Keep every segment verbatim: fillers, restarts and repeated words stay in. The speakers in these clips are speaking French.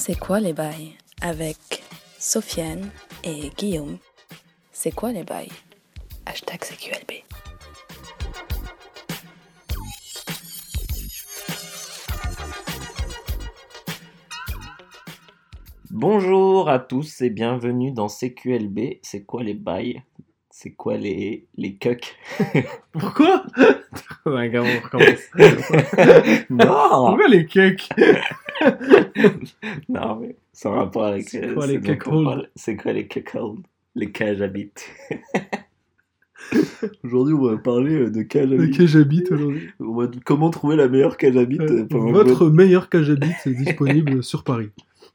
C'est quoi les bails? Avec Sofiane et Guillaume. C'est quoi les bails? Hashtag C Q L B. Bonjour à tous et bienvenue dans C Q L B. C'est quoi les bails? C'est quoi les, les cucks? Pourquoi? Ouais, gars, on recommence. Non! Pourquoi les cucks? Non, mais sans rapport avec... C'est euh, quoi ce les dont on cuckolds? parle. C'est quoi les cuckolds? Les cages habites. Aujourd'hui, on va parler de cage De qui j'habite aujourd'hui. Comment trouver la meilleure cage habite Euh, Votre meilleur cage habite est disponible sur Paris.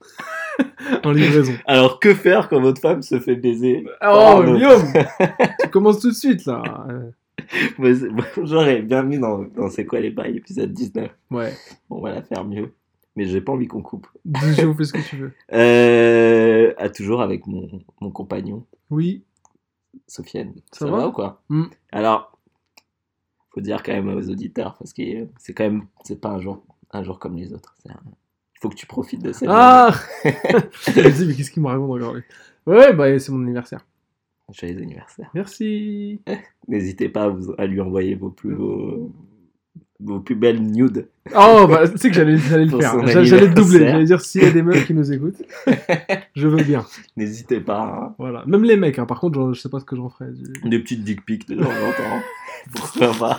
En livraison. Alors, que faire quand votre femme se fait baiser? Oh, Guillaume! Tu commences tout de suite, là. Euh, Ouais, c'est- Bonjour et bienvenue dans, dans C'est quoi les bails, épisode dix-neuf. Ouais. On va la faire mieux. Mais j'ai pas envie qu'on coupe. Je vous fais ce que tu veux. Euh, à toujours avec mon, mon compagnon, Oui. Sofiane. Ça va ou quoi? Mm. Alors, faut dire quand même aux auditeurs, parce que c'est quand même, c'est pas un jour, un jour comme les autres. C'est un- Il faut que tu profites de cette Ah! Je me dis, mais qu'est-ce qu'il me raconte encore lui? Ouais, bah, c'est mon anniversaire. journée. Joyeux anniversaire. Merci. N'hésitez pas à, vous, à lui envoyer vos plus beaux, vos plus belles nudes. Oh, bah, tu sais que j'allais, j'allais le Pour faire. son J'allais, j'allais le doubler. anniversaire. J'allais dire, s'il y a des meufs qui nous écoutent, je veux bien. N'hésitez pas. Hein. Voilà. Même les mecs, hein. Par contre, je, je sais pas ce que j'en ferais. Du... Des petites dick pics de temps en temps. Pourquoi pas.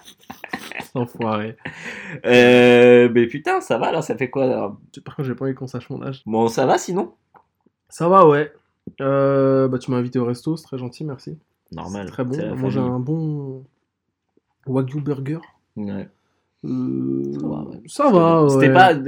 Enfoiré. Euh, mais putain, ça va là, ça fait quoi alors? Par contre, j'ai pas envie qu'on sache mon âge. Bon, ça va sinon? Ça va, ouais. Euh, bah, tu m'as invité au resto, c'est très gentil, merci. Normal. C'est très bon. c'est la On a mangé famille. un bon Wagyu burger. Ouais. Euh, Ça va, ouais. Ça va, ouais. C'était pas.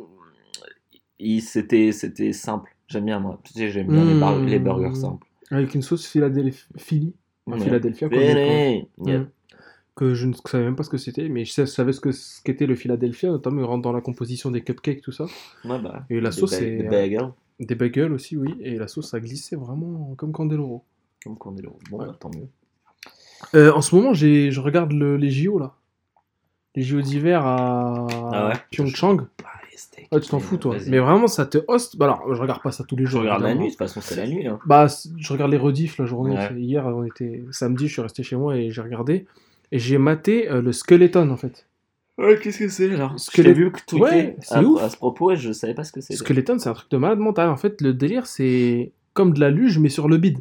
Il- C'était c'était simple. J'aime bien, moi. Tu sais, j'aime bien les, bar- Mmh. les burgers simples. Avec une sauce Philadelphie. Philly. Enfin, Ouais. Philadelphia, quoi. Véné. Mmh. Yep. Que je ne savais même pas ce que c'était, mais je sais- je savais ce que ce qu'était le Philadelphia, notamment il rentre dans la composition des cupcakes, tout ça. Ouais, bah. Et la des sauce, ba- c'est- Des bagels. Des bagels aussi, oui. Et la sauce, ça glissait vraiment comme Candeloro. Comme Candeloro. Bon, Ouais. bah, tant mieux. Euh, en ce moment, j'ai, je regarde le- les J O, là. Les J O d'hiver à Ah ouais Pyeongchang. Ah, les steaks. Ouais, tu t'en fous, toi. Vas-y. Mais vraiment, ça te hoste. Bah alors, je regarde pas ça tous les Je jours. regarde la évidemment. nuit, de toute façon, c'est la nuit. Hein. Bah, c- je regarde les rediffs la journée. Ouais. C'est- Hier, on était samedi, je suis resté chez moi et j'ai regardé. Et j'ai maté euh, le Skeleton, en fait. Ouais, qu'est-ce que c'est alors? Ce que Je t'ai les- vu tweeter Ouais, c'est à, ouf. à ce propos et je savais pas ce que c'était. Skeleton, c'est un truc de malade mental. En fait, le délire, c'est comme de la luge, mais sur le bide.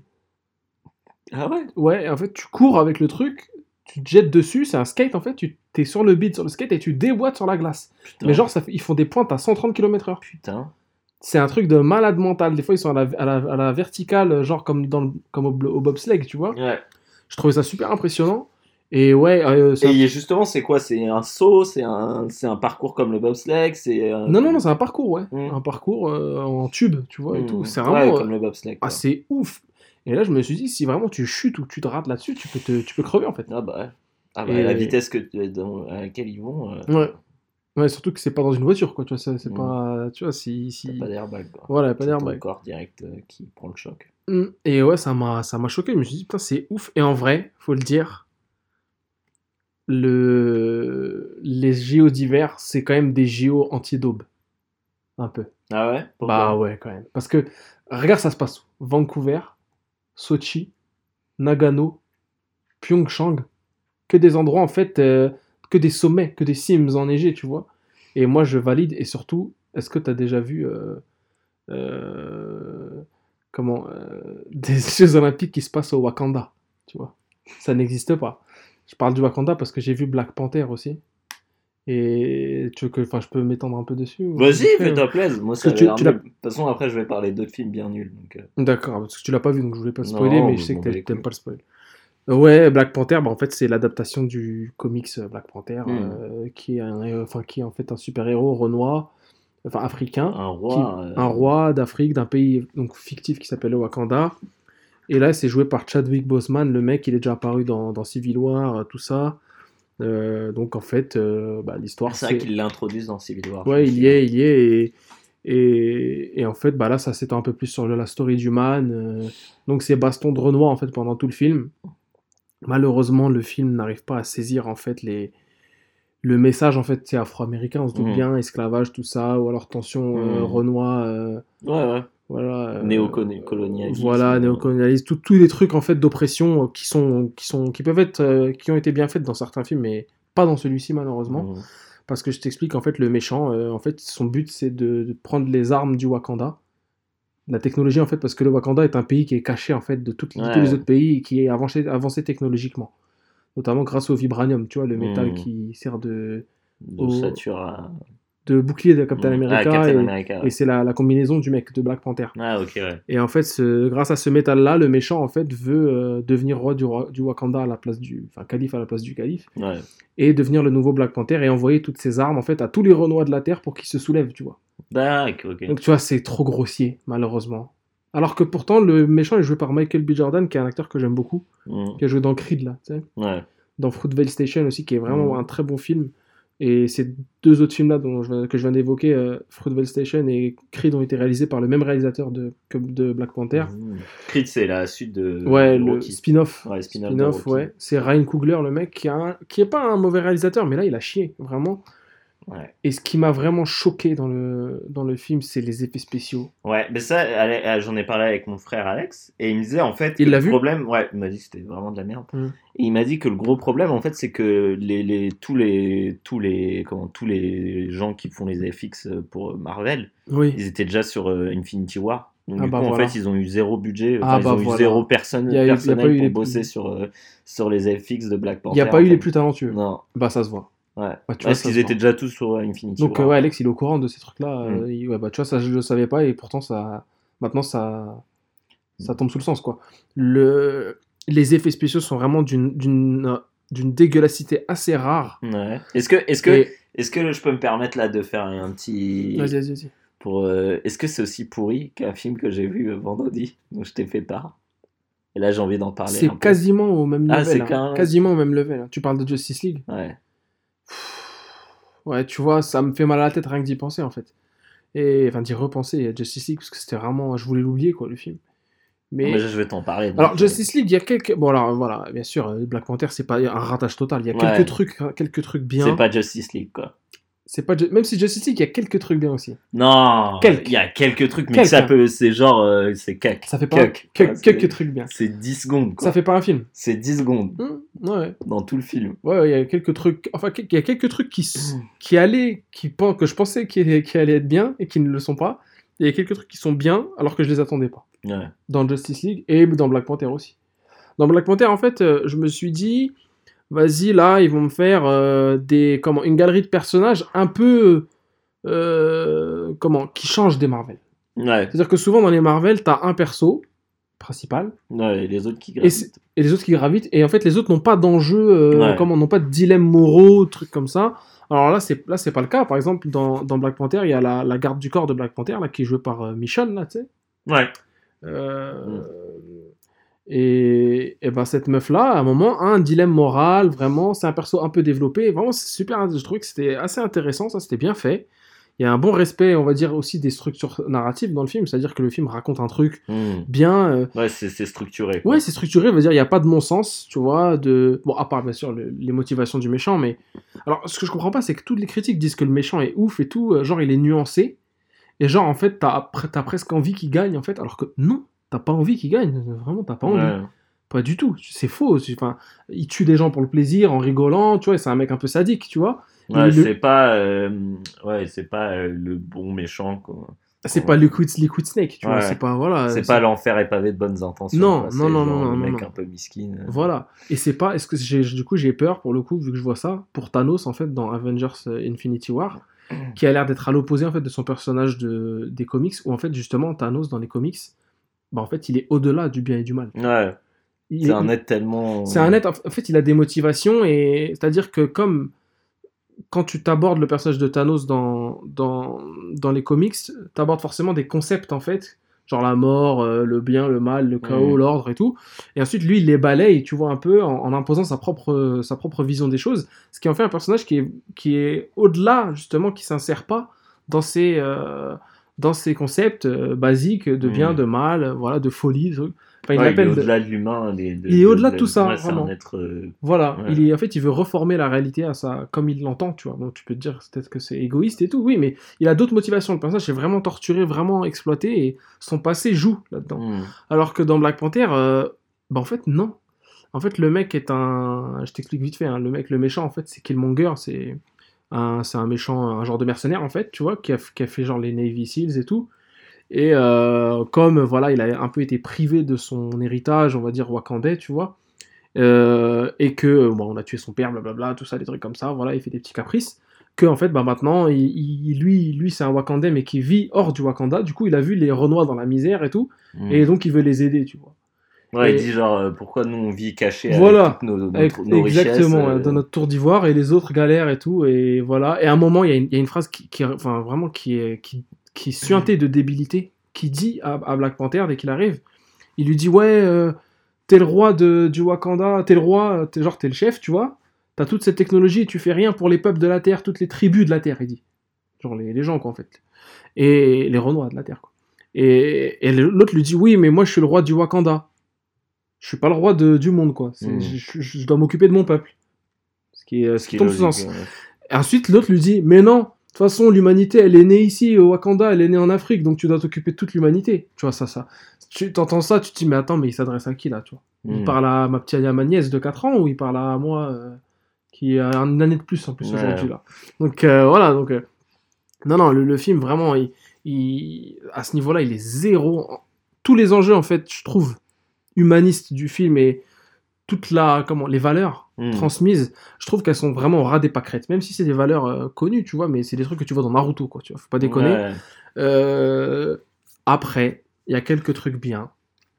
Ah ouais? Ouais, en fait, tu cours avec le truc, tu te jettes dessus, c'est un skate, en fait, tu t'es sur le bide, sur le skate, et tu déboîtes sur la glace. Putain. Mais genre, ça fait- ils font des pointes à cent trente kilomètres heure. Putain. C'est un truc de malade mental. Des fois, ils sont à la, à la, à la verticale, genre comme, dans le- comme au, au bobsleigh, tu vois. Ouais. Je trouvais ça super impressionnant. Et ouais, euh, c'est un- Et justement, c'est quoi? C'est un saut? C'est un, c'est un parcours comme le bobsleigh? C'est un- non, non, non, c'est un parcours, ouais. Mm. Un parcours euh, en tube, tu vois, et Mmh. tout. C'est Ouais, vraiment. comme le bobsleigh. Ah, quoi. c'est ouf. Et là, je me suis dit, si vraiment tu chutes ou que tu te rates là-dessus, tu peux, te, tu peux crever, en fait. Ah bah ouais. Ah bah, Et- la vitesse que, dans, à laquelle ils vont, euh, Ouais. Ouais, surtout que c'est pas dans une voiture, quoi, tu vois, c'est c'est Mm. pas... Tu vois, si... si... t'as pas d'airbag. Quoi. Voilà, pas C'est ton d'airbag. corps direct euh, qui prend le choc. Mm. Et ouais, ça m'a ça m'a choqué, je me suis dit, putain, c'est ouf. Et en vrai, faut le dire, le... les J O d'hiver, c'est quand même des J O anti-daube. Un peu. Ah ouais? Pourquoi? Bah ouais, quand même. Parce que, regarde, ça se passe où? Vancouver, Sochi, Nagano, Pyeongchang, que des endroits, en fait, euh, que des sommets, que des cimes enneigées, tu vois. Et moi, je valide. Et surtout, est-ce que tu as déjà vu euh, euh, comment euh, des Jeux Olympiques qui se passent au Wakanda, tu vois? Ça n'existe pas. Je parle du Wakanda parce que j'ai vu Black Panther aussi. Et tu veux que, enfin, je peux m'étendre un peu dessus ou- Vas-y, vite fait, fais-toi plaisir. Moi, ça que a tu- l'air tu nul. l'as- De toute façon, après, je vais parler d'autres films bien nuls. Donc, euh, D'accord, parce que tu l'as pas vu, donc je voulais pas te spoiler, Non, mais mais je sais bon, que bah, t'a- les t'aimes couilles. pas le spoil. Euh, Ouais, Black Panther, bah, en fait, c'est l'adaptation du comics euh, Black Panther, Mm. euh, qui est un, euh, enfin, qui est en fait un super-héros renois, enfin africain, un qui- roi. euh, un roi d'Afrique, d'un pays donc fictif qui s'appelle le Wakanda. Et là, c'est joué par Chadwick Boseman, le mec, il est déjà apparu dans, dans Civil War, euh, tout ça. Euh, donc en fait, euh, bah, l'histoire, C'est vrai qu'ils l'introduisent dans Civil War. Ouais, je me il y est, il y est. Et, et, et en fait, bah là, ça s'étend un peu plus sur le- la story du man. euh, donc c'est baston de Renoir, en fait, pendant tout le film. Malheureusement, le film n'arrive pas à saisir, en fait, les, le message, en fait, c'est afro-américain, on se doute Mhm. bien, esclavage, tout ça, ou alors tension euh, Mhm. Renoir, euh, Ouais, ouais. voilà. euh, Néocolonialisme. Voilà, euh, néocolonialisme, tout- tous les trucs, en fait, d'oppression euh, qui sont, qui sont, qui peuvent être, euh, qui ont été bien faits dans certains films, mais pas dans celui-ci, malheureusement. mhm. Parce que je t'explique, en fait, le méchant, euh, en fait, son but, c'est de, de prendre les armes du Wakanda. La technologie, en fait, parce que le Wakanda est un pays qui est caché, en fait, de, toutes, de tous les Ouais. autres pays et qui est avancé, avancé technologiquement. Notamment grâce au vibranium, tu vois, le métal Mhm. qui sert de, De au- Sature à. de bouclier de Captain Mhm. Ah, America. Captain et America, ouais. et c'est la, la combinaison du mec de Black Panther. Ah, ok, ouais. Et en fait, ce- grâce à ce métal-là, le méchant, en fait, veut euh, devenir roi du, roi du Wakanda à la place du... Enfin, calife à la place du calife. Ouais. Et devenir le nouveau Black Panther et envoyer toutes ses armes, en fait, à tous les Renois de la Terre pour qu'ils se soulèvent, tu vois. D'accord, ok. Donc, tu vois, c'est trop grossier, malheureusement. Alors que pourtant, le méchant est joué par Michael B. Jordan, qui est un acteur que j'aime beaucoup, Mhm. qui a joué dans Creed, là, tu sais. Ouais. Dans Fruitvale Station aussi, qui est vraiment Mhm. un très bon film. Et ces deux autres films-là dont je viens- que je viens d'évoquer, euh, Fruitvale Station et Creed, ont été réalisés par le même réalisateur de, que de Black Panther. Mhm. Creed, c'est la suite de, Ouais, de le Rocky. spin-off. Ouais, spin-off de Spin-off, Rocky. ouais. C'est Ryan Coogler, le mec, qui, a un- qui est pas un mauvais réalisateur, mais là, il a chié, vraiment. Ouais. Et ce qui m'a vraiment choqué dans le, dans le film, c'est les effets spéciaux. Ouais, mais ça, Ale- euh, j'en ai parlé avec mon frère Alex, et il me disait en fait Il que l'a le vu problème, ouais, il m'a dit que c'était vraiment de la merde. Mm. Et il m'a dit que le gros problème, en fait, c'est que les, les, tous les, tous les, comment, tous les gens qui font les F X pour Marvel, Oui. ils étaient déjà sur euh, Infinity War. Donc Ah du bah coup, voilà. en fait, ils ont eu zéro budget, Ah enfin, bah ils ont voilà. eu zéro personne, Il y a eu- il y a personnel pas eu pour les bosser plus- sur, euh, sur les F X de Black Il Panther. n'y a pas en eu les fait. plus talentueux. Non, Bah, ça se voit. ouais. Bah, tu vois, Parce ça qu'ils se étaient voit. déjà tous sur euh, Infinity Donc, War. euh, ouais, Alex, il est au courant de ces trucs-là. Mm. euh, il- ouais, bah, tu vois, ça, je le savais pas et pourtant, ça, maintenant, ça, ça tombe sous le sens, quoi. Le... Les effets spéciaux sont vraiment d'une, d'une, d'une dégueulassité assez rare. Ouais. Est-ce que, est-ce que, Et- est-ce que je peux me permettre là de faire un petit. Vas-y, vas-y, vas-y. Pour, euh, est-ce que c'est aussi pourri qu'un film que j'ai vu euh, vendredi, dont je t'ai fait part? Et là, j'ai envie d'en parler C'est un peu. quasiment au même Ah, level. c'est hein. quand même- Quasiment au même level. hein. Tu parles de Justice League. Ouais. Ouais, tu vois, ça me fait mal à la tête rien que d'y penser, en fait. Et, enfin, d'y repenser à Justice League, parce que c'était vraiment... Je voulais l'oublier, quoi, le film. Mais... Mais je vais t'en parler. donc, Alors, euh, Justice League, il y a quelques... Bon, alors, voilà, bien sûr, euh, Black Panther, c'est pas un ratage total. Il y a Ouais. quelques trucs, hein, quelques trucs bien. C'est pas Justice League, quoi. C'est pas... Ju- Même si Justice League, il y a quelques trucs bien aussi. Non, Quelques. il y a quelques trucs, mais Quelques. ça peut, c'est genre, euh, c'est cac. Ça fait pas... Cuck, que- quoi, c'est- quelques trucs bien. C'est dix secondes, quoi. Ça fait pas un film. C'est dix secondes Hmm, ouais. dans tout le film. Ouais, ouais, il y a quelques trucs... Enfin, il y a quelques trucs qui, s- Mm. qui allaient... Qui... pen- Que je pensais qui, qui allaient être bien et qui ne le sont pas. Et il y a quelques trucs qui sont bien, alors que je les attendais pas. Ouais. Dans Justice League et dans Black Panther aussi. Dans Black Panther, en fait, euh, je me suis dit, vas-y, là, ils vont me faire euh, des, comment, une galerie de personnages un peu, euh, comment, qui changent des Marvel. Ouais. C'est-à-dire que souvent, dans les Marvel, t'as un perso principal Ouais, et les autres qui et, c'est- gravitent. et les autres qui gravitent, et en fait, les autres n'ont pas d'enjeux, euh, Ouais. comment, n'ont pas de dilemme moraux, trucs comme ça. Alors là, c'est, là, c'est pas le cas. Par exemple, dans, dans Black Panther, il y a la, la garde du corps de Black Panther, là, qui est jouée par euh, Michonne, là, tu sais. Ouais. Euh, Et, et ben cette meuf-là, à un moment, a un dilemme moral, vraiment, c'est un perso un peu développé, vraiment, c'est super, je trouvais que c'était assez intéressant, ça, c'était bien fait. Il y a un bon respect, on va dire, aussi des structures narratives dans le film, c'est-à-dire que le film raconte un truc Mm. bien... euh, Ouais, c'est c'est structuré. quoi. Ouais, c'est structuré, veut dire, il n'y a pas de non-sens, tu vois, de... Bon, à part, bien sûr, le- les motivations du méchant, mais... Alors, ce que je comprends pas, c'est que toutes les critiques disent que le méchant est ouf et tout, euh, genre, il est nuancé, et genre, en fait, t'as, t'as presque envie qu'il gagne, en fait, alors que non, t'as pas envie qu'il gagne, vraiment, t'as pas envie. Ouais. Pas du tout, c'est faux. c'est- Enfin, il tue des gens pour le plaisir, en rigolant, tu vois, c'est un mec un peu sadique, tu vois. Ouais, Le- c'est pas, euh, ouais, c'est pas euh, le bon méchant, quoi. C'est Ouais. pas Liquid, Liquid Snake, tu vois, Ouais. c'est pas, voilà. C'est pas l'enfer et pavé de bonnes intentions. Non, quoi. non, C'est non, genre non, le non, mec non. un peu miskin. euh. Voilà. Et c'est pas, est-ce que j'ai, du coup, j'ai peur, pour le coup, vu que je vois ça, pour Thanos, en fait, dans Avengers euh, Infinity War, qui a l'air d'être à l'opposé, en fait, de son personnage de, des comics, où, en fait, justement, Thanos, dans les comics, bah, en fait, il est au-delà du bien et du mal. Ouais, Il c'est est- un être tellement. C'est un être, en fait, il a des motivations, et c'est-à-dire que comme quand tu t'abordes le personnage de Thanos dans, dans, dans les comics, t'abordes forcément des concepts, en fait, genre la mort, euh, le bien, le mal, le chaos, Mhm. l'ordre et tout, et ensuite, lui, il les balaye, tu vois, un peu, en, en imposant sa propre, sa propre vision des choses, ce qui en fait un personnage qui est, qui est au-delà, justement, qui s'insère pas dans ces... euh, dans ses concepts euh, basiques de bien, Mm. de mal, euh, voilà, de folie. De... Enfin, il Ouais, il est l'appelle. de- au-delà de l'humain. des- de- Il est de- au-delà de de- tout ça, ouais, c'est vraiment. un être. euh, Voilà, Ouais. il est, en fait, il veut reformer la réalité à ça, comme il l'entend, tu vois. Donc tu peux te dire peut-être que c'est égoïste et tout, oui, mais il a d'autres motivations. Le personnage est vraiment torturé, vraiment exploité, et son passé joue là-dedans. Mm. Alors que dans Black Panther, euh, bah en fait, non. En fait, le mec est un... Je t'explique vite fait, hein. Le mec, le méchant, en fait, c'est Killmonger, c'est un, c'est un méchant, un genre de mercenaire, en fait, tu vois, qui a, qui a fait genre les Navy Seals et tout. Et euh, comme, voilà, il a un peu été privé de son héritage, on va dire, wakandais, tu vois, euh, et que, bon, on a tué son père, blablabla, tout ça, des trucs comme ça, voilà, il fait des petits caprices, que, en fait, bah maintenant, il, il- lui, lui c'est un wakandais, mais qui vit hors du Wakanda, du coup, il a vu les Renois dans la misère et tout, Mm. et donc il veut les aider, tu vois. Ouais, Et- il dit genre, euh, pourquoi nous on vit cachés Voilà. avec toutes nos, notre- Avec- nos richesses. exactement, euh, dans notre tour d'ivoire, et les autres galèrent et tout, et voilà. Et à un moment, il y a une, il y a une phrase qui, qui, enfin, vraiment qui est, qui, qui est suintée de débilité, qui dit à, à Black Panther, dès qu'il arrive, il lui dit, ouais, euh, t'es le roi de, du Wakanda, t'es le roi, t'es, genre t'es le chef, tu vois, t'as toute cette technologie, et tu fais rien pour les peuples de la Terre, toutes les tribus de la Terre, il dit. Genre les, les gens, quoi, en fait. Et les Renois de la Terre, quoi. Et, et l'autre lui dit, oui, mais moi, je suis le roi du Wakanda. Je suis pas le roi de, du monde, quoi. C'est- Mm. je, je- je dois m'occuper de mon peuple. Ce qui, est, ce ce qui qui est tombe sous logique, sens. ouais. Et ensuite, l'autre lui dit, mais non, de toute façon, l'humanité, elle est née ici, au Wakanda, elle est née en Afrique, donc tu dois t'occuper de toute l'humanité. Tu vois, ça, ça. Tu t'entends ça, tu te dis, mais attends, mais il s'adresse à qui, là, tu vois Il Mm. parle à ma petite, à ma nièce de quatre ans, ou il parle à moi, euh, qui a une année de plus, en plus, Ouais. aujourd'hui, là. Donc, euh, voilà, donc... euh, non, non, le, le film, vraiment, il, il- à ce niveau-là, il est zéro. Tous les enjeux, en fait, je trouve, humanistes du film et toute la... comment, les valeurs Mm. transmises, je trouve qu'elles sont vraiment au ras des pâquerettes, même si c'est des valeurs euh, connues, tu vois, mais c'est des trucs que tu vois dans Naruto, quoi, tu vois, faut pas déconner. Ouais. Euh, après, il y a quelques trucs bien,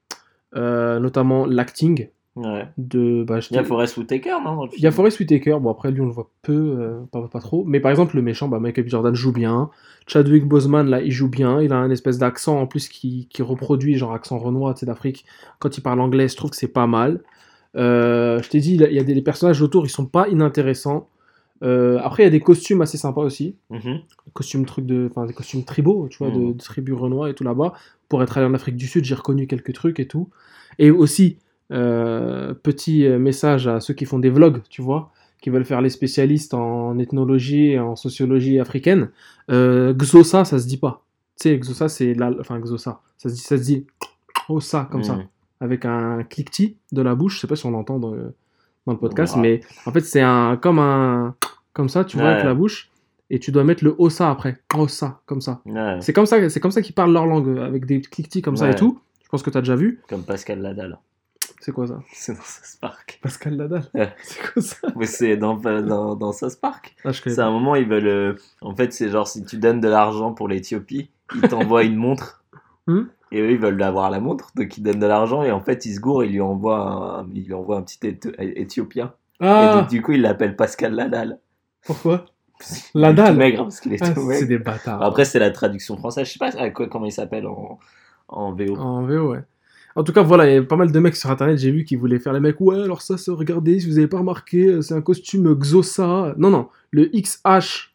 Euh, notamment l'acting Ouais. de... Bah, je Il y a t'ai- Forest Whitaker, non dans le film il y a Forest Whitaker, bon après lui on le voit peu, euh, pas, pas trop, mais par exemple le méchant, bah, Michael B. Jordan joue bien, Chadwick Boseman là il joue bien, il a un espèce d'accent en plus qui, qui reproduit genre accent renois, tu sais, d'Afrique, quand il parle anglais je trouve que c'est pas mal. Euh, je t'ai dit, il y a des les personnages autour, ils sont pas inintéressants. Euh, après il y a des costumes assez sympas aussi, Mhm. costumes trucs de, enfin des costumes tribaux, tu vois, de, Mhm. de tribus renois et tout là-bas. Pour être allé en Afrique du Sud, j'ai reconnu quelques trucs et tout. Et aussi, euh, petit euh, message à ceux qui font des vlogs, tu vois, qui veulent faire les spécialistes en ethnologie et en sociologie africaine. Euh, Xhosa, ça se dit pas. Tu sais, Xhosa, c'est la, enfin Xhosa, ça se dit, ça se dit, Ossa comme ça, Mhm. avec un cliquetis de la bouche. Je sais pas si on l'entend dans le, dans le podcast, On verra. mais en fait c'est un comme un comme ça, tu vois, Ouais. avec la bouche, et tu dois mettre le Ossa après, Ossa comme ça. Ouais. C'est comme ça, c'est comme ça qu'ils parlent leur langue, avec des cliquetis comme ça Ouais. et tout. Je pense que t'as déjà vu. Comme Pascal Ladal. C'est quoi ça? C'est dans South Park. Pascal Nadal. Ouais. C'est quoi ça? Mais c'est dans, dans, dans South Park. Ah, je connais C'est à pas. un moment, ils veulent. euh, En fait, c'est genre si tu donnes de l'argent pour l'Éthiopie, ils t'envoient une montre. Hmm. Et eux, ils veulent avoir la montre, donc ils donnent de l'argent. Et en fait, ils se gourent, ils lui envoient un, ils lui envoient un petit Éth- Éthiopien. Et Ah, donc, du coup, ils l'appellent Pascal Ladal. pourquoi? Il est Ladal. tout maigre, parce qu'il est Ah, tout c'est maigre. des bâtards. Après, c'est la traduction française. Je sais pas à quoi, comment il s'appelle en, en V O. En V O, ouais. En tout cas, voilà, il y a pas mal de mecs sur internet, j'ai vu, qui voulaient faire les mecs. Ouais, alors ça, ça, regardez, si vous avez pas remarqué, euh, c'est un costume Xhosa. Non, non, le X H,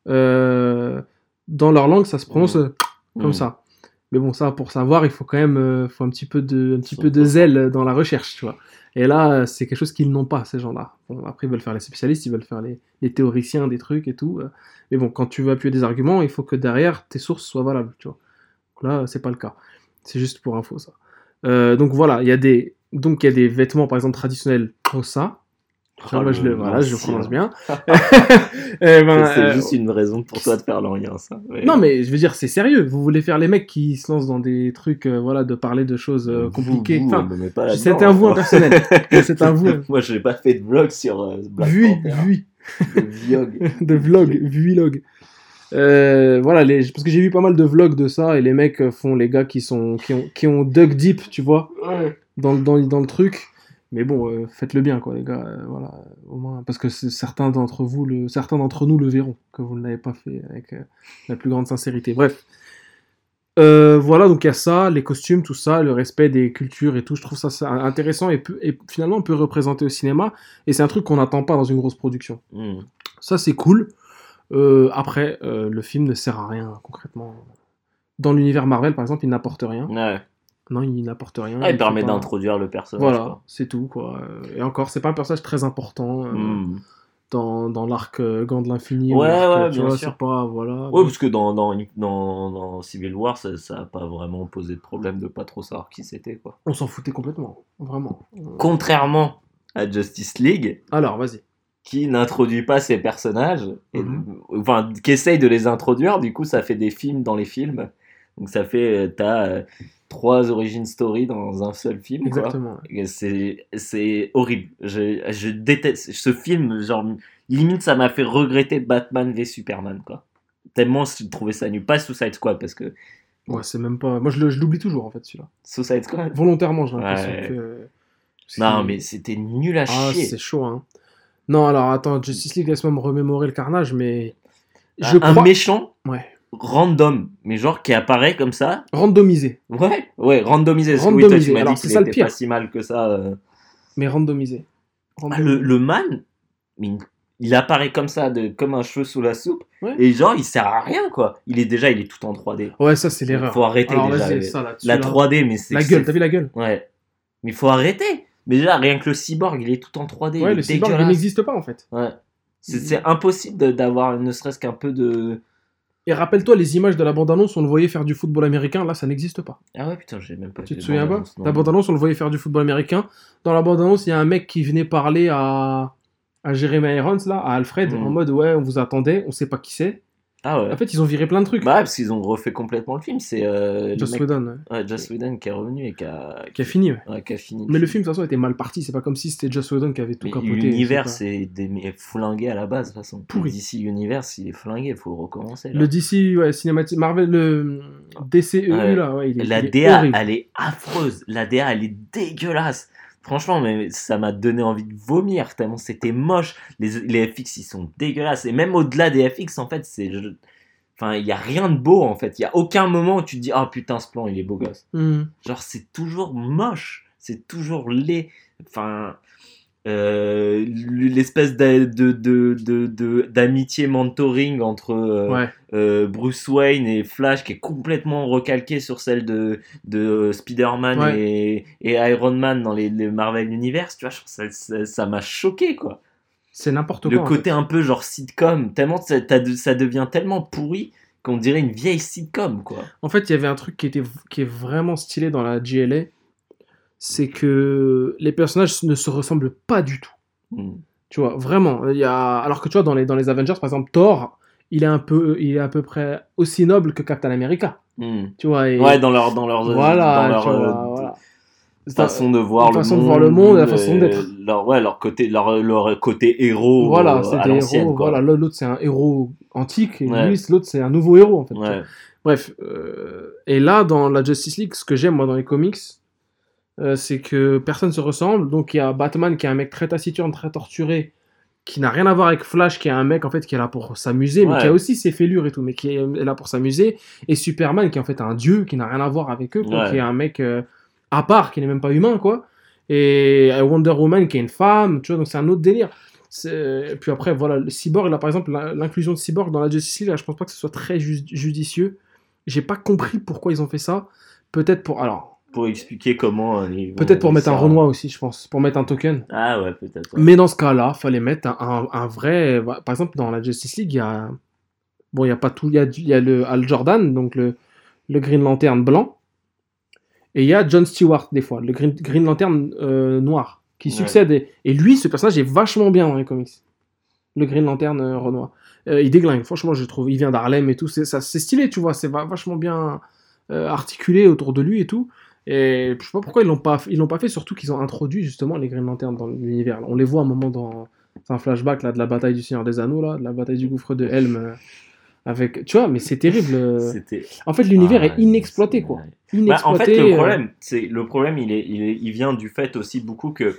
euh, dans leur langue, ça se prononce Mmh. euh, comme Mmh. ça. Mais bon, ça, pour savoir, il faut quand même euh, faut un petit peu de, un petit Faut- peu de faut- zèle dans la recherche, tu vois. Et là, euh, c'est quelque chose qu'ils n'ont pas, ces gens-là. Bon, après, ils veulent faire les spécialistes, ils veulent faire les, les théoriciens des trucs et tout. euh. Mais bon, quand tu veux appuyer des arguments, il faut que derrière, tes sources soient valables, tu vois. Donc là, c'est pas le cas. C'est juste pour info, ça. Euh, donc voilà, il y a des donc il y a des vêtements par exemple traditionnels Xhosa. Oh, Moi, je le le voilà, je le ancien. prononce bien. Eh ben, c'est euh, juste une raison pour toi de faire l'orient, ça. Mais- Non mais je veux dire c'est sérieux. Vous voulez faire les mecs qui se lancent dans des trucs euh, voilà de parler de choses euh, Vous, compliquées. vous, Enfin, on me met pas là-dedans, c'est un vous en hein. personnel. C'est un vous. Moi, j'ai pas fait de vlog sur euh, Black Vui, Panther. vui, De vlog. de vlog, vuilog. Euh, voilà, les... parce que j'ai vu pas mal de vlogs de ça et les mecs euh, font les gars qui sont qui ont qui ont dug deep, tu vois, dans le dans, dans le truc. Mais bon, euh, faites-le bien, quoi, les gars. euh, voilà, au moins, parce que c'est- certains d'entre vous, le, certains d'entre nous le verront que vous ne l'avez pas fait avec euh, la plus grande sincérité. Bref, Euh, voilà, donc il y a ça, les costumes, tout ça, le respect des cultures et tout. Je trouve ça, ça intéressant et, peu- et finalement on peut représenter au cinéma. Et c'est un truc qu'on n'attend pas dans une grosse production. Hmm. Ça, c'est cool. Euh, après, euh, le film ne sert à rien concrètement. Dans l'univers Marvel, par exemple, il n'apporte rien. Ouais. Non, il n'apporte rien. Ah, il il permet fait pas- d'introduire le personnage. Voilà, quoi. c'est tout, quoi. Euh, Et encore, c'est pas un personnage très important euh, Hmm. dans, dans l'arc euh, Gant de l'Infini. Ouais, ou l'arc, ouais, tu bien vois, sûr. c'est pas, voilà. Ouais, parce que dans, dans, dans, dans Civil War, ça, ça a pas vraiment posé de problème de pas trop savoir qui c'était, quoi. On s'en foutait complètement, vraiment. Euh, Contrairement à Justice League, Alors, vas-y. qui n'introduit pas ses personnages, et, Mhm. enfin, qui essaye de les introduire, du coup, ça fait des films dans les films. Donc ça fait, euh, t'as euh, trois origin story dans un seul film, quoi. Exactement. Et C'est, c'est horrible. Je, je déteste ce film, genre, limite, ça m'a fait regretter Batman v Superman, quoi. Tellement je trouvais ça nul. Pas Suicide Squad, parce que Ouais, c'est même pas. Moi, je le- je l'oublie toujours, en fait, celui-là. Suicide Squad. Volontairement, j'ai l'impression Ouais. que. parce Non, qu'il- mais c'était nul à Ah, chier. c'est chaud, hein. Non, alors, attends, Justice League, laisse-moi me remémorer le carnage, mais. Un, Je un crois. méchant Ouais. random, mais genre qui apparaît comme ça. Randomisé. Ouais, ouais, randomisé. Parce que oui, toi, Randomisé. tu m'as Alors, dit c'est qu'il ça le était pire. pas si mal que ça. euh. Mais randomisé. Ah, Randomisé. le, le man, mais il- il apparaît comme ça, de, comme un cheveu sous la soupe. Ouais. Et genre, il sert à rien, quoi. Il est déjà, il est tout en trois D. Ouais, ça, c'est l'erreur. Faut arrêter Alors, déjà. vas-y, euh, ça, là-dessus, La là. trois D, mais c'est. La c'est- gueule, t'as vu la gueule? Ouais. Mais faut arrêter. Mais déjà, rien que le cyborg, il est tout en trois D. Ouais, il le est cyborg, il dégueulasse. n'existe pas, en fait. Ouais. C'est Il- c'est impossible de- d'avoir ne serait-ce qu'un peu de. Et rappelle-toi, les images de la bande-annonce, on le voyait faire du football américain. Là, ça n'existe pas. Ah ouais, putain, j'ai même pas Tu vu te de souviens pas? bande-annonce, non. La bande-annonce, on le voyait faire du football américain. Dans la bande-annonce, il y a un mec qui venait parler à, à Jeremy Irons, là, à Alfred, Mhm. en mode ouais, on vous attendait, on sait pas qui c'est. Ah ouais. En fait, ils ont viré plein de trucs. Bah ouais, parce qu'ils ont refait complètement le film. C'est euh, le Joss mec- Whedon, ouais, ouais, Joss Whedon qui est revenu et qui a, qui a fini. Ouais. ouais, qui a fini. Mais le film, de toute façon, était mal parti. C'est pas comme si c'était Joss Whedon qui avait tout Mais capoté. l'univers, je sais c'est des mais flingué à la base, de toute façon. Pourri. D'ici l'univers, il est flingué, il faut recommencer. pas. Là. Le D C, ouais, cinématique, Marvel, le D C E U, Ouais. là, ouais, il est, La il est D A, horrible. elle est affreuse. La D A, elle est dégueulasse. Franchement, mais ça m'a donné envie de vomir tellement c'était moche. Les, les F X, ils sont dégueulasses. Et même au-delà des F X, en fait, c'est. je- Enfin, il y a rien de beau, en fait. Il y a aucun moment où tu te dis, ah putain, ce plan, il est beau gosse. Mhm. Genre, c'est toujours moche. C'est toujours laid. Enfin. euh, l'espèce d'a- de, de, de, de- d'amitié mentoring entre euh, Ouais. euh, Bruce Wayne et Flash qui est complètement recalquée sur celle de, de Spider-Man Ouais. et, et Iron Man dans les, les Marvel Universe, tu vois, je trouve ça, ça, ça m'a choqué, quoi. C'est n'importe Le quoi. en côté fait. un peu genre sitcom, tellement ça, t'as de- ça devient tellement pourri qu'on dirait une vieille sitcom, quoi. En fait, il y avait un truc qui, était, qui est vraiment stylé dans la G L A, c'est que les personnages ne se ressemblent pas du tout. Mm. Tu vois, vraiment. Il y a... Alors que tu vois, dans les, dans les Avengers, par exemple, Thor, il est, un peu, il est à peu près aussi noble que Captain America. Mm. Tu vois, et... Ouais, dans leur, dans leur, voilà, dans leur tu vois, euh, voilà. façon de voir, Une le, façon monde, de voir le monde et la façon euh, d'être. Leur, ouais, leur côté, leur, leur côté héros Voilà, euh, c'est à des l'ancienne, héros. quoi. Voilà, l'autre, c'est un héros antique, et Ouais. lui, l'autre, c'est un nouveau héros, en fait. Ouais. Bref. euh, Et là, dans la Justice League, ce que j'aime, moi, dans les comics, euh, c'est que personne se ressemble. Donc, il y a Batman qui est un mec très taciturne, très torturé, qui n'a rien à voir avec Flash, qui est un mec, en fait, qui est là pour s'amuser, mais Ouais. qui a aussi ses fêlures et tout, mais qui est là pour s'amuser. Et Superman, qui est en fait un dieu, qui n'a rien à voir avec eux, quoi, Ouais. qui est un mec euh, à part, qui n'est même pas humain, quoi. Et Wonder Woman, qui est une femme, tu vois, donc c'est un autre délire. C'est- Puis après, voilà, le Cyborg, là, par exemple, la- l'inclusion de Cyborg dans la Justice League, là, je pense pas que ce soit très ju- judicieux. J'ai pas compris pourquoi ils ont fait ça. Peut-être pour... Alors, Pour expliquer comment euh, ils vont peut-être pour mettre un réussir à- Renoir aussi, je pense. Pour mettre un token. Ah ouais, peut-être. Ouais. Mais dans ce cas-là, fallait mettre un, un- un vrai... Par exemple, dans la Justice League, il y a... Bon, il y a pas tout... Il y a, du- il y a le Hal Jordan, donc le, le Green Lantern blanc. Et il y a John Stewart, des fois, le Green, Green Lantern euh, noir, qui Ouais. succède. Et, et lui, ce personnage est vachement bien dans les comics. Le Green Lantern euh, Renoir. Euh, il déglingue, franchement, je trouve. Il vient d'Harlem et tout. C'est, ça, c'est stylé, tu vois. C'est va- vachement bien euh, articulé autour de lui et tout. Et je sais pas pourquoi ils l'ont pas, ils l'ont pas fait, surtout qu'ils ont introduit justement les Green Lantern dans l'univers. On les voit un moment dans c'est un flashback là, de la bataille du Seigneur des Anneaux, là, de la bataille du gouffre de Helm. euh, avec... Tu vois, mais c'est terrible. euh. C'était. En fait, l'univers Ah, est inexploité, quoi. ouais. Bah, Inexploité. en fait, le euh, problème, c'est le problème, il est, il est, il vient du fait aussi beaucoup que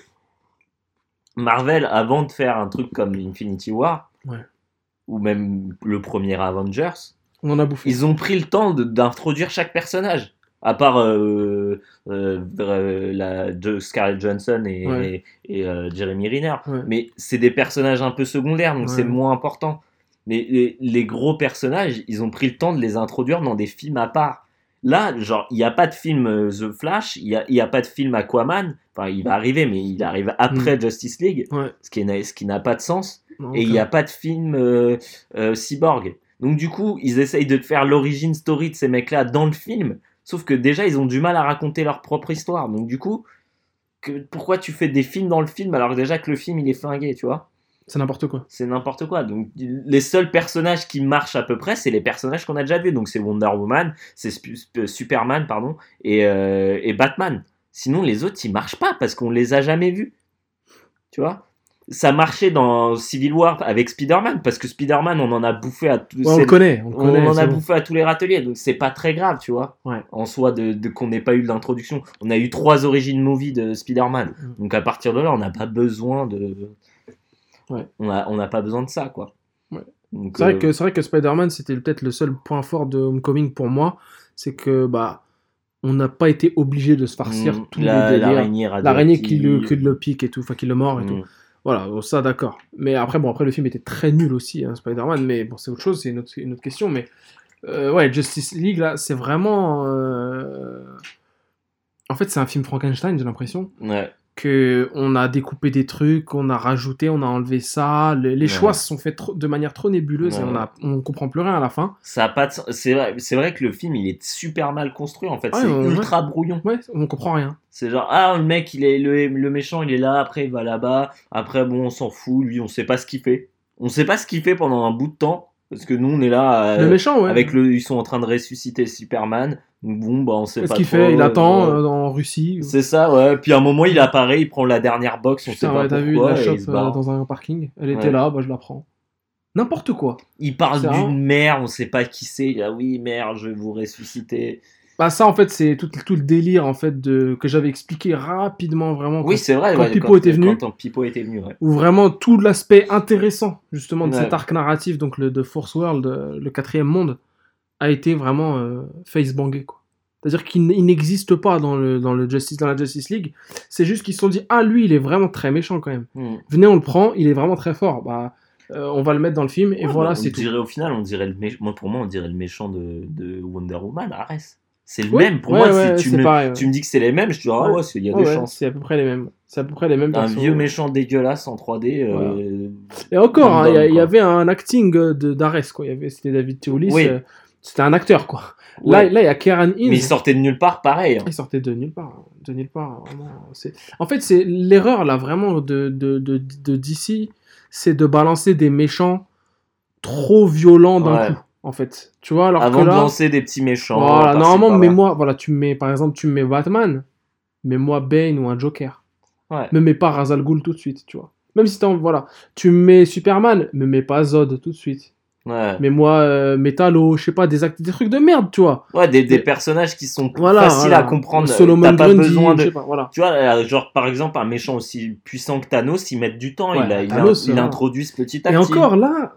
Marvel, avant de faire un truc comme Infinity War, Ouais. ou même le premier Avengers, On en a bouffé. ils ont pris le temps de- d'introduire chaque personnage. À part euh, euh, euh, la Jo- Scarlett Johansson et, Ouais. et, et, euh, Jeremy Renner. Ouais. Mais c'est des personnages un peu secondaires, donc Ouais. c'est moins important. Mais les, les gros personnages, ils ont pris le temps de les introduire dans des films à part. Là, genre, il n'y a pas de film euh, The Flash, il n'y a, il y a pas de film Aquaman. Enfin, il va arriver, mais il arrive après Justice League, Ouais. ce qui, est, ce qui n'a pas de sens. Non, Et il n'y a pas de film euh, euh, Cyborg. Donc, du coup, ils essayent de faire l'origin story de ces mecs-là dans le film. Sauf que déjà, ils ont du mal à raconter leur propre histoire. Donc, du coup, que, pourquoi tu fais des films dans le film alors que déjà que le film, il est flingué, tu vois? C'est n'importe quoi. C'est n'importe quoi. Donc, les seuls personnages qui marchent à peu près, c'est les personnages qu'on a déjà vus. Donc, c'est Wonder Woman, c'est Sp- Sp- Superman, pardon, et, euh, et Batman. Sinon, les autres, ils marchent pas parce qu'on les a jamais vus. Tu vois? Ça marchait dans Civil War avec Spider-Man parce que Spider-Man, on en a bouffé à tous. Ouais, on le connaît. On, le On connaît, en a c'est bon. bouffé à tous les râteliers, donc c'est pas très grave, tu vois. Ouais. En soi, de, de qu'on n'ait pas eu d'introduction. On a eu trois origines movie de Spider-Man. Mm. Donc à partir de là, on n'a pas besoin de. Ouais. On a, on n'a pas besoin de ça, quoi. Ouais. Donc, C'est vrai euh, que c'est vrai que Spider-Man, c'était peut-être le seul point fort de Homecoming pour moi, c'est que bah on n'a pas été obligé de se farcir mm, tous la- les délires. l'araignée L'araignée qui le, radioactive. qui le pique et tout, enfin qui le mord et Mm. tout. Voilà, bon, ça d'accord. Mais après, bon, après le film était très nul aussi, hein, Spider-Man, mais bon, c'est autre chose, c'est une autre, une autre question. Mais euh, ouais, Justice League, là, c'est vraiment. euh, En fait, c'est un film Frankenstein, j'ai l'impression. Ouais. Que on a découpé des trucs, on a rajouté, on a enlevé ça. Le- les choix Ouais. se sont faits trop- de manière trop nébuleuse et Ouais. on a, on comprend plus rien à la fin. Ça a pas de sens. C'est vrai, c'est vrai que le film, il est super mal construit, en fait. Ouais, c'est ouais, ultra brouillon. Ouais, on comprend rien. C'est genre, ah, le mec, il est, le, le méchant, il est là, après, il va là-bas. Après, bon, on s'en fout, lui, on sait pas ce qu'il fait. On sait pas ce qu'il fait pendant un bout de temps. Parce que nous, on est là. euh, Le méchant, ouais. Avec le, ils sont en train de ressusciter Superman. Donc bon, bah, on sait Qu'est-ce pas qu'il trop, fait? Il attend ouais. euh, en Russie. C'est ça, ouais. Puis à un moment, il apparaît, il prend la dernière box, on Putain, sait pas ouais, t'as vu, il pourquoi, la et chope il se euh, barre. dans un parking. Elle était Ouais. là, bah je la prends. N'importe quoi. Il parle C'est vraiment- d'une mère, on sait pas qui c'est. Il dit, ah oui, mère, je vais vous ressusciter. Bah ça en fait c'est tout, tout le délire en fait de que j'avais expliqué rapidement vraiment. Oui, quand- c'est vrai. quand ouais, Pipo était venu. Quand Pipo était venu, ouais. Où vraiment tout l'aspect intéressant justement de Ouais. cet arc narratif, donc le de Force World, euh, le quatrième monde, a été vraiment euh, face-bangé quoi. C'est-à-dire qu'il n- il n'existe pas dans le dans le Justice dans la Justice League. C'est juste qu'ils se sont dit ah lui il est vraiment très méchant quand même. Hmm. Venez on le prend, il est vraiment très fort. Bah euh, on va le mettre dans le film et Ouais, voilà bah, c'est on tout. dirait, au final, on dirait le méchant. Moi, pour moi, on dirait le méchant de, de Wonder Woman, Ares. C'est le Ouais, même. Pour ouais, moi, ouais, si tu c'est me, pareil, ouais. tu me dis que c'est les mêmes, je te dis, ah Ouais. ouais, il y a Ouais, des ouais, chances. c'est à peu près les mêmes. C'est à peu près les mêmes Un persos. vieux méchant dégueulasse en trois D. euh, Et encore, hein, il y, a- random, il y quoi. avait un acting euh, de d'Ares, quoi. Il y avait, c'était David Thewlis. Oui. euh, c'était un acteur, quoi. Ouais. Là, là, il y a Kieran Hines. Mais il sortait de nulle part, pareil. hein. Il sortait de nulle part. hein, De nulle part. Vraiment. C'est... En fait, c'est l'erreur, là, vraiment, de, de, de, de D C, c'est de balancer des méchants trop violents d'un Ouais. coup, en fait. Tu vois, alors Avant que de là... lancer des petits méchants. Voilà, par-ci, normalement, par-là. mets-moi... Voilà, tu me mets, par exemple, tu me mets Batman, mets-moi Bane ou un Joker. Ouais. Me mets pas Ra's al Ghul tout de suite, tu vois. Même si t'as... Voilà. Tu me mets Superman, me mets pas Zod tout de suite. Ouais. Mais moi, euh, Métallo, je sais pas, des, actes, des trucs de merde, tu vois. Ouais, des, des Mais- personnages qui sont Voilà, faciles voilà. à comprendre. Solomon T'as pas Grundy, besoin je de. sais pas, voilà. Tu vois, euh, genre par exemple, un méchant aussi puissant que Thanos, ils mettent du temps. Ouais, il a, il, Thanos, a, il voilà. introduisent petit à Et petit. encore là,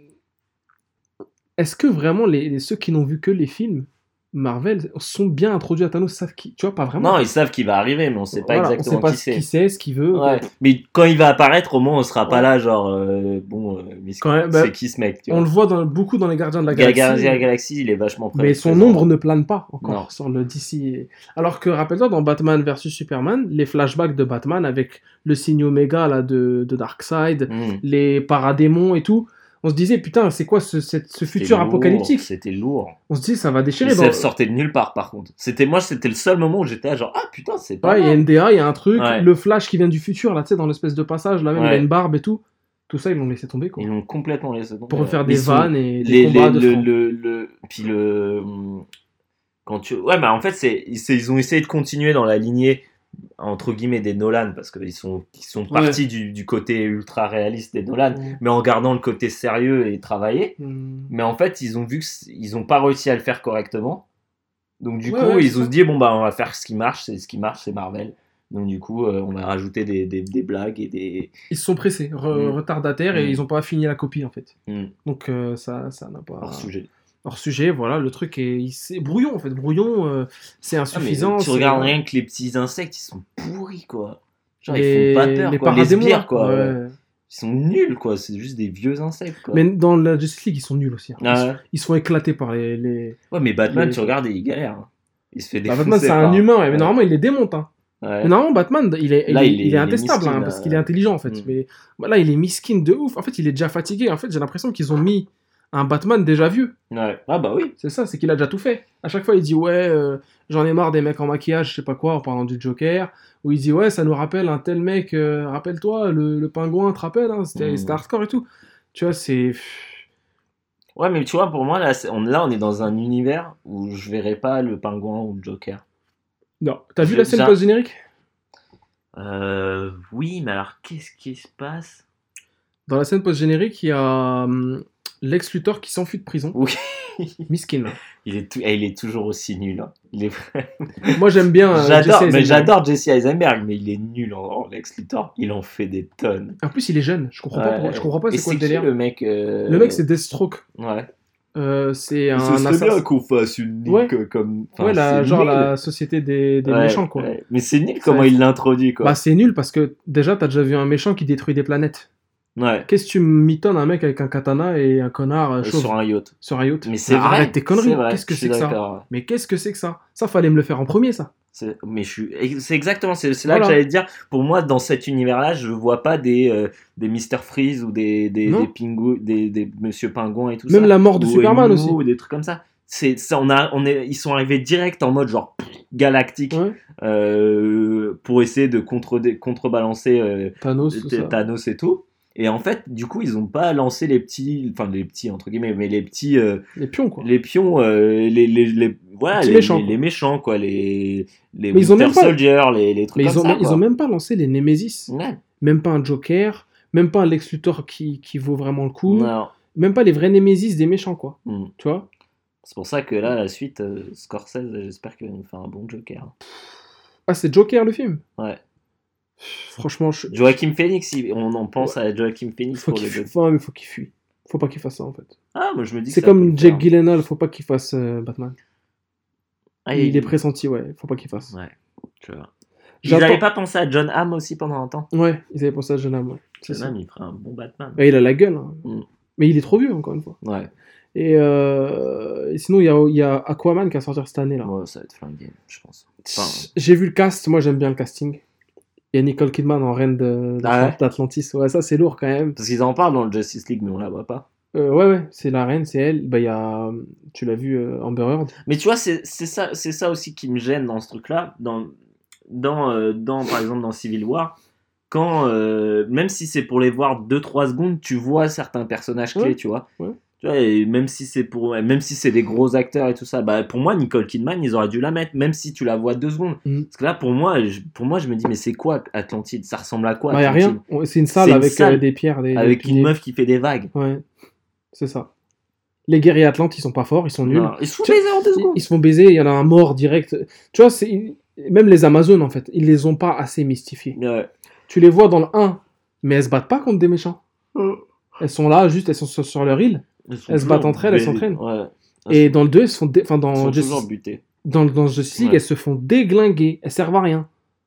est-ce que vraiment les, les- ceux qui n'ont vu que les films Marvel sont bien introduits à Thanos, savent qui, tu vois, pas vraiment. Non, ils savent qu'il va arriver, mais on sait pas Voilà, exactement on sait pas qui ce c'est. qu'il sait, ce qu'il veut. Ouais. quoi. Mais quand il va apparaître, au moins, on sera pas Ouais. là, genre, euh, bon, euh, mais c'est Quand même, c'est bah, qui ce mec tu On vois. le voit dans, beaucoup dans les Gardiens de la Ga- Galaxie. Ga- Ga- Galaxy, il est vachement près. Mais son présent. ombre ne plane pas encore Non. sur le D C. Alors que, rappelle-toi, dans Batman versus Superman, les flashbacks de Batman avec le signe Omega là, de, de Darkseid, Hmm. les paradémons et tout, on se disait, putain, c'est quoi ce, cette- ce C'était futur lourd, apocalyptique? C'était lourd. On se dit, ça va Et déchirer. ça Dans... sortait de nulle part, par contre. C'était moi, c'était le seul moment où j'étais là, genre, ah putain, c'est pas Ouais, il y a mal. N D A, il y a un truc, Ouais. le Flash qui vient du futur, là, tu sais, dans l'espèce de passage, là même, il a Ouais. une barbe et tout. Tout ça, ils l'ont laissé tomber, quoi. Ils l'ont complètement laissé tomber. Pour refaire Mais des ils sont- vannes et des les, combats les- de le, francs. le, le- puis le quand tu ouais bah en fait c'est c'est- ils ont essayé de continuer dans la lignée entre guillemets des Nolan parce qu'ils sont ils sont partis du, du côté ultra réaliste des Nolan Ouais. mais en gardant le côté sérieux et travaillé Hmm. mais en fait ils ont vu qu'ils ont pas réussi à le faire correctement donc du Ouais, coup ouais, ils c'est ont ça. se dit bon bah on va faire ce qui marche c'est ce qui marche c'est Marvel donc du coup euh, on va rajouter des, des, des blagues et des Ils se sont pressés, re- Mm. retardataires, et Mm. ils ont pas fini la copie, en fait. hmm, Donc, euh, ça ça n'a pas... hors sujet. Hors sujet, voilà, le truc est... il- C'est brouillon, en fait. Brouillon, euh, c'est Ah, mais insuffisant. tu c'est- regardes rien que les petits insectes, ils sont pourris, quoi. Genre, les... ils font pas peur, les quoi. Les paradémons, sbires, quoi. ouais. ouais. Ils sont nuls, quoi. C'est juste des vieux insectes, quoi. Mais dans la Justice League, ils sont nuls aussi. hein. Ils, Ah sont... ouais. ils sont éclatés par les... les... Ouais, mais Batman, les- tu regardes et il galère. hein. Il se fait Bah, défoncer Batman, c'est par- un humain, ouais, mais Ouais. normalement, il les démonte. Hein. Ouais. Mais normalement, Batman, il est, Là, il, il est- il est il est intestable miskin, hein, là. parce qu'il est intelligent, en fait. Mm. Mais bah, là, il est miskin de ouf. En fait, il est déjà fatigué. En fait, j'ai l'impression qu'ils ont mis un Batman déjà vieux. Ouais. Ah bah oui. C'est ça, c'est qu'il a déjà tout fait. À chaque fois, il dit ouais, euh, j'en ai marre des mecs en maquillage, je sais pas quoi, en parlant du Joker. Ou il dit ouais, ça nous rappelle un tel mec, euh, rappelle-toi, le, le pingouin, te rappelle, hein, c'était Mm. c'était hardcore et tout. Tu vois, c'est. Ouais, mais tu vois, pour moi, là, c'est- on, là, on est dans un univers où je verrais pas le pingouin ou le Joker. Non, t'as vu Je- la scène j'a- post-générique? Euh, oui, mais alors, qu'est-ce qui se passe? Dans la scène post-générique, il y a hum, Lex Luthor qui s'enfuit de prison. Oui. Miskin. Là. Il est, tout- eh, il est toujours aussi nul. Hein. Il est... Moi, j'aime bien. euh, j'adore, Jesse mais Eisenberg. j'adore Jesse Eisenberg, mais il est nul en, en Lex Luthor. Il en fait des tonnes. En plus, il est jeune. Je comprends pas. Ouais. pourquoi- Je comprends pas Et c'est quoi le qui, délire. le mec euh, Le mec, c'est Deathstroke. Ouais. Euh, c'est un Ce serait assassin. bien qu'on fasse une ligue Ouais. comme. Enfin, Ouais, la, c'est genre nul. la société des, des Ouais, méchants, quoi. ouais. Mais c'est nul comment Ça- il l'introduit, quoi. Bah, c'est nul parce que déjà, t'as déjà vu un méchant qui détruit des planètes. Ouais. Qu'est-ce que tu mitonnes un mec avec un katana et un connard euh, chauve Sur un yacht. sur un yacht? Mais c'est Bah, vrai. Arrête tes conneries. c'est vrai, Qu'est-ce que je suis c'est que ça? d'accord, ouais. Mais qu'est-ce que c'est que ça? Ça, fallait me le faire en premier, ça. C'est- Mais je suis. C'est exactement. C'est c'est là Voilà. que j'allais te dire. Pour moi, dans cet univers-là, je vois pas des euh, des mister Freeze ou des des Non. des Pingou, des des Monsieur Pingouin et tout Même ça. la mort de Ou Superman Emu aussi. Ou des trucs comme ça. C'est ça. On a on est ils sont arrivés direct en mode genre pff, galactique Ouais. euh, pour essayer de contre contrebalancer euh, Thanos, tout T- ça. Thanos et tout. Et en fait, du coup, ils ont pas lancé les petits, enfin les petits entre guillemets, mais les petits, euh, Les pions, quoi. les pions, euh, les, les, les, voilà, Les les, méchants, les, quoi. les méchants, quoi, les, les Mais ils ont Winter même pas- Soldier, les, les trucs Mais comme ils ont, ça. ils quoi. ont même pas lancé les Nemesis. Ouais. Même pas un Joker. Même pas un Lex Luthor qui, qui vaut vraiment le coup. Non. Même pas les vrais Nemesis des méchants, quoi. Mm. Tu vois? C'est pour ça que là, la suite, euh, Scorsese, j'espère qu'il va nous faire un bon Joker. Ah, c'est Joker, le film? Ouais. Franchement, je... Joaquin Phoenix, il- on en pense à Joaquin Phoenix faut pour qu'il le fuit. Joker. Faut, mais faut qu'il fuit. Faut pas qu'il fasse ça, en fait. Ah, moi je me dis. C'est que ça peut comme le Jake faire. Gyllenhaal, faut pas qu'il fasse euh, Batman. Ah, il est pressenti, ouais. Faut pas qu'il fasse. Ouais. Tu vois. Ils J'attends- n'avaient pas pensé à John Hamm aussi pendant un temps. Ouais, ils avaient pensé à John Hamm, ouais. C'est John ça. Hamm, il ferait un bon Batman. Ouais, il a la gueule, hein. Mm. Mais il est trop vieux, encore une fois. Ouais. Et, euh, et sinon, il y a, il y a Aquaman qui va sortir cette année, là. Ouais, ça va être flingué, je pense. Enfin, J'ai vu le cast, moi j'aime bien le casting. Il y a Nicole Kidman en reine de- Ah ouais d'Atlantis. Ouais, ça c'est lourd quand même. parce qu'ils en parlent dans le Justice League, mais on la voit pas. Euh, ouais, ouais, c'est la reine, c'est elle. Bah, il y a, tu l'as vu, euh, Amber Heard. Mais tu vois, c'est c'est ça, c'est ça aussi qui me gêne dans ce truc-là. Dans, dans, euh, dans, par exemple, dans Civil War, quand, euh, même si c'est pour les voir deux trois secondes, tu vois certains personnages clés, Ouais. tu vois. Ouais. Tu vois, et même si c'est pour, même si c'est des gros acteurs et tout ça, bah pour moi Nicole Kidman, ils auraient dû la mettre, même si tu la vois deux secondes. Mhm. Parce que là, pour moi, je, pour moi, je me dis, mais c'est quoi Atlantide? Ça ressemble à quoi Bah, y a Atlantide rien. Ouais, C'est une salle C'est une avec salle euh, des pierres, des, des Avec une piliers. meuf qui fait des vagues. Ouais, c'est ça. Les guerriers Atlantes, ils sont pas forts, ils sont nuls. Non, ils se foutent Tu- baiser en deux Ils, secondes. ils se font baiser, il y en a un mort direct. Tu vois, c'est même les Amazones en fait, ils les ont pas assez mystifiés. Ouais. Tu les vois dans le un, mais elles se battent pas contre des méchants. Mm. Elles sont là, juste, elles sont sur, sur leur île. sont Elles se battent toujours entre elles, elles baiser. s'entraînent. Ouais. Et dans le deux, elles se font dé- enfin, Elles dans, sont Justice... toujours butées. dans, dans Justice League, Ouais. elles se font déglinguer. Elles servent à rien.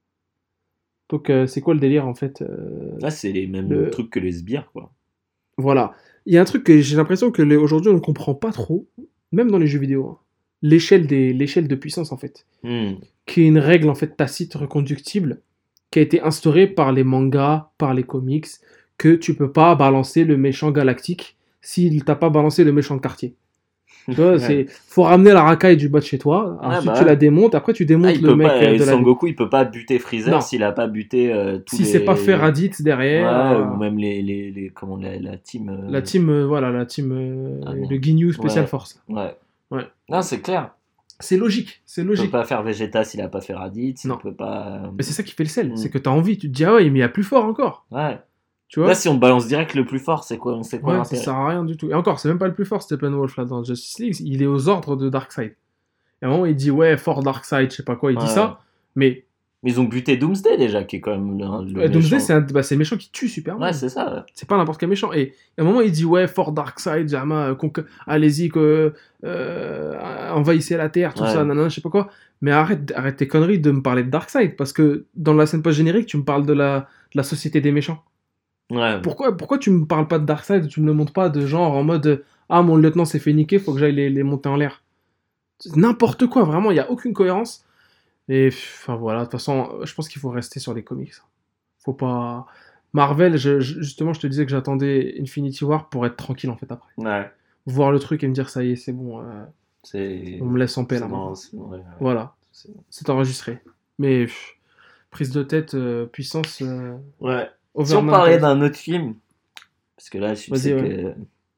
Donc, euh, c'est quoi le délire en fait euh, Là, c'est les mêmes Le- trucs que les sbires, quoi. Voilà. Il y a un truc que j'ai l'impression que les- aujourd'hui on ne comprend pas trop, même dans les jeux vidéo. hein. L'échelle des... l'échelle de puissance en fait. Hmm. Qui est une règle en fait tacite, reconductible, qui a été instaurée par les mangas, par les comics, que tu peux pas balancer le méchant galactique s'il t'a pas balancé le méchant de quartier. Tu vois, Ouais. c'est faut ramener la racaille du bas de chez toi, Ah, ensuite bah tu ouais. la démontes, après tu démontes Ah, il le peut mec pas, euh, de la Son Goku, il peut pas buter Freezer Non. s'il a pas buté euh, tous si les... c'est pas fait Raditz derrière, Ouais, euh, ou même les, les, les comment la, la team. euh, la team, euh, voilà, la team, euh, Ah, non. le Ginyu Special Ouais. Force. Ouais. Ouais. Non, c'est clair. C'est logique, c'est Il peut logique. pas faire Vegeta s'il a pas fait Raditz. Non. Il peut pas. euh, Mais c'est ça qui fait le sel, Mm. c'est que t'as envie, tu te dis ah ouais, mais il y a plus fort encore, Ouais. tu vois. Là, si on balance direct le plus fort, c'est quoi, c'est quoi Ouais, ça l'intérêt? sert à rien du tout. Et encore, c'est même pas le plus fort, Steppenwolf là dans Justice League, il est aux ordres de Darkseid. Et à un moment, il dit ouais, fort Darkseid, je sais pas quoi, il dit Ouais. ça, mais Mais ils ont buté Doomsday déjà, qui est quand même le, le euh, Doomsday, méchant. c'est un... bah, c'est le méchant qui tue Superman. Ouais, c'est ça. ouais. C'est pas n'importe quel méchant. Et à un moment, il dit ouais, fort Darkseid, Jama, euh, conque- allez-y, que, euh, envahissez la Terre, tout Ouais. ça, nanana, je sais pas quoi. Mais arrête, arrête tes conneries de me parler de Darkseid, parce que dans la scène post-générique, tu me parles de la, de la société des méchants. Ouais. Pourquoi, pourquoi tu me parles pas de Darkseid, tu me le montres pas de genre en mode ah, mon lieutenant s'est fait niquer, faut que j'aille les, les monter en l'air. C'est n'importe quoi, vraiment, il n'y a aucune cohérence. Et enfin voilà, de toute façon, je pense qu'il faut rester sur les comics. Faut pas. Marvel, je, je- justement, je te disais que j'attendais Infinity War pour être tranquille en fait après. Ouais, Voir le truc et me dire ça y est, c'est bon, euh, c'est. on me laisse en paix c'est là. bon, maintenant. c'est bon, ouais, ouais. Voilà, C'est bon. c'est enregistré. Mais pff, prise de tête, euh, puissance, euh, Ouais. over Si on none, parlait quoi. d'un autre film, parce que là, je Vas-y, sais ouais. que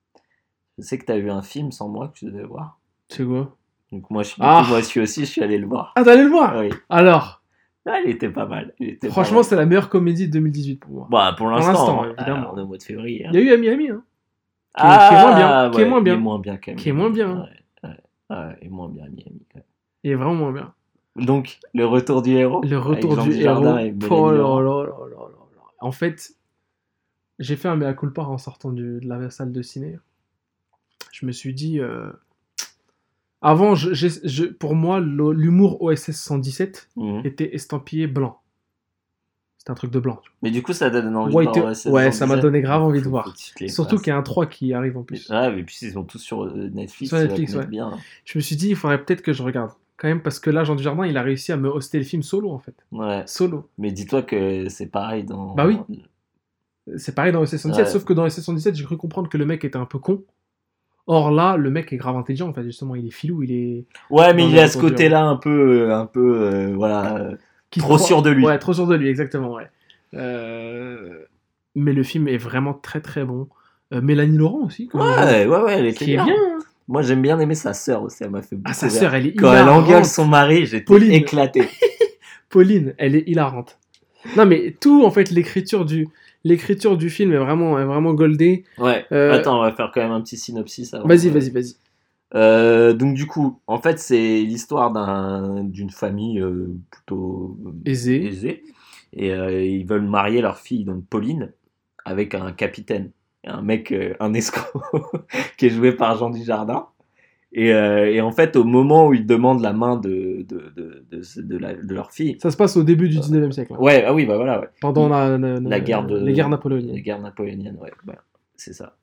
je sais que t'as vu un film sans moi que tu devais voir. C'est quoi? Donc moi, je, du Ah. coup, moi aussi, aussi, je suis allé le voir. Ah, t'allais le voir? Oui. Alors, Ah, il était pas mal. Il était pas franchement, mal. c'est la meilleure comédie de deux mille dix-huit pour moi. Bah, pour l'instant, l'instant, hein. évidemment. Alors, on est au mois de février. hein. Il y a eu à Miami, hein. qui est- Ah, qui est moins bien, qui est ouais, moins bien. Il est moins bien quand même. Qui est moins bien, hein. Ouais, ouais, ouais, il est moins bien Miami quand même. Il est vraiment bien. Donc, le retour du héros. Le retour avec Jean du Dujardin héros. et Mélanie Oh là Laurent. là là là là là. En fait, j'ai fait un mea culpa en sortant du- de la salle de ciné. Je me suis dit. euh, Avant, je- j'ai- je- pour moi, le- l'humour O S S cent dix-sept Mhm. était estampillé blanc. C'était un truc de blanc. tu Mais du coup, ça donne envie White- de voir. c'est ouais, des ça m'a gens donné disaient, grave envie de faut- voir. faut que tu te les vois. Surtout fasses. qu'il y a un trois qui arrive en plus. Ah, mais puis ils sont tous sur euh, Netflix. Sur ça va Netflix, te mettre ouais. bien. Je me suis dit, il faudrait peut-être que je regarde. Quand même, parce que là, Jean Dujardin, il a réussi à me hoster le film solo, en fait. Ouais. Solo. Mais dis-toi que c'est pareil dans. Bah oui. C'est pareil dans O S S cent dix-sept, Ouais. sauf que dans O S S cent dix-sept, j'ai cru comprendre que le mec était un peu con. Or là, le mec est grave intelligent, en fait, justement, il est filou, il est... Ouais, mais Dans il le a ce retour du côté-là un peu, euh, un peu, euh, voilà, euh, qui trop croit- sûr de lui. Ouais, trop sûr de lui, exactement, ouais. Euh, Mais le film est vraiment très très bon. Euh, Mélanie Laurent aussi, quand même, Ouais, ouais, ouais, elle était qui est bien. bien. hein. Moi, j'aime bien aimer sa sœur aussi. Elle m'a fait beaucoup Ah, sa rire. sœur, elle est Quand elle hilarante. engueule son mari, j'étais Pauline. éclaté. Pauline, elle est hilarante. Non, mais tout, en fait, l'écriture du, l'écriture du film est vraiment, est vraiment goldée. Ouais. Euh, Attends, on va faire quand même un petit synopsis. avant. Vas-y, vas-y, vas-y. Euh, donc du coup, en fait, c'est l'histoire d'un, d'une famille euh, plutôt euh, Aisée. aisée. Et euh, ils veulent marier leur fille, donc Pauline, avec un capitaine. Un mec, euh, un escroc, qui est joué par Jean Dujardin. Et, euh, et en fait, au moment où ils demandent la main de, de, de, de, de la- de leur fille... Ça se passe au début du dix-neuvième siècle. hein. Ouais, ah oui, bah voilà, ouais. Pendant la, la, La guerre de- les guerres Les napoléoniennes. guerres napoléoniennes, ouais, ouais, c'est ça.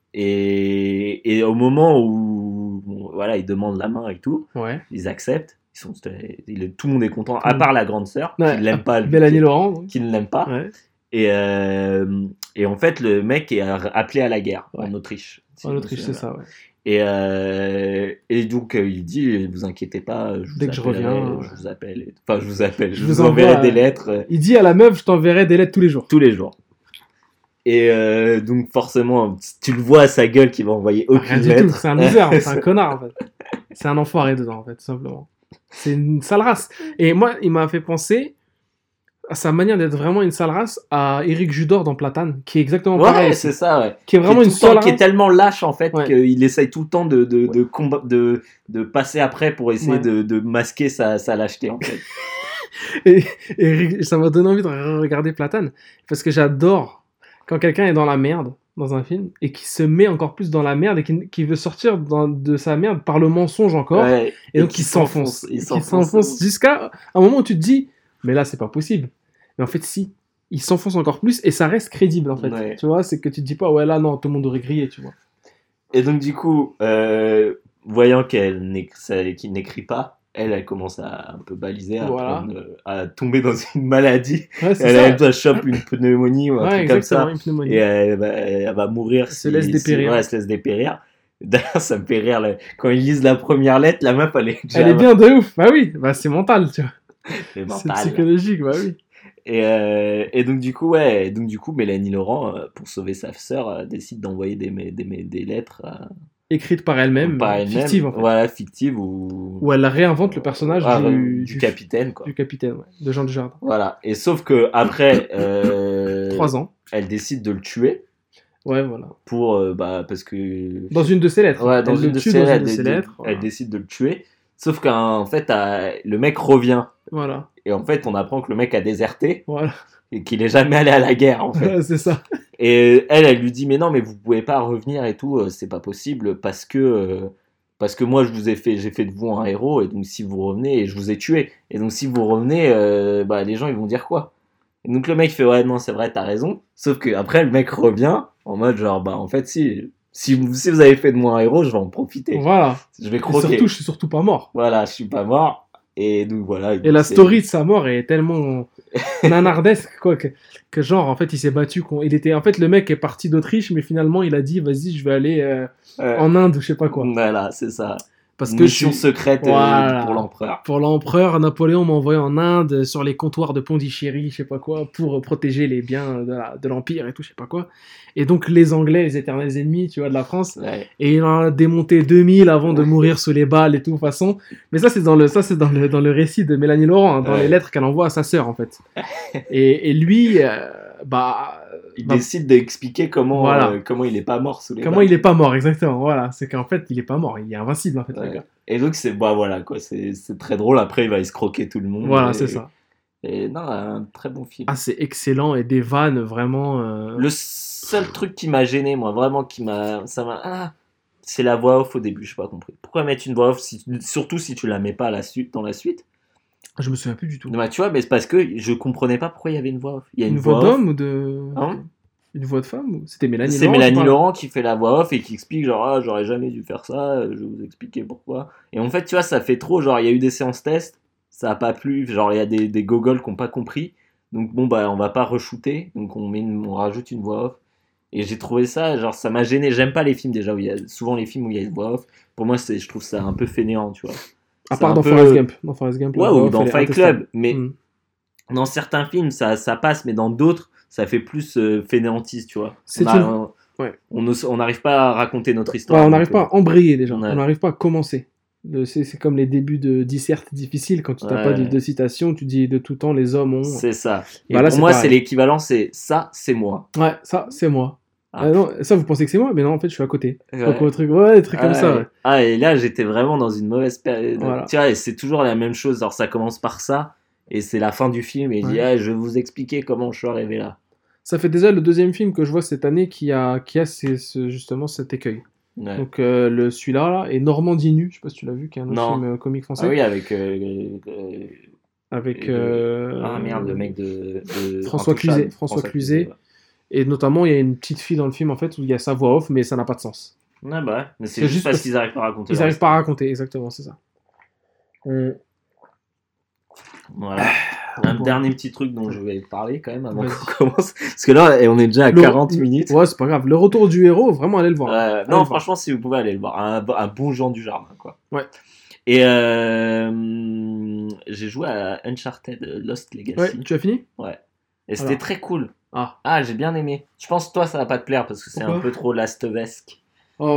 Et, et au moment où bon, voilà, ils demandent la main et tout, Ouais. ils acceptent. Ils sont, il- tout le monde est content, Tout à le part la grande sœur, Ouais, qui ne l'aime pas. lui, Mélanie qui, Laurent. donc. qui ne l'aime pas. Ouais. Et, euh, et en fait, le mec est appelé à la guerre Ouais. en Autriche. Si En je me Autriche, souviens c'est bien. ça, ouais. Et, euh, et donc, euh, il dit, vous inquiétez pas, je vous Dès que je appellerai, reviens, je vous appelle. et- Enfin, je vous appelle, je, Je vous, vous enverrai envoie, des euh, lettres. euh, Il dit à la meuf, je t'enverrai des lettres tous les jours. tous les jours. Et euh, donc forcément, tu le vois à sa gueule qu'il va envoyer Rien aucune du lettre. tout, c'est un loser, c'est un connard en fait. C'est un enfoiré dedans en fait, tout simplement. C'est une sale race. Et moi, il m'a fait penser à sa manière d'être vraiment une sale race à Éric Judor dans Platane, qui est exactement Ouais, pareil. c'est ça, ouais. Qui est vraiment qui est une tout le temps- sale qui est race. tellement lâche en fait Ouais. qu'il essaye tout le temps de, de, de, combat- de, de passer après pour essayer Ouais. de, de masquer sa, sa lâcheté en fait. Et, et Eric- ça m'a donné envie de regarder Platane, parce que j'adore quand quelqu'un est dans la merde dans un film et qui se met encore plus dans la merde et qui, qui veut sortir dans- de sa merde par le mensonge encore. Ouais. Et donc il s'enfonce. Il Il s'enfonce. s'enfonce jusqu'à un moment où tu te dis, mais là c'est pas possible. Mais en fait si, il s'enfonce encore plus et ça reste crédible en fait. Ouais. Tu vois, c'est que tu te dis pas, ouais là non, tout le monde aurait grillé, tu vois. Et donc du coup, euh, voyant qu'elle n'éc- ça- qu'il n'écrit pas, elle, elle commence à un peu baliser, à, Voilà. prendre, euh, à tomber dans une maladie. Ouais, c'est Elle, ça. elle doit choper une pneumonie ou un Ouais, truc comme exactement, ça. une pneumonie. Et elle va, elle va mourir. Elle se laisse dépérir. ouais, elle se laisse dépérir. D'ailleurs, ça me fait rire. là. Quand ils lisent la première lettre, la meuf, elle est déjà Elle est bien de ouf, bah oui, bah c'est mental, tu vois. elle est C'est mentale. psychologique, bah oui. Et, euh, et donc du coup, ouais, donc du coup, Mélanie Laurent, euh, pour sauver sa sœur, euh, décide d'envoyer des, des, des, des lettres euh, Écrite par elle-même, par elle-même, fictive en fait. voilà, fictive ou Où elle réinvente le personnage Ah, du, du capitaine, quoi. du capitaine, ouais, de Jean Dujardin. Voilà. Et sauf que après, euh, Trois ans. elle décide de le tuer Ouais, voilà. pour, euh, bah, parce que Dans une de ses lettres. ouais, dans elle une le de tue ses dans lettres, une de elle, ses dé- lettres. elle Voilà. décide de le tuer. Sauf qu'en fait, euh, le mec revient. Voilà. Et en fait, on apprend que le mec a déserté Voilà. et qu'il est jamais allé à la guerre, en fait. c'est ça. Et elle, elle lui dit, mais non, mais vous pouvez pas revenir et tout, euh, c'est pas possible parce que, euh, parce que moi, je vous ai fait, j'ai fait de vous un héros et donc si vous revenez, et je vous ai tué. Et donc si vous revenez, euh, bah, les gens, ils vont dire quoi? Et donc le mec fait, ouais, non, c'est vrai, t'as raison. Sauf que après le mec revient en mode genre, bah, en fait, si, Si vous, si vous avez fait de moi un héros, je vais en profiter. Voilà. Je vais Et croquer. surtout, je suis surtout pas mort. Voilà, je suis pas mort. Et donc voilà. Et la c'est- story de sa mort est tellement nanardesque, quoi, que, que genre, en fait, il s'est battu. con- Il était, en fait, le mec est parti d'Autriche, mais finalement, il a dit, vas-y, je vais aller euh, Ouais. en Inde ou je sais pas quoi. Voilà, c'est ça. Parce que Mission je suis- secrète euh, Voilà. pour l'empereur. Pour l'empereur, Napoléon m'a envoyé en Inde sur les comptoirs de Pondichéry, je sais pas quoi, pour protéger les biens de, la- de l'Empire et tout, je sais pas quoi. Et donc les Anglais, les éternels ennemis, tu vois, de la France. Ouais. Et il en a démonté deux mille avant de mourir sous les balles et tout, façon. Mais ça, c'est dans le, ça, c'est dans le, dans le récit de Mélanie Laurent, hein, dans Ouais. les lettres qu'elle envoie à sa sœur, en fait. et, et lui, euh, bah. Il bah, décide d'expliquer comment, Voilà. euh, comment il est pas mort sous les comment balles. il est pas mort, exactement. Voilà. C'est qu'en fait, il est pas mort. Il est invincible, en fait, le Ouais. gars. Et donc, c'est bah, voilà, quoi. C'est, c'est très drôle. Après, il va escroquer tout le monde. Voilà, et- c'est ça. Et non, un très bon film. Ah, c'est excellent et des vannes vraiment. euh, Le seul truc qui m'a gêné, moi, vraiment, qui m'a. Ça m'a. Ah, c'est la voix off au début, je n'ai pas compris. Pourquoi mettre une voix off, si, surtout si tu la mets pas à la suite, dans la suite? Je me souviens plus du tout. Bah, tu vois, mais c'est parce que je comprenais pas pourquoi il y avait une voix off. Il y a Une, une, voix, off. d'homme ou de. Hein Une voix de femme ou... C'était Mélanie C'est Laurent. Mélanie je parle. Laurent qui fait la voix off et qui explique genre ah, j'aurais jamais dû faire ça, euh, je vais vous expliquer pourquoi. Et en fait tu vois ça fait trop genre il y a eu des séances tests, ça a pas plu, genre il y a des, des gogoles qui ont pas compris. Donc bon bah on va pas re-shooter, donc on met une- on rajoute une voix off. Et j'ai trouvé ça genre ça m'a gêné, j'aime pas les films déjà où il y a souvent les films où il y a une voix off. Pour moi c'est je trouve ça un peu fainéant, tu vois. À C'est part un dans peu- Forrest Gump. Dans Forrest Gump. la Ouais, voix ou off, dans elle est Fight intestable. Club, mais Mm. dans certains films ça, ça passe mais dans d'autres ça fait plus euh, fainéantiste, tu vois. C'est On a- une- on- Ouais. On n'ose- on n'arrive pas à raconter notre histoire. Ouais, on donc, n'arrive pas à embrayer déjà. Ouais. On n'arrive pas à commencer. Le- C'est c'est comme les débuts de disserte difficiles. Quand tu n'as Ouais. pas de, de citation, tu dis de tout temps les hommes ont. C'est ça. Et Bah là, pour c'est moi, pareil. c'est l'équivalent, c'est ça, c'est moi. Ouais, ça, c'est moi. Ah. Ah non, ça, vous pensez que c'est moi? Mais non, en fait, je suis à côté. Ouais. Donc, au truc, ouais, des trucs comme Ah, ça. ouais. Ouais. Ah, et là, j'étais vraiment dans une mauvaise période. Voilà. Tu vois, et c'est toujours la même chose. Alors, ça commence par ça, et c'est la fin du film, et il dit, Ouais. ah, je vais vous expliquer comment je suis arrivé là. Ça fait déjà le deuxième film que je vois cette année qui a, qui a ces- ce- justement cet écueil. Ouais. Donc, euh, le, celui-là, là, et Normandie nue, je sais pas si tu l'as vu, qui est un autre Non. film euh, comique français. Ah oui, avec. euh, euh, Avec. euh, euh, ah merde, le mec de. de François Intouchable. Cluzet, François Cluzet. ouais. Et notamment, il y a une petite fille dans le film, en fait, où il y a sa voix off, mais ça n'a pas de sens. Ouais, bah ouais. Mais c'est C'est juste, juste parce parce- qu'ils arrivent pas à raconter. Ils leur n'arrivent pas à histoire. raconter, exactement, c'est ça. On- Voilà. Un bon. dernier petit truc dont je vais parler quand même avant Vas-y. qu'on commence. Parce que là, on est déjà à Le- quarante minutes. Ouais, c'est pas grave. Le retour du héros, vraiment, allez le voir. Ouais, Allez non, le voir. franchement, si vous pouvez aller le voir, un, un bon Jean du Jardin, quoi. Ouais. Et euh, j'ai joué à Uncharted Lost Legacy. Ouais, tu as fini? Et c'était Alors. très cool. Ah. Ah, j'ai bien aimé. Je pense que toi, ça va pas te plaire parce que c'est un Pourquoi peu trop Last of Us. Oh.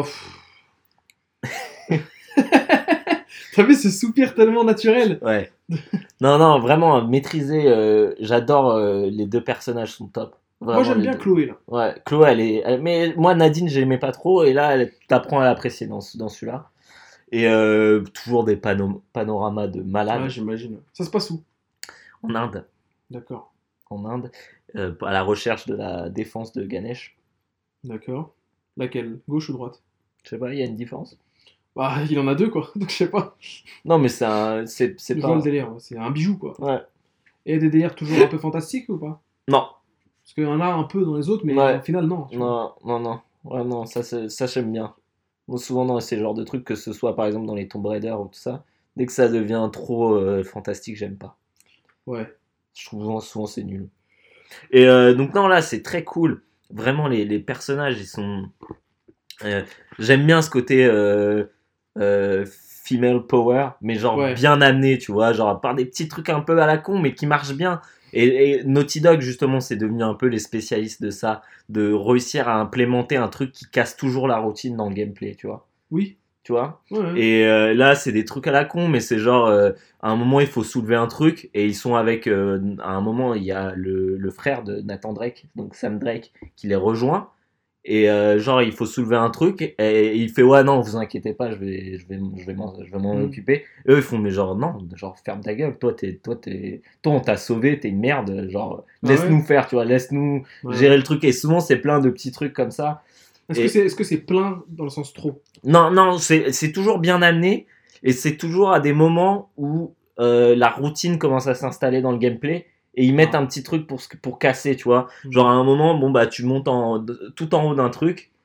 pff. T'as vu ce soupir tellement naturel? Ouais. non, non, vraiment, maîtriser. euh, J'adore euh, les deux personnages, sont top. Vraiment, Moi, j'aime les bien deux. Chloé, là. Ouais, Chloé, elle est. elle- Mais moi, Nadine, j'aimais pas trop. Et là, elle t'apprends à l'apprécier dans, ce- dans celui-là. Et euh, toujours des pano- panoramas de malades. Ouais, j'imagine. Ça se passe où? En Inde. D'accord. En Inde. euh, à la recherche de la défense de Ganesh. D'accord. Laquelle? Gauche ou droite? Je sais pas, il y a une différence. Bah, il en a deux, quoi. Donc, je sais pas. Non, mais c'est un. C'est c'est Je pas. vois le délire. ouais. C'est un bijou, quoi. Ouais. Et des délires toujours un peu fantastiques ou pas? Non, Parce qu'il y en a un peu dans les autres, mais Ouais. au final, non. tu vois. non, non, non. Ouais, non, ça, c'est- ça j'aime bien. Moi, souvent, dans ces genres de trucs, que ce soit par exemple dans les Tomb Raider ou tout ça, dès que ça devient trop euh, fantastique, j'aime pas. Ouais. Je trouve souvent, souvent c'est nul. Et euh, donc, non, là, c'est très cool. Vraiment, les, les personnages, ils sont. euh, j'aime bien ce côté euh, euh, female power, mais genre Ouais. bien amené, tu vois, genre par des petits trucs un peu à la con, mais qui marchent bien. Et, et Naughty Dog, justement, c'est devenu un peu les spécialistes de ça, de réussir à implémenter un truc qui casse toujours la routine dans le gameplay, tu vois. Oui. Tu vois Ouais, ouais. Et euh, là, c'est des trucs à la con, mais c'est genre, euh, à un moment, il faut soulever un truc, et ils sont avec, euh, à un moment, il y a le, le frère de Nathan Drake, donc Sam Drake, qui les rejoint, et euh, genre, il faut soulever un truc, et il fait, ouais, non, vous inquiétez pas, je vais, je vais, je vais m'en, je vais m'en Mm. occuper. Et eux, ils font, mais genre, non, genre, ferme ta gueule, toi, t'es, toi, t'es, toi, on t'a sauvé, t'es une merde, genre, Ah laisse-nous ouais faire, tu vois, laisse-nous Ouais. gérer le truc, et souvent, c'est plein de petits trucs comme ça. Est-ce et- que c'est est-ce que c'est plein dans le sens trop? Non, non, c'est c'est toujours bien amené et c'est toujours à des moments où euh, la routine commence à s'installer dans le gameplay et ils mettent Ah. un petit truc pour, se- pour casser, tu vois. Mm. Genre à un moment, bon bah tu montes en, tout en haut d'un truc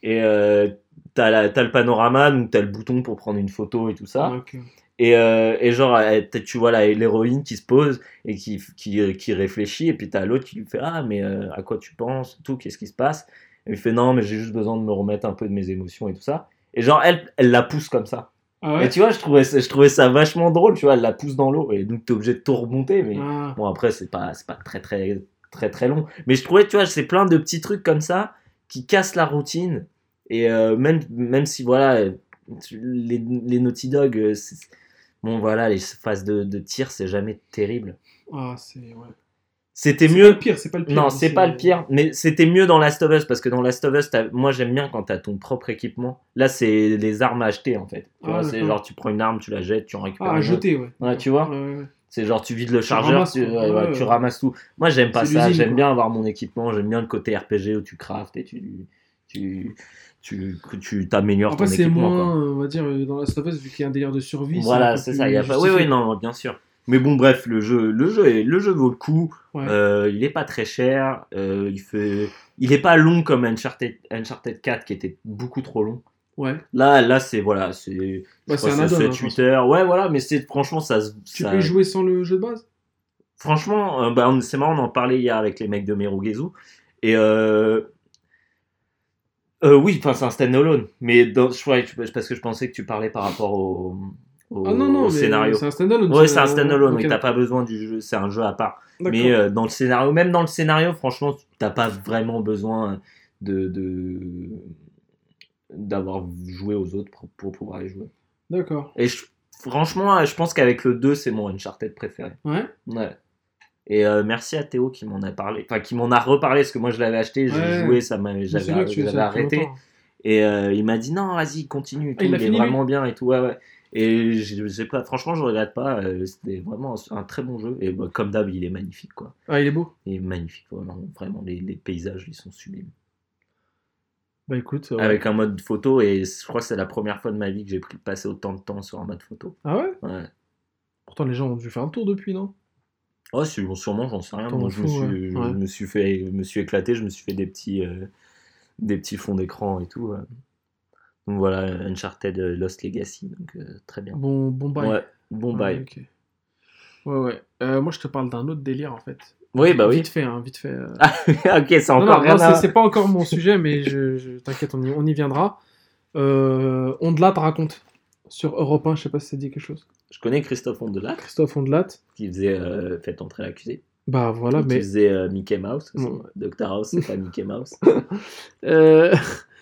Et euh, t'as, la, t'as le panorama, donc t'as le bouton pour prendre une photo et tout ça. Ok. Et, euh, et genre, elle- peut-être tu vois la- l'héroïne qui se pose et qui, qui, qui réfléchit, et puis t'as l'autre qui lui fait ah, mais euh, à quoi tu penses, tout, qu'est-ce qui se passe? Et il fait non, mais j'ai juste besoin de me remettre un peu de mes émotions et tout ça. Et genre, elle, elle la pousse comme ça. Ah Et ouais? tu vois, je trouvais, ça- je trouvais ça vachement drôle, tu vois, elle la pousse dans l'eau, et donc t'es obligé de tout remonter, mais Ah. bon, après, c'est pas, c'est pas très, très, très, très long. Mais je trouvais, tu vois, c'est plein de petits trucs comme ça qui cassent la routine, et euh, même, même si, voilà, tu- les, les Naughty Dog, euh, c'est- bon, voilà, les phases de, de tir, c'est jamais terrible. Ah, c'est. Ouais. C'était C'est mieux. pas le pire, c'est pas le pire. Non, mais c'est pas le pire, mais c'était mieux dans Last of Us, parce que dans Last of Us, t'as- moi j'aime bien quand t'as ton propre équipement. Là, c'est les armes à acheter en fait. Tu Ah, vois, c'est d'accord. genre tu prends une arme, tu la jettes, tu en récupères Ah, à une autre. jeter, ouais. Ouais, tu vois. Ouais, ouais, ouais. C'est genre tu vides le chargeur, ramasses, tu, quoi. ouais, ouais, Ouais, tu ouais. ramasses tout. Moi j'aime pas C'est ça, l'usine, j'aime quoi. bien avoir mon équipement, j'aime bien le côté R P G où tu craftes et tu tu tu que tu t'améliores ton Après, c'est équipement quoi. moins, euh, on va dire, euh, dans Last of Us, vu qu'il y a un délire de survie. Voilà, c'est c'est un peu ça, plus y a pas. Oui justifié, oui quoi. non, bien sûr. Mais bon bref, le jeu le jeu est, le jeu vaut le coup. Ouais. Euh, il est pas très cher, euh, il fait il est pas long comme Uncharted Uncharted quatre qui était beaucoup trop long. Ouais. Là là c'est voilà, c'est Bah, je c'est crois un que c'est add-on, hein, sept je huit pense. heures. Ouais voilà, mais c'est franchement ça se- Tu ça peux y jouer sans le jeu de base? franchement euh, bah, on- c'est marrant, on en parlait hier avec les mecs de Merugezu et euh, euh, oui, enfin c'est un stand-alone, mais dans, je crois, parce que je pensais que tu parlais par rapport au, au, Ah non, non, au mais scénario. c'est un standalone. Ouais, c'est un stand-alone, Ok, oui, t'as d'accord. pas besoin du jeu, c'est un jeu à part. D'accord. Mais euh, dans le scénario, même dans le scénario, franchement, t'as pas vraiment besoin de, de d'avoir joué aux autres pour, pour pouvoir y jouer. D'accord. Et je- franchement, je pense qu'avec le deux, c'est mon Uncharted préféré. Ouais. Ouais. Et euh, merci à Théo qui m'en a parlé, enfin qui m'en a reparlé, parce que moi je l'avais acheté, j'ai Ouais. joué, ça m'avait, Je me souviens j'avais, que tu j'avais ça depuis arrêté. longtemps. Et euh, il m'a dit non, vas-y, continue, et tout, Ah, il l'a il est fini, lui? vraiment bien et tout, ouais, ouais. Et je sais pas, franchement, je regrette pas, euh, c'était vraiment un, un très bon jeu. Et bah, comme d'hab, il est magnifique, quoi. Ah, il est beau. Il est magnifique, vraiment, vraiment, les, les paysages, ils sont sublimes. Bah écoute, ouais. Avec un mode photo, et je crois que c'est la première fois de ma vie que j'ai pris passé autant de temps sur un mode photo. Ah ouais? Ouais. Pourtant, les gens ont dû faire un tour depuis, non? Oh, sûrement, sûrement, j'en sais rien. T'en Moi, je me, fous, suis, je ouais. me suis fait, je me suis éclaté, je me suis fait des petits, euh, des petits fonds d'écran et tout. euh. Donc voilà, Uncharted euh, Lost Legacy, donc euh, très bien. Bon, bon bail. Ouais, bon Ouais, bail. ok. Ouais, ouais. Euh, moi, je te parle d'un autre délire, en fait. Oui, bah oui. Vite fait, hein, vite fait. euh. Ah, ok, c'est Non, encore non, rien non, à... c'est, c'est pas encore mon sujet, mais je, je- t'inquiète, on y, on y viendra. Euh, Ondelat raconte sur Europe un, je sais pas si ça dit quelque chose. Je connais Christophe Ondelat, Christophe Ondelat. qui faisait euh, Faites entrer l'accusé. Bah voilà, Et qui mais. faisait euh, Mickey Mouse aussi. Ouais. docteur House, c'est pas Mickey Mouse. Euh,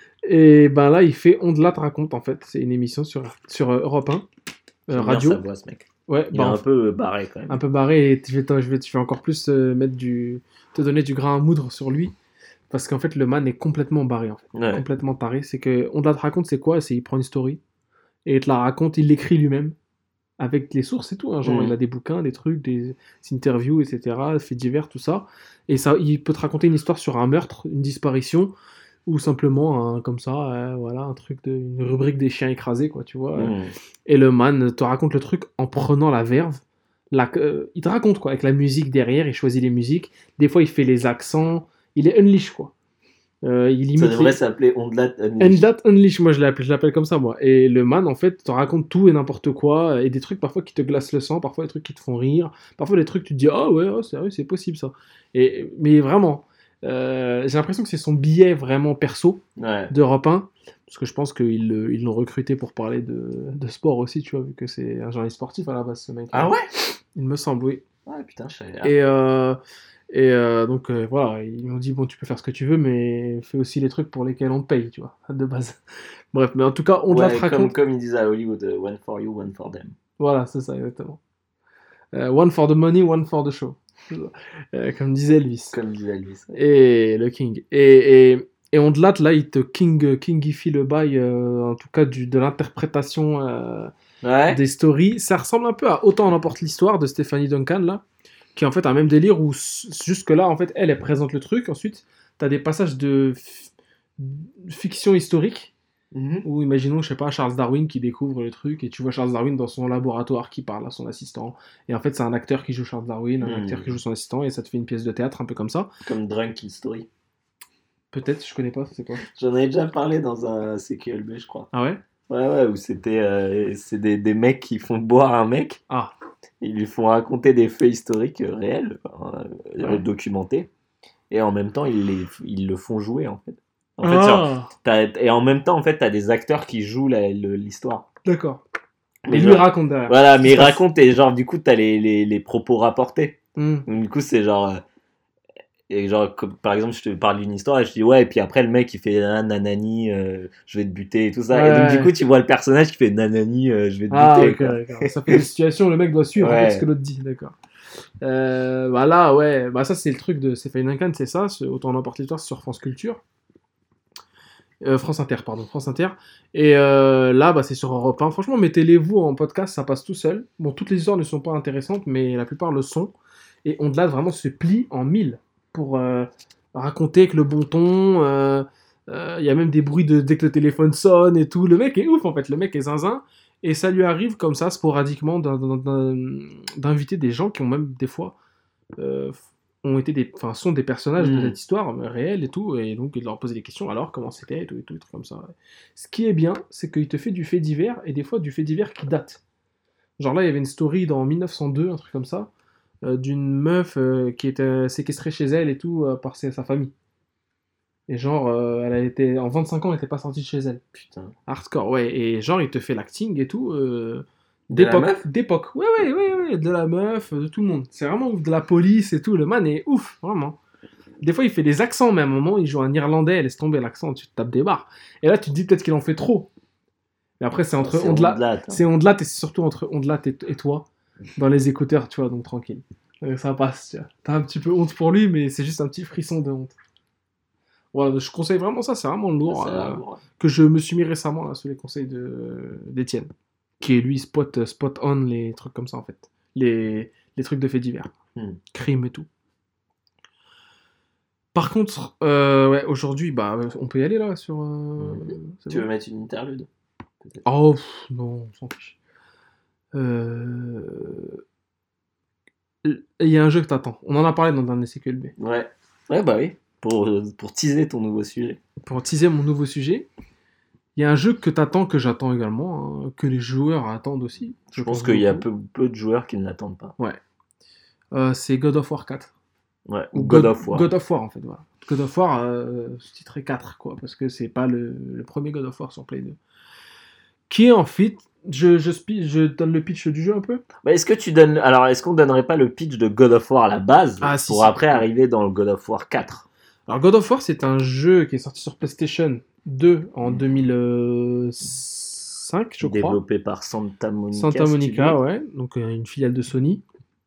et ben là, il fait Ondelat raconte, en fait. C'est une émission sur, sur euh, Europe un, euh, J'aime bien radio. sa voix, ce mec. Ouais, Il bah, est en un peu barré quand même. un peu barré et je vais, te- je vais, je vais encore plus euh, mettre du, te donner du grain à moudre sur lui parce qu'en fait le man est complètement barré en fait, Ouais. complètement taré. C'est que on te la raconte, c'est quoi? C'est il prend une story et il te la raconte, il l'écrit lui-même avec les sources et tout, hein, genre Mhm. il a des bouquins, des trucs, des interviews, et cetera, faits divers, tout ça, et ça, il peut te raconter une histoire sur un meurtre, une disparition ou simplement un, comme ça, euh, voilà, un truc de, une rubrique des chiens écrasés quoi, tu vois. Mmh. Et le man te raconte le truc en prenant la verve. La, euh, il te raconte quoi, avec la musique derrière, il choisit les musiques. Des fois, il fait les accents. Il est unleash quoi. Euh, il Ça imite devrait les... s'appeler Ondelat Unleashed. Unleash, unleash, moi je l'appelle, je l'appelle comme ça moi. Et le man en fait te raconte tout et n'importe quoi. Et des trucs parfois qui te glacent le sang, parfois des trucs qui te font rire, parfois des trucs tu te dis ah ouais, oh, c'est vrai, c'est possible ça. Et, mais vraiment, euh, j'ai l'impression que c'est son billet vraiment perso Ouais. d'Europe un. Parce que je pense qu'ils le- ils l'ont recruté pour parler de, de sport aussi, tu vois, vu que c'est un journaliste sportif à la base, ce mec. Ah ouais? Il me semble, oui. Ouais, putain, je savais. Et, euh, et euh, donc, euh, voilà, ils m'ont dit, bon, tu peux faire ce que tu veux, mais fais aussi les trucs pour lesquels on te paye, tu vois, de base. Bref, mais en tout cas, on te la Ouais, raconte. comme, comme ils disent à Hollywood, euh, one for you, one for them. Voilà, c'est ça, exactement. Euh, one for the money, one for the show. Euh, comme disait Elvis. Comme disait Elvis. Ouais. Et le King. Et, et, et on te latte, là, il te king, kingifie le bail, euh, en tout cas du, de l'interprétation euh, Ouais. des stories. Ça ressemble un peu à Autant en emporte l'histoire de Stephanie Duncan, là, qui est en fait un même délire où jusque-là, en fait, elle, elle présente le truc. Ensuite, tu as des passages de f- fiction historique Mhm. où, imaginons, je sais pas, Charles Darwin qui découvre le truc et tu vois Charles Darwin dans son laboratoire qui parle à son assistant. Et en fait, c'est un acteur qui joue Charles Darwin, un Mhm. acteur qui joue son assistant et ça te fait une pièce de théâtre un peu comme ça. Comme Drunk History. Peut-être, je connais pas, c'est quoi? J'en avais déjà parlé dans un C Q L B, je crois. Ah ouais? Ouais, ouais, où c'était euh, c'est des, des mecs qui font boire un mec. Ah. Ils lui font raconter des faits historiques euh, réels, enfin, euh, Ouais. documentés. Et en même temps, ils, les, ils le font jouer, en fait. En fait, Ah. genre, t'as- et en même temps, en fait, t'as des acteurs qui jouent la- le- l'histoire. D'accord. Mais Et lui genre- raconte derrière. Voilà, Ce mais qui ils se passe. racontent et genre, du coup, t'as les, les, les propos rapportés. Hmm. Donc, du coup, c'est genre... euh, Et genre, comme, par exemple, je te parle d'une histoire et je dis ouais, et puis après le mec il fait ah, nanani, euh, je vais te buter et tout ça. Et donc, Ouais. du coup, tu vois le personnage qui fait nanani, euh, je vais te Ah, buter. ok, quoi. d'accord. Ça fait des situations où le mec doit suivre en Ouais. fait, ce que l'autre dit, d'accord. Euh, bah là, ouais, bah ça c'est le truc de Stéphane Duncan, c'est ça, ce- autant n'importe l'histoire, c'est sur France Culture. Euh, France Inter, pardon, France Inter. Et euh, là, bah, c'est sur Europe un. Franchement, mettez-les-vous en podcast, ça passe tout seul. Bon, toutes les histoires ne sont pas intéressantes, mais la plupart le sont. Et Ondelat vraiment se plie en mille pour euh, raconter avec le bon ton. euh, euh, Il y a même des bruits de dès que le téléphone sonne et tout. Le mec est ouf en fait, le mec est zinzin. Et ça lui arrive comme ça, sporadiquement, d'un- d'un- d'un- d'inviter des gens qui ont même des fois euh, ont été des, enfin, sont des personnages de Mm. cette histoire euh, réelle et tout, et donc il leur poser des questions. Alors comment c'était et tout, et tout, des trucs comme ça. Ouais. Ce qui est bien, c'est qu'il te fait du fait divers et des fois du fait divers qui date. Genre là, il y avait une story dans mille neuf cent deux, un truc comme ça, euh, d'une meuf euh, qui était séquestrée chez elle et tout euh, par ses- sa famille. Et genre, euh, elle a été en vingt-cinq ans, elle n'était pas sortie de chez elle. Putain. Hardcore, ouais. Et genre, il te fait l'acting et tout. Euh, De la d'époque, meuf d'époque. Ouais, ouais, ouais, ouais, de la meuf, de tout le monde. C'est vraiment ouf, de la police et tout. Le man est ouf, vraiment. Des fois, il fait des accents, mais à un moment, il joue un Irlandais, laisse tomber l'accent, tu te tapes des barres. Et là, tu te dis peut-être qu'il en fait trop. Mais après, c'est entre C'est Ondelat, Ondelat, hein. c'est Ondelat et c'est surtout entre Ondelat et, et toi, dans les écouteurs, tu vois, donc tranquille. Euh, ça passe, tu vois. T'as un petit peu honte pour lui, mais c'est juste un petit frisson de honte. Voilà, je conseille vraiment ça, c'est vraiment lourd. C'est euh, vraiment- que je me suis mis récemment là, sous les conseils de d'Étienne, qui est lui spot, spot on les trucs comme ça en fait. Les, les trucs de faits divers. Hmm. Crime et tout. Par contre, euh, ouais, aujourd'hui, bah, on peut y aller là sur. euh, c'est Tu bon veux mettre une interlude peut-être. Oh, pff, non, on s'en fiche. Euh, Il y a un jeu que t'attends. On en a parlé dans le dernier C Q L B. Ouais. Ouais, bah oui. Pour, pour teaser ton nouveau sujet. Pour teaser mon nouveau sujet, il y a un jeu que t'attends, que j'attends également, hein, que les joueurs attendent aussi. Je pense qu'il y a beaucoup. peu, peu de joueurs qui ne l'attendent pas. Ouais. Euh, c'est God of War quatre. Ouais. Ou God of War. God of War, en fait, voilà. God of War, euh, titré quatre, quoi, parce que c'est pas le, le premier God of War sur Play deux. Qui est en fait, je, je, spi- je donne le pitch du jeu un peu. Bah, est-ce que tu donnes. Alors, est-ce qu'on donnerait pas le pitch de God of War à la base Ah, si, pour si. après arriver dans le God of War quatre? Alors, God of War, c'est un jeu qui est sorti sur PlayStation deux en Mm. deux mille cinq, je crois. Développé par Santa Monica. Santa Monica, Studio. ouais, donc euh, une filiale de Sony.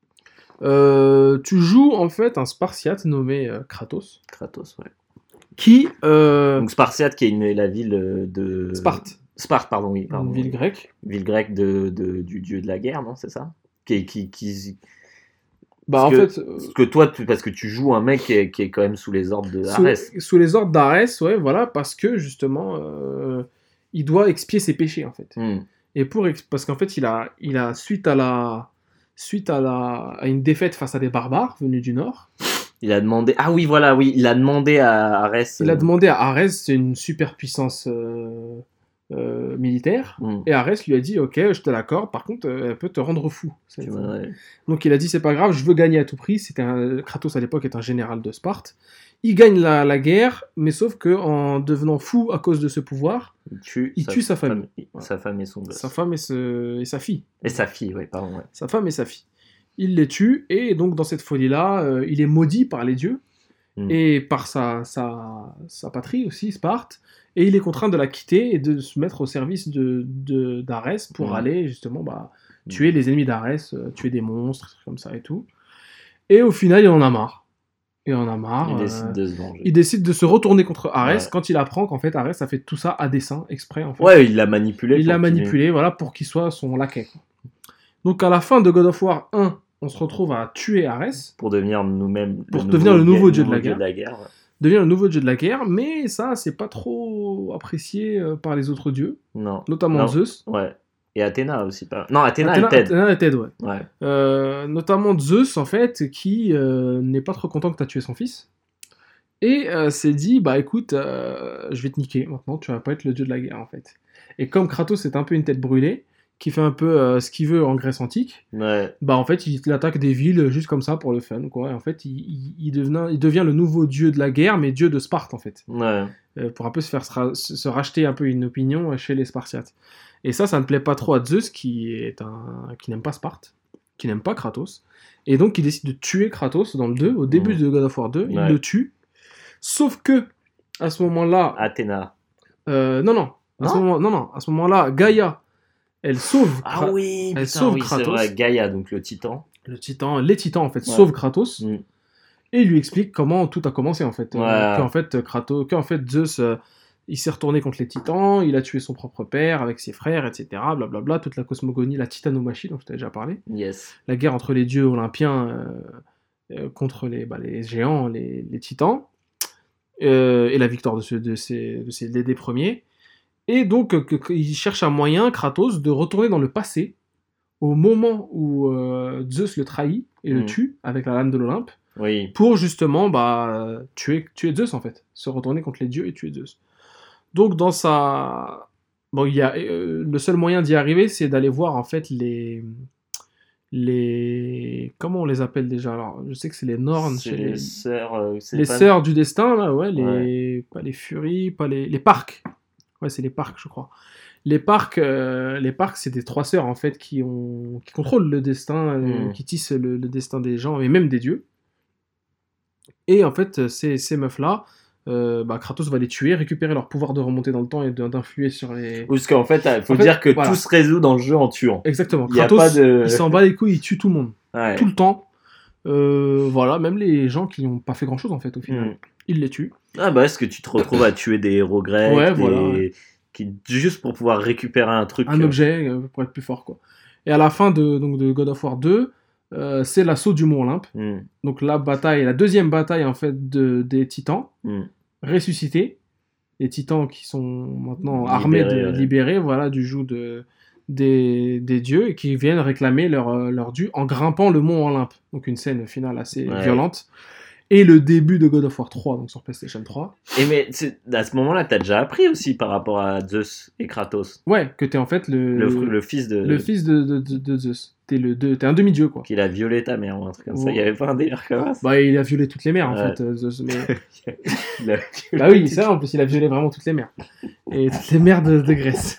Euh, tu joues en fait un Spartiate nommé euh, Kratos, Kratos, ouais. qui euh, Donc Spartiate, qui est une, la ville euh, de. Sparte, Sparte, pardon, oui. Pardon, une ville oui. grecque. Ville grecque de, de- du dieu de la guerre, non? C'est ça? Qui, qui, qui, Bah en Parce que- fait, euh, Parce que toi, tu- parce que tu joues un mec qui est, qui est quand même sous les ordres de sous, Arès. sous les ordres d'Arès, ouais, voilà, parce que justement, euh, il doit expier ses péchés en fait. Hmm. Et pour ex- parce qu'en fait, il a, il a suite à la, suite à la, à une défaite face à des barbares venus du nord, Il a demandé. Ah oui, voilà, oui, il a demandé à Arès. il a euh, demandé à Arès, c'est une superpuissance euh, euh, militaire. hmm, Et Arès lui a dit, ok, je te l'accorde, par contre, euh, elle peut te rendre fou. tu vois, ouais. Donc il a dit, c'est pas grave, je veux gagner à tout prix. C'était un... Kratos à l'époque est un général de Sparte. Il gagne la, la guerre, mais sauf que en devenant fou à cause de ce pouvoir, Il tue, Il tue sa famille. Voilà. Sa femme et son gosse. sa femme et, ce- et sa fille, Et sa fille, oui, pardon. Ouais. sa femme et sa fille, il les tue, et donc dans cette folie-là, euh, il est maudit par les dieux, Mm. et par sa, sa, sa patrie aussi, Sparte, et il est contraint de la quitter et de se mettre au service de, de, d'Arès pour Mm. aller justement bah, Mm. tuer les ennemis d'Arès, euh, tuer des monstres, des trucs comme ça et tout. Et au final, il en a marre. Il en a marre. Il euh, décide de se venger. il décide de se retourner contre Arès Ouais. quand il apprend qu'en fait Arès a fait tout ça à dessein, exprès en fait. Ouais, il l'a manipulé. il pour l'a qu'il ait- manipulé, voilà, pour qu'il soit son laquais. quoi. Donc à la fin de God of War un, on se retrouve à tuer Arès, Pour devenir nous-mêmes. Pour devenir le nouveau dieu de la nouveau guerre. guerre, ouais. devient le nouveau dieu de la guerre, mais ça c'est pas trop apprécié euh, par les autres dieux, Non. notamment Non. Zeus. Ouais. Et Athéna aussi. Pas... Non, Athéna, Athéna, et Ted. Athéna et Ted, ouais. Ouais. Euh, notamment Zeus en fait, qui euh, n'est pas trop content que tu aies tué son fils. et euh, s'est dit, bah écoute, euh, je vais te niquer maintenant, tu vas pas être le dieu de la guerre en fait. Et comme Kratos est un peu une tête brûlée, qui fait un peu euh, ce qu'il veut en Grèce antique, Ouais. bah en fait il, il attaque des villes juste comme ça pour le fun, quoi. Et en fait il, il, il, devient, il devient le nouveau dieu de la guerre, mais dieu de Sparte en fait. Ouais. Euh, pour un peu se faire se, se racheter un peu une opinion chez les Spartiates. Et ça, ça ne plaît pas trop à Zeus, qui est un qui n'aime pas Sparte, qui n'aime pas Kratos. Et donc il décide de tuer Kratos dans le deux, au début mmh. de God of War deux, ouais. Il le tue. Sauf que, à ce moment-là... Athéna. Euh, non, non. À non, ce moment, non, non. À ce moment-là, Gaïa, elle sauve, ah oui, elle putain, sauve oui, Kratos. C'est vrai, Gaïa, donc le titan. Le titan, les titans, en fait, ouais. sauvent Kratos. Mm. Et il lui explique comment tout a commencé, en fait. Ouais. Euh, qu'en fait, Kratos, qu'en fait, Zeus... Euh, il s'est retourné contre les titans, il a tué son propre père avec ses frères, et cetera. Blablabla, toute la cosmogonie, la titanomachie, dont je t'avais déjà parlé. Yes. La guerre entre les dieux olympiens euh, euh, contre les, bah, les géants, les, les titans. Euh, et la victoire de, ce, de, ces, de ces des, des premiers. Et donc, euh, il cherche un moyen, Kratos, de retourner dans le passé, au moment où euh, Zeus le trahit et mmh. le tue avec la lame de l'Olympe, oui. pour justement bah, tuer, tuer Zeus, en fait. Se retourner contre les dieux et tuer Zeus. Donc dans sa... Bon, il y a, euh, le seul moyen d'y arriver, c'est d'aller voir en fait les... les... Comment on les appelle déjà? Alors, je sais que c'est les Nornes. C'est les, les sœurs... Euh, les pas... sœurs du destin, là, ouais. Les... ouais. Pas les Furies, pas les... Les Parques. Ouais, c'est les Parques, je crois. Les Parques, euh, les Parques, c'est des trois sœurs, en fait, qui, ont... qui contrôlent le destin, mm. euh, qui tissent le, le destin des gens, et même des dieux. Et en fait, ces, ces meufs-là... Euh, bah, Kratos va les tuer, récupérer leur pouvoir de remonter dans le temps et d'influer sur les... Parce qu'en fait, il faut en dire fait, que voilà. tout se résout dans le jeu en tuant. Exactement. Kratos, de... il s'en bat les couilles, il tue tout le monde. Ouais. Tout le temps. Euh, voilà, même les gens qui n'ont pas fait grand-chose, en fait, au final. Mm. Il les tue. Ah bah, est-ce que tu te retrouves à tuer des héros grecs, ouais, des... voilà, ouais. qui... juste pour pouvoir récupérer un truc... Un euh... objet, euh, pour être plus fort, quoi. Et à la fin de, donc, de God of War deux... Euh, c'est l'assaut du Mont Olympe. Mm. Donc la bataille, la deuxième bataille en fait de, des titans mm. ressuscités, les titans qui sont maintenant libérés, armés, de, ouais. libérés, voilà, du joug de, des, des dieux et qui viennent réclamer leur, leur dû en grimpant le Mont Olympe. Donc une scène finale assez ouais. violente. Et le début de God of War trois, donc sur PlayStation trois. Et mais à ce moment-là, t'as déjà appris aussi par rapport à Zeus et Kratos. Ouais, que t'es en fait le... Le, le fils de... Le fils de, de, de, de Zeus. T'es, le, de, t'es un demi-dieu, quoi. Qu'il a violé ta mère ou un truc comme oh. ça. Il y avait pas un délire comme ça. Bah, il a violé toutes les mères, en ouais. fait, Zeus. Mais... bah oui, c'est vrai, en plus, il a violé vraiment toutes les mères. Et toutes les mères de, de Grèce.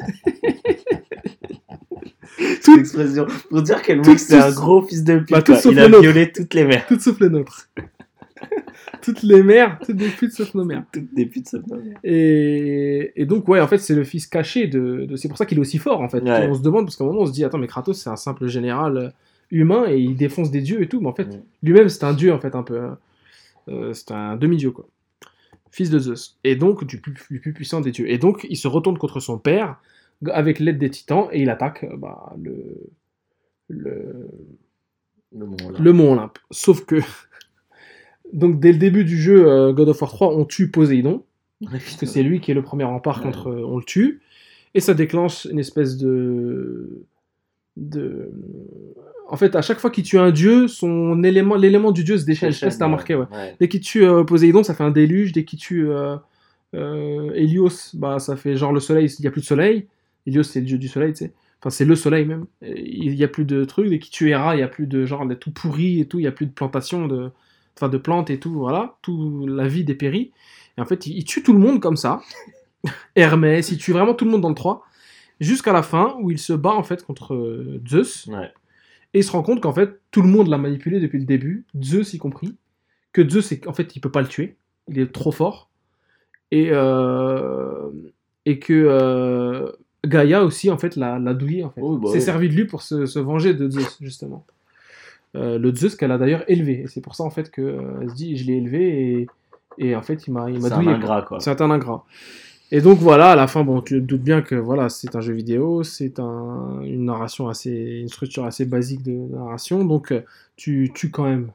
Toute expression. Pour dire quel mec, c'est un gros fils de pute. Bah, il a violé toutes les mères. Toutes sauf les nôtres. Toutes les mères, toutes des putes sauf nos mères. Toutes des putes sauf nos mères. Et, et donc, ouais, en fait, c'est le fils caché de... de... C'est pour ça qu'il est aussi fort, en fait. Ouais. On se demande, parce qu'à un moment, on se dit, attends, mais Kratos, c'est un simple général humain, et il défonce des dieux et tout, mais en fait, ouais. lui-même, c'est un dieu, en fait, un peu... Euh, c'est un demi-dieu, quoi. Fils de Zeus. Et donc, du plus, du plus puissant des dieux. Et donc, il se retourne contre son père, avec l'aide des titans, et il attaque bah, le... Le... Le Mont Olympe. Le Mont Olympe. Sauf que... Donc, dès le début du jeu, euh, God of War trois, on tue Poséidon, ouais, puisque c'est lui qui est le premier rempart ouais. contre... Euh, on le tue, et ça déclenche une espèce de... de... En fait, à chaque fois qu'il tue un dieu, son élément, l'élément du dieu se déchaîne. Je sais pas si t'as remarqué, ouais. ouais. Dès qu'il tue euh, Poséidon, ça fait un déluge. Dès qu'il tue euh, euh, Hélios, bah, ça fait genre le soleil, il n'y a plus de soleil. Hélios, c'est le dieu du soleil, tu sais. Enfin, c'est le soleil même. Il n'y a plus de trucs. Dès qu'il tue Héra, il n'y a plus de genre, tout pourri et tout. Il n'y a plus de plantation, de... Enfin, de plantes et tout, voilà. Tout, la vie dépérit. Et en fait, il, il tue tout le monde comme ça. Hermès, il tue vraiment tout le monde dans le trois. Jusqu'à la fin, où il se bat, en fait, contre euh, Zeus. Ouais. Et il se rend compte qu'en fait, tout le monde l'a manipulé depuis le début, Zeus y compris. Que Zeus, est, en fait, il peut pas le tuer. Il est trop fort. Et, euh, et que euh, Gaïa aussi, en fait, l'a, l'a douillé, en fait. Oh, bah s'est ouais. servi de lui pour se, se venger de Zeus, justement. Euh, le Zeus qu'elle a d'ailleurs élevé. Et c'est pour ça, en fait, qu'elle euh, se dit, je l'ai élevé et, et en fait, il m'a, il m'a c'est douillé. Un ingrat, quoi. C'est un ingrat. Et donc voilà, à la fin, bon, tu te doutes bien que voilà, c'est un jeu vidéo, c'est un, une narration assez, une structure assez basique de narration, donc tu tues quand même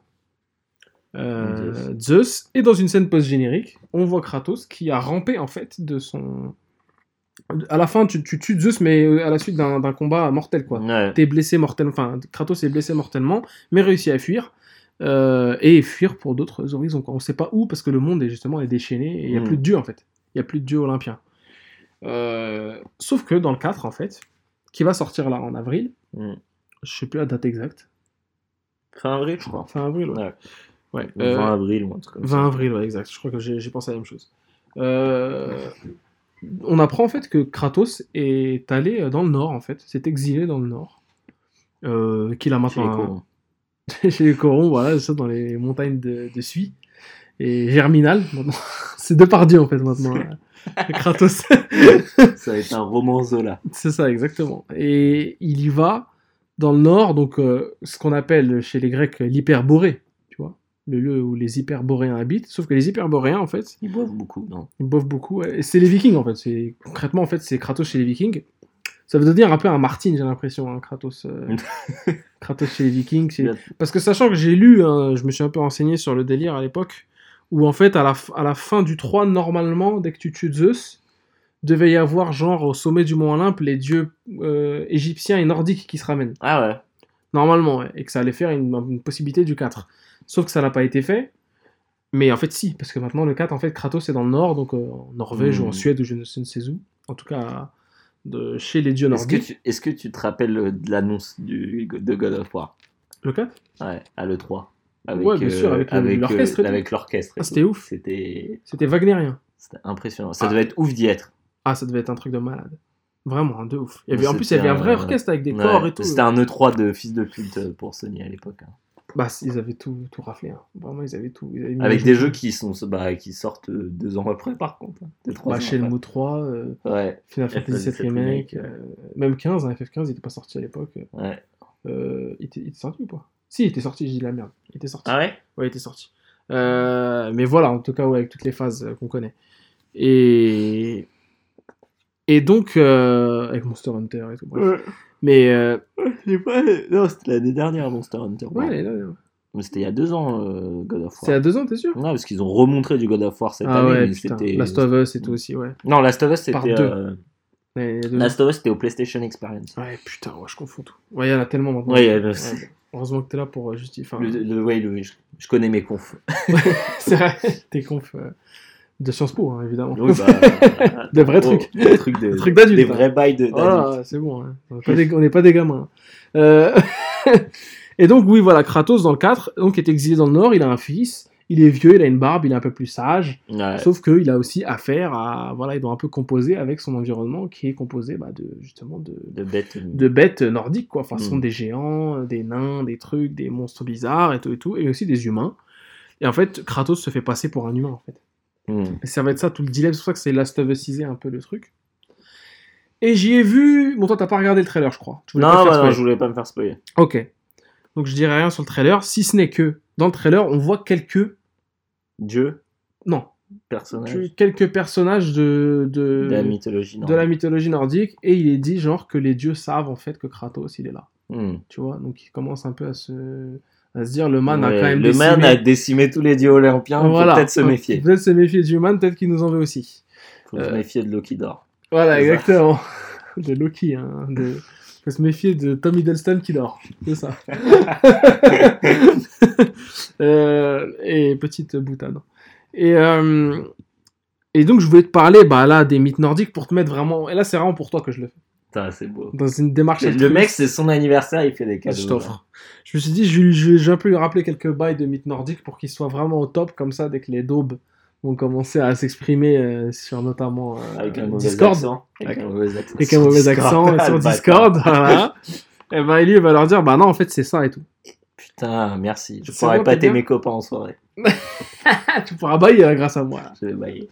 euh, Zeus. Zeus. Et dans une scène post-générique, on voit Kratos qui a rampé en fait de son... À la fin, tu, tu tues Zeus, mais à la suite d'un, d'un combat mortel, quoi. Ouais. T'es blessé mortellement, enfin, Kratos est blessé mortellement, mais réussit à fuir. euh, et fuir pour d'autres horizons. Quoi. On sait pas où, parce que le monde est justement est déchaîné, et il n'y a Mm. plus de dieux, en fait. Il n'y a plus de dieux olympiens. Euh, sauf que dans le quatre, en fait, qui va sortir là en avril, Mm. je sais plus la date exacte, Fin avril, je crois. fin avril, ouais. Ouais. Ouais, Le euh, vingt avril ou un truc comme ça. vingt avril, ouais, exact. Je crois que j'ai j'ai pensé à la même chose. Euh, on apprend en fait que Kratos est allé dans le nord, en fait, s'est exilé dans le nord, euh, qu'il a Chez maintenant les un- corons. chez les corons, voilà, c'est ça, dans les montagnes de, de Suie et Germinal. Maintenant. C'est Depardieu en fait maintenant, euh, Kratos. Ça va être un roman Zola. C'est ça, exactement. Et il y va dans le nord, donc euh, ce qu'on appelle chez les Grecs l'hyperborée, tu vois, le lieu où les hyperboréens habitent. Sauf que les hyperboréens, en fait, Ils boivent beaucoup, non? ils boivent beaucoup. Et c'est les Vikings, en fait. C'est concrètement, en fait, c'est Kratos chez les Vikings. Ça veut devenir un peu un Martin, j'ai l'impression, hein, Kratos. euh, Kratos chez les Vikings. c'est- Parce que sachant que j'ai lu, hein, je me suis un peu renseigné sur le délire à l'époque, où en fait, à la, f- à la fin du trois, normalement, dès que tu tues Zeus, devait y avoir, genre, au sommet du mont Olympe, les dieux euh, égyptiens et nordiques qui se ramènent. Ah ouais. Normalement, ouais, et que ça allait faire une, une possibilité du quatre. Sauf que ça n'a pas été fait. Mais en fait, si, parce que maintenant, le quatre, en fait, Kratos est dans le nord, donc euh, en Norvège Hmm. ou en Suède ou je ne sais, ne sais où. En tout cas, de, chez les dieux Est-ce que, nordiques. tu, est-ce que tu te rappelles euh, de l'annonce du, de God of War? Le quatre Ouais, à l'E trois. Avec, Ouais, bien sûr, avec le- avec, l'orchestre et tout. avec l'orchestre. et Ah, tout. c'était ouf. C'était C'était wagnérien. c'était impressionnant. Ça Ah. devait être ouf d'y être. Ah, ça devait être un truc de malade. Vraiment, hein, de ouf. Il y avait, en plus, il y C'était avait un vrai un- orchestre avec des Ouais, corps et tout. C'était un E trois de fils de pute pour Sony à l'époque. hein. Bah, ils avaient tout, tout raflé. Hein. Vraiment, ils avaient tout. Ils avaient mis Avec à des jour. jeux qui, sont, bah, qui sortent euh, deux ans après, par contre. hein. Deux, trois Bah, ans chez le après. Mot trois, euh, Ouais, Final F F Fantasy sept dix-sept Remake, Remake, euh, même quinze, hein, F F quinze, il était pas sorti à l'époque. ouais. Euh, il, était, il était sorti ou pas? Si, il était sorti, j'ai dit la merde. Il était sorti. Ah ouais? Ouais, il était sorti. Euh, mais voilà, en tout cas, ouais, avec toutes les phases euh, qu'on connaît. Et, et donc, euh, avec Monster Hunter et tout. Bref. Mais, euh, C'est pas... Non, c'était l'année dernière, Monster Hunter. ouais, là, là. Mais c'était il y a deux ans, euh, God of War. C'est à deux ans, t'es sûr? Non, parce qu'ils ont remontré du God of War cette Ah année, ouais, mais putain. c'était... Last of Us et tout aussi, ouais. Non, Last of Us, Part c'était... deux. euh, Ouais, il y a deux Last of Us, c'était au PlayStation Experience. ans. Ouais, putain, ouais, je confonds tout. Ouais, il y en a tellement maintenant. Ouais, il y a- Ouais, bon. Heureusement que t'es là pour euh, justifier. Enfin, Le, le- ouais, le- je, je connais mes confs. c'est vrai, t'es conf euh, de Sciences Po, hein, évidemment. Oui, bah, De vrais gros, trucs. Des trucs de- Des trucs d'adultes, Des hein. vrais bails de- d'adultes. Voilà, c'est bon. Hein. On n'est pas, des- on n'est pas des gamins. Euh, Et donc, oui, voilà, Kratos, dans le quatre, donc, est exilé dans le Nord, il a un fils, il est vieux, il a une barbe, il est un peu plus sage, Ouais. sauf qu'il a aussi affaire à... Voilà, il doit un peu composer avec son environnement, qui est composé, bah, de, justement, de, De bêtes. de bêtes nordiques, quoi. Enfin, ce sont Mm. des géants, des nains, des trucs, des monstres bizarres, et tout, et tout, et aussi des humains. Et en fait, Kratos se fait passer pour un humain, en fait. Mm. Et ça va être ça tout le dilemme, c'est pour ça que c'est Last of Us un peu le truc. Et j'y ai vu... Bon, toi, t'as pas regardé le trailer, je crois. Tu voulais pas Non, te faire bah, non, spoiler. je voulais pas me faire spoiler. Ok. Donc je dirais rien sur le trailer, si ce n'est que dans le trailer, on voit quelques... Dieu, Non, personnage quelques personnages de, de, de la mythologie. de la mythologie nordique, et il est dit genre que les dieux savent en fait que Kratos il est là. Mm. Tu vois, donc il commence un peu à se, à se dire le man a Ouais, quand même le décimé... man a décimé tous les dieux olympiens, Voilà. faut peut-être se méfier. Peut-être se méfier du man, peut-être qu'il nous en veut aussi. Faut se Euh, méfier de Loki d'or. Voilà, C'est ça. exactement. De Loki, hein. De... Faut se méfier de Tom Hiddleston qui dort. C'est ça. Euh, et petite boutade. Et, euh, et donc, je voulais te parler bah, là, des mythes nordiques pour te mettre vraiment... Et là, c'est vraiment pour toi que je le fais. Putain, c'est beau. Dans une démarche... Le altruiste. mec, c'est son anniversaire, il fait des cadeaux. Je t'offre. Je me suis dit, je, je, je vais un peu lui rappeler quelques bails de mythes nordiques pour qu'il soit vraiment au top, comme ça, dès que les daubes vont commencer à s'exprimer euh, sur notamment euh, Avec un mauvais Discord. accent. Avec un mauvais accent. Avec un mauvais accent Discord. sur Ah, le Discord, bâtard. voilà. Et ben lui il va leur dire bah non en fait c'est ça et tout. Putain, merci. Je C'est pourrais bon, t'es épater bien mes copains en soirée. Tu pourras bailler grâce à moi. Je vais bailler.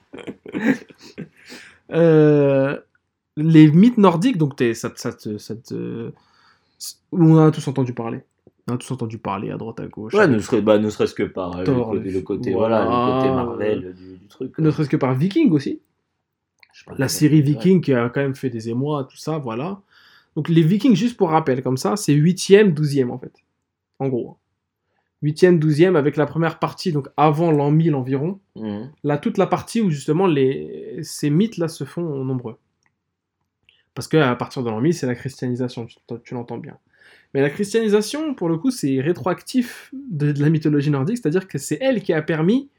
Euh, les mythes nordiques donc t'es, ça, te- ça, te- ça te- on en a tous entendu parler. On a tous entendu parler à droite à gauche. Ouais, Avec- ne serait- bah, ne serait-ce que par euh, Thor, le côté, le côté, voilà. voilà, le côté Marvel du, du truc. ne serait-ce que par Viking aussi. Je sais pas La comment série c'est, Viking qui a quand même fait des émois, tout ça, voilà. Donc les Vikings, juste pour rappel, comme ça, c'est huitième, douzième en fait. En gros. huitième, douzième avec la première partie, donc avant l'an mille environ. ouais. Mhm. Là, toute la partie où justement les... ces mythes-là se font nombreux. Parce qu'à partir de l'an mille, c'est la christianisation, tu, tu l'entends bien. Mais la christianisation, pour le coup, c'est rétroactif de, de la mythologie nordique, c'est-à-dire que c'est elle qui a permis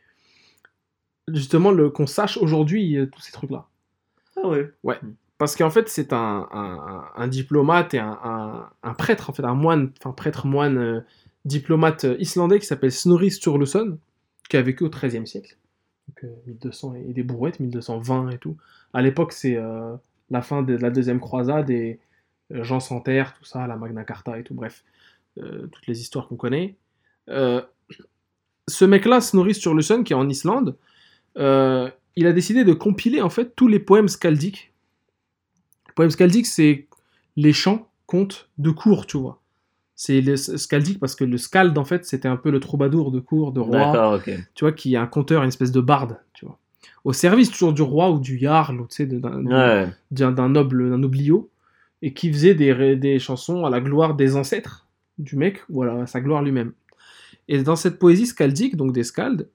justement le, qu'on sache aujourd'hui euh, tous ces trucs-là. Ah ouais. Ouais. Parce qu'en fait, c'est un, un, un diplomate et un, un, un prêtre, en fait, un moine, enfin prêtre moine euh, diplomate islandais qui s'appelle Snorri Sturluson, qui a vécu au treizième siècle. Donc euh, mille deux cents et des brouettes, mille deux cent vingt et tout. À l'époque, c'est euh, la fin de la deuxième croisade et euh, Jean sans terre, tout ça, la Magna Carta et tout, bref. Euh, toutes les histoires qu'on connaît. Euh, ce mec-là, Snorri Sturluson, qui est en Islande, euh, il a décidé de compiler en fait tous les poèmes skaldiques. Les poèmes skaldiques, c'est les chants, contes de cour, tu vois. C'est le skaldique parce que le skald, en fait, c'était un peu le troubadour de cour, de roi. D'accord, ok. Tu vois, qui est un conteur, une espèce de barde, tu vois. Au service toujours du roi ou du jarl, ou tu sais, de- d'un Ouais. d'un- d'un noble, d'un noblio, et qui faisait des, ré- des chansons à la gloire des ancêtres du mec, ou à, la- à sa gloire lui-même. Et dans cette poésie skaldique, donc des skalds,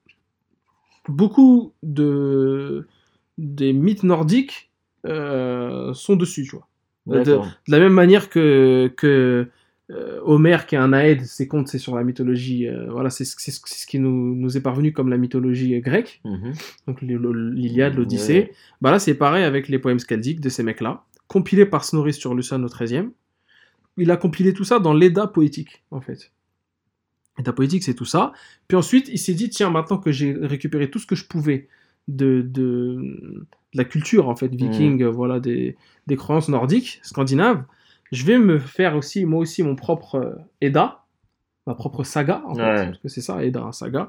beaucoup de, des mythes nordiques euh, sont dessus, tu vois. De, de D'accord. la même manière que, que euh, Homère, qui est un Aède, ses contes, c'est sur la mythologie, euh, voilà, c'est c'est- c'est ce qui nous, nous est parvenu comme la mythologie grecque, Mhm. donc l'I- l'Iliade, l'Odyssée. Ouais. Bah là, c'est pareil avec les poèmes skaldiques de ces mecs-là, compilés par Snorri Sturluson au treizième. Il a compilé tout ça dans l'Edda poétique, en fait. L'Edda poétique, c'est tout ça. Puis ensuite, il s'est dit, tiens, maintenant que j'ai récupéré tout ce que je pouvais de, de, de la culture, en fait, viking, euh, voilà, des, des croyances nordiques, scandinaves, je vais me faire aussi, moi aussi, mon propre euh, Edda, ma propre saga, en fait, Ouais. parce que c'est ça, Edda, un saga.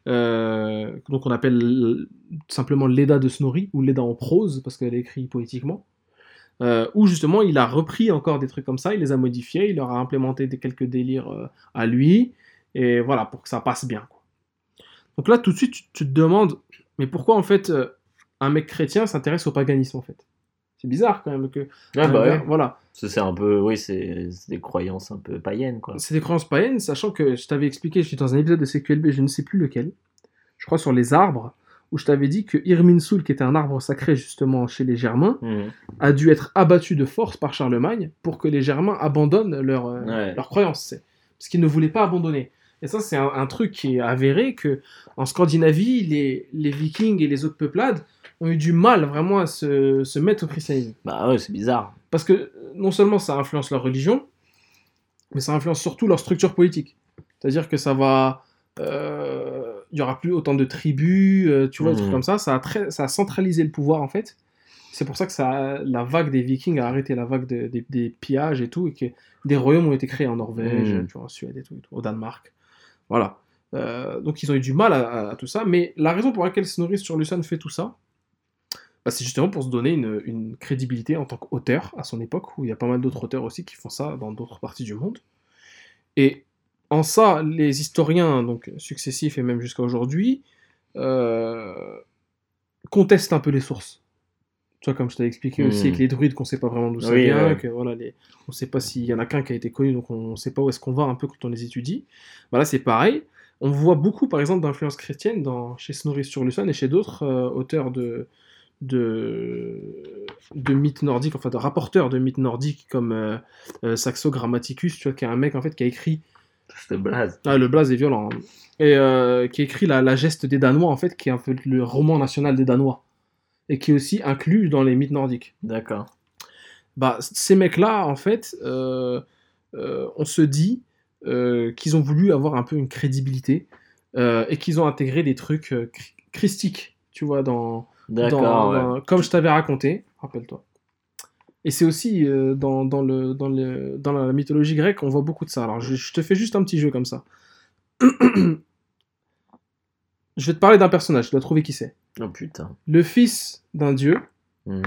Euh, donc on appelle l- simplement l'Edda de Snorri, ou l'Edda en prose, parce qu'elle est écrite poétiquement. Euh, où justement il a repris encore des trucs comme ça, il les a modifiés, il leur a implémenté des, quelques délires euh, à lui, et voilà, pour que ça passe bien, quoi. Donc là, tout de suite, tu, tu te demandes, mais pourquoi en fait euh, un mec chrétien s'intéresse au paganisme, en fait? C'est bizarre quand même que... Ah un bah gars- ouais. Voilà. Ça, c'est un peu, oui, c'est c'est des croyances un peu païennes, quoi. C'est des croyances païennes, sachant que je t'avais expliqué, je suis dans un épisode de C Q L B, je ne sais plus lequel, je crois sur les arbres, où je t'avais dit que Irminsul, qui était un arbre sacré justement chez les Germains, Mhm. a dû être abattu de force par Charlemagne pour que les Germains abandonnent leur, euh, Ouais. leur croyance, c'est- parce qu'ils ne voulaient pas abandonner. Et ça, c'est un, un truc qui est avéré, que en Scandinavie, les, les Vikings et les autres peuplades ont eu du mal vraiment à se, se mettre au christianisme. Bah ouais, c'est bizarre. Parce que euh, non seulement ça influence leur religion, mais ça influence surtout leur structure politique. C'est-à-dire que ça va... euh, il y aura plus autant de tribus, euh, tu vois, des Mhm. trucs comme ça. Ça a, très, ça a centralisé le pouvoir, en fait. C'est pour ça que ça a- la vague des Vikings a arrêté la vague de- des- des pillages et tout, et que des royaumes ont été créés en Norvège, Mhm. tu vois, en Suède et tout, et tout, au Danemark. Voilà. Euh, donc ils ont eu du mal à, à- à tout ça, mais la raison pour laquelle Snorri Sturluson fait tout ça, bah, c'est justement pour se donner une, une crédibilité en tant qu'auteur à son époque, où il y a pas mal d'autres auteurs aussi qui font ça dans d'autres parties du monde. Et en ça, les historiens donc successifs et même jusqu'à aujourd'hui euh, contestent un peu les sources. Tu vois, comme je t'avais expliqué aussi Mhm. avec les druides, qu'on sait pas vraiment d'où ça Oui, vient, ouais. que voilà, les... on sait pas s'il y en a qu'un qui a été connu, donc on sait pas où est-ce qu'on va un peu quand on les étudie. Bah là, c'est pareil. On voit beaucoup, par exemple, d'influence chrétienne dans... chez Snorri Sturluson et chez d'autres euh, auteurs de... De... de mythes nordiques, enfin de rapporteurs de mythes nordiques comme euh, euh, Saxo Grammaticus, tu vois, qui est un mec en fait qui a écrit. C'est blaze. Ah, le blaze est violent. Hein. Et euh, qui a écrit la, la geste des Danois, en fait, qui est un peu le roman national des Danois. Et qui est aussi inclus dans les mythes nordiques. D'accord. Bah, ces mecs-là, en fait, euh, euh, on se dit euh, qu'ils ont voulu avoir un peu une crédibilité euh, et qu'ils ont intégré des trucs euh, cri- christiques, tu vois, dans, D'accord, dans- ouais. dans- comme je t'avais raconté, rappelle-toi. Et c'est aussi euh, dans, dans, le, dans, le, dans la mythologie grecque, on voit beaucoup de ça. Alors, je, je te fais juste un petit jeu comme ça. Je vais te parler d'un personnage, tu dois trouver qui c'est. Oh putain. Le fils d'un dieu, Mhm.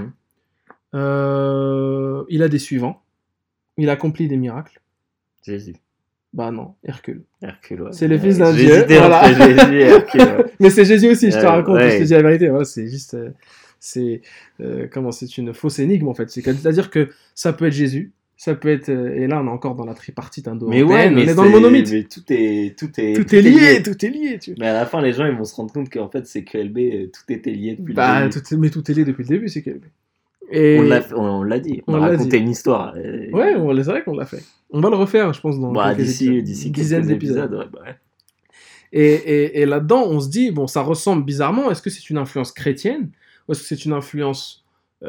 euh, il a des suivants, il accomplit des miracles. Jésus. Bah non, Hercule. Hercule, ouais. C'est le Ouais, fils d'un j'ai dieu, hésité voilà. entre Jésus et Hercule, ouais. Mais c'est Jésus aussi, je te Euh, raconte, ouais. je te dis la vérité. Voilà, c'est juste, euh, c'est euh, comment, c'est une fausse énigme en fait. C'est-à-dire que ça peut être Jésus, ça peut être, euh, et là on est encore dans la tripartite indo-européenne. Mais ouais, mais on est dans c'est- le monomythe. Mais tout est, tout est, Tout est lié, tout est lié. Tu... Mais à la fin, les gens ils vont se rendre compte qu'en fait, c'est Q L B, euh, tout était lié depuis Bah, le début. tout, mais tout est lié depuis le début, c'est K L B. Et... On, l'a, on, on l'a dit, on, on a raconté une histoire. Et... Ouais, on, c'est vrai qu'on l'a fait. On va le refaire, je pense, dans bah, quelques d'ici, épisodes, d'ici une quelques dizaine épisodes. d'épisodes. Ouais, bah ouais. Et, et, et là-dedans, on se dit, bon, ça ressemble bizarrement. Est-ce que c'est une influence chrétienne ou est-ce que c'est une influence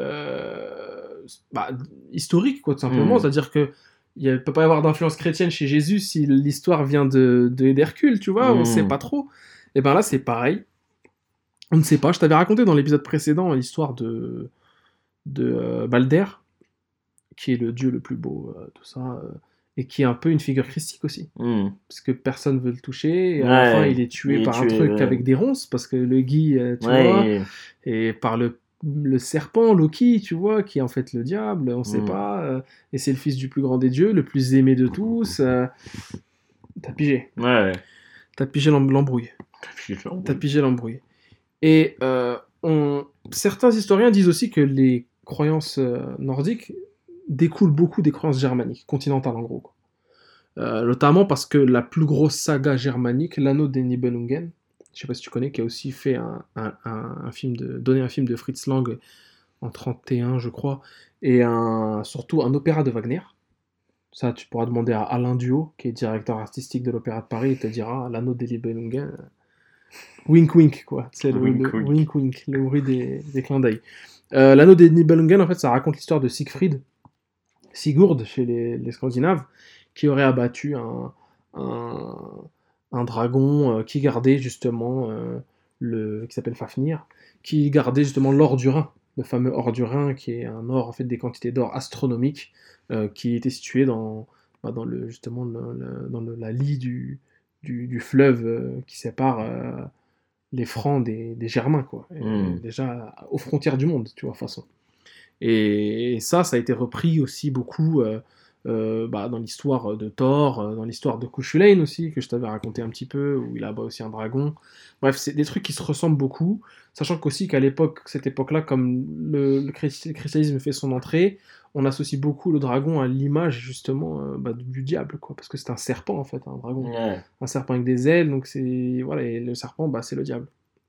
euh, bah, historique, quoi, tout simplement. Mm. C'est-à-dire que il ne peut pas y avoir d'influence chrétienne chez Jésus si l'histoire vient de, de d'Hercule, tu vois, mm. on ne sait pas trop. Et bien là, c'est pareil. On ne sait pas. Je t'avais raconté dans l'épisode précédent l'histoire de, de euh, Balder, qui est le dieu le plus beau, euh, tout ça, euh, et qui est un peu une figure christique aussi. Mm. Parce que personne ne veut le toucher, et à ouais, la fin, il est tué il par est un tué, truc ouais. avec des ronces, parce que le Guy, euh, tu ouais, vois, et... et par le, le serpent, Loki, tu vois, qui est en fait le diable, on ne sait mm. pas, euh, et c'est le fils du plus grand des dieux, le plus aimé de tous. Euh... T'as pigé. Ouais. T'as pigé l'embrouille. T'as pigé l'embrouille. Et euh, on... certains historiens disent aussi que les croyances euh, nordiques découlent beaucoup des croyances germaniques, continentales en gros. Quoi. Euh, notamment parce que la plus grosse saga germanique, l'Anneau des Nibelungen, je sais pas si tu connais, qui a aussi fait un, un, un, un film de, donné un film de Fritz Lang en trente et un, je crois, et un, surtout un opéra de Wagner. Ça, tu pourras demander à Alain Duhaut, qui est directeur artistique de l'Opéra de Paris, il te dira l'Anneau des Nibelungen. Wink wink, quoi. C'est le wink, le, wink. wink wink, le bruit des, des clins d'œil. Euh, L'Anneau des Nibelungen, en fait, ça raconte l'histoire de Siegfried, Sigurd chez les, les Scandinaves, qui aurait abattu un, un, un dragon euh, qui gardait justement euh, le, qui s'appelle Fafnir, qui gardait justement l'or du Rhin, le fameux or du Rhin, qui est un or en fait des quantités d'or astronomiques, euh, qui était situé dans, bah, dans le justement le, le, dans le, la lie du, du, du fleuve euh, qui sépare euh, les Francs des, des Germains, quoi. Et, mmh. Déjà aux frontières du monde, tu vois, façon. Et, et ça, ça a été repris aussi beaucoup euh, euh, bah, dans l'histoire de Thor, euh, dans l'histoire de Cuchulainn aussi, que je t'avais raconté un petit peu, où il a aussi un dragon. Bref, c'est des trucs qui se ressemblent beaucoup, sachant qu'aussi qu'à l'époque, cette époque-là, comme le, le christianisme fait son entrée, on associe beaucoup le dragon à l'image justement euh, bah, du diable, quoi, parce que c'est un serpent en fait, un dragon, ouais. Un serpent avec des ailes, donc c'est voilà, et le serpent, bah, c'est le diable.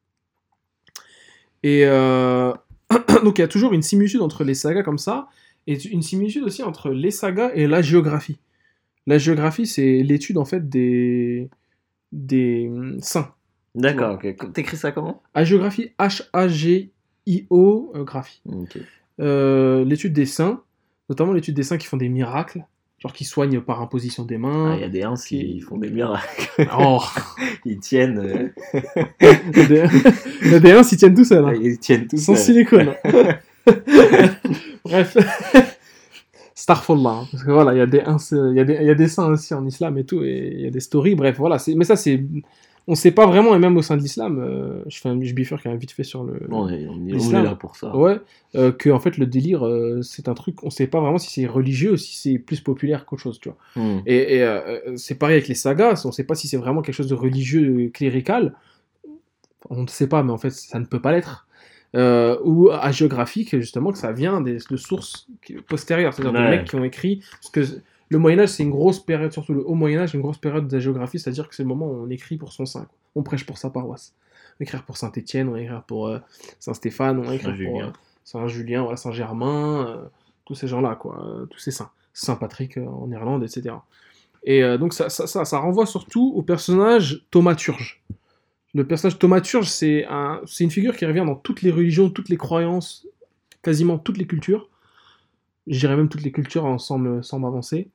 Et euh... donc il y a toujours une similitude entre les sagas comme ça, et une similitude aussi entre les sagas et la géographie. La géographie, c'est l'étude en fait des des saints. D'accord, ok. T'écris ça comment ? Hagiographie, H A G I O, euh, graphie. Okay. Euh, l'étude des saints, notamment l'étude des saints qui font des miracles, genre qui soignent par imposition des mains. Ah, il y a des uns qui qui font des miracles. Oh. Ils tiennent. Euh... Il y a des uns, ils tiennent tout seuls. Hein. Ils tiennent tout sans seul. silicone. Bref. Starfall là, hein. Parce que voilà, il y a des uns, il y a des, il y a des saints aussi en islam et tout, et il y a des stories. Bref, voilà. C'est... Mais ça, c'est. On sait pas vraiment, et même au sein de l'islam, euh, je fais un je bifurque vite fait sur le. On est, on est, on est là pour ça. Ouais, euh, que en fait le délire, euh, c'est un truc, on sait pas vraiment si c'est religieux ou si c'est plus populaire qu'autre chose, tu vois. Mm. Et, et euh, c'est pareil avec les sagas, on sait pas si c'est vraiment quelque chose de religieux, clérical. On ne sait pas, mais en fait ça ne peut pas l'être. Euh, ou hagiographique, justement, que ça vient des, de sources postérieures, c'est-à-dire ouais. des mecs qui ont écrit. Parce que le Moyen-Âge, c'est une grosse période, surtout le haut Moyen-Âge, une grosse période de la géographie, c'est-à-dire que c'est le moment où on écrit pour son saint, quoi. On prêche pour sa paroisse. On va écrire pour Saint-Étienne, on va écrire pour euh, Saint-Stéphane, on va écrire pour euh, Saint-Julien, voilà, Saint-Germain, euh, tous ces gens-là, quoi, euh, tous ces saints. Saint-Patrick euh, en Irlande, et cetera. Et euh, donc ça, ça, ça, ça renvoie surtout au personnage thaumaturge. Le personnage thaumaturge, c'est, un, c'est une figure qui revient dans toutes les religions, toutes les croyances, quasiment toutes les cultures. Je dirais même toutes les cultures hein, sans, me, sans m'avancer.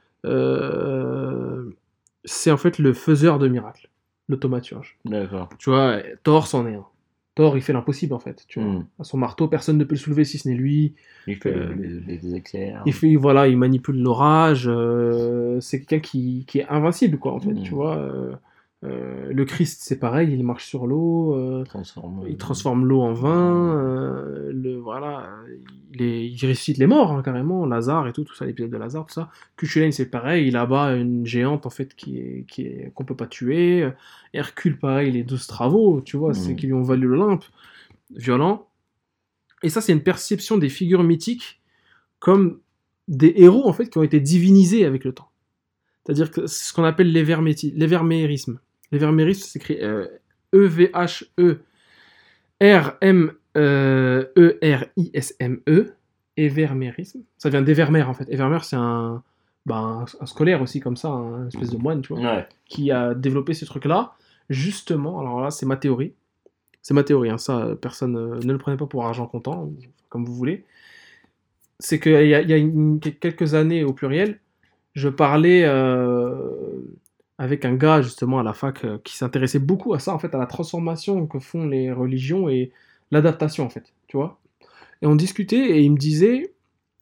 Euh, c'est en fait le faiseur de miracles, le thaumaturge. D'accord. Tu vois, Thor c'en est un. Thor, il fait l'impossible en fait. Tu vois. Mm. À son marteau, personne ne peut le soulever si ce n'est lui. Il fait euh, les, les éclairs. Il fait, voilà, il manipule l'orage. Euh, c'est quelqu'un qui, qui est invincible, quoi, en fait. Mm. Tu vois. Euh, Euh, le Christ, c'est pareil, il marche sur l'eau, euh, transforme, il transforme l'eau en vin, euh, le, voilà, il, est, il ressuscite les morts, hein, carrément, Lazare et tout, tout ça, l'épisode de Lazare, tout ça. Cuchulainn, c'est pareil, il abat une géante, en fait, qui est, qui est, qu'on peut pas tuer. Hercule, pareil, les douze travaux, tu vois, mmh. c'est qui lui ont valu l'Olympe, violent. Et ça, c'est une perception des figures mythiques comme des héros, en fait, qui ont été divinisés avec le temps. C'est-à-dire que c'est ce qu'on appelle l'éverméti- l'évermérisme. L'évermérisme, c'est écrit euh, E V H E R M E R I S M E. évermérisme. Ça vient d'évermère, en fait. Évermère, c'est un, bah, un, un scolaire aussi, comme ça, un espèce de moine, tu vois, Ouais. qui a développé ce truc-là, justement. Alors là, c'est ma théorie. C'est ma théorie, hein, ça, euh, personne euh, ne le prenait pas pour argent comptant, ou comme vous voulez. C'est qu'il y a, il y a une- quelques années, au pluriel, je parlais euh, avec un gars, justement, à la fac, euh, qui s'intéressait beaucoup à ça, en fait, à la transformation que font les religions et l'adaptation, en fait, tu vois. Et on discutait, et il me disait,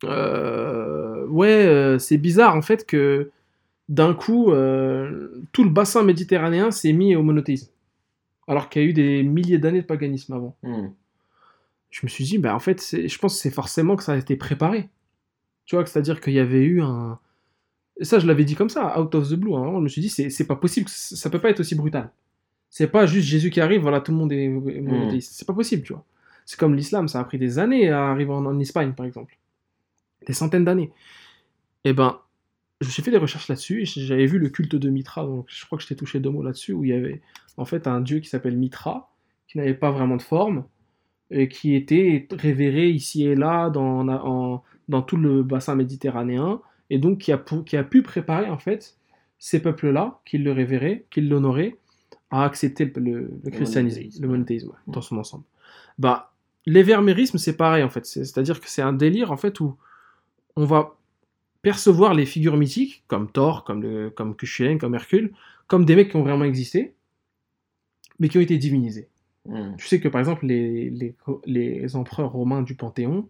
euh, ouais, euh, c'est bizarre, en fait, que d'un coup, euh, tout le bassin méditerranéen s'est mis au monothéisme, alors qu'il y a eu des milliers d'années de paganisme avant. Hmm. Je me suis dit, bah, en fait, c'est- je pense que c'est forcément que ça a été préparé. Tu vois, c'est-à-dire qu'il y avait eu un... Et ça, je l'avais dit comme ça, out of the blue. Hein. Je me suis dit, c'est, c'est pas possible, ça peut pas être aussi brutal. C'est pas juste Jésus qui arrive, voilà, tout le monde est monothéiste. C'est pas possible, tu vois. C'est comme l'islam, ça a pris des années à arriver en, en Espagne, par exemple. Des centaines d'années. Et ben, je me suis fait des recherches là-dessus, et j'avais vu le culte de Mitra, donc je crois que je t'ai touché deux mots là-dessus, où il y avait en fait un dieu qui s'appelle Mitra, qui n'avait pas vraiment de forme, et qui était révéré ici et là dans, en- dans tout le bassin méditerranéen, et donc qui a, pu- qui a pu préparer en fait ces peuples-là, qui le révéraient, qui l'honoraient, à accepter le, le- le christianisme, monothéisme, le ouais. monothéisme, ouais, dans son ensemble. Bah, l'évermérisme, c'est pareil en fait, C'est- c'est-à-dire que c'est un délire en fait où on va percevoir les figures mythiques, comme Thor, comme, le, comme Cuchulainn, comme Hercule, comme des mecs qui ont vraiment existé, mais qui ont été divinisés. Hmm. Tu sais que par exemple les, les, les empereurs romains du Panthéon,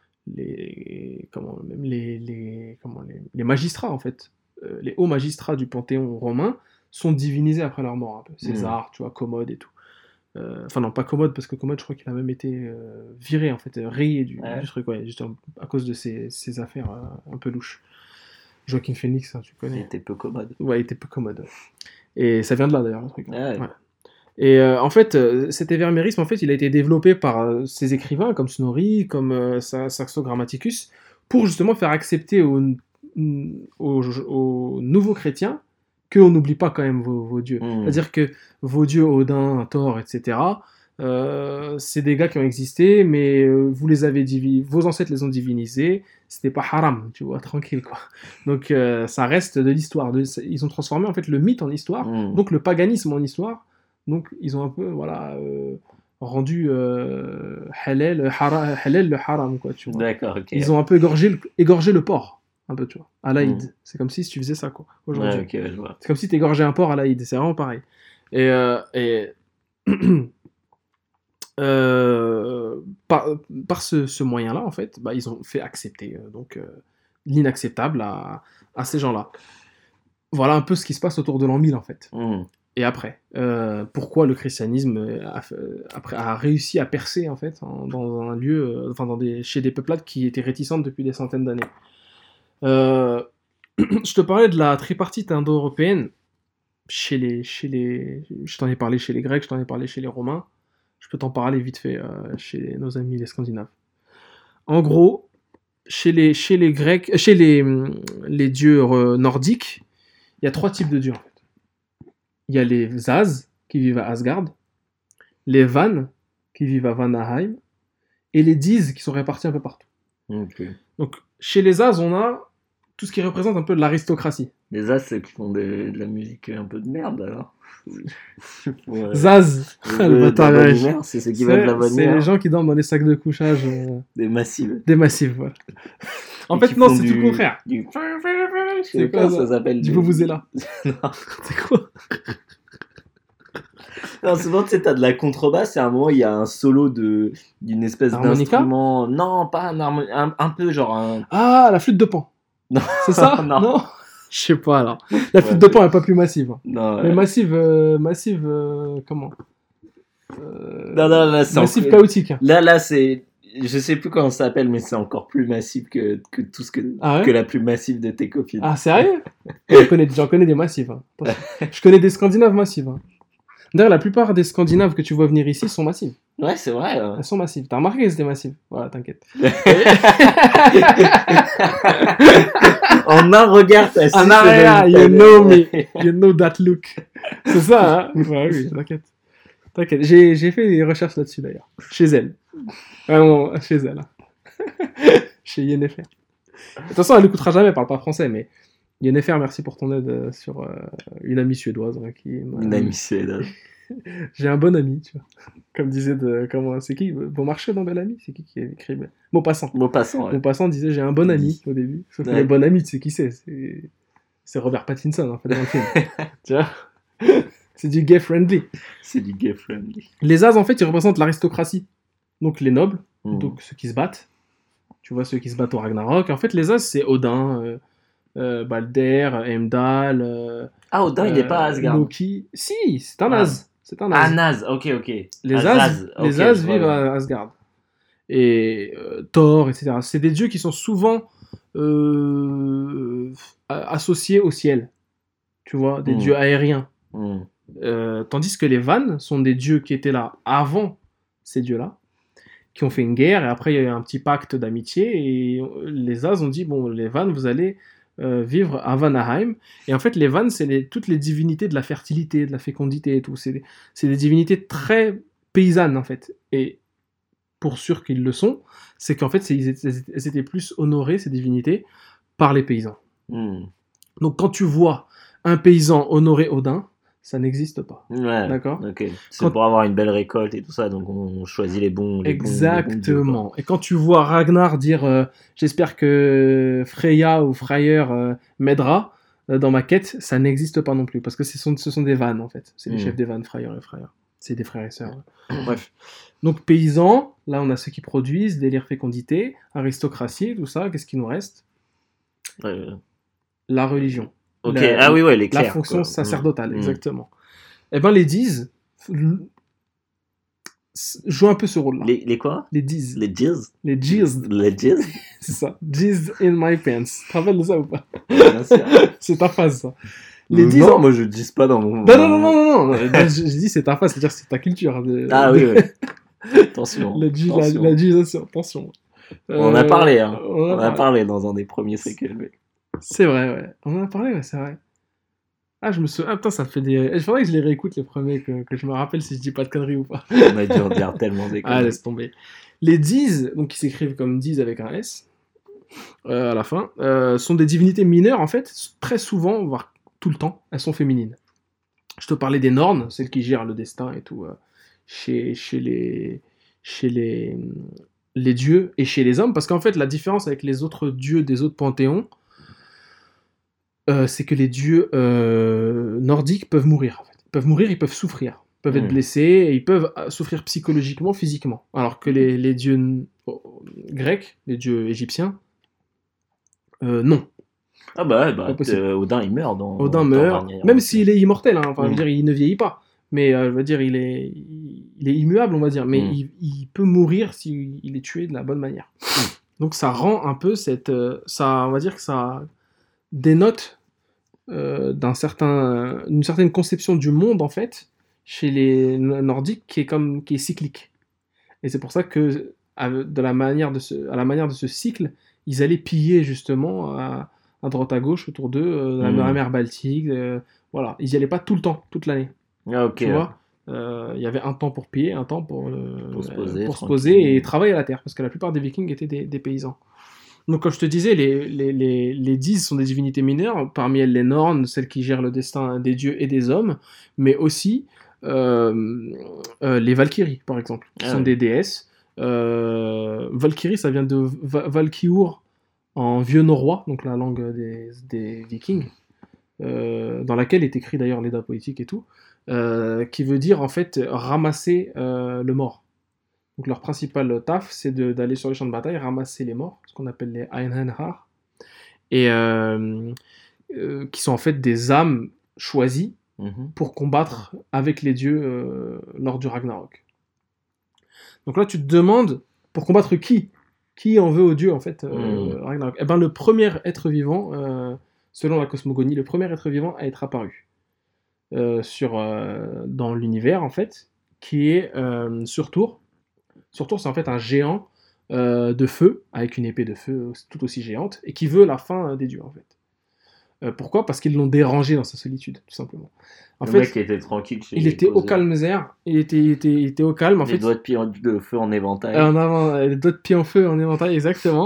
les, comment, même les, les, comment, les, les magistrats en fait, euh, les hauts magistrats du Panthéon romain sont divinisés après leur mort un peu. César, tu vois, Commode et tout. Euh, Enfin non, pas Commode, parce que Commode je crois qu'il a même été euh, viré en fait, euh, rayé du, Ouais. du truc, ouais, juste en- à cause de ses, ses affaires euh, un peu louches. Joaquin Phoenix, hein, tu connais. C'était peu commode. Ouais, il était peu commode. Ouais. Et ça vient de là d'ailleurs le truc. Ouais. Ouais. Et euh, en fait, euh, cet évermérisme, en fait, il a été développé par euh, ces écrivains comme Snorri, comme euh, Sa- Saxo Grammaticus, pour justement faire accepter aux, aux, aux nouveaux chrétiens qu'on n'oublie pas quand même vos, vos dieux. Mm. C'est-à-dire que vos dieux, Odin, Thor, et cetera, euh, c'est des gars qui ont existé, mais euh, vous les avez divi- vos ancêtres les ont divinisés, c'était pas haram, tu vois, tranquille quoi. Donc euh, ça reste de l'histoire. De, ils ont transformé en fait le mythe en histoire, Mm. donc le paganisme en histoire. Donc ils ont un peu voilà euh, rendu euh, halal, hara, halal le haram quoi, tu vois. D'accord, ok. Ils ont un peu égorgé le, égorgé le porc, un peu tu vois, à l'Aïd. Mm. C'est comme si tu faisais ça quoi aujourd'hui. Ouais, ok, je vois. C'est comme si tu égorgeais un porc à l'Aïd, c'est vraiment pareil. Et, euh, et euh, par, par ce, ce moyen-là, en fait, bah, ils ont fait accepter euh, donc euh, l'inacceptable à, à ces gens-là. Voilà un peu ce qui se passe autour de l'an mille, en fait. Mm. Et après, euh, pourquoi le christianisme a, après, a réussi à percer, en fait, en- dans un lieu, euh, enfin, dans des, chez des peuplades qui étaient réticentes depuis des centaines d'années. Euh, je te parlais de la tripartite indo-européenne chez les, chez les, je t'en ai parlé chez les Grecs, je t'en ai parlé chez les Romains. Je peux t'en parler vite fait euh, chez nos amis les Scandinaves. En gros, chez les, chez les Grecs, chez les, les dieux euh, nordiques, il y a trois types de dieux en fait. Il y a les Az qui vivent à Asgard, les Van qui vivent à Vanaheim, et les Diz qui sont répartis un peu partout. Ok. Donc chez les Az, on a tout ce qui représente un peu de l'aristocratie. Les As, c'est qui font de, de la musique un peu de merde alors. Ouais. Zaz, Les le de la bâtard, bonne ouais. humeur, c'est ceux qui veulent de la C'est bonne c'est humeur. les gens qui dorment dans les sacs de couchage euh, Des massives. des massifs, voilà. En Et fait, qui non, font c'est du- tout le contraire. Du... C'est quoi, ça ça s'appelle Du vuvuzela. Non. C'est quoi? Non, souvent, tu sais, t'as de la contrebasse et à un moment, il y a un solo de d'une espèce Harmonica d'instrument. Non, pas un harmonica. Un, un peu genre un. Ah, la flûte de Pan. Non. C'est ça? Non. Je sais pas, alors. La flûte Ouais, de c'est- Pan est pas plus massive. hein. Non, Mais ouais. massive, euh, massive, euh, comment Euh, non, non, là, c'est Massive encore- chaotique. hein. Là, là, c'est. Je sais plus comment ça s'appelle, mais c'est encore plus massif que, que tout ce que. Ah ouais que la plus massive de tes copines. Ah, sérieux? J'en connais, j'en connais des massives. hein. Attention. Je connais des Scandinaves massives. hein. D'ailleurs, la plupart des Scandinaves que tu vois venir ici sont massives. Ouais, c'est vrai. hein. Elles sont massives. T'as remarqué qu'elles étaient massives? Voilà, t'inquiète. En un regard, t'as su En que arrière, c'est you une- know me. You know that look. C'est ça, hein? Ouais, oui, t'inquiète. T'inquiète. J'ai, j'ai fait des recherches là-dessus, d'ailleurs. Chez elle. Vraiment, chez elle. hein. chez Yennefer. De toute façon, elle l'écoutera jamais, elle parle pas français, mais Yennefer, merci pour ton aide euh, sur euh, une amie suédoise. Hein, qui, Une amie suédoise. J'ai un bon ami, tu vois. Comme disait, de, comment, c'est qui Beaumarchais dans Bel Ami? C'est qui qui écrit Maupassant. Maupassant, ouais. Maupassant disait j'ai un bon ami au début. Sauf que Ouais. le bon ami, tu sais qui c'est c'est... c'est Robert Pattinson, en fait, dans le film. Tu vois. C'est du gay friendly. C'est du gay friendly. Les As, en fait, ils représentent l'aristocratie. Donc les nobles, Mmh. donc ceux qui se battent. Tu vois, ceux qui se battent au Ragnarok. En fait, les As, c'est Odin, euh, euh, Balder, Heimdall. Euh, Ah, Odin, il n'est pas à Asgard. Loki. Si, c'est un Ah. As. C'est un Ah, As. Naz, ok, ok. Les Ah, As, Zaz, les ok, As je vois, vivent ouais. à Asgard. Et euh, Thor, et cetera. C'est des dieux qui sont souvent euh, a- associés au ciel. Tu vois, des Mm. dieux aériens. Hmm. Euh, tandis que les Vannes sont des dieux qui étaient là avant ces dieux-là, qui ont fait une guerre, et après il y a eu un petit pacte d'amitié, et les As ont dit, bon, les Vannes, vous allez euh, vivre à Vanaheim. Et en fait, les Vannes, c'est les, toutes les divinités de la fertilité, de la fécondité et tout. C'est des, c'est des divinités très paysannes, en fait. Et pour sûr qu'ils le sont, c'est qu'en fait, c'est, ils étaient, elles étaient plus honorées, ces divinités, par les paysans. Hmm. Donc quand tu vois un paysan honorer Odin, ça n'existe pas. Ouais. D'accord. Ok. C'est Quand- pour avoir une belle récolte et tout ça, donc on choisit les bons. Les bons- les bons dieux, quoi. Exactement. Et quand tu vois Ragnar dire euh, j'espère que Freya ou Freyr euh, m'aidera euh, dans ma quête, ça n'existe pas non plus parce que ce sont, ce sont des vannes en fait. C'est les Mm. chefs des vannes, Freyr et Freyr. C'est des frères et sœurs. Bref. Donc paysans, là on a ceux qui produisent, délire fécondité, aristocratie, tout ça. Qu'est-ce qui nous reste? Euh, La religion. Ok. La- ah oui, ouais, les La clercs, fonction quoi. sacerdotale, Mm. exactement. Eh ben les Diz jouent un peu ce rôle-là. Les, les quoi? Les Diz. Les jizz? Les Diz. Les jizz? C'est ça. Jizz in my pants. Tu te rappelles de ça ou pas? Bien sûr. C'est ta phrase, ça. Les Euh, dix non, ans- moi je dis pas dans mon. Non, non, non, non, non, non. je, je dis c'est ta phrase, c'est-à-dire c'est ta culture. de- Ah de- oui, oui. Attention. La, gi- la, attention. la gisation, attention. On en a Euh, parlé, hein. On, On en a a parlé. parlé dans un des premiers séquelles. mais- C'est vrai, ouais. On en a parlé, ouais, c'est vrai. Ah, je me souviens. Ah, putain, ça fait des. Il faudrait que je les réécoute, les premiers, que, que je me rappelle si je dis pas de conneries ou pas. On a dû en dire tellement des Ah, conneries. laisse tomber. Les Diz, donc qui s'écrivent comme Diz avec un S, euh, à la fin, euh, sont des divinités mineures, en fait, très souvent, voire tout le temps, elles sont féminines. Je te parlais des Nornes, celles qui gèrent le destin et tout, euh, chez, chez, les, chez les, les dieux et chez les hommes, parce qu'en fait, la différence avec les autres dieux des autres panthéons, euh, c'est que les dieux euh, nordiques peuvent mourir, en fait. Ils peuvent mourir, ils peuvent souffrir. Ils peuvent être Mm. blessés, et ils peuvent euh, souffrir psychologiquement, physiquement. Alors que les, les dieux n- oh, grecs, les dieux égyptiens, euh, non. Ah bah ouais, bah, Pas possible. euh, Odin il meurt dans. Odin dans meurt, Ragnarok. même s'il est immortel, hein, enfin, je veux Mm. dire, il ne vieillit pas. Mais euh, je veux dire, il est, il est immuable, on va dire. Mais Mm. il, il peut mourir s'il il est tué de la bonne manière. Donc ça rend un peu cette... euh, ça, on va dire que ça dénote euh, d'un certain, une certaine conception du monde, en fait, chez les Nordiques, qui est, comme, qui est cyclique. Et c'est pour ça que, à, de la manière de ce, à la manière de ce cycle, ils allaient piller, justement, à, à droite à gauche, autour d'eux, euh, la, Mm. la mer Baltique. euh, voilà, ils y allaient pas tout le temps, toute l'année. Ah, ok. Tu vois, Euh, il y avait un temps pour piller, un temps pour, euh, Pour se poser, pour se tranquille. poser et travailler à la terre, parce que la plupart des Vikings étaient des, des paysans. Donc, comme je te disais, les, les, les, les Diz sont des divinités mineures, parmi elles les Nornes, celles qui gèrent le destin des dieux et des hommes, mais aussi euh, euh, les Valkyries, par exemple, qui Ah sont oui. des déesses. Euh, Valkyrie, ça vient de Va- Valkyur en vieux norrois, donc la langue des, des Vikings, euh, dans laquelle est écrit d'ailleurs l'Edda poétique et tout, euh, qui veut dire en fait ramasser euh, le mort. Donc leur principal taf, c'est de- d'aller sur les champs de bataille, ramasser les morts, ce qu'on appelle les Einherjar, et euh, euh, qui sont en fait des âmes choisies Mhm. pour combattre avec les dieux euh, lors du Ragnarok. Donc là, tu te demandes, pour combattre qui? Qui en veut aux dieux, en fait, euh, Mm. Ragnarok? Eh ben, le premier être vivant, euh, selon la cosmogonie, le premier être vivant à être apparu euh, sur, euh, dans l'univers, en fait, qui est euh, Surtur. Surtur, c'est en fait un géant euh, de feu, avec une épée de feu tout aussi géante, et qui veut la fin euh, des dieux, en fait. Euh, pourquoi? Parce qu'ils l'ont dérangé dans sa solitude, tout simplement. En Le fait, mec était tranquille chez il lui, était au posé. calme zère, il était, il était, il était au calme, en Les fait. doigts de pied en- de feu en éventail. En avant, euh, les doigts de pied en feu en éventail, exactement.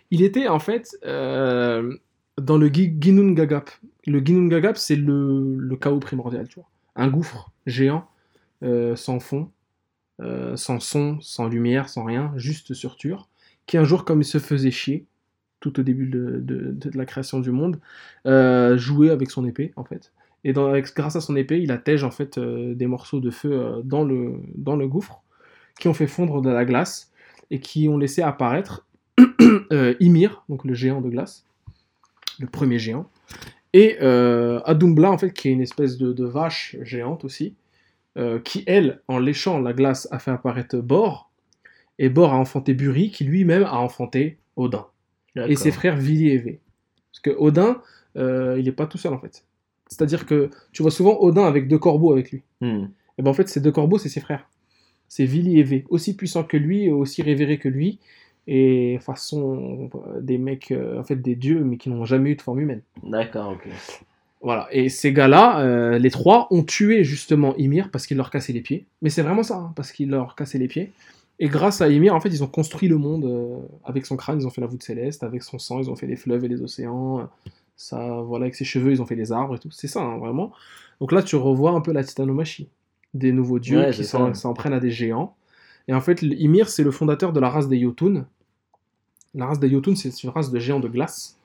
Il était en fait euh, dans le Gi- Ginnungagap. Le Ginnungagap, c'est le, le chaos primordial, tu vois. Un gouffre géant, euh, sans fond, euh, sans son, sans lumière, sans rien, juste surture, qui un jour, comme il se faisait chier, tout au début de, de- de- de la création du monde, euh, jouait avec son épée, en fait. Et dans- avec- grâce à son épée, il attège en fait euh, des morceaux de feu euh, dans, le, dans le gouffre, qui ont fait fondre de la glace et qui ont laissé apparaître euh, Ymir, donc le géant de glace, le premier géant, et euh, Adumbla, en fait, qui est une espèce de, de vache géante aussi, euh, qui, elle, en léchant la glace, a fait apparaître Bor, et Bor a enfanté Buri, qui lui-même a enfanté Odin, et ses D'accord. frères Vili et Vé. Parce que Odin, euh, il n'est pas tout seul, en fait. C'est-à-dire que tu vois souvent Odin avec deux corbeaux avec lui. Hmm. Et ben en fait, ces deux corbeaux, c'est ses frères. C'est Vili et Vé, aussi puissants que lui, aussi révérés que lui, et façon euh, des mecs, euh, en fait des dieux, mais qui n'ont jamais eu de forme humaine. D'accord, ok. Voilà, et ces gars-là, euh, les trois, ont tué justement Ymir parce qu'il leur cassait les pieds. Mais c'est vraiment ça, hein, parce qu'il leur cassait les pieds. Et grâce à Ymir, en fait, ils ont construit le monde euh, avec son crâne, ils ont fait la voûte céleste, avec son sang, ils ont fait les fleuves et les océans. Ça, voilà, avec ses cheveux, ils ont fait les arbres et tout. C'est ça, hein, vraiment. Donc là, tu revois un peu la titanomachie des nouveaux dieux Ouais, qui c'est s'en, ça. s'en prennent à des géants. Et en fait, Ymir, c'est le fondateur de la race des Jotun. La race des Jotun, c'est une race de géants de glace.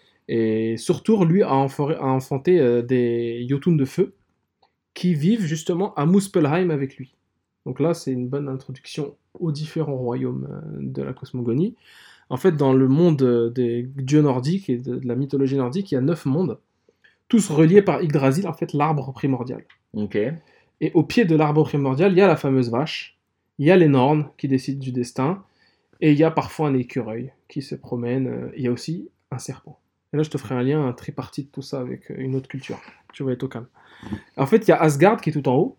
Et Surtur, lui, a, enfor- a enfanté euh, des Jotun de feu qui vivent justement à Muspelheim avec lui. Donc là, c'est une bonne introduction aux différents royaumes euh, de la cosmogonie. En fait, dans le monde euh, des dieux nordiques et de, de la mythologie nordique, il y a neuf mondes, tous reliés par Yggdrasil, en fait, l'arbre primordial. Ok. Et au pied de l'arbre primordial, il y a la fameuse vache, il y a les Nornes qui décident du destin, et il y a parfois un écureuil qui se promène, euh, il y a aussi un serpent. Et là, je te ferai un lien un tripartite, tout ça, avec euh, une autre culture. Tu vas être au calme. En fait, il y a Asgard qui est tout en haut,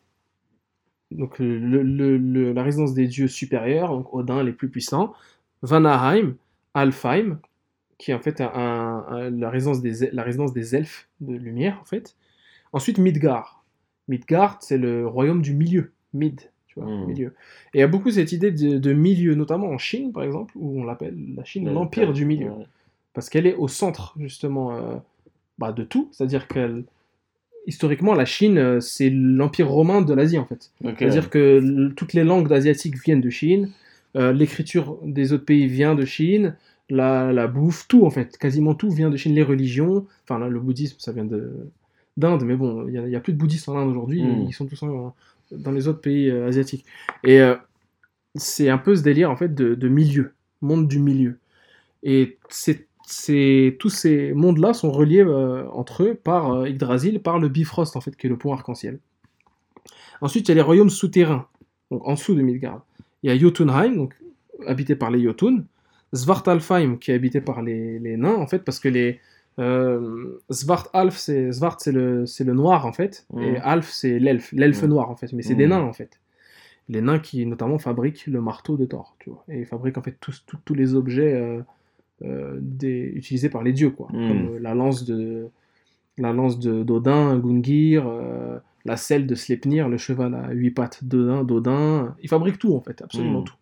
donc le, le- le- la résidence des dieux supérieurs, donc Odin, les plus puissants, Vanaheim, Alfheim, qui est en fait un- un- un- la, résidence des, la résidence des elfes de lumière, en fait. Ensuite, Midgard. Midgard, c'est le royaume du milieu. Mid, tu vois, Hmm. milieu. Et il y a beaucoup cette idée de, de milieu, notamment en Chine, par exemple, où on l'appelle la Chine l'empire du milieu. Ouais. Parce qu'elle est au centre, justement, euh, bah, de tout. C'est-à-dire qu'elle... Historiquement, la Chine, euh, c'est l'empire romain de l'Asie, en fait. Ok. C'est-à-dire que l- toutes les langues asiatiques viennent de Chine, euh, l'écriture des autres pays vient de Chine, la, la bouffe, tout, en fait. Quasiment tout vient de Chine. Les religions, enfin, là, le bouddhisme, ça vient de, d'Inde, mais bon, il n'y a, a plus de bouddhistes en Inde aujourd'hui, Mm. ils sont tous en- dans les autres pays euh, asiatiques. Et euh, c'est un peu ce délire, en fait, de, de milieu, monde du milieu. Et c'est, c'est, tous ces mondes-là sont reliés euh, entre eux par euh, Yggdrasil, par le Bifrost, en fait, qui est le pont arc-en-ciel. Ensuite, il y a les royaumes souterrains, donc en dessous de Midgard. Il y a Jotunheim, donc habité par les Jotun, Svartalfheim, qui est habité par les, les nains, en fait, parce que les euh, Svartalf, c'est Svart, c'est le, c'est le noir, en fait, Mm. et Alf, c'est l'elfe, l'elfe Mm. noir, en fait, mais c'est Mm. des nains, en fait. Les nains qui, notamment, fabriquent le marteau de Thor, tu vois, et ils fabriquent, en fait, tous, tous, tous les objets euh, euh, des, utilisés par les dieux, quoi, Mm. comme euh, la lance de la lance de, d'Odin, Gungir, euh, la selle de Sleipnir, le cheval à huit pattes d'Odin, d'Odin. Ils fabriquent tout, en fait, absolument Mm. tout.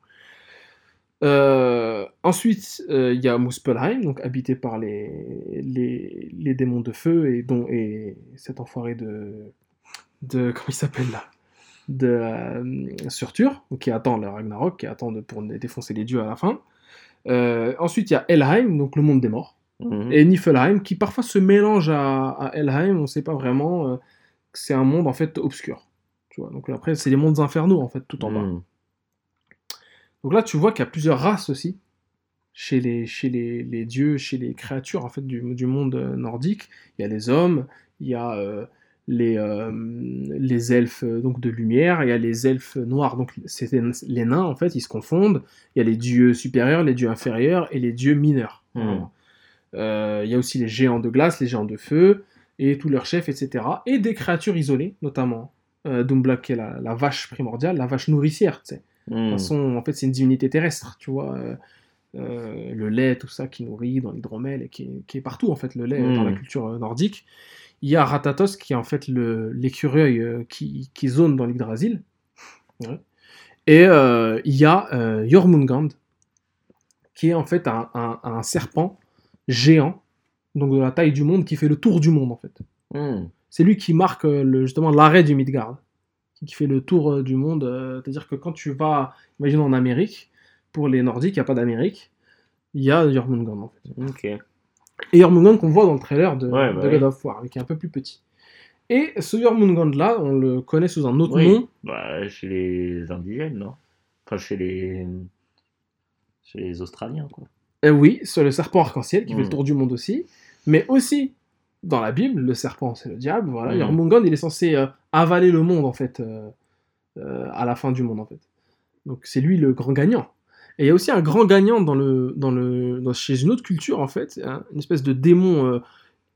Euh, ensuite, il euh, y a Muspelheim, donc habité par les, les, les démons de feu, et, dont, et cet enfoiré de... de comment il s'appelle, là de euh, Surtur, donc qui attend le Ragnarok, qui attend de, pour défoncer les dieux à la fin. Euh, ensuite, il y a Helheim, donc le monde des morts. Mhm. Et Niflheim, qui parfois se mélange à, à Helheim, on ne sait pas vraiment, euh, c'est un monde en fait obscur. Tu vois, donc après, c'est les mondes infernaux en fait, tout en bas. Mm. Donc là, tu vois qu'il y a plusieurs races aussi, chez les, chez les, les dieux, chez les créatures en fait du, du monde euh, nordique. Il y a les hommes, il y a euh, les, euh, les elfes euh, donc de lumière, il y a les elfes noirs, donc c'est les nains en fait, ils se confondent. Il y a les dieux supérieurs, les dieux inférieurs et les dieux mineurs. Mm. Vraiment. Euh, il y a aussi les géants de glace, les géants de feu, et tous leurs chefs, et cetera. Et des créatures isolées, notamment euh, Dumbla, qui est la, la vache primordiale, la vache nourricière, tu sais. De Mm. toute façon, en fait, c'est une divinité terrestre, tu vois. euh, euh, le lait, tout ça, qui nourrit dans l'hydromel, et qui est, qui est partout, en fait, le lait, Mm. dans la culture euh, nordique. Il y a Ratatos, qui est en fait le, l'écureuil euh, qui, qui zone dans l'Yggdrasil. Ouais. Et euh, il y a euh, Jormungand, qui est en fait un, un, un serpent géant, donc de la taille du monde, qui fait le tour du monde en fait. Hmm. C'est lui qui marque euh, le, justement l'arrêt du Midgard, qui, qui fait le tour euh, du monde. euh, C'est-à-dire que quand tu vas, imagine en Amérique, pour les Nordiques, il n'y a pas d'Amérique, il y a Jormungand en fait. Ok. Et Jormungand qu'on voit dans le trailer de, Ouais, bah de oui. God of War, qui est un peu plus petit. Et ce Jormungand là, on le connaît sous un autre Oui. nom. Bah, chez les indigènes, non? Enfin, chez les... chez les Australiens, quoi. Euh, oui, c'est le serpent arc-en-ciel qui fait Mm. le tour du monde aussi, mais aussi dans la Bible, le serpent c'est le diable. Voilà, Mm. Jormungand il est censé euh, avaler le monde en fait euh, euh, à la fin du monde en fait. Donc c'est lui le grand gagnant. Et il y a aussi un grand gagnant dans le dans le dans, chez une autre culture en fait, hein, une espèce de démon euh,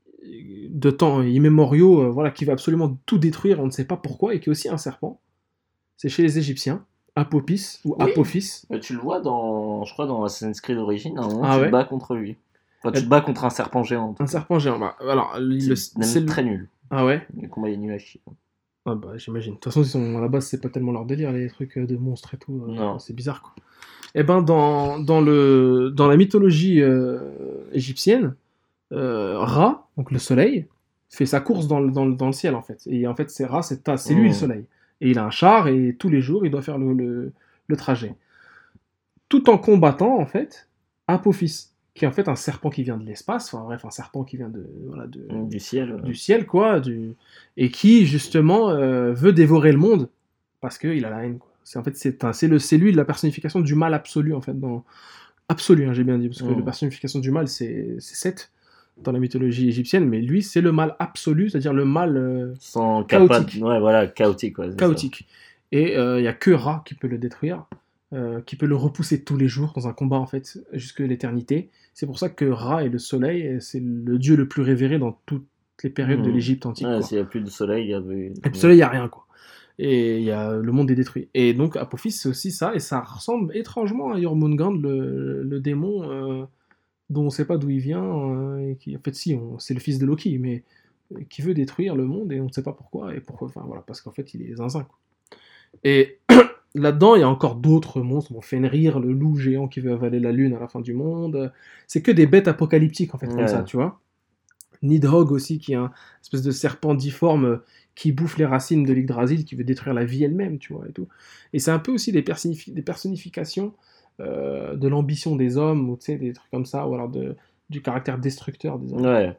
de temps immémoriaux, euh, voilà, qui va absolument tout détruire, on ne sait pas pourquoi, et qui est aussi un serpent. C'est chez les Égyptiens, Apophis ou Oui. Apophis. Ouais, tu le vois dans, je crois, dans Assassin's Creed Origins, à un moment, Ah tu ouais. te bats contre lui. Enfin, tu Euh, te bats contre un serpent géant. en tout Un cas. serpent géant. Bah, alors, le- C'est même c'est le- très nul. Ah ouais. Le combat est nul à chier. Ah bah j'imagine. De toute façon, ils sont, à la base, c'est pas tellement leur délire, les trucs euh, de monstres et tout. euh, Non. C'est bizarre, quoi. Et ben, dans, dans, le, dans la mythologie euh, égyptienne, euh, Ra, donc le soleil, fait sa course dans le, dans le, dans le ciel, en fait. Et en fait, c'est Ra, c'est, ta- c'est lui Mm. le soleil. Et il a un char, et tous les jours, il doit faire le, le, le trajet. Tout en combattant, en fait, Apophis, qui est en fait un serpent qui vient de l'espace, enfin bref, un serpent qui vient de... Voilà, de Du ciel. euh. du ciel, quoi, du... et qui, justement, euh, veut dévorer le monde, parce qu'il a la haine, quoi. C'est, en fait, c'est, un, c'est, le, c'est lui la personnification du mal absolu, en fait, dans... Absolu, hein, j'ai bien dit, parce que Mm. la personnification du mal, c'est, c'est Seth, dans la mythologie égyptienne, mais lui, c'est le mal absolu, c'est-à-dire le mal euh, Sans chaotique. capable. Ouais, voilà, chaotique. Ouais, c'est chaotique. Et il euh, n'y a que Ra qui peut le détruire, euh, qui peut le repousser tous les jours dans un combat, en fait, jusque l'éternité. C'est pour ça que Ra est le soleil, et c'est le dieu le plus révéré dans toutes les périodes Mm. de l'Égypte ça. antique. Ouais, quoi. s'il n'y a plus de soleil, il y avait. Et puis le soleil, il n'y a rien, quoi. Et il y a, le monde est détruit. Et donc, Apophis, c'est aussi ça, et ça ressemble étrangement à Jormungand, le, le démon euh, dont on ne sait pas d'où il vient, euh, et qui, en fait, si, on, c'est le fils de Loki, mais euh, qui veut détruire le monde, et on ne sait pas pourquoi, et pourquoi, enfin, voilà, parce qu'en fait, il est zinzin, quoi. Et là-dedans, il y a encore d'autres monstres, bon, Fenrir, le loup géant qui veut avaler la lune à la fin du monde, c'est que des bêtes apocalyptiques, en fait, comme Ouais. ça, tu vois. Nidhogg aussi, qui est un espèce de serpent difforme euh, qui bouffe les racines de l'Yggdrasil, qui veut détruire la vie elle-même, tu vois, et tout. Et c'est un peu aussi des, personifi- des personnifications euh, de l'ambition des hommes, ou tu sais, des trucs comme ça, ou alors de, du caractère destructeur des hommes. Ouais.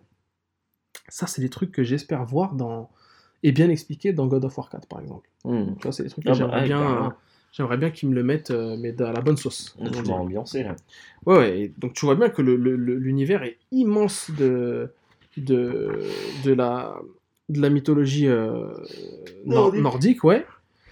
Ça, c'est des trucs que j'espère voir dans... et bien expliqués dans God of War quatre, par exemple. Mm. Tu vois, c'est des trucs que Ah bah, j'aimerais ouais, bien... carrément. euh, J'aimerais bien qu'ils me le mettent, euh, mais à la bonne sauce. Là, comme on tu dit. m'as ambiancé, là. Ouais, ouais, et donc tu vois bien que le, le- le- l'univers est immense de, de, de, la, de la mythologie euh, nor- Nordique. nordique, ouais.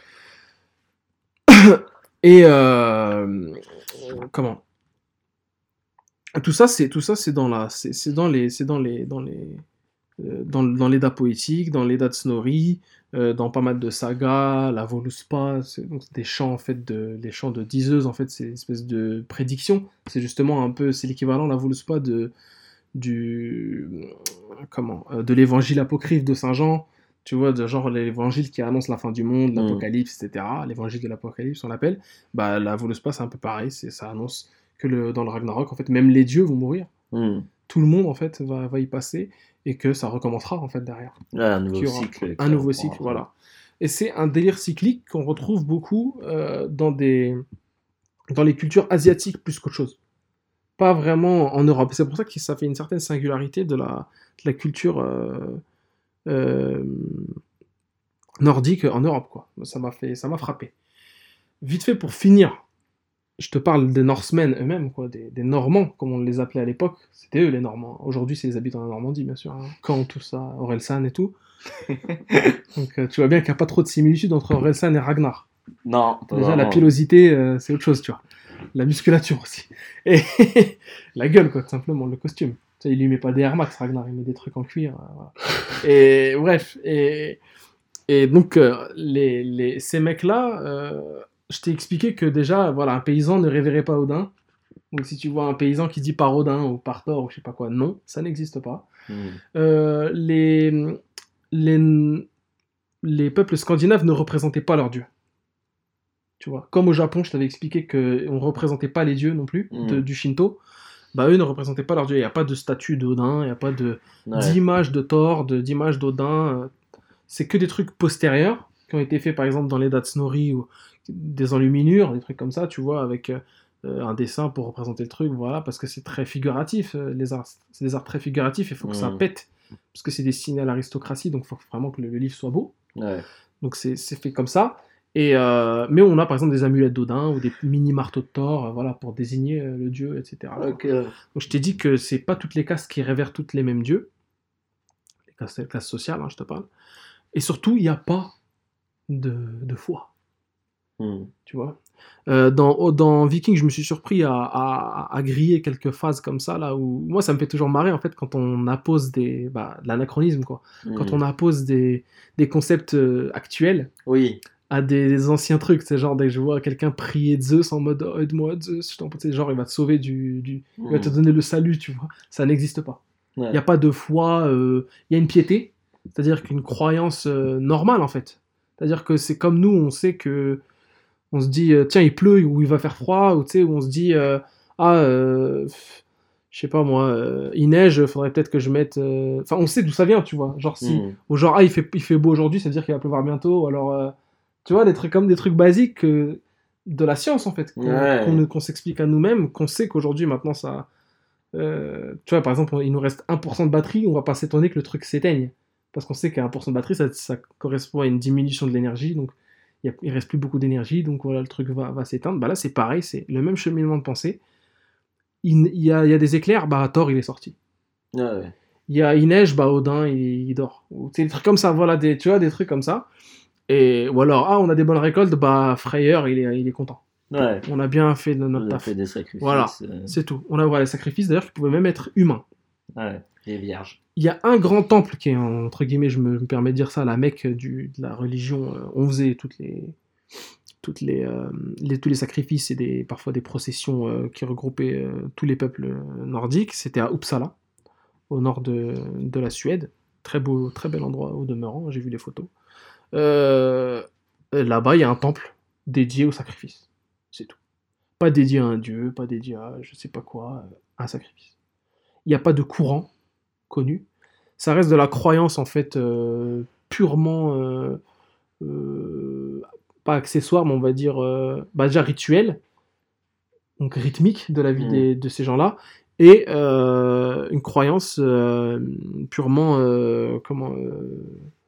Et euh, comment tout ça, c'est tout ça, c'est dans la, c'est, c'est dans les, c'est dans les, dans les, euh, dans, dans l'Edda poétique, dans l'Edda de Snorri, euh, dans pas mal de sagas, la Voluspa, c'est donc c'est des chants en fait de, les chants de diseuses en fait, c'est une espèce de prédiction. C'est justement un peu, c'est l'équivalent la Voluspa de du comment euh, de l'évangile apocryphe de Saint Jean. Tu vois, de genre l'évangile qui annonce la fin du monde, Mm. l'apocalypse, et cetera. L'évangile de l'apocalypse, on l'appelle. Bah, la Voluspa, c'est un peu pareil. C'est, ça annonce que le, dans le Ragnarok, en fait, même les dieux vont mourir. Mm. Tout le monde, en fait, va, va y passer et que ça recommencera, en fait, derrière. Ouais, un nouveau Qu'il y aura cycle. Un qui nouveau reprend cycle, après. voilà. Et c'est un délire cyclique qu'on retrouve beaucoup euh, dans, des, dans les cultures asiatiques plus qu'autre chose. Pas vraiment en Europe. C'est pour ça que ça fait une certaine singularité de la, de la culture euh, euh, nordique en Europe, quoi. Ça m'a fait, ça m'a frappé. Vite fait pour finir, je te parle des Norsemen eux-mêmes, quoi, des, des Normands, comme on les appelait à l'époque. C'était eux les Normands. Aujourd'hui, c'est les habitants de la Normandie, bien sûr. Hein. Caen, tout ça, Orelsan et tout. Donc, euh, tu vois bien qu'il n'y a pas trop de similitudes entre Orelsan et Ragnar. Non, pas Déjà, la vraiment. pilosité, euh, c'est autre chose, tu vois. La musculature aussi. Et la gueule, quoi, tout simplement, le costume. Tu sais, il lui met pas des Air Max, Ragnar, il met des trucs en cuir. euh, voilà. Et bref, et, et donc, euh, les, les, ces mecs-là, euh, je t'ai expliqué que déjà, voilà, un paysan ne révérait pas Odin. Donc, si tu vois un paysan qui dit par Odin ou par Thor ou je sais pas quoi, non, ça n'existe pas. Mm. Euh, les, les, les peuples scandinaves ne représentaient pas leur dieu. Tu vois, comme au Japon, je t'avais expliqué qu'on ne représentait pas les dieux non plus, Mm. de- du Shinto, bah eux ne représentaient pas leurs dieux. Il n'y a pas de statue d'Odin, il n'y a pas de, Ouais. d'image de Thor, de, d'image d'Odin. euh, C'est que des trucs postérieurs qui ont été faits par exemple dans les Datsunori ou des enluminures, des trucs comme ça, tu vois, avec euh, un dessin pour représenter le truc, voilà, parce que c'est très figuratif, euh, les arts. C'est des arts très figuratifs, il faut que ça Mm. pète, parce que c'est destiné à l'aristocratie, donc il faut vraiment que le, le livre soit beau. Ouais. Donc c'est, c'est fait comme ça. Et euh, mais on a par exemple des amulettes d'Odin ou des mini marteaux de Thor, euh, voilà, pour désigner euh, le dieu, et cetera. Ok. Donc je t'ai dit que c'est pas toutes les castes qui révèrent toutes les mêmes dieux, les castes, les classes sociales, hein, je te parle. Et surtout, il n'y a pas de, de foi, Mm. tu vois. Euh, dans, oh, dans Viking, je me suis surpris à, à, à griller quelques phases comme ça, là, où moi, ça me fait toujours marrer, en fait, quand on appose des, bah, de l'anachronisme, quoi. Quand Mm. on appose des, des concepts euh, actuels Oui. à des, des anciens trucs, c'est genre, dès que je vois quelqu'un prier Zeus en mode oh, aide-moi Zeus, je t'en prie, genre, il va te sauver du, du... il va te Mm. donner le salut, tu vois. Ça n'existe pas. Il Ouais. n'y a pas de foi, euh, il y a une piété, c'est-à-dire qu'une croyance euh, normale, en fait. C'est-à-dire que c'est comme nous, on sait que on se dit, euh, tiens, il pleut ou il va faire froid, ou tu sais, où on se dit, euh, ah, euh, pff, je sais pas moi, euh, il neige, faudrait peut-être que je mette. euh, Enfin, on sait d'où ça vient, tu vois. Genre, si, Mm. ou genre, ah, il fait, il fait beau aujourd'hui, ça veut dire qu'il va pleuvoir bientôt, ou alors, euh, tu vois, des trucs comme des trucs basiques euh, de la science, en fait, qu'on Ouais. qu'on, qu'on s'explique à nous-mêmes, qu'on sait qu'aujourd'hui, maintenant, ça. euh, tu vois, par exemple, il nous reste un pour cent de batterie, on va pas s'étonner que le truc s'éteigne. Parce qu'on sait qu'à un pour cent de batterie, ça, ça correspond à une diminution de l'énergie, donc il ne reste plus beaucoup d'énergie, donc voilà, le truc va, va s'éteindre. Bah là, c'est pareil, c'est le même cheminement de pensée. Il, il y, a, il y a des éclairs, bah Thor, il est sorti. Ouais. Il y a il neige, bah Odin, il, il dort. Ou, tu sais, des trucs comme ça, voilà, des, tu vois, des trucs comme ça. Et, ou alors, ah, on a des bonnes récoltes, bah Freyr, il est, il est content. Ouais. On a bien fait notre On a taf. fait des sacrifices. Voilà. euh, C'est tout. On a voilà, les sacrifices, d'ailleurs, qui pouvaient même être humains. Ouais. Les vierges. Il y a un grand temple qui est, entre guillemets, je me, je me permets de dire ça, la Mecque du, de la religion. euh, On faisait toutes les, toutes les, euh, les- tous les sacrifices et des, parfois des processions euh, qui regroupaient euh, tous les peuples euh, nordiques. C'était à Uppsala, au nord de, de la Suède. Très beau, très bel endroit au demeurant, j'ai vu les photos. Euh, Là-bas, il y a un temple dédié au sacrifice. C'est tout. Pas dédié à un dieu, pas dédié à je sais pas quoi, euh, un sacrifice. Il n'y a pas de courant connu. Ça reste de la croyance, en fait, euh, purement... euh, euh, pas accessoire, mais on va dire euh, bah, déjà rituel, donc rythmique de la vie Mm. des- de ces gens-là, et euh, une croyance euh, purement euh, comment euh,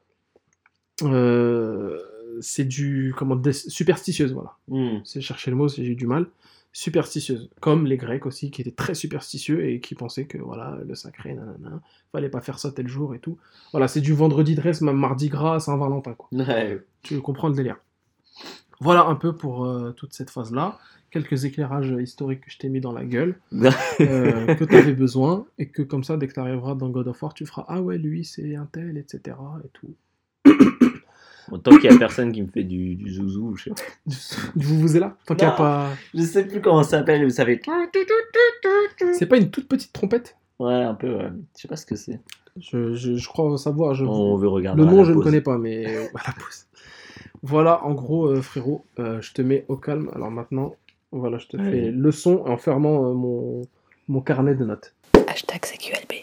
euh, c'est du comment des- superstitieuse, voilà. Mm. C'est chercher le mot, si j'ai eu du mal. Superstitieuse, comme les Grecs aussi, qui étaient très superstitieux et qui pensaient que voilà le sacré, nanana, fallait pas faire ça tel jour et tout. Voilà, c'est du vendredi de Reste, même mardi gras, Saint-Valentin, quoi. Ouais. Tu comprends le délire. Voilà un peu pour euh, toute cette phase-là. Quelques éclairages historiques que je t'ai mis dans la gueule, euh, que tu avais besoin, et que comme ça, dès que tu arriveras dans God of War, tu feras ah ouais, lui c'est un tel, et cetera. Et tout. Bon, tant qu'il y a personne qui me fait du, du zouzou, je sais pas. Du vous vous êtes là. Tant qu'il y a Non. pas. Je sais plus comment ça s'appelle, mais ça fait. C'est pas une toute petite trompette. Ouais, un peu, ouais. Je sais pas ce que c'est. Je, je, je crois savoir. Je... On veut regarder. Le à nom, la je ne pause. connais pas, mais euh, à la pause. Voilà, en gros, euh, frérot, euh, je te mets au calme. Alors maintenant, voilà, je te Allez. fais le son en fermant euh, mon, mon carnet de notes. Hashtag C Q L B.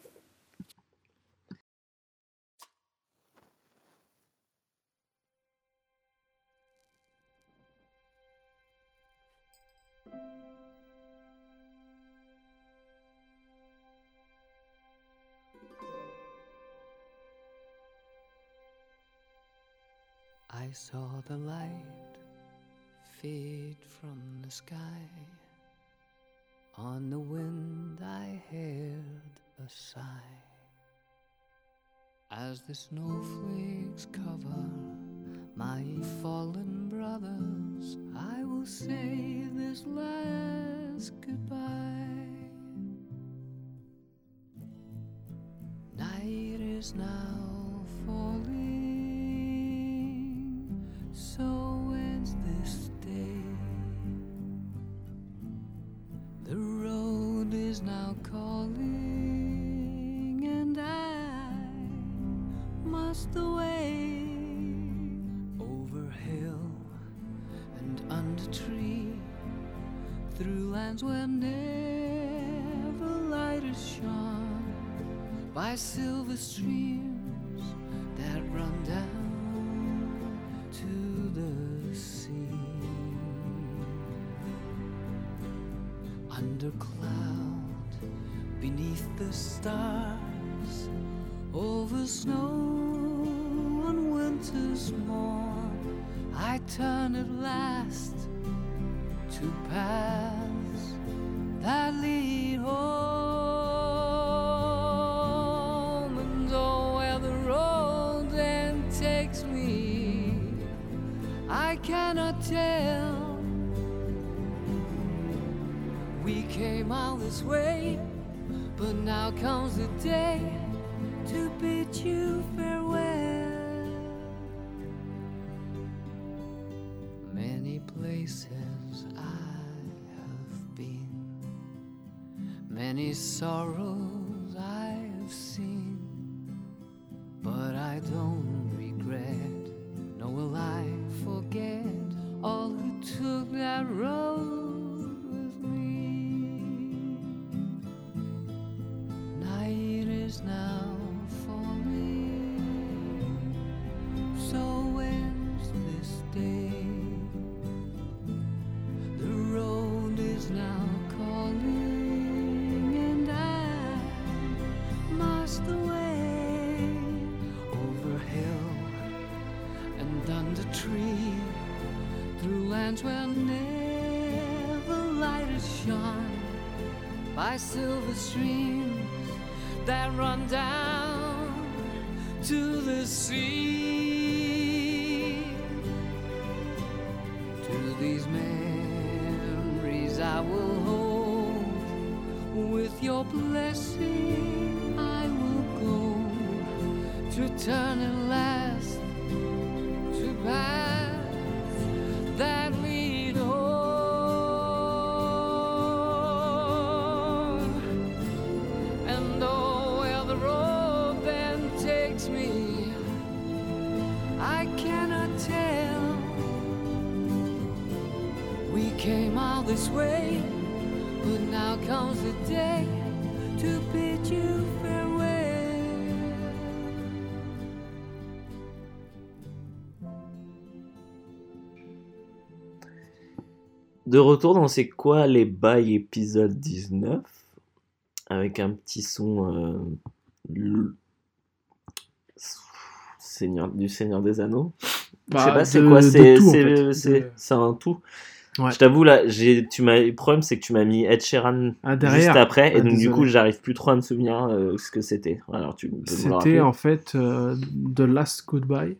I saw the light fade from the sky. On the wind I heard a sigh. As the snowflakes cover my fallen brothers, I will say this last goodbye. Night is now falling. So ends this day. The road is now calling, and I must away over hill and through lands where never light is shone, by silver streams that run down to the sea. Under cloud, beneath the stars, over snow on winter's morn, I turn at last to paths that lead home. And oh, where the road then takes me, I cannot tell. We came all this way, but now comes the day to bid you farewell. Many places I have been, many sorrows I have seen, but I don't regret, nor will I forget all who took that road with me. Night is now falling, so ends this day. The road is now calling, and I must away over hill and under tree, through lands where never light is shone, by silver streams that run down to the sea. To these memories I will hold, with your blessing I will go, to turn at last to paths that lead home. And oh, where the road then takes me, I cannot tell. We came all this way, but now comes the day to bid you farewell. De retour dans C'est quoi les bails épisode dix-neuf, avec un petit son euh, l- Seigneur, du Seigneur des Anneaux. Je sais Bah, pas, c'est de- quoi, de c'est tout, en c'est fait. c'est De- c'est un tout. Ouais. Je t'avoue là, j'ai tu m'as le problème c'est que tu m'as mis Ed Sheeran Ah, derrière. juste après et Ah, donc du désolé. coup j'arrive plus trop à me souvenir euh, ce que c'était. Alors tu peux me le C'était rappeler. en fait euh, The Last Goodbye,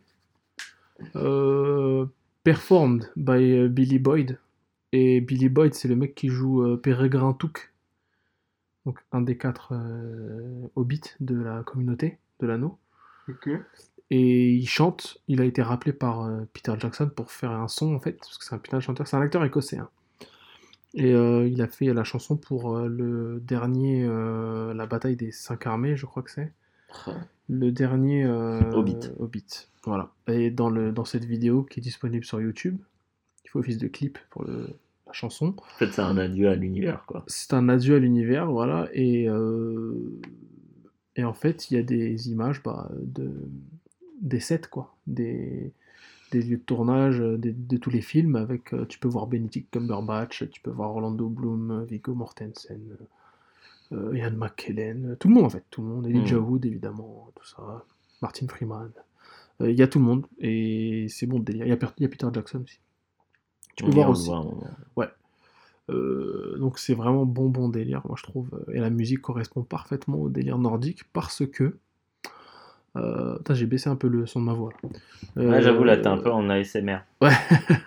euh, performed by euh, Billy Boyd. Et Billy Boyd, c'est le mec qui joue euh, Peregrin Took, donc un des quatre euh, hobbits de la communauté de l'anneau. Et il chante. Il a été rappelé par euh, Peter Jackson pour faire un son en fait, parce que c'est un putain de chanteur. C'est un acteur écossais. Hein. Et euh, il a fait la chanson pour euh, le dernier, euh, la bataille des cinq armées, je crois que c'est. Le dernier euh, Hobbit. Hobbit. Voilà. Et dans, le, dans cette vidéo qui est disponible sur YouTube, il faut office de clip pour le, la chanson. En fait c'est un adieu à l'univers quoi. C'est un adieu à l'univers, voilà. Et, euh, et en fait, il y a des images bah, de, des sets, quoi. Des, des lieux de tournage euh, des- de tous les films. Avec, euh, tu peux voir Benedict Cumberbatch, tu peux voir Orlando Bloom, euh, Viggo Mortensen, euh, Ian McKellen, euh, tout le monde en fait. Tout le monde. Elijah Mm. Wood, évidemment, tout ça. Martin Freeman. Euh, Il y a tout le monde. Et c'est bon délire. Il y a, Per- il y a Peter Jackson aussi. Tu peux Oui, voir on le aussi. voit, on le voit. Ouais. Euh, donc c'est vraiment bon bon délire, moi je trouve. Et la musique correspond parfaitement au délire nordique parce que... Euh... Putain, j'ai baissé un peu le son de ma voix. Là. Ouais, j'avoue là t'es un Euh, peu en A S M R. Ouais.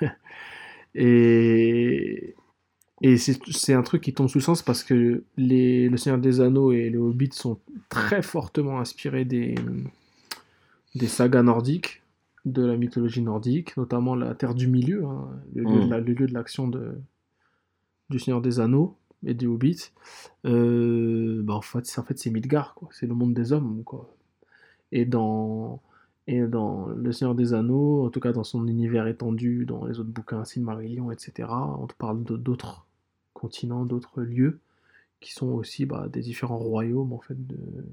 Et, et c'est c'est un truc qui tombe sous le sens parce que les... le Seigneur des Anneaux et les Hobbits sont très fortement inspirés des, des sagas nordiques, de la mythologie nordique, notamment la Terre du Milieu, hein, le, lieu Mm. de la- le lieu de l'action de, du Seigneur des Anneaux et du Hobbit. Euh, bah en fait, c'est en fait, c'est Midgard, quoi. C'est le monde des hommes, quoi. Et dans, et dans Le Seigneur des Anneaux, en tout cas dans son univers étendu, dans les autres bouquins, Silmarillion, et cetera, on te parle de- d'autres continents, d'autres lieux, qui sont aussi bah, des différents royaumes, en fait, de,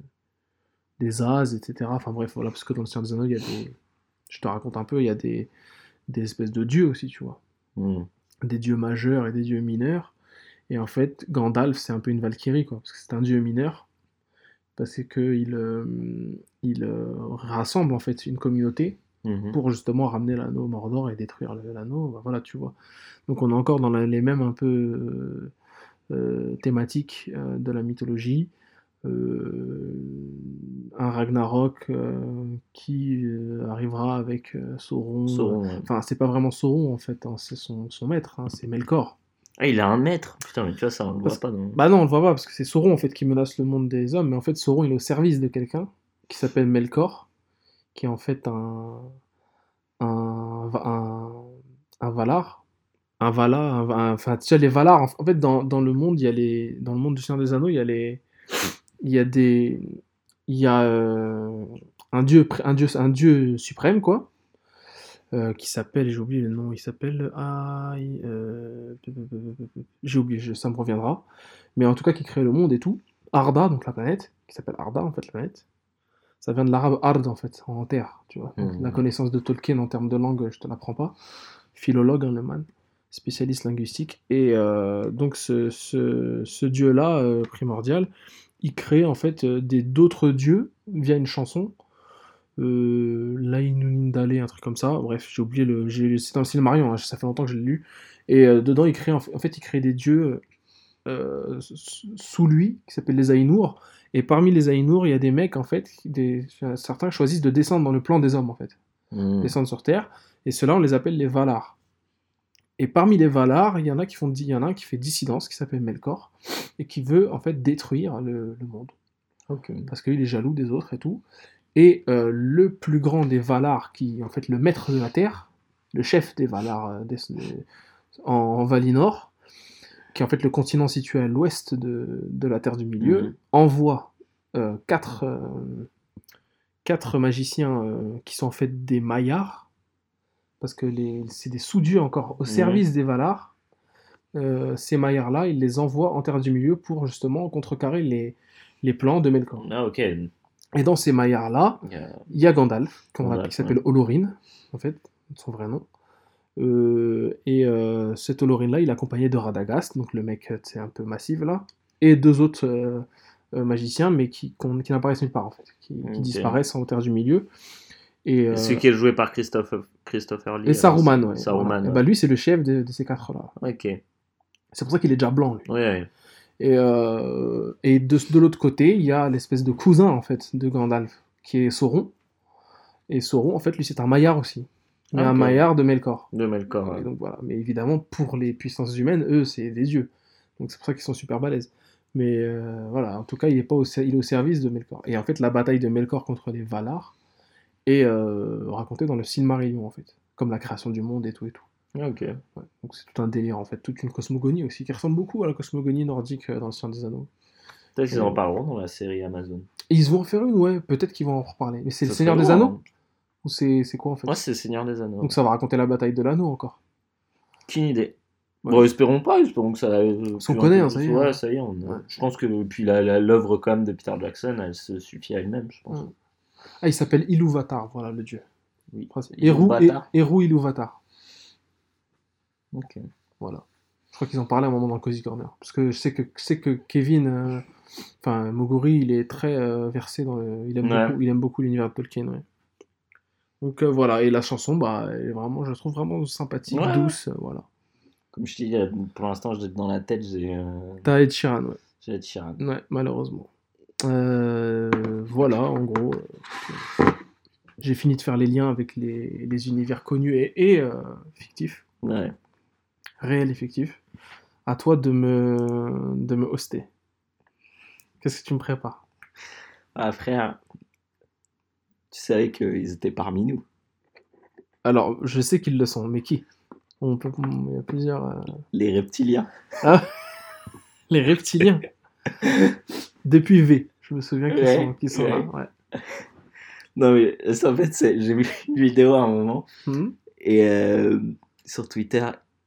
des As, et cetera. Enfin bref, voilà, parce que dans le Seigneur des Anneaux, il y a des... Je te raconte un peu, il y a des, des espèces de dieux aussi, tu vois. Mm. Des dieux majeurs et des dieux mineurs. Et en fait, Gandalf, c'est un peu une Valkyrie, quoi, parce que c'est un dieu mineur, parce qu'il euh, il, euh, rassemble, en fait, une communauté Mhm. pour justement ramener l'anneau au Mordor et détruire le- l'anneau, bah, voilà, tu vois. Donc on est encore dans la- les mêmes un peu euh, euh, thématiques euh, de la mythologie. Euh, un Ragnarok euh, qui euh, arrivera avec euh, Sauron. Sauron, ouais. Enfin, c'est pas vraiment Sauron, en fait, hein, c'est son, son maître, hein, c'est Melkor. Ah, il a un maître. Putain, mais tu vois, ça, on le Parce- voit pas. Non. Bah non, on le voit pas, parce que c'est Sauron, en fait, qui menace le monde des hommes, mais en fait, Sauron, il est au service de quelqu'un qui s'appelle Melkor, qui est en fait un... un, un, un Valar. Un Valar, un- un- enfin, tu sais, les Valars, en en fait, dans, dans le monde, il y a les... Dans le monde du Seigneur des Anneaux, il y a les... Il y a des... Il y a euh, un, dieu, pr- un, dieu, un dieu suprême, quoi, euh, qui s'appelle, j'ai oublié le nom, il s'appelle... Ah, il- euh, j'ai oublié, je- ça me reviendra. Mais en tout cas, qui crée le monde et tout. Arda, donc la planète, qui s'appelle Arda, en fait, la planète. Ça vient de l'arabe ard, en fait, en terre, tu vois. Donc, Mhm. la connaissance de Tolkien en termes de langue, je te l'apprends pas. Philologue, hein, le man, spécialiste linguistique. Et euh, donc, ce, ce, ce dieu-là, euh, primordial, il crée, en fait, euh, des, d'autres dieux via une chanson. Euh, Lainunindale, un truc comme ça. Bref, j'ai oublié le... j'ai- C'est dans le Silmarillion, hein, ça fait longtemps que je l'ai lu. Et euh, dedans, il crée, en fait, en fait, il crée des dieux euh, s- sous lui, qui s'appellent les Ainur. Et parmi les Ainur, il y a des mecs, en fait, qui- des, certains choisissent de descendre dans le plan des hommes, en fait. Mm. Descendre sur Terre. Et ceux-là, on les appelle les Valar. Et parmi les Valar, il y en a qui font, il y en a un qui fait dissidence, qui s'appelle Melkor, et qui veut, en fait, détruire le, le monde. Ok. Parce qu'il est jaloux des autres et tout. Et euh, le plus grand des Valar, qui est en fait le maître de la Terre, le chef des Valar euh, des- des- en, en Valinor, qui est en fait le continent situé à l'ouest de, de la Terre du Milieu, Mhm. envoie euh, quatre, euh, quatre magiciens euh, qui sont en fait des Maillards, parce que les, c'est des sous-dieux encore au service des Valar. Euh, ces Maillards-là, il les envoie en Terre du Milieu pour justement contrecarrer les, les plans de Melkor. Ah, ok. Il Et dans ces Maillards-là, y a- il y a Gandalf, qu'on Gandalf, rappelle, qui s'appelle ouais. Olorin, en fait, son vrai nom. Euh, et euh, cet Olorin-là, il est accompagné de Radagast, donc le mec, euh, c'est un peu massif là, et deux autres euh, euh, magiciens, mais qui, qu'on- qui n'apparaissent nulle part en fait, qui, qui Ok. disparaissent en Terre du Milieu. Et, euh, Celui qui est joué par Christophe... Christopher Lee. et Saruman, alors, ouais. Saruman, voilà. Et ouais. bah, lui, c'est le chef de, de ces quatre-là. Ok. C'est pour ça qu'il est déjà blanc, lui. Ouais, ouais. Et, euh, et de, de l'autre côté, il y a l'espèce de cousin en fait de Gandalf, qui est Sauron. Et Sauron, en fait, lui, c'est un Maillard aussi. Mais Ah, un ok. Maillard de Melkor. De Melkor. Et ouais. donc voilà. Mais évidemment, pour les puissances humaines, eux, c'est des dieux. Donc c'est pour ça qu'ils sont super balèzes. Mais euh, voilà, en tout cas, il est, pas au, ser- il est au service de Melkor. Et en fait, la bataille de Melkor contre les Valar est euh, racontée dans le Silmarillion, en fait. Comme la création du monde et tout et tout. Ah, ok. Ouais. Donc c'est tout un délire, en fait. Toute une cosmogonie aussi, qui ressemble beaucoup à la cosmogonie nordique euh, dans le Seigneur des Anneaux. Peut-être qu'ils Euh, en parleront dans la série Amazon. Et ils vont en faire une, ouais. Peut-être qu'ils vont en reparler. Mais c'est le Ça Seigneur serait des lourd, Anneaux hein. Ou c'est c'est quoi, en fait? Ouais, c'est Seigneur des Anneaux. Donc ça va raconter la bataille de l'anneau, encore. Qu'une idée. Ouais. Bon, espérons pas, espérons que ça. euh, Si on plus connaît, un hein, peu ça plus- y est, Ouais, hein. ça y est. On... Ouais. Je pense que puis la, la- l'œuvre quand même de Peter Jackson, elle se suffit à elle-même, je pense. Ouais. Ah, il s'appelle Ilúvatar, voilà le dieu. Oui. Eru, Ilúvatar. et- Eru Ilúvatar. Ok. Voilà. Je crois qu'ils en parlaient à un moment dans le Cozy Corner. Parce que je sais que, je sais que Kevin, euh, enfin Moguri, il est très euh, versé dans le. Il aime, Ouais. beaucoup, il aime beaucoup l'univers de Tolkien, ouais. Donc euh, voilà, et la chanson, bah, elle est vraiment, je la trouve vraiment sympathique, Ouais. douce, euh, voilà. Comme je te dis, euh, pour l'instant, j'ai dans la tête, j'ai. Euh... T'as Ed Sheeran, ouais. J'ai Ed Sheeran. Ouais, malheureusement. Euh, voilà, en gros. euh, j'ai fini de faire les liens avec les, les univers connus et, et euh, fictifs, Ouais. réels et fictifs. À toi de me, de me hoster. Qu'est-ce que tu me prépares? Ah, frère, tu savais qu'ils étaient parmi nous. Alors, je sais qu'ils le sont, mais qui? On peut, il y a plusieurs. euh, Les reptiliens. Les reptiliens. Depuis V, je me souviens qu'ils Ouais, sont, qu'ils sont là. ouais. Ouais. Non, mais ça, en fait, c'est- j'ai vu une vidéo à un moment. Mhm. Et euh, sur Twitter,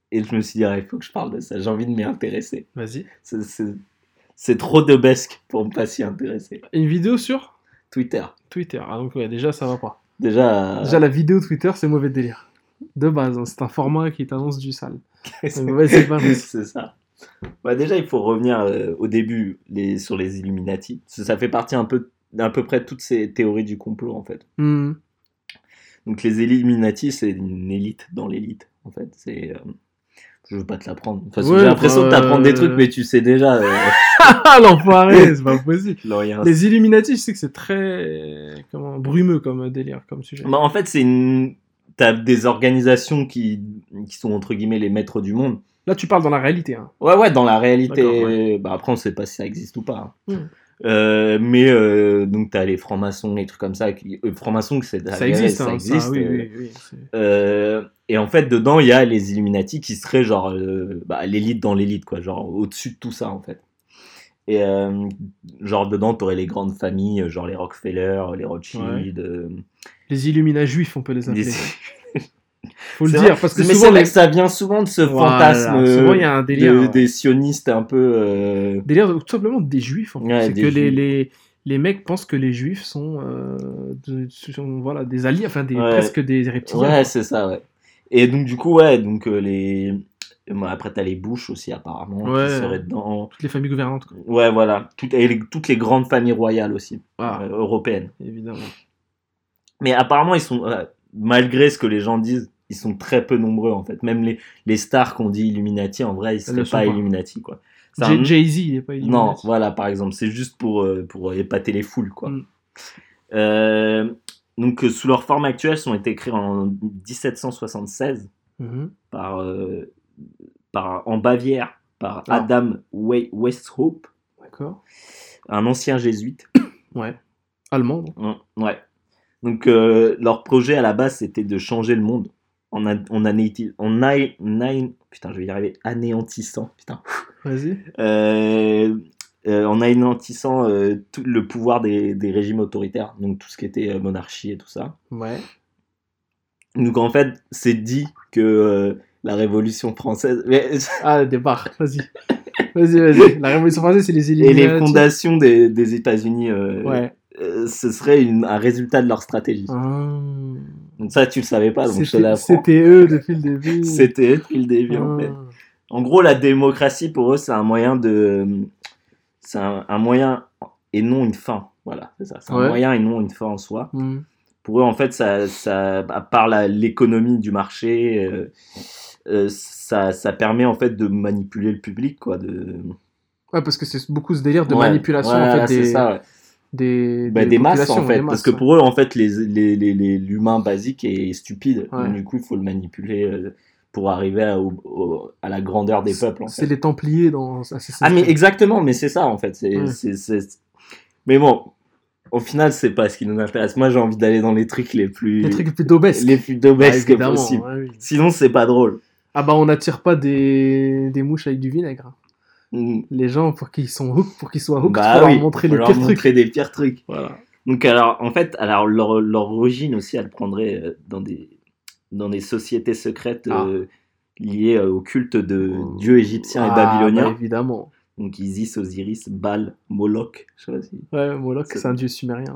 Et je me suis dit, ah, il faut que je parle de ça, j'ai envie de m'y intéresser. Vas-y. C'est, c'est, c'est trop de besque pour ne pas s'y intéresser. Une vidéo sur Twitter. Twitter. Ah, donc, ouais, déjà, ça va pas. Déjà, Déjà, la vidéo Twitter, c'est mauvais délire. De base, hein, c'est un format qui t'annonce du sale. c'est, Donc, ouais, c'est pas vrai. c'est ça. Bah, déjà, il faut revenir euh, au début les, sur les Illuminati. Ça, ça fait partie un peu, à peu près de toutes ces théories du complot, en fait. Hmm. Donc, les Illuminati, c'est une élite dans l'élite, en fait. C'est... Euh... Je veux pas te l'apprendre. De toute façon, Ouais, j'ai l'impression bah, de t'apprendre des euh, trucs, mais tu sais déjà. Euh... Ah, l'enfoiré, c'est pas possible. non, y a un- Les Illuminati, je sais que c'est très comment, brumeux comme délire, comme sujet. Bah, en fait, c'est une... T'as des organisations qui... qui sont, entre guillemets, les maîtres du monde. Là, tu parles dans la réalité. Hein. Ouais, ouais, dans la réalité. D'accord, ouais. Bah, après, on sait pas si ça existe ou pas. hein. Hmm. Euh, mais euh, donc, t'as les francs-maçons, les trucs comme ça. Qui... Euh, francs-maçons, c'est Ça avéré, existe, ça hein, existe. ça, oui, euh, oui, oui. c'est- Euh, et en fait, dedans, il y a les Illuminati qui seraient genre euh, bah, l'élite dans l'élite, quoi, genre au-dessus de tout ça, en fait. Et euh, genre dedans, t'aurais les grandes familles, genre les Rockefeller, les Rothschild. euh, Les Illuminats juifs, on peut les appeler. les- Faut le C'est dire, vrai, parce que mais souvent, c'est vrai les... que ça vient souvent de ce Voilà, fantasme souvent, euh, il y a un de- délire. ouais. des sionistes un peu. euh, Délire de- tout simplement des juifs. En fait. Ouais, c'est des que les, juifs. les, les mecs pensent que les juifs sont, euh, de- sont, voilà, des alliés, enfin des, Ouais. presque des reptiliens. Ouais, quoi. c'est ça, ouais. Et donc, du coup, ouais, donc euh, les. Bon, après, t'as les Bush aussi, apparemment, Ouais. qui seraient dedans. Toutes les familles gouvernantes, quoi. Ouais, voilà. Toutes, et les- toutes les grandes familles royales aussi, Ah, euh, européennes. évidemment. Mais apparemment, ils sont, euh, malgré ce que les gens disent, ils sont très peu nombreux en fait. Même les, les stars qu'on dit Illuminati, en vrai, ils Elles seraient le pas, sont pas. Illuminati quoi. C'est Jay- un- Jay-Z, il est pas Non, Illuminati. voilà, par exemple, c'est juste pour, euh, pour épater les foules quoi. Mm. Euh, donc, euh, sous leur forme actuelle, sont été créés en dix-sept cent soixante-seize Mhm. par, euh, par, en Bavière par Ah. Adam We- Westhope, D'accord. un ancien jésuite. Ouais. Allemand, donc. Mm, Ouais. Donc, euh, leur projet à la base, c'était de changer le monde en, a- en, anéanti- en aé- naé- putain, je vais y arriver, anéantissant, putain, Vas-y. Euh, euh, en anéantissant euh, tout le pouvoir des, des régimes autoritaires, donc tout ce qui était euh, monarchie et tout ça. Ouais. Donc, en fait, c'est dit que euh, la Révolution française mais- Ah, départ. Vas-y. Vas-y, vas-y. La Révolution française, c'est les et Illuminati. les fondations des, des États-Unis, euh, Ouais. euh, ce serait une- un résultat de leur stratégie. Ah. Donc, ça, tu le savais pas, donc je te C'était l'apprends. c'était eux depuis le début. C'était depuis le début, en fait. Ah. En gros, la démocratie, pour eux, c'est un moyen de... C'est un, un moyen et non une fin. Voilà, c'est ça. C'est un Ouais. moyen et non une fin en soi. Hmm. Pour eux, en fait, ça, ça, à part la- l'économie du marché, euh, euh, ça, ça permet, en fait, de manipuler le public, quoi. De... Ouais, parce que c'est beaucoup ce délire de Ouais, manipulation ouais, en fait, c'est des, ça, ouais. des, Bah, des masses, populations, en fait. des masses, parce que ouais. pour eux, en fait, les, les, les, les- l'humain basique est stupide. Ouais. Donc, du coup, il faut le manipuler euh, pour arriver à, au- au- à la grandeur des peuples, en fait. C'est les Templiers dans Assassin's Ah mais Creed. exactement, mais c'est ça en fait. C'est, Ouais. c'est, c'est- Mais bon, au final, c'est pas ce qui nous intéresse. Moi, j'ai envie d'aller dans les trucs les plus, Les trucs plus d'obèses. les plus Ah, dobesques évidemment, possible. ouais, oui. Sinon, c'est pas drôle. Ah bah on n'attire pas des... des mouches avec du vinaigre. Mm. Les gens pour qu'ils sont hook, pour qu'ils soient hook, Bah faut oui, leur montrer faut les leur pires montrer trucs. des pires trucs. Voilà. Donc alors, en fait, alors leur, leur origine aussi, elle prendrait euh, dans des dans des sociétés secrètes euh, liées euh, au culte de dieux égyptiens et Ah, babyloniens. bah, évidemment. Donc Isis, Osiris, Baal, Moloch. Je sais pas si- Ouais, Moloch, C'est- c'est un dieu sumérien.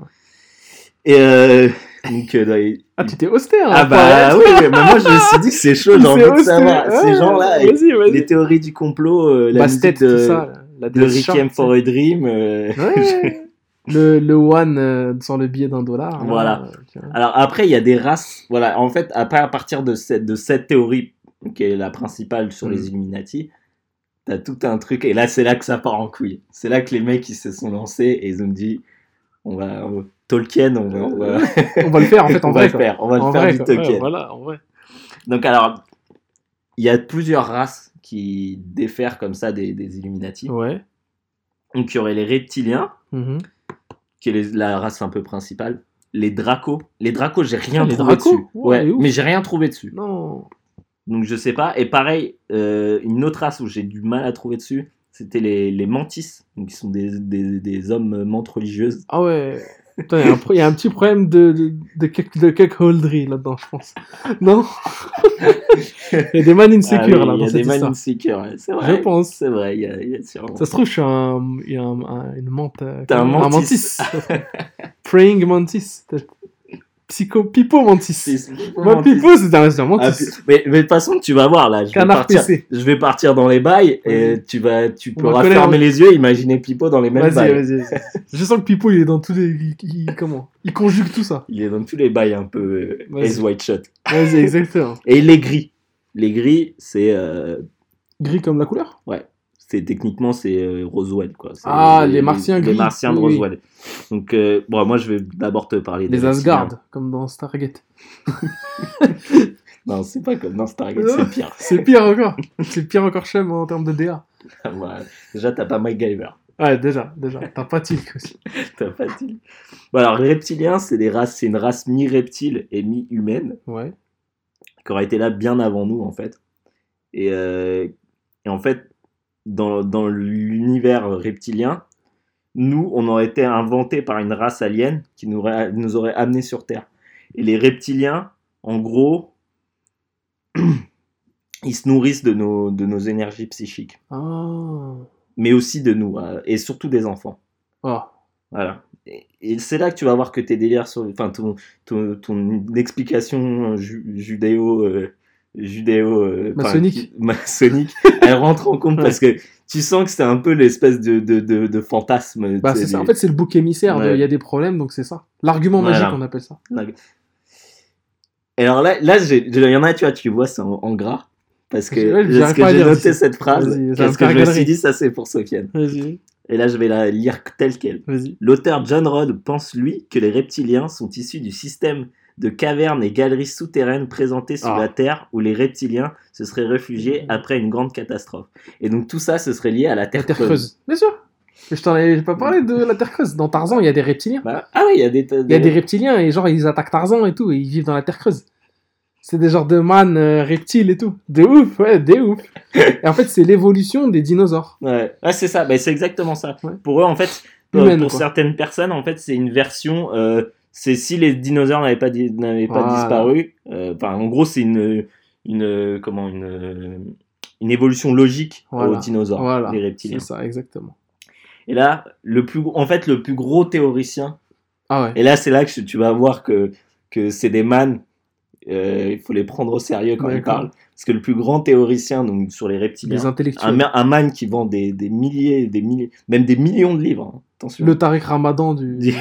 Et euh, donc euh, dans les- Ah, tu t'es austère. Ah hein, bah pas- oui, mais moi je me suis dit que c'est chaud, j'ai C'est envie de austère. savoir. Ouais, Ces gens-là, avec Vas-y, vas-y. les théories du complot, euh, la Bastet, musique de, tout ça. La de Death Shark, Requiem tu for sais. a Dream. euh, Ouais. le, le one euh, sans le billet d'un dollar. là, Voilà. euh, tu vois. Alors après, il y a des races. Voilà, en fait, après, à partir de cette, de cette théorie, qui est la principale sur Mm. les Illuminati, t'as tout un truc. Et là, c'est là que ça part en couille. C'est là que les mecs, ils se sont lancés et ils ont dit, on va... on- Tolkien, on va... On va, On va le faire en fait en on va vrai. le quoi. faire, on va le En faire vrai, du quoi. Tolkien. Ouais, voilà, en vrai. Donc alors, il y a plusieurs races qui défèrent comme ça des, des Illuminati. Ouais. Donc il y aurait les reptiliens, Mhm. qui est les- la race un peu principale. Les dracos. Les dracos, j'ai rien Ah, les trouvé dracos dessus. Ouais, Ouais, elle est ouf. mais j'ai rien trouvé dessus. Non. Donc je sais pas. Et pareil, euh, une autre race où j'ai du mal à trouver dessus, c'était les, les mantis. Donc ils sont des, des, des hommes mantes religieuses. Ah ouais. Putain, il y a un pro- il y a un petit problème de, de, de, cake, de cakeholdery là-dedans, je pense. Non. Il y a des man insécures Ah oui, là il y dans a cette des man histoire. insecure, ouais, c'est vrai. Je pense. C'est vrai, il y a, il y a sûrement. Ça se trouve, je suis un, il y a un, un- une menthe. euh, T'es un comment- mantis. Praying mantis. peut-être. Psycho Pipo mantis. C'est- Moi, mantis. Pipo, c'est un, c'est un Ah, mantis. puis- mais, mais de toute façon, tu vas voir là. Je vais, Canard partir, P C. je vais partir dans les bails et Vas-y. tu, vas, tu On pourras va connaître- fermer les yeux et imaginer Pipo dans les mêmes Vas-y, bails. vas-y, vas-y. Je sens que Pipo, il est dans tous les. Il, il- comment Il conjugue tout ça. Il est dans tous les bails un peu euh, Vas-y. Ace White Shot. Vas-y, exactement. Et les gris. Les gris, c'est. euh, Gris comme la couleur ouais. C'est, techniquement, c'est euh, Roswell. Quoi. C'est Ah, les Martiens Les gris. Martiens de Oui, oui. Roswell. Donc, euh, bon, moi, je vais d'abord te parler des Les reptiliens. Asgard, comme dans Stargate. Non, c'est pas comme dans Stargate, Non. c'est pire. C'est pire encore. C'est pire encore chez moi en termes de D A. Voilà. Déjà, t'as pas MacGyver. Ouais, déjà, déjà. T'as pas Tilk aussi. T'as pas dit. Bon, alors, les reptiliens, c'est, des races, c'est une race mi-reptile et mi-humaine Ouais. qui aurait été là bien avant nous, en fait. Et, euh, et en fait, dans, dans l'univers reptilien, nous, on aurait été inventés par une race alien qui nous aurait, nous aurait amenés sur Terre. Et les reptiliens, en gros, ils se nourrissent de nos, de nos énergies psychiques, Ah. mais aussi de nous, euh, et surtout des enfants. Ah. Voilà. Et, et c'est là que tu vas voir que tes délires sur, enfin ton, ton, ton explication ju- judéo, euh, judéo, euh, enfin, Maçonnique. qui- maçonnique, elle rentre en compte Ouais. parce que tu sens que c'est un peu l'espèce de, de, de, de fantasme. Bah, tu sais, c'est ça. des- En fait, c'est le bouc émissaire. de- Il Ouais. y a des problèmes, donc c'est ça. L'argument Voilà. magique, on appelle ça. Et alors là, là, j'ai- il y en a, tu vois, tu vois, c'est en, en gras. Parce que, Ouais, j'arrive parce que pas à j'ai lire noté ici. cette phrase, Vas-y, ça va parce me que faire je me galerie. suis dit, ça c'est pour Sofiane. Vas-y. Et là, je vais la lire telle qu'elle. Vas-y. L'auteur John Rod pense, lui, que les reptiliens sont issus du système de cavernes et galeries souterraines présentées sur Ah. la Terre, où les reptiliens se seraient réfugiés après une grande catastrophe. Et donc tout ça, ce serait lié à la Terre, La Terre creuse. Bien sûr. Mais je t'en ai j'ai pas parlé de la Terre creuse. Dans Tarzan, il y a des reptiliens. Bah, ah oui, il y a des... Il y a des reptiliens et genre ils attaquent Tarzan et tout et ils vivent dans la Terre creuse. C'est des genres de man euh, reptiles et tout. De ouf, ouais, de ouf. Et en fait, c'est l'évolution des dinosaures. Ouais, ouais c'est ça, bah, c'est exactement ça. Ouais. Pour eux, en fait, pour, Humaine, pour quoi. certaines personnes, en fait, c'est une version... euh, c'est si les dinosaures n'avaient pas, di- n'avaient pas Voilà. disparu. euh, Enfin, en gros, c'est une... une euh, comment une, euh, une évolution logique Voilà. aux dinosaures, Voilà. les reptiliens. C'est ça, exactement. Et là, le plus, gros- en fait, le plus gros théoricien, Ah ouais. et là, c'est là que tu vas voir que, que c'est des man, euh, il faut les prendre au sérieux quand ils D'accord. parlent. Parce que le plus grand théoricien donc, sur les Les reptiliens, un, intellectuels. ma- un man qui vend des, des milliers, des milliers, même des millions de livres, hein, attention. Le Tariq Ramadan du. Du-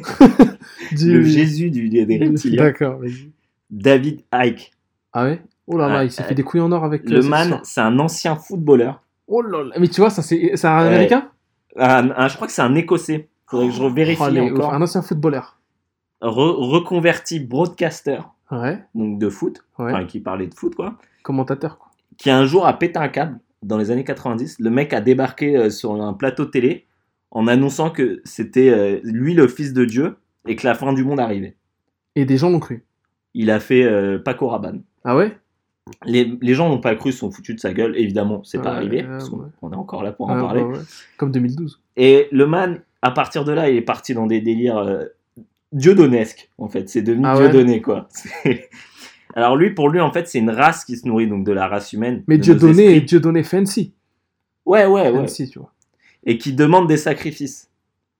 du- le Jésus du, des reptiliens, D'accord, vas-y. David Icke. Ah ouais. Oh là là, Ouais, il s'est euh, fait des couilles en or avec. euh, Le cette man, histoire. c'est un ancien footballeur. Oh là là. Mais tu vois, ça c'est c'est un Ouais. américain. Un- un- je crois que c'est un écossais. Faudrait que je vérifie Oh, les ouf. encore. Un ancien footballeur. Re- reconverti broadcaster, Ouais. donc de foot, Ouais. enfin qui parlait de foot quoi. Commentateur quoi. Qui un jour a pété un câble dans les années quatre-vingt-dix. Le mec a débarqué euh, sur un plateau de télé en annonçant que c'était euh, lui le fils de Dieu et que la fin du monde arrivait. Et des gens l'ont cru. Il a fait euh, Paco Rabanne. Ah ouais. Les, les gens n'ont pas cru, sont foutus de sa gueule. Évidemment, c'est pas Ouais, arrivé. ouais, Parce qu'on ouais. on est encore là pour Ah, en parler. bah ouais. Comme deux mille douze. Et le man, à partir de là, il est parti dans des délires euh, dieudonnesques, en fait. C'est devenu Ah ouais. Dieudonné, quoi. C'est- Alors lui, pour lui, en fait, c'est une race qui se nourrit donc de la race humaine. Mais de Dieu nos donné, esprits. Dieu donné fancy. Ouais, ouais, ouais. Fancy, tu vois. Et qui demande des sacrifices.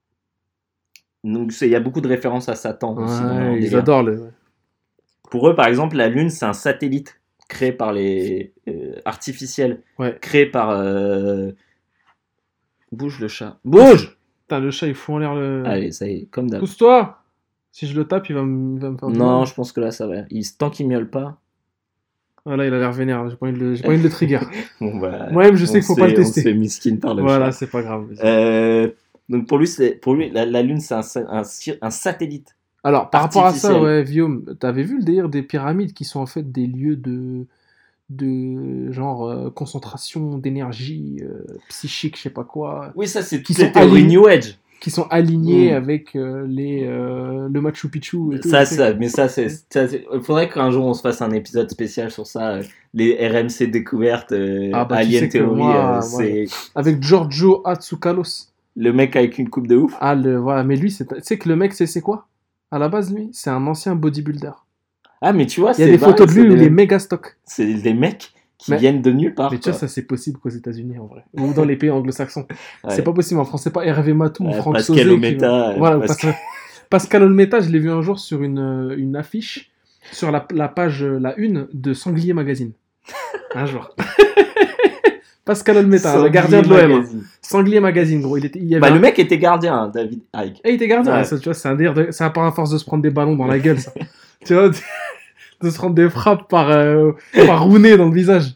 Donc c'est- il y a beaucoup de références à Satan aussi. dans leur Ouais, ils délire. adorent le. ouais. Pour eux, par exemple, la Lune, c'est un satellite créé par les euh, artificiels, Ouais. créé par euh, bouge le chat, bouge. Putain, le chat il fout en l'air le. Allez, ça y est, comme d'hab. Pousse-toi. Si je le tape, il va me, il va me faire. du Non, mal. je pense que là, ça va. Il, tant qu'il miaule pas. Voilà, il a l'air vénère. J'ai pas envie de le, j'ai pas envie de le trigger. Bon, bah, Moi-même, je sais on qu'il faut se pas le fait- On se tester. fait miskin par le Voilà, chat. c'est pas grave. vas-y. Euh, donc pour lui, c'est pour lui, la, la Lune, c'est un, sa- un, ci- un satellite. Alors, par rapport à ça, artificiel. ouais, Guillaume, t'avais vu le délire des pyramides qui sont en fait des lieux de, de genre euh, concentration d'énergie euh, psychique, je sais pas quoi, Oui, ça, c'est Qui toutes les sont théories alignés. New Age. qui sont alignés Mm. avec euh, les, euh, le Machu Picchu et tout. Ça, tu sais. ça, mais ça, c'est, ça, c'est- il faudrait qu'un jour on se fasse un épisode spécial sur ça. euh, Les R M C découvertes, euh, Ah bah, tu Alien sais que Theory, moi, euh, moi, c'est. Avec Giorgio Atsoukalos. Le mec avec une coupe de ouf. Ah, le, voilà, mais lui, c'est... tu sais que le mec, c'est, c'est quoi? À la base, lui, c'est un ancien bodybuilder. Ah, mais tu vois, Il y a c'est des pareil, photos de lui c'est où il des- est méga stock. C'est des mecs qui Mais- viennent de nulle part. Mais tu vois, quoi. ça, c'est possible qu'aux États-Unis, en vrai. Ou dans les pays anglo-saxons. Ouais. C'est pas possible en France. C'est pas Hervé Matou ou Ouais, Franck Pascal Sauzet. qui Ometa, va- euh, Voilà, Pascal- Pascal... Pascal Olmeta, je l'ai vu un jour sur une, euh, une affiche sur la, la page, euh, la une de Sanglier Magazine. Un jour. Pascal Olmeta, le gardien de l'O M. Magazine. Sanglier Magazine, gros. Il, était, il y avait Bah, un- le mec était gardien, hein, David Icke. Eh, il était gardien, Ouais. ça, tu vois, c'est un délire de... C'est un peu à force de se prendre des ballons dans la gueule, ça. Tu vois, de... de se prendre des frappes par, euh, par Rooney dans le visage.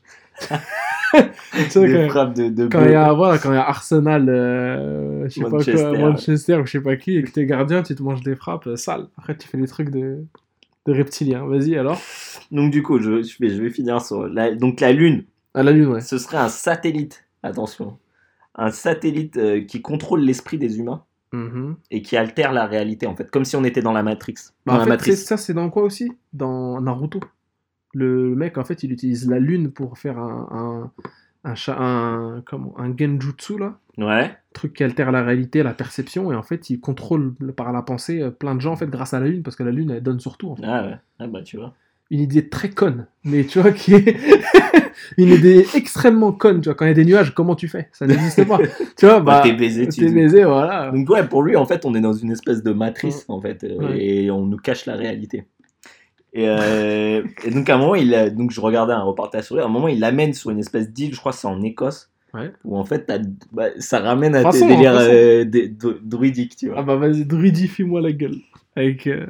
Tu sais, Des quand, frappes de, de quand il y bleu. a, voilà, quand il y a Arsenal, euh, je sais pas Manchester, quoi, ouais. Manchester ou je sais pas qui, et que t'es gardien, tu te manges des frappes euh, sales. Après, tu fais des trucs de, de reptilien. Vas-y, alors. Donc, du coup, je, je, vais, je vais finir sur. La, donc, la Lune, À la lune, ouais. ce serait un satellite. Attention. Un satellite euh, qui contrôle l'esprit des humains Mhm. et qui altère la réalité, en fait. Comme si on était dans la Matrix. Bah, Dans en la fait, Matrice. c'est- ça, c'est dans quoi aussi? Dans Naruto. Le mec, en fait, il utilise la lune pour faire un, un, un, cha- un, comment, un genjutsu, là. Ouais. Truc qui altère la réalité, la perception, et en fait, il contrôle par la pensée euh, plein de gens, en fait, grâce à la lune, parce que la lune, elle donne sur tout, en fait. Ah ouais. Ah bah, tu vois. Une idée très conne, mais tu vois, qui est une idée extrêmement conne, tu vois. Quand il y a des nuages, comment tu fais? Ça n'existe pas. Tu vois, Bah, bah. t'es baisé, tu T'es dis. baisé, voilà. Donc ouais, pour lui, en fait, on est dans une espèce de matrice, en fait, euh, Ouais. et on nous cache la réalité. Et, euh, et donc à un moment, il a- donc je regardais un reportage sur lui. À un moment, il l'amène sur une espèce d'île, je crois que c'est en Écosse, Ouais. où en fait, t'as- bah, ça ramène à De toute tes façon, délires de toute façon. euh, des- dru- druidiques, tu vois. Ah bah vas-y, druidifie-moi la gueule. Avec. euh,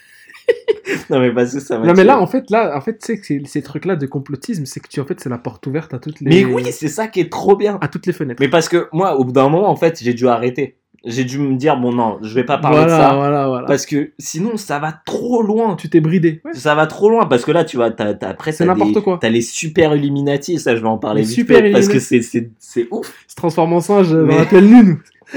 Non mais parce que ça m'a Non mais tué. là en fait là en fait tu sais que c'est- ces trucs là de complotisme c'est que tu en fait c'est la porte ouverte à toutes les Mais oui, c'est ça qui est trop bien. à toutes les fenêtres. Mais parce que moi, au bout d'un moment, en fait, j'ai dû arrêter. J'ai dû me dire bon non, je vais pas parler voilà, de ça voilà voilà. parce que sinon ça va trop loin. Tu t'es bridé. Ouais. Ça va trop loin parce que là, tu vois, t'as, t'as, après, C'est t'as n'importe des- quoi. T'as les super Illuminati, ça, je vais en parler Les vite super fait, parce que Illuminati. c'est, c'est, c'est ouf. Il se transforme en singe Mais- dans la pleine lune.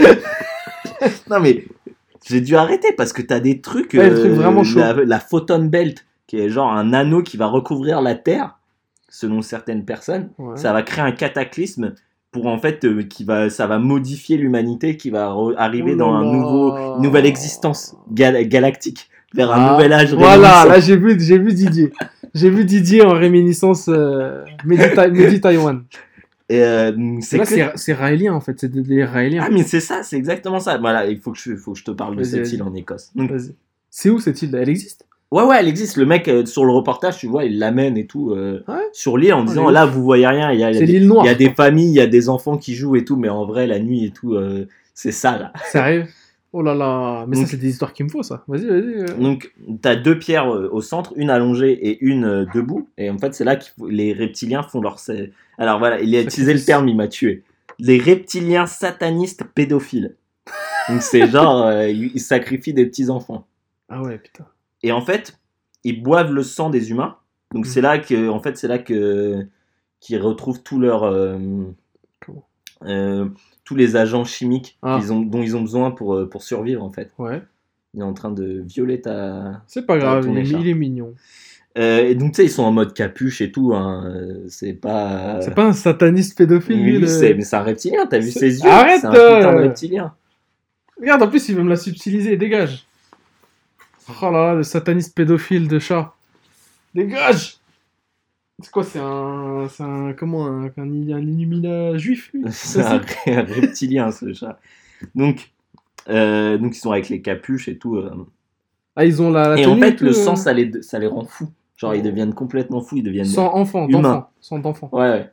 Non, mais j'ai dû arrêter parce que t'as des trucs. Ouais, des trucs vraiment chauds. La, la Photon Belt, qui est genre un anneau qui va recouvrir la Terre, selon certaines personnes. Ouais. Ça va créer un cataclysme pour en fait, euh, qui va, ça va modifier l'humanité, qui va re- arriver Oh dans là un là. nouveau, une nouvelle existence gal- galactique, vers un Ah, nouvel âge. Voilà, réminiscent. là j'ai vu j'ai vu Didier. J'ai vu Didier en réminiscence euh, Mehdi Mehdi Taïwan. Et euh, c'est Là que- c'est c'est raélien en fait, c'est des, des raéliens. Ah mais c'est ça, c'est exactement ça. Voilà, il faut que je, faut que je te parle de Vas-y, cette vas-y. île en Écosse. Donc, Vas-y. C'est où cette île? Elle existe? ouais, ouais, elle existe. Le mec, euh, sur le reportage, tu vois, il l'amène et tout euh, Ouais. sur l'île en Oh, disant les là, vous voyez rien. Il y a, il y a C'est des, l'île noire. il y a des familles, il y a des enfants qui jouent et tout, mais en vrai, la nuit et tout, euh, c'est ça là. Sérieux? Oh là là, mais Donc- ça c'est des histoires qu'il me faut ça. Vas-y, vas-y. euh. Donc, t'as deux pierres euh, au centre, une allongée et une euh, debout. Et en fait, c'est là que les reptiliens font leur. sé- Alors voilà, il a utilisé le Sacrifice. terme, il m'a tué. Les reptiliens satanistes pédophiles. Donc, c'est genre, euh, ils ils sacrifient des petits enfants. Ah ouais, putain. Et en fait, ils boivent le sang des humains. Donc Mhm. c'est là que, en fait, c'est là que qu'ils retrouvent tous leurs, euh, Comment euh, tous les agents chimiques Ah. qu'ils ont, dont ils ont besoin pour euh, pour survivre en fait. Ouais. Il est en train de violer ta. C'est pas grave, ton il est, écharpe. il est mignon. Euh, et donc tu sais, ils sont en mode capuche et tout. Hein. euh, C'est pas. C'est pas un sataniste pédophile, lui. Oui, le- c'est, mais c'est un reptilien. T'as vu C'est- ses yeux? Arrête, C'est un putain de euh. reptilien. Regarde, en plus, il veut me la subtiliser, dégage. Oh là là, le sataniste pédophile de chat. Dégage! C'est quoi, c'est un. C'est un. Comment? Un, un, un Illumina juif, lui? C'est un, un reptilien ce chat. Donc. Euh, donc ils sont avec les capuches et tout. euh. Ah, ils ont la. la Et en tenue fait, tout, le euh, sang, ça les, ça les rend fous. Genre, ils deviennent complètement fous, ils deviennent... Sans enfant, humain. d'enfant. Sans d'enfant. Ouais, ouais.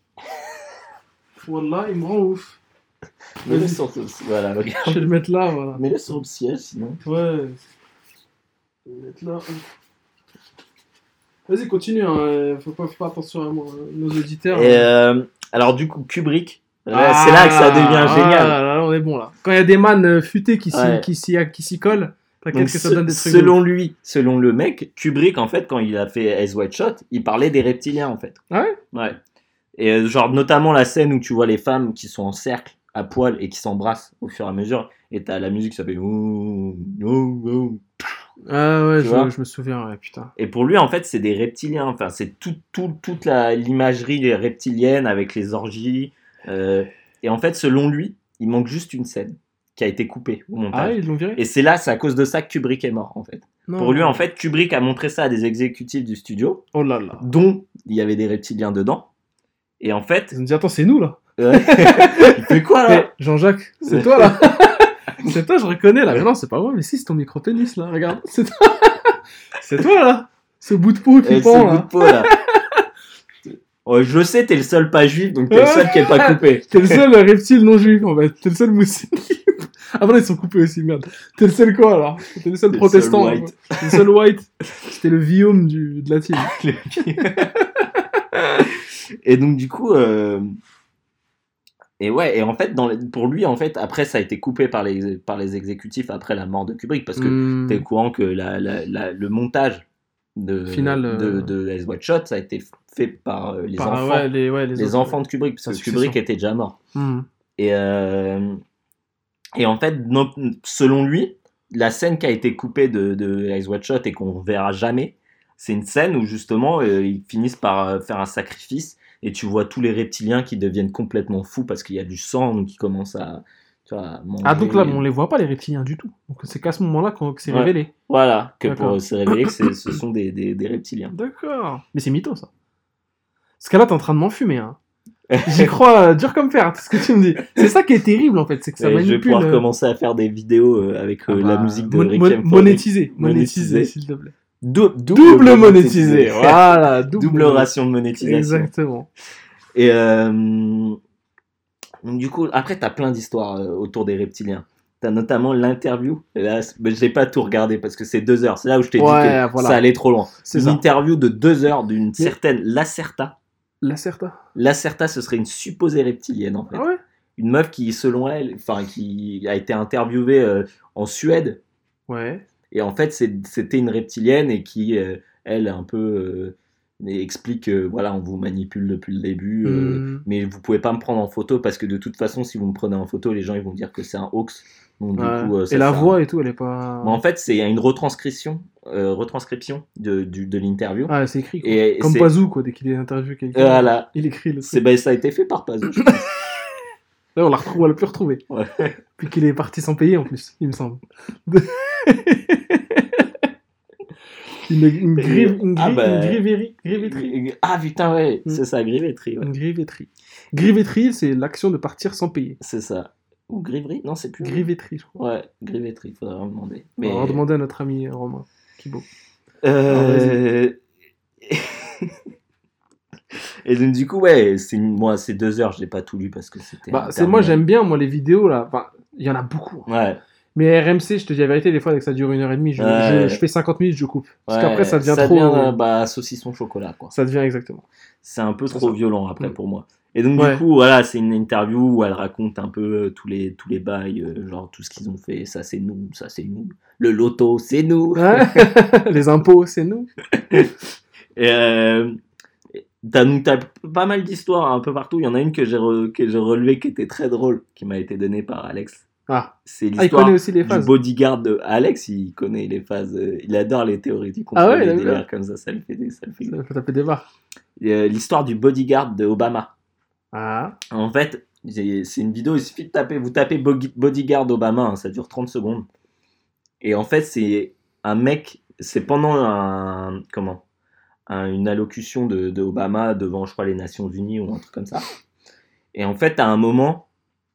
Wallah, il me rend ouf. Mets-le Vas-y. sur... Voilà, Je regarde. vais le mettre là, voilà. Mets-le sur le siège, sinon. Ouais. Je vais le mettre là. Vas-y, continue, hein. euh, Faut pas faire attention à moi, euh, nos auditeurs. Et hein. euh, alors, du coup, Kubrick, là, c'est là que ça devient Ah, génial. là, là, on est bon là. Quand il y a des man euh, futés qui s'y Ouais. qui s'y qui s'y collent, t'inquiète Donc, que ça se- donne des trucs. de selon ouf. lui, selon le mec, Kubrick, en fait, quand il a fait Eyes Wide Shut, il parlait des reptiliens, en fait. Ah ouais. Ouais. Et euh, genre, notamment la scène où tu vois les femmes qui sont en cercle, à poil, et qui s'embrassent au fur et à mesure, et t'as la musique qui s'appelle... Ouh, ouh, ouh. Ah ouais, Tu je, vois je me souviens, ouais, putain. Et pour lui, en fait, c'est des reptiliens. Enfin, c'est tout, tout, toute la, l'imagerie reptilienne avec les orgies. Euh, et en fait, selon lui, il manque juste une scène qui a été coupée au Ah montage. ouais, ils l'ont viré Et c'est là, c'est à cause de ça que Kubrick est mort, en fait. Non. Pour lui, en fait, Kubrick a montré ça à des exécutifs du studio, Oh là là. dont il y avait des reptiliens dedans. Et en fait, Ils ont dit, attends, c'est nous là. ouais. il fait quoi Eh, là Jean-Jacques, c'est Ouais. toi là. C'est toi, je reconnais là. Mais non, c'est pas moi, mais si, c'est ton micro-pénis là. Regarde. C'est toi. C'est toi là. Ce bout de peau qui Eh, ce pend bout là. de peau là. Ouais, je le sais, t'es le seul pas juif, donc t'es le seul qui est pas coupé. T'es le seul reptile non juif en fait. T'es le seul moussi. Ah voilà, ils sont coupés aussi, merde. T'es le seul quoi alors? T'es le seul T'es le protestant. seul quoi. white. T'es le seul white. C'était le Guillaume du, de la team. Et donc du coup, euh... et ouais, et en fait, dans les- pour lui, en fait, après, ça a été coupé par les par les exécutifs après la mort de Kubrick, parce que Hmm. t'es au courant que la, la, la- le montage de Final, euh, de, de Eyes Wide Shut, ça a été fait par euh, les Par- enfants, ouais, les, ouais, les, les autres, enfants de Kubrick, parce La que succession. Kubrick était déjà mort. Hmm. Et, euh, et en fait, no- selon lui, la scène qui a été coupée de, de Eyes Wide Shut et qu'on verra jamais, c'est une scène où justement euh, ils finissent par euh, faire un sacrifice et tu vois tous les reptiliens qui deviennent complètement fous parce qu'il y a du sang donc ils commencent à, tu vois, à manger. Ah, donc là, on les voit pas les reptiliens du tout. Donc c'est qu'à ce moment-là qu'on- que c'est Ouais. révélé. Voilà, que D'accord. pour se révéler que c'est- ce sont des, des, des reptiliens. D'accord. Mais c'est mytho, ça. Parce que là, t'es en train de m'enfumer, hein. J'y crois euh, dur comme fer, tout ce que tu me dis. C'est ça qui est terrible, en fait, c'est que ça Ouais, je vais manipule. pouvoir euh, commencer à faire des vidéos euh, avec euh, ah la bah, musique de mon- Requiem mon- for a Dream. Monétiser, monétiser, Monétiser. s'il te plaît. Dou- Double monétisé, voilà. Double, Double ration de monétisation. Exactement. Et euh, donc du coup, après, t'as plein d'histoires euh, autour des reptiliens. T'as notamment l'interview. Et là, c'est- mais j'ai pas tout regardé parce que c'est deux heures. C'est là où je t'ai dit Ouais, que voilà. ça allait trop loin. C'est Une ça. interview de deux heures d'une certaine Lacerta. Lacerta. Lacerta, ce serait une supposée reptilienne en fait. Ah ouais? Une meuf qui, selon elle, enfin, qui a été interviewée euh, en Suède. Ouais. Et en fait, c'est- c'était une reptilienne et qui, euh, elle, un peu euh, explique que voilà, on vous manipule depuis le début, euh, Hmm. mais vous pouvez pas me prendre en photo parce que de toute façon, si vous me prenez en photo, les gens ils vont dire que c'est un hoax. Donc, du Ouais. coup, euh, ça Et la sert à- voix et tout, elle est pas. Mais en fait, c'est une retranscription, euh, retranscription de, du- de l'interview. Ah, c'est écrit. Quoi. Et- et Comme c'est- Pazou, quoi, dès qu'il est interviewé quelqu'un. Voilà. Il écrit le C'est, truc. ben, ça a été fait par Pazou. je pense. Là, on l'a retrouvé, on l'a plus retrouvé. Ouais. Puis qu'il est parti sans payer en plus, il me semble. une, une, grive, une, Ah grive, bah. une grivérie, grivétrie. Ah putain, ouais, Mm. c'est ça, grivétrie. Ouais. Une grivétrie. Grivétrie, c'est l'action de partir sans payer. C'est ça. Ou griverie? Non, c'est plus. Grivétrie, je crois. Ouais, grivétrie, faudrait en demander. Mais... On va demander à notre ami euh, Romain Thibaut. Euh... Et donc du coup, ouais, c'est une... moi, c'est deux heures, j'ai pas tout lu parce que c'était. Bah, c'est, moi, j'aime bien, moi, les vidéos, là. Enfin, il y en a beaucoup. hein. Ouais. Mais R M C, je te dis la vérité, des fois, dès que ça dure une heure et demie, je, Ouais. je, je fais cinquante minutes, je coupe. Parce ouais, qu'après, ça devient ça trop... Devient, euh, bah, saucisson chocolat, quoi. Ça devient exactement. C'est un peu C'est trop ça. violent après Mm. pour moi. Et donc Ouais. du coup, voilà, c'est une interview où elle raconte un peu euh, tous les tous les bails, euh, genre tout ce qu'ils ont fait. Ça c'est nous, ça c'est nous. Le loto, c'est nous. Ouais. Les impôts, c'est nous. Et euh, t'as donc t'as pas mal d'histoires un peu partout. Il y en a une que j'ai re- que j'ai relevée qui était très drôle, qui m'a été donnée par Alex. Ah, C'est ah il l'histoire connaît aussi les du phases. bodyguard de Alex. Il connaît les phases. euh, il adore les théories du complot, Ah ouais, les d'accord. délires comme ça. Ça le fait, ça le fait. Ça fait taper des barres. Et, euh, l'histoire du bodyguard de Obama. Ah, En fait, c'est c'est une vidéo, il suffit de taper, vous tapez bo- Bodyguard Obama, hein, ça dure trente secondes. Et en fait, c'est un mec, c'est pendant un, comment, un- une allocution de, de Obama devant, je crois, les Nations Unies ou un truc comme ça. Et en fait, à un moment,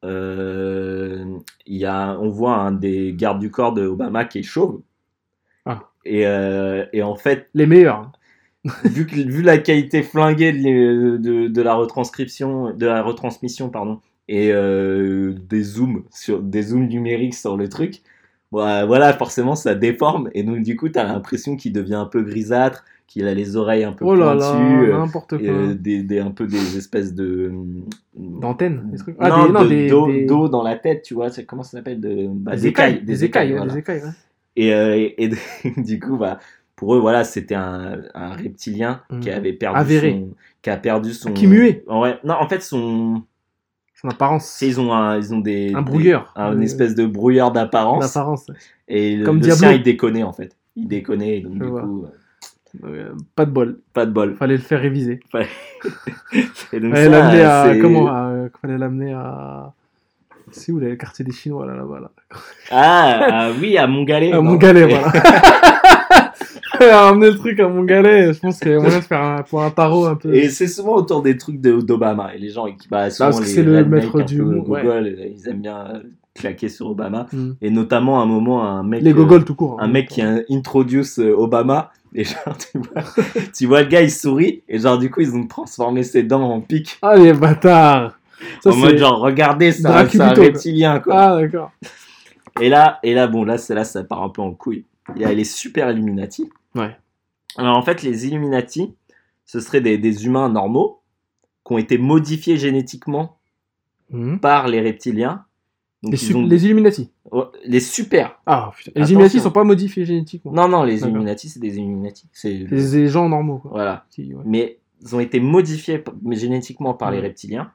euh, il y a, on voit un des gardes du corps de Obama qui est chauve. Ah. Et, euh, et en fait, les meilleurs. vu, que- vu la qualité flinguée de, les- de, de la retranscription, de la retransmission, pardon, et euh, des zooms sur des zooms numériques sur le truc, bah, voilà, forcément ça déforme et donc du coup t'as l'impression qu'il devient un peu grisâtre, qu'il a les oreilles un peu Oh là là, pointues, euh, n'importe quoi. et, euh, des, des un peu des espèces de D'antennes, des trucs. non, Ah, des, non, de- des, d'eau, des- d'eau dans la tête, tu vois, c'est comment ça s'appelle de bah, des écailles. des écailles, ouais, voilà. des écailles, ouais. Et, euh, et, et du coup, bah, pour eux, voilà, c'était un, un reptilien Mm. qui avait perdu Avéré. son, qui a perdu son, Qui muait. Ouais, non, en fait, son, Son apparence. tu sais, ils ont un, ils ont des, Un des- brouilleur. un- une Euh, espèce de brouilleur d'apparence. L'apparence. ouais. Et le, Comme le Diablo. sien, il déconnait en fait. Il déconnait, donc Je du vois. coup, euh, Euh, pas de bol. pas de bol. Fallait le faire réviser. Et donc Fallait ça, l'amener à. c'est- Comment à- Fallait l'amener à. C'est où là, le quartier des Chinois là, là-bas là. Ah, ah oui, à Montgalais. À non Montgalais, voilà. Ramener le truc à Montgalais, je pense qu'il y a moyen de faire un, pour un tarot un peu. Et c'est souvent autour des trucs de, d'Obama. Et les gens, qui bah, souvent, parce que les c'est le rednecks maître un du peu monde, Gogol, ils aiment bien euh, claquer sur Obama. Mm. Et notamment, à un moment, un mec, Les euh, gogoles tout court. un hein. mec qui a introduce euh, Obama. Et genre, tu vois, tu vois le gars, il sourit. Et genre, du coup, ils ont transformé ses dents en pique. Ah les bâtards. Ça, en c'est- mode, genre, regardez, c'est un, Dracul c'est un Buto, quoi. reptilien, quoi. Ah d'accord. Et là, et là, bon, là, c'est là, ça part un peu en couille. Il y a les super Illuminati. Ouais. Alors, en fait, les Illuminati, ce seraient des, des humains normaux qui ont été modifiés génétiquement Mhm. par les reptiliens. Donc, Les, ils su- ont- les Illuminati. Ouais, les super. Ah putain. Les Attention. Illuminati sont pas modifiés génétiquement. Non, non, les D'accord. Illuminati, c'est des Illuminati. C'est C'est des gens normaux quoi. Voilà. Qui- ouais. Mais ils ont été modifiés p- mais génétiquement par les Ouais. reptiliens.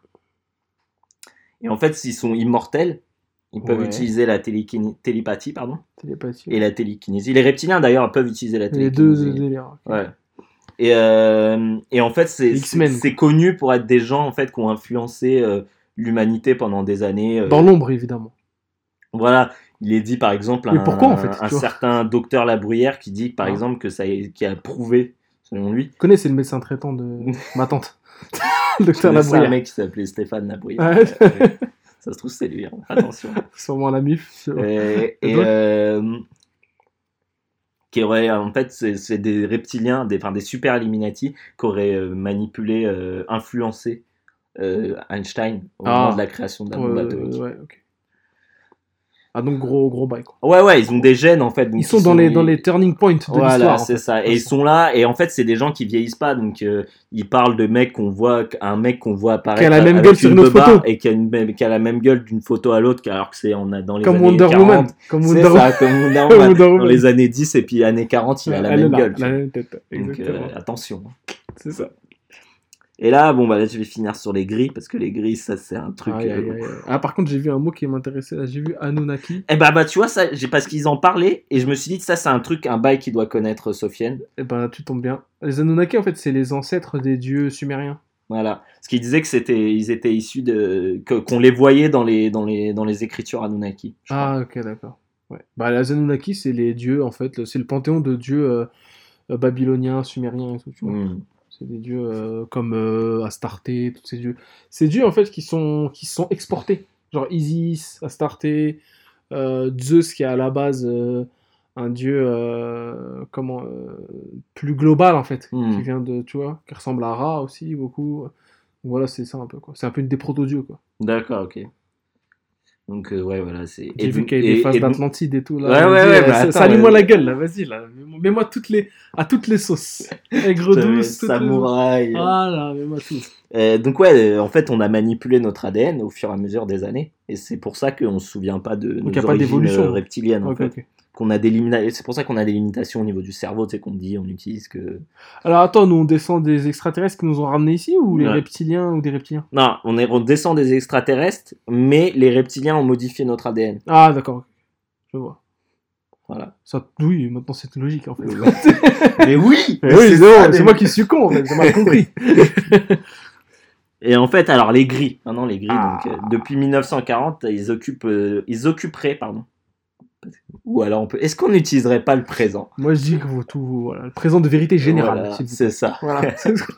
Et en fait, s'ils sont immortels, ils peuvent Ouais. utiliser la télékiné- télépathie pardon, Télépathie. et la télékinésie. Les reptiliens, d'ailleurs, peuvent utiliser la Les deux télékinésie. délires. ok. Ouais. Et, euh, et en fait, c'est, Les X-Men, c'est, c'est connu pour être des gens en fait, qui ont influencé euh, l'humanité pendant des années. euh, Dans l'ombre évidemment. Voilà, il est dit par exemple Mais un, pourquoi, en fait, un tu vois certain docteur Labruyère qui dit par Ah. exemple que ça est- qui a prouvé, selon lui, Tu connais, c'est le médecin traitant de ma tante. Le docteur c'est un Labruyère. mec qui s'appelait Stéphane Labruyère. Ouais. Euh, ça se trouve, c'est lui, hein. Attention. Sûrement la mif. je sais pas. Et, Et et, donc euh, qui aurait, en fait, c'est, c'est des reptiliens, des, enfin, des super Illuminati qui auraient euh, manipulé, euh, influencé euh, Einstein au Ah. moment de la création de la bombe Ouais, atomique. ouais, ok. Ah donc gros gros bail quoi. Ouais, ouais, ils ont des gènes en fait. donc Ils sont dans les dans les turning points de Voilà, l'histoire. en c'est fait. ça. Et ils sont là, et en fait, c'est des gens qui vieillissent pas. Donc, euh, ils parlent de mecs qu'on voit, un mec qu'on voit apparaître. Qui a la même avec gueule sur une autre beubare photo. Et qui a, une, même- qui a la même gueule d'une photo à l'autre, alors que c'est on a dans les Comme années Wonder quarante. Woman. Comme C'est Wonder Woman. ça, comme Wonder Comme Woman. Wonder Dans Woman. les années dix et puis années quarante, il a la Elle est même là, gueule. tu la vois. même tête. Donc, Exactement. euh, attention. C'est ça. Et là, bon, bah là, je vais finir sur les gris, parce que les gris, ça, c'est un truc. Aïe, euh, aïe, aïe, aïe. Ah par contre j'ai vu un mot qui m'intéressait là. J'ai vu Anunnaki. Eh bah, bah, tu vois, ça, j'ai, parce qu'ils en parlaient, et je me suis dit que ça, c'est un truc, un bail qui doit connaître Sofiane. Et ben tu tombes bien. Les Anunnaki en fait c'est les ancêtres des dieux sumériens. Voilà. Parce qu'ils disaient que c'était, ils étaient issus de, que- qu'on les voyait dans les, dans les, dans les écritures Anunnaki. je crois. Ah ok d'accord. Ouais. Bah les Anunnaki c'est les dieux en fait. le- C'est le panthéon de dieux euh, euh, babyloniens, sumériens et tout. Tu vois. Hmm. C'est des dieux euh, comme euh, Astarté, tous ces dieux. Ces dieux, en fait, qui sont, qui sont exportés. Genre Isis, Astarté, euh, Zeus, qui est à la base euh, un dieu euh, comment, euh, plus global, en fait. Hmm. Qui vient de, tu vois, qui ressemble à Ra aussi, beaucoup. Voilà, c'est ça un peu, quoi. C'est un peu une des proto-dieux, quoi. D'accord, ok. Donc, euh, ouais, voilà, c'est. J'ai vu donc- qu'il y avait des et- phases et donc- d'Atlantide et tout, là. Ouais, ouais, Vas-y, ouais, euh, bah, ça- attends, Salis-moi euh, la gueule, là, vas-y, là. Mets-moi toutes les... à toutes les sauces. Aigre euh, douce, toutes les... samouraï. Ah là, mets-moi tout. Euh, donc ouais, euh, en fait, on a manipulé notre A D N au fur et à mesure des années, et c'est pour ça qu'on se souvient pas de nos y a pas origines d'évolution. euh, reptiliennes. En Ok, fait. ok. Qu'on a des limita- c'est pour ça qu'on a des limitations au niveau du cerveau, tu sais, qu'on dit, on utilise que. Alors attends, nous on descend des extraterrestres qui nous ont ramenés ici ou les Ouais. reptiliens ou des reptiliens? Non, on, est, on descend des extraterrestres, mais les reptiliens ont modifié notre A D N. Ah d'accord, ok. Je vois. Voilà. Ça, oui, maintenant c'est logique en fait. mais oui, Mais oui, c'est ça, bon, des- c'est moi qui suis con en fait, j'ai mal compris. Et en fait, alors les gris, non, non, les gris, Ah. donc, euh, depuis mille neuf cent quarante, ils occupent, euh, ils occuperaient, pardon. Ou alors on peut. Est-ce qu'on n'utiliserait pas le présent? Moi je dis que vous tout, voilà, le présent de vérité générale. Voilà, s'il vous plaît. c'est ça. Voilà.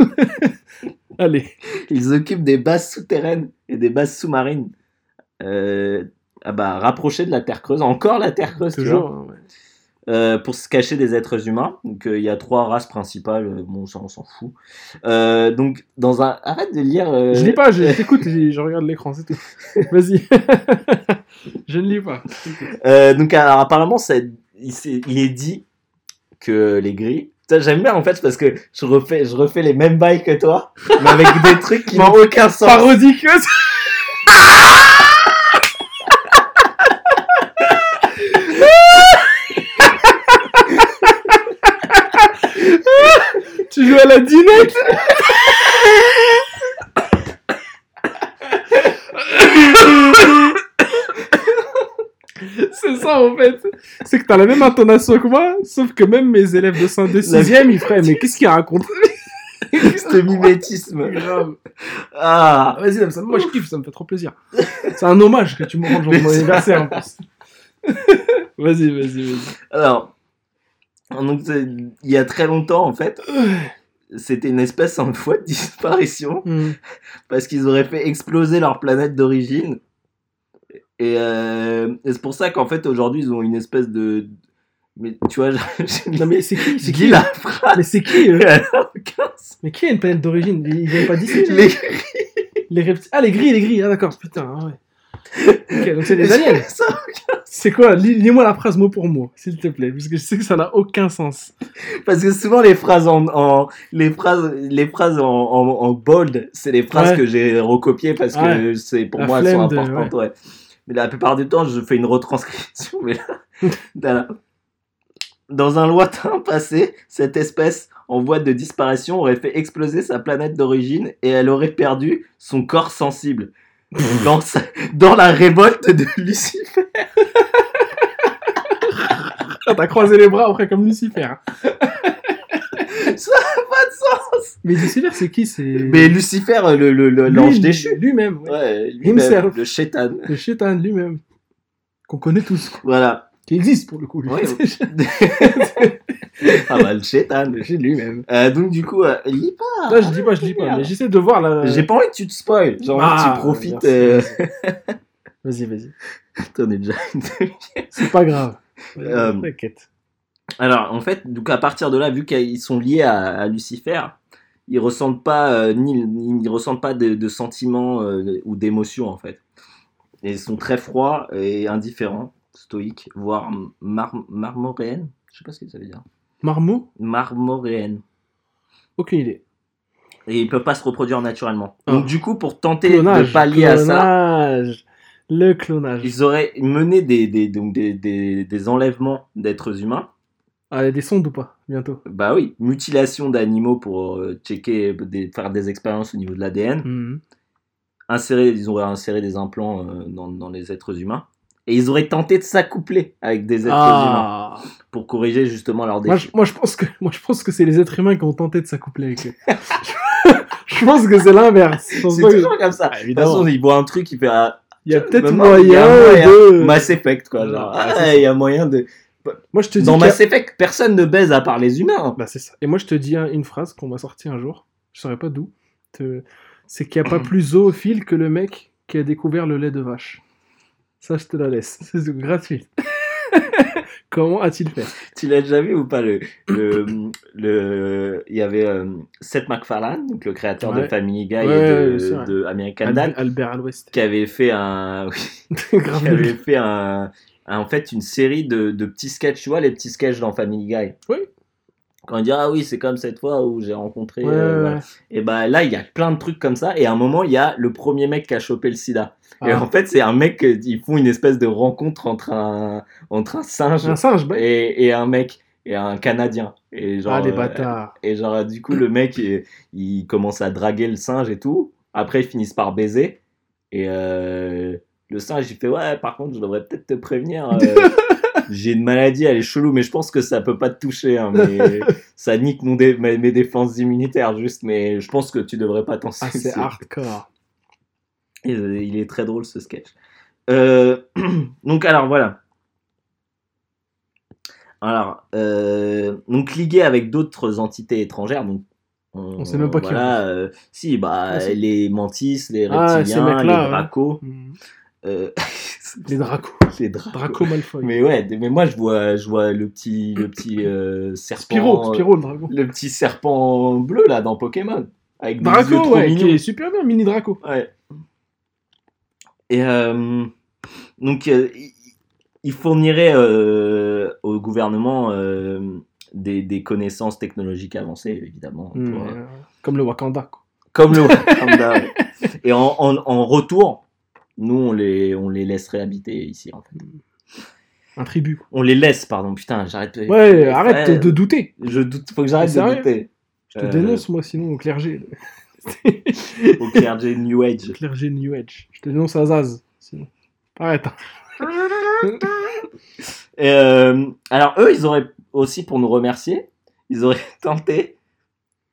Allez. Ils occupent des bases souterraines et des bases sous-marines. Euh, ah bah, rapprochées de la Terre creuse. Encore la Terre creuse, tu vois. Toujours. hein, ouais. Euh, pour se cacher des êtres humains. Donc euh, il y a trois races principales. euh, Bon, ça on s'en fout. Euh, donc dans un. Arrête de lire. euh, Je lis pas, je t'écoute, je, je regarde l'écran, c'est tout. Vas-y. Je ne lis pas. Euh, donc alors, apparemment, ça, il, s'est- il est dit que les gris. Putain, j'aime bien en fait parce que je refais, je refais les mêmes bails que toi, mais avec des trucs qui n'ont aucun sens. Parodique. Tu joues à la dinette. C'est ça en fait. C'est que t'as la même intonation que moi, sauf que même mes élèves de cinq de sixième, ils feraient mais qu'est-ce qu'il raconte? Ce mimétisme. Grave. Ah. Vas-y, ça, moi je kiffe, ça me fait trop plaisir. C'est un hommage que tu me rends le jour de mon anniversaire en plus. Vas-y, vas-y, vas-y. Alors, donc, c'est- il y a très longtemps, en fait, c'était une espèce en voie de disparition Hmm. parce qu'ils auraient fait exploser leur planète d'origine. Et, euh, et c'est pour ça qu'en fait, aujourd'hui, ils ont une espèce de... Mais tu vois, j'ai Non mais c'est qui je C'est dis qui la phrase. Mais c'est qui eux Elle a aucun sens. Mais qui a une planète d'origine Ils ils viennent pas d'ici Les... Les reptiles. Ah, les gris, les gris. Ah, d'accord, putain, ah ouais. Ok, donc c'est des aliens. Ça- C'est quoi Lis- Lis-moi la phrase mot pour mot, s'il te plaît, parce que je sais que ça n'a aucun sens. Parce que souvent les phrases en, en les phrases les phrases en, en, en bold, c'est les phrases Ouais. que j'ai recopiées parce que Ouais. c'est pour La moi elles sont flemme de- importantes, ouais. Mais la plupart du temps, je fais une retranscription. Mais là, voilà. Dans un lointain passé, cette espèce en voie de disparition aurait fait exploser sa planète d'origine et elle aurait perdu son corps sensible. dans, sa- dans la révolte de Lucifer. Ah, t'as croisé les bras après comme Lucifer. Ça n'a pas de sens. Mais Lucifer, c'est qui C'est Mais Lucifer, le, le, le- l'ange Lui, déchu. Lui-même, ouais. Ouais, lui-même, Himself. le chétan. Le chétan lui-même. Qu'on connaît tous. quoi. Voilà. Qui existe pour le coup. Lui. Ouais, ah bah le chétan. C'est lui-même. Euh, donc du coup, euh, lis pas. Là, je dis pas, je dis pas, mais j'essaie de voir la. J'ai pas envie que tu te spoil. J'ai envie Ah, que tu profites. merci, euh, Vas-y, vas-y. T'en es déjà une demi. C'est pas grave. Euh, T'inquiète. Alors en fait, donc à partir de là, vu qu'ils sont liés à, à Lucifer, ils ressentent pas euh, ni, ni- ils ressentent pas de, de sentiments euh, ou d'émotions en fait. Et ils sont très froids et indifférents, stoïques, voire mar marmoréennes. Je sais pas ce que ça veut dire. Marmot Marmoréennes. Aucune idée. Et ils peuvent pas se reproduire naturellement. Ah. Donc du coup, pour tenter Clonage. de pallier à ça, Clonage. Le clonage. ils auraient mené des, des, donc des, des, des enlèvements d'êtres humains. Ah, il y a des sondes ou pas Bientôt. Bah oui, mutilation d'animaux pour euh, checker, des, faire des expériences au niveau de l'A D N. Mhm. Insérer, ils auraient inséré des implants euh, dans, dans les êtres humains. Et ils auraient tenté de s'accoupler avec des êtres humains Ah. pour corriger justement leurs Moi défauts. je, moi, je pense que, moi, je pense que c'est les êtres humains qui ont tenté de s'accoupler avec eux. Je pense que c'est l'inverse. Je pense C'est pas que- toujours comme ça. Ah, de toute évidemment. façon, ils voient un truc, ils font ah, Il y a peut-être maintenant, il y moyen, a moyen. de... Mass Effect, quoi. Genre, Ah, ah, c'est ça. il y a moyen de. Moi, je te dis Dans qu'il y a- Mass Effect, personne ne baise à part les humains. Bah, c'est ça. Et moi, je te dis un- une phrase qu'on m'a sortie un jour. Je saurais pas d'où. Te- C'est qu'il n'y a pas plus zoophile que le mec qui a découvert le lait de vache. Ça, je te la laisse. C'est gratuit. Comment a-t-il fait Tu l'as déjà vu ou pas le le le il y avait euh, Seth MacFarlane, donc le créateur de Ouais. Family Guy Ouais, et bien sûr, de, de American Al- Dad, Albert à l'ouest. qui avait fait un Grave. qui avait fait un, un- en fait une série de, de petits sketchs, tu vois les petits sketchs dans Family Guy. Oui. Quand il dit ah oui c'est comme cette fois où j'ai rencontré Ouais, euh, ouais, voilà. ouais. Et bah là il y a plein de trucs comme ça et à un moment il y a le premier mec qui a chopé le sida. Et Ah. en fait c'est un mec euh, ils font une espèce de rencontre entre un entre un singe Un singe, bah. et, et un mec et un Canadien et genre Ah, les euh, bâtards. et genre du coup le mec il, il commence à draguer le singe et tout, après ils finissent par baiser et euh, le singe il fait ouais par contre je devrais peut-être te prévenir euh, j'ai une maladie elle est chelou mais je pense que ça peut pas te toucher hein, mais ça nique mon dé- mes, mes défenses immunitaires juste mais je pense que tu devrais pas t'en Ah, soucier. c'est hardcore. Et, euh, il est très drôle ce sketch. Euh, donc alors voilà. Alors euh, donc ligué avec d'autres entités étrangères donc on, On sait même pas qui voilà, euh, si bah Ah, si. les mantis, les Ah, ces reptiliens, mecs-là, les ouais. dracos, Mhm. euh, Les dracos. les dracos. Draco Malfoy. Mais ouais, mais moi je vois je vois le petit le petit euh, serpent Spyro, Spyro le dragon. le petit serpent bleu là dans Pokémon avec des yeux Draco, trop ouais, qui mignons. est super bien, mini Draco. Ouais. Et euh, donc, euh, il- il fournirait euh, au gouvernement euh, des, des connaissances technologiques avancées, évidemment. Mhm, pour, euh, euh, Comme le Wakanda, quoi. comme le Wakanda. Ouais. Et en, en, en retour, nous, on les, on les laisserait habiter ici, en fait. Un tribut. quoi. On les laisse, pardon. Putain, j'arrête. de- Ouais, arrête Ouais, de douter. Je doute, faut que j'arrête de Sérieux douter. Je te Euh, dénonce, moi, sinon, au clergé. Au clergé New Age. Clergé New Age. Je te dénonce à Zaz, sinon. Arrête. Et, euh, alors eux, ils auraient aussi, pour nous remercier, ils auraient tenté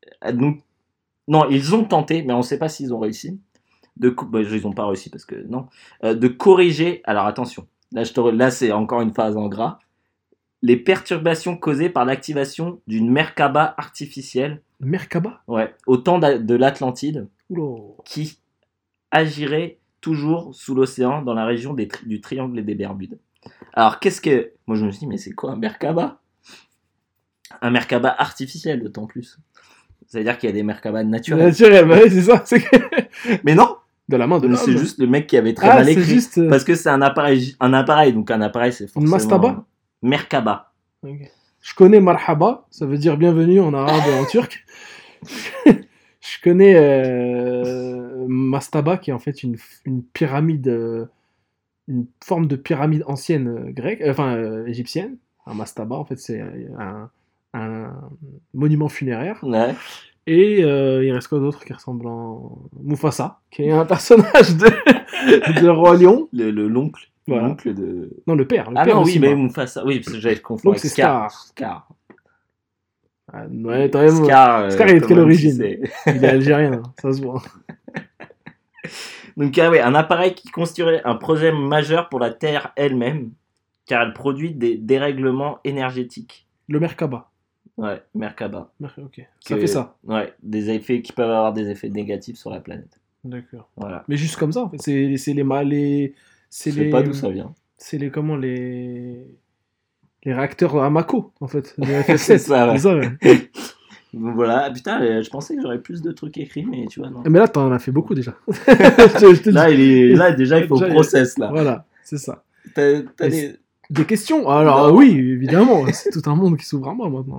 donc, non, ils ont tenté, mais on ne sait pas s'ils ont réussi. De, co- bah, ils n'ont pas réussi parce que non. Euh, de corriger. Alors attention, là, je te re- là c'est encore une phase en gras. Les perturbations causées par l'activation d'une Merkaba artificielle, Merkaba. ouais, au temps d'a- de l'Atlantide, Oula. qui agirait toujours sous l'océan dans la région des tri- du Triangle et des Bermudes. Alors qu'est-ce que... Moi je me suis dit, mais c'est quoi un Merkaba? Un Merkaba artificiel, d'autant plus. Ça veut dire qu'il y a des Merkabas naturels. Naturel, bah oui, c'est ça. C'est que- Mais non, de la main de l'homme. c'est juste le mec qui avait très Ah, mal c'est écrit. juste. euh, Parce que c'est un appareil, un appareil, donc un appareil c'est forcément... mastaba Merkaba. Ok. Je connais marhaba, ça veut dire bienvenue en arabe et en turc. Je connais euh, mastaba, qui est en fait une, une pyramide, euh, une forme de pyramide ancienne euh, grecque, euh, enfin euh, égyptienne. Un mastaba, en fait, c'est un, un monument funéraire. Ouais. Et euh, il reste quoi d'autre qui ressemble en Mufasa, qui est un personnage de, de Roi Lion. Le, le- l'oncle. Voilà. L'oncle de... Non, le père. Le Ah père non, de oui, Simba. mais Mufasa. Oui, parce que j'avais confondu Donc avec c'est Scar. Scar. Scar. Ah, ouais, t'as raison. Scar, euh, Scar, il est de comme quelle on dit, origine? c'est- Il est algérien, hein, ça se voit. Donc, ah ouais, un appareil qui constituerait un projet majeur pour la Terre elle-même, car elle produit des dérèglements énergétiques. Le Merkaba. Ouais, Merkaba. Mer- Ok, ça Que- fait ça. Ouais, des effets qui peuvent avoir des effets négatifs sur la planète. D'accord. Voilà. Mais juste comme ça, en fait. C'est c'est les... ma- les... C'est Je sais les... pas d'où ça vient. C'est les... Comment les... Les réacteurs à Mako, en fait. Les F F C'est sept. ça, ouais. C'est ça, ouais. Donc voilà, Ah, putain, euh, je pensais que j'aurais plus de trucs écrits, mais tu vois, non. Mais là, t'en as fait beaucoup, déjà. je, je te Là, il est... là déjà, il faut Déjà, il- process, là. Voilà, c'est ça. T'as, t'as Et des... Des questions? Alors Non. oui, évidemment, c'est tout un monde qui s'ouvre à moi maintenant.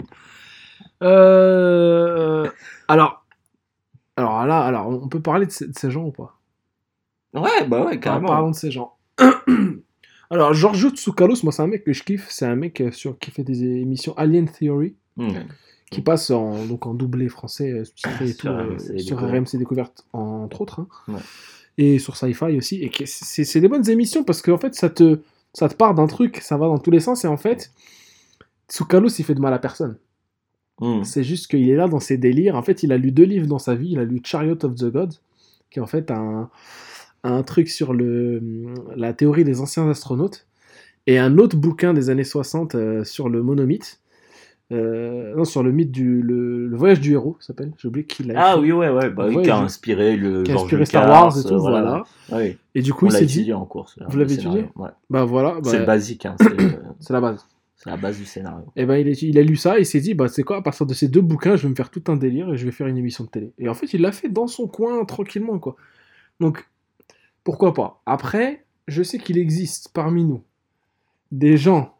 Euh... Alors, alors là, alors on peut parler de, ces- de ces gens ou pas? Ouais, bah ouais, Par- carrément. Parlons de ces gens. Alors, Giorgio Tsoukalos, moi c'est un mec que je kiffe, c'est un mec euh, sur, qui fait des émissions Alien Theory, Hmm. qui passe en, donc en doublé français, euh, sous-titré et tout, Sur euh, R M C sur Découverte. R M C Découverte, entre autres, hein. Ouais. Et sur Sci-Fi aussi, et que c'est c'est des bonnes émissions parce qu'en fait ça te, ça te part d'un truc, ça va dans tous les sens, et en fait, Tsoukalos il fait de mal à personne. Hmm. C'est juste qu'il est là dans ses délires. En fait, il a lu deux livres dans sa vie. Il a lu Chariot of the Gods, qui est en fait un, un truc sur le, la théorie des anciens astronautes, et un autre bouquin des années soixante euh, sur le monomythe. Euh, non, sur le mythe du le, le voyage du héros, ça s'appelle. J'ai oublié qui l'a Ah écrit. oui, ouais, ouais, bah oui, Ouais, qui a je- inspiré le Qui a George inspiré Lucas, Star Wars et tout, euh, voilà. Oui, Et du coup, on il l'a s'est étudié dit, en cours. ça, Vous le l'avez scénario. étudié Ouais. bah voilà, bah, C'est basique, hein, c'est, euh, c'est la base. c'est la base du scénario. Et ben il, est- il a lu ça et il s'est dit, bah c'est quoi, à partir de ces deux bouquins, je vais me faire tout un délire et je vais faire une émission de télé. Et en fait, il l'a fait dans son coin, tranquillement, quoi. Donc, pourquoi pas. Après, je sais qu'il existe parmi nous des gens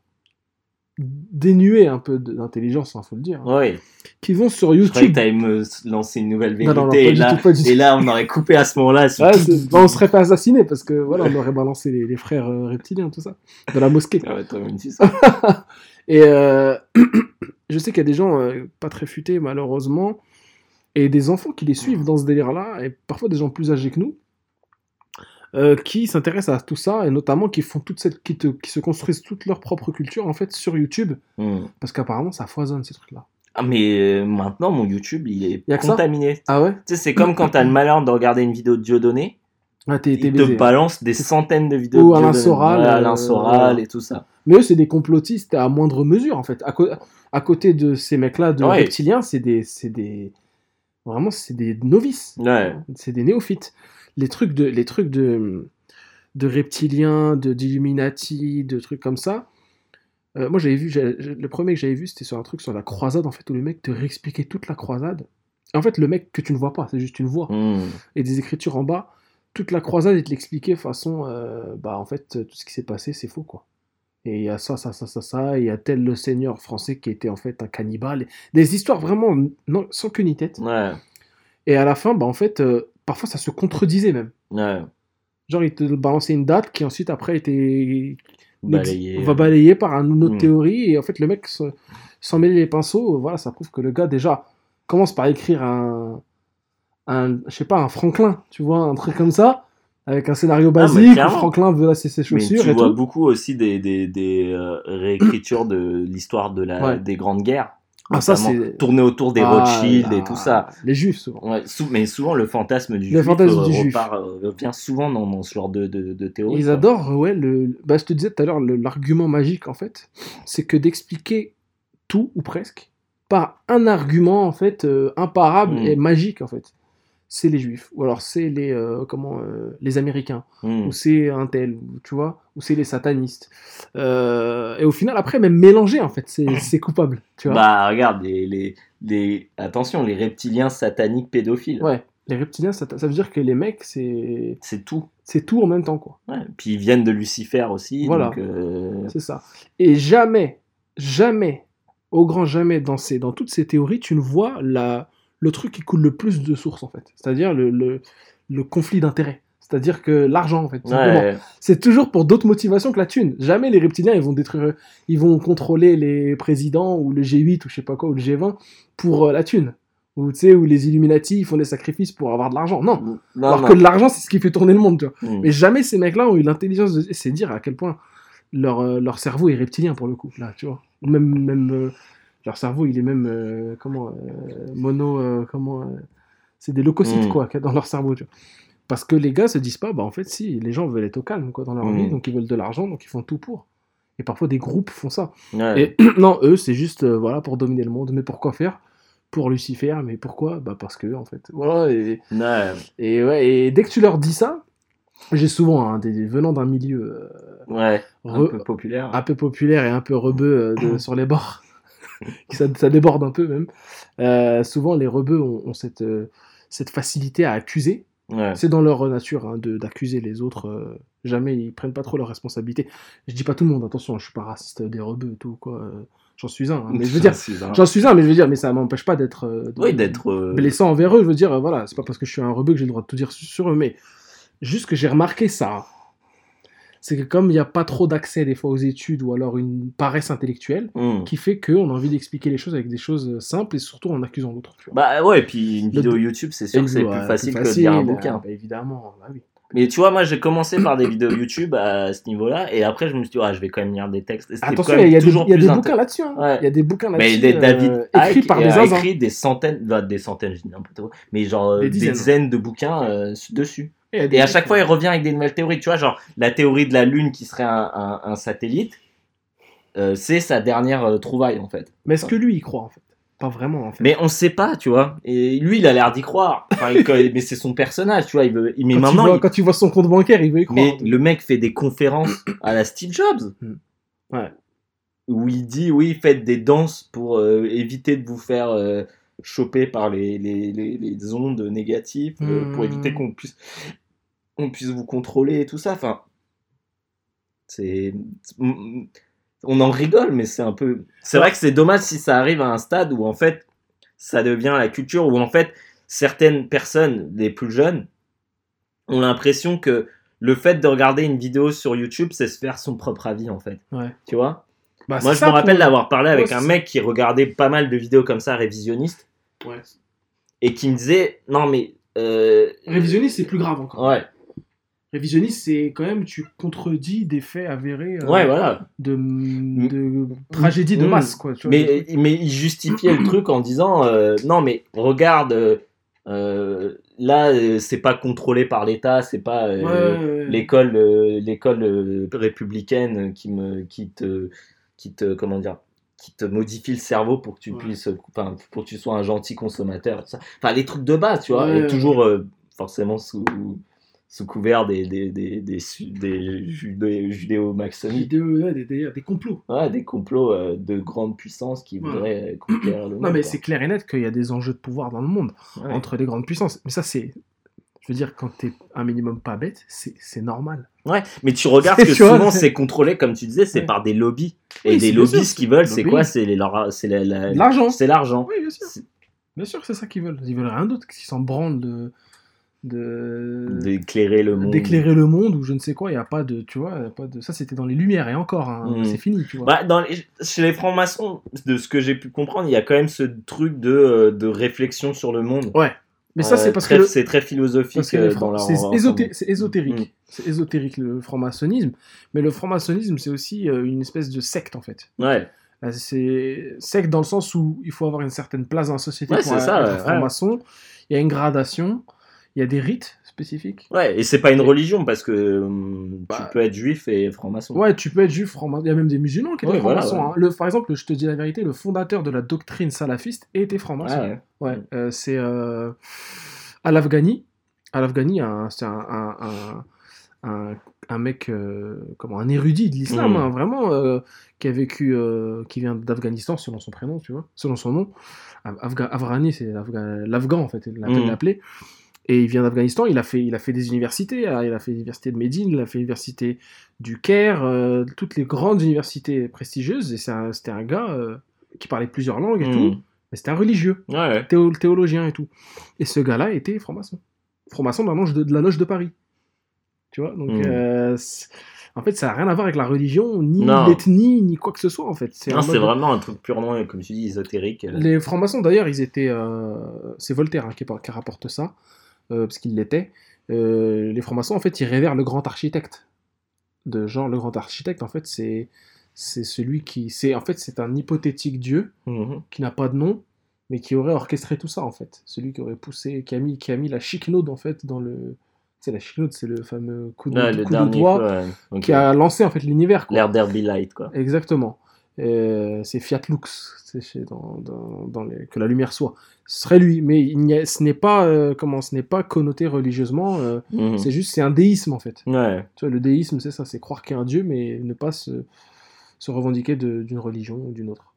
dénués un peu de- d'intelligence, il faut le dire, hein, Oui, qui vont sur je croyais que YouTube. t'allais me lancer une nouvelle Non, vérité, non, non, pas et, du là, tout, pas du et tout. là, on aurait coupé à ce moment-là. sur- Ouais, c'est- bah, on serait pas assassinés parce que voilà, on aurait balancé les, les frères euh, reptiliens, tout ça, de la mosquée. Ah ouais, toi, même si ça. Et euh, je sais qu'il y a des gens euh, pas très futés, malheureusement, et des enfants qui les suivent dans ce délire-là, et parfois des gens plus âgés que nous, euh, qui s'intéressent à tout ça, et notamment qui font toute cette, qui, te- qui se construisent toute leur propre culture en fait sur YouTube, Hmm. parce qu'apparemment ça foisonne ces trucs-là. Ah, mais euh, maintenant, mon YouTube, il est Y a que ça contaminé. Ah ouais? Tu sais, c'est comme quand t'as le malheur de regarder une vidéo de Dieudonné, Ah, t'es, t'es il te baisé. balance des centaines de vidéos Ou de Alain Dieudonné. Soral, Ouais, euh, Alain Soral ouais. et tout ça. Mais eux, c'est des complotistes à moindre mesure, en fait. À, co- à côté de ces mecs-là, de Ouais. reptiliens, c'est des, c'est des... Vraiment, c'est des novices. Ouais. C'est des néophytes. Les trucs de, les trucs de, de reptiliens, de, d'Illuminati, de trucs comme ça. Euh, moi, j'avais vu... j'ai- j'ai- le premier que j'avais vu, c'était sur un truc sur la croisade, en fait, où le mec te réexpliquait toute la croisade. Et en fait, le mec que tu ne vois pas, c'est juste une voix. Hmm. Et des écritures en bas. Toute la croisade, il te l'expliquait façon... euh, bah, en fait, tout ce qui s'est passé, c'est faux, quoi. Et il y a ça, ça, ça, ça, ça, et il y a tel le seigneur français qui était en fait un cannibale. Des histoires vraiment non, sans queue ni tête. Ouais. Et à la fin, bah en fait, euh, parfois ça se contredisait même. Ouais. Genre, il te balançait une date qui ensuite après était Balayé. on va balayer par une autre Mm. théorie. Et en fait, le mec se- s'en mêlait les pinceaux. Voilà, ça prouve que le gars déjà commence par écrire un, un je sais pas, un Franklin, tu vois, un truc comme ça. Avec un scénario mais basique, où clairement. Franklin veut lasser ses Mais chaussures tu et vois tout. beaucoup aussi des, des, des euh, réécritures de l'histoire de la, Ouais. des grandes guerres. Ah, ça, Notamment c'est- tourné autour des Ah Rothschild là, et tout ça. Les juifs, souvent. Ouais, sou- mais souvent le fantasme du Le juif, fantasme euh, du juif. repart, euh, revient souvent dans, dans ce genre de, de, de théorie. Ils quoi. adorent, ouais, le... Bah, je te disais tout à l'heure, le- l'argument magique, en fait, c'est que d'expliquer tout, ou presque, par un argument, en fait, euh, imparable Mm. et magique, en fait. C'est les juifs, ou alors c'est les, euh, comment, euh, les Américains, Mm. ou c'est un tel, ou, tu vois, ou c'est les satanistes. Euh, et au final, après, même mélanger, en fait, c'est c'est coupable, tu vois. Bah regarde, les, les, les... attention, les reptiliens sataniques pédophiles, Ouais, les reptiliens, ça, ça veut dire que les mecs, c'est c'est tout. c'est tout en même temps, quoi. Ouais. Puis ils viennent de Lucifer aussi. Voilà. Donc, euh, C'est ça. Et jamais, jamais, au grand jamais, dans, ces, dans toutes ces théories, tu ne vois la, le truc qui coule le plus de sources, en fait. C'est-à-dire le, le, le conflit d'intérêts. C'est-à-dire que l'argent, en fait, tout simplement. ouais. C'est toujours pour d'autres motivations que la thune. Jamais les reptiliens, ils vont détruire, ils vont contrôler les présidents, ou le G huit, ou je sais pas quoi, ou le G vingt, pour euh, la thune. Ou, tu sais, ou les Illuminati, ils font des sacrifices pour avoir de l'argent. Non. Non, Alors non. que l'argent, c'est ce qui fait tourner le monde, tu vois. Mm. Mais jamais ces mecs-là ont eu l'intelligence de... C'est dire à quel point leur, euh, leur cerveau est reptilien, pour le coup, là, tu vois. Même, même euh, leur cerveau, il est même, euh, comment, euh, mono, euh, comment... euh, c'est des leucocytes, Mm. quoi, qu'il y a dans leur cerveau, tu vois. Parce que les gars se disent pas, bah en fait, si, les gens veulent être au calme, quoi, dans leur Mm. vie, donc ils veulent de l'argent, donc ils font tout pour. Et parfois, des groupes font ça. Ouais. Et non, eux, c'est juste, euh, voilà, pour dominer le monde. Mais pourquoi faire? Pour Lucifer, mais pourquoi? Bah parce que, en fait, voilà, et... Ouais. Et, ouais, et dès que tu leur dis ça, j'ai souvent, hein, des, venant d'un milieu euh, Ouais. Un re- peu populaire. un peu populaire et un peu rebeu euh, de- sur les bords, ça, ça déborde un peu même, euh, souvent les rebeux ont, ont cette, euh, cette facilité à accuser. Ouais. C'est dans leur nature hein, de- d'accuser les autres. euh, jamais ils prennent pas trop leurs responsabilités. Je dis pas tout le monde, attention, je suis pas raciste des rebeux et tout, quoi. euh, J'en suis un, hein, mais je veux dire, C'est un- j'en suis un, mais je veux dire, mais ça m'empêche pas d'être euh, de- Oui, d'être. euh, blessant envers eux, je veux dire, euh, voilà, c'est pas parce que je suis un rebeu que j'ai le droit de tout dire sur, sur eux, mais juste que j'ai remarqué ça, c'est que comme il n'y a pas trop d'accès des fois aux études ou alors une paresse intellectuelle, mm. qui fait qu'on a envie d'expliquer les choses avec des choses simples et surtout en accusant l'autre. tu vois. Bah ouais, et puis une Le- vidéo YouTube, c'est sûr Et que c'est ouais, plus facile plus que de lire un euh, bouquin. bah, évidemment, bah oui. Mais tu vois, moi j'ai commencé par des vidéos YouTube à ce niveau-là, et après je me suis dit, ah, je vais quand même lire des textes. Et c'était Attention, quand même il y a des, toujours il y a plus des inté- bouquins là-dessus. hein. Ouais. Il y a des bouquins Mais là-dessus. des David euh, écrits Icke par des a zinzins. écrit des centaines, bah, des centaines, je dis n'importe quoi, mais genre euh, Des des dizaines. dizaines, de bouquins euh, dessus. Et, il y a des Et à trucs, chaque fois, euh, il revient avec des nouvelles théories. Tu vois, genre la théorie de la Lune qui serait un, un, un satellite, euh, c'est sa dernière euh, trouvaille en fait. Mais est-ce que lui, il croit en fait? Pas vraiment en fait. Mais on sait pas, tu vois. Et lui, il a l'air d'y croire. Enfin, il- mais c'est son personnage, tu vois. Il veut. il- Mais quand, maintenant, tu vois, il- quand tu vois son compte bancaire, il veut y croire. mais le mec fait des conférences à la Steve Jobs. Ouais. Où il dit, oui, faites des danses pour euh, éviter de vous faire euh, choper par les, les, les, les ondes négatives, euh, Hmm. pour éviter qu'on puisse, on puisse vous contrôler et tout ça. Enfin, c'est. On en rigole, mais c'est un peu. C'est vrai que c'est dommage si ça arrive à un stade où en fait, ça devient la culture, où en fait, certaines personnes, les plus jeunes, ont l'impression que le fait de regarder une vidéo sur YouTube, c'est se faire son propre avis en fait. Ouais. Tu vois? Bah, Moi, c'est je ça me rappelle pour- d'avoir parlé avec Ouais, un c'est mec qui regardait pas mal de vidéos comme ça, révisionnistes, Ouais. et qui me disait, non mais... Euh... Révisionniste, c'est plus grave encore. Ouais, Révisionniste, c'est quand même, tu contredis des faits avérés euh, ouais, voilà. de, de tragédie de Mm. masse, quoi. Tu vois, Mais, mais il justifiait le truc en disant, euh, non mais regarde, euh, euh, là, euh, c'est pas contrôlé par l'État, c'est pas euh, Ouais, ouais, ouais. l'école euh, l'école euh, républicaine qui me qui te qui te comment dire qui te modifie le cerveau pour que tu Ouais. puisses enfin pour que tu sois un gentil consommateur, tout ça. Enfin les trucs de base, tu vois, Ouais, et ouais, toujours euh, forcément sous sous couvert des des des des, su- des judé- judéo-maçonniques. Des, ouais, des, des, des complots. Ouais, des complots euh, de grandes puissances qui Ouais. voudraient euh, conquérir le monde. Non, mais quoi. c'est clair et net qu'il y a des enjeux de pouvoir dans le monde Ouais. entre les grandes puissances. Mais ça, c'est. Je veux dire, quand t'es un minimum pas bête, c'est c'est normal. Ouais, mais tu regardes Tu que vois, souvent c'est- c'est contrôlé, comme tu disais, c'est Ouais. par des lobbies. Et Oui, des c'est bien lobbies, sûr, ce qu'ils veulent, c'est c'est lobby. quoi? C'est les, leur- c'est la- la- L'argent. C'est l'argent. Oui, bien sûr. C'est- Bien sûr, c'est ça qu'ils veulent. Ils veulent rien d'autre qu'ils s'en branlent de. de... D'éclairer le monde. d'éclairer le monde ou je ne sais quoi. Il n'y a pas de. Tu vois, il y a pas de... ça, c'était dans les Lumières et encore, hein, Mm. c'est fini, tu vois. Bah, dans les- chez les francs-maçons, de ce que j'ai pu comprendre, il y a quand même ce truc de, euh, de réflexion sur le monde. Ouais. Mais ça, Euh, c'est parce très- que. le- c'est très philosophique Parce que euh, les dans francs- leur c'est ensemble. ésoté- c'est ésotérique. Mm. C'est ésotérique le franc-maçonnisme. Mais le franc-maçonnisme, c'est aussi euh, une espèce de secte en fait. Ouais. Là, c'est secte dans le sens où il faut avoir une certaine place dans la société Ouais, pour c'est être ça, ouais, franc-maçon. Il y a une gradation, il y a des rites spécifiques. Ouais, et c'est pas une religion parce que hum, Bah, tu peux être juif et franc-maçon. Ouais, tu peux être juif, franc-maçon. Il y a même des musulmans qui étaient Ouais, voilà, francs-maçons. ouais. hein. Le, par exemple, je te dis la vérité, le fondateur de la doctrine salafiste était franc-maçon. Ah ouais. Ouais, euh, c'est euh, Al-Afghani. Al-Afghani, un- c'est un, un, un, un, un mec, euh, comment, un érudit de l'islam, Mm. hein, vraiment, euh, qui a vécu, euh, qui vient d'Afghanistan, selon son prénom, tu vois, selon son nom. Afga- Afghani, c'est l'Afga- l'Afghan, en fait, il l'appelle- Mm. l'appelait. Et il vient d'Afghanistan, il a fait, il a fait des universités, hein, il a fait l'université de Médine, il a fait l'université du Caire, euh, toutes les grandes universités prestigieuses, et c'est un- c'était un gars euh, qui parlait plusieurs langues et Mm. tout, mais c'était un religieux, Ouais. théo- théologien et tout. Et ce gars-là était franc-maçon. Franc-maçon de la loge de, de la loge de Paris. Tu vois, donc Mm. euh, c'est- en fait, ça n'a rien à voir avec la religion, ni Non. l'ethnie, ni quoi que ce soit, en fait. C'est Non, un c'est mode- vraiment un truc purement, comme tu dis, ésotérique. euh. Les francs-maçons, d'ailleurs, ils étaient. euh, C'est Voltaire hein, qui, par- qui rapporte ça, euh, parce qu'il l'était. Euh, les francs-maçons, en fait, ils révèrent le grand architecte. De genre, le grand architecte, en fait, c'est c'est celui qui. C'est En fait, c'est un hypothétique dieu Mhm. qui n'a pas de nom, mais qui aurait orchestré tout ça, en fait. Celui qui aurait poussé, qui a mis, qui a mis la chiquenaude, en fait, dans le. C'est la chiquenaude, c'est le fameux coup de, Ouais, le coup de dernier, doigt quoi, ouais. Ok. qui a lancé, en fait, l'univers. quoi. L'air Derby Light, quoi. Exactement. Euh, c'est Fiat Lux, c'est chez- dans, dans, dans les, que la lumière soit. Ce serait lui, mais il n'y a- ce n'est pas euh, comment, ce n'est pas connoté religieusement. euh, Mhm. C'est juste, c'est un déisme en fait. Ouais. Tu vois, le déisme, c'est ça, c'est croire qu'il y a un dieu, mais ne pas se, se revendiquer de- d'une religion ou d'une autre.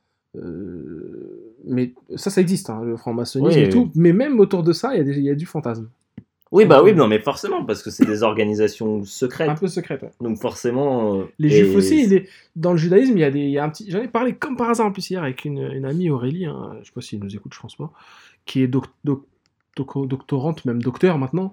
Euh, mais ça, ça existe, hein, le franc-maçonnisme Oui, et oui. tout. Mais même autour de ça, il y a des- il y, a du fantasme, Oui, bah oui, non, mais forcément, parce que c'est des organisations un secrètes. peu secret. ouais. Donc forcément. euh, Les et- juifs aussi, il est- dans le judaïsme, il y a, des, il y a un petit. J'en ai parlé comme par hasard en plus hier avec une, une amie Aurélie, hein, je sais pas si elle nous écoute, je pense pas, qui est doc- doc- doc- doctorante, même docteur maintenant.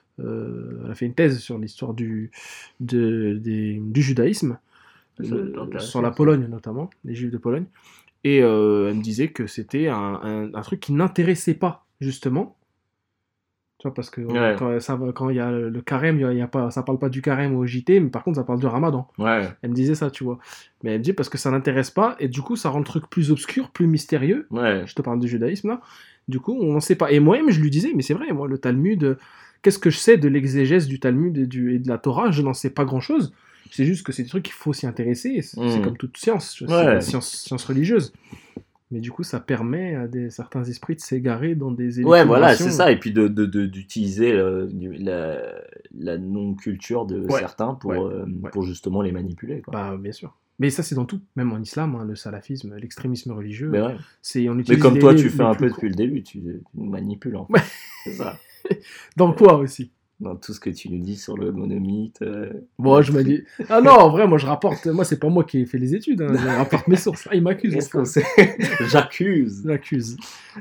Euh, elle a fait une thèse sur l'histoire du, de, des- du judaïsme, Ça doit euh, être intéressant, sur la ça. Pologne notamment, les juifs de Pologne. Et euh, elle me disait que c'était un, un- un truc qui n'intéressait pas, justement. Tu vois, parce que Ouais. quand, ça va- quand il y a le carême, il y a, il y a pas, ça parle pas du carême au J T, mais par contre, ça parle du ramadan. Ouais. Elle me disait ça, tu vois. Mais elle me dit parce que ça n'intéresse pas, et du coup, ça rend le truc plus obscur, plus mystérieux. Ouais. Je te parle du judaïsme, là. Du coup, on n'en sait pas. Et moi-même, je lui disais, mais c'est vrai, moi, le Talmud, euh, qu'est-ce que je sais de l'exégèse du Talmud et, du, et de la Torah? Je n'en sais pas grand-chose. C'est juste que c'est des trucs qu'il faut s'y intéresser. et C'est c'est Mm. comme toute science, tu vois, Ouais. c'est la science, science religieuse. Mais du coup, ça permet à des, certains esprits de s'égarer dans des Ouais, voilà, élucubrations. c'est ça. Et puis de, de, de- d'utiliser euh, du- la, la non-culture de Ouais. certains pour, Ouais. euh, Ouais. pour justement les manipuler. Quoi. Bah, bien sûr. Mais ça, c'est dans tout. Même en islam, hein, le salafisme, l'extrémisme religieux. mais, ouais. c'est, on mais utilise comme les- toi, les- tu fais les un plus peu courts. depuis le début, tu, tu nous manipules en fait. Ouais. C'est ça. Dans quoi aussi? Dans tout ce que tu nous dis sur le monomythe. euh, Moi, je me dis. Ah non, en vrai, moi, je rapporte. Moi, c'est pas moi qui ai fait les études. hein, Je rapporte mes sources. Ah, il m'accuse. Qu'est-ce enfin. qu'on sait J'accuse. J'accuse.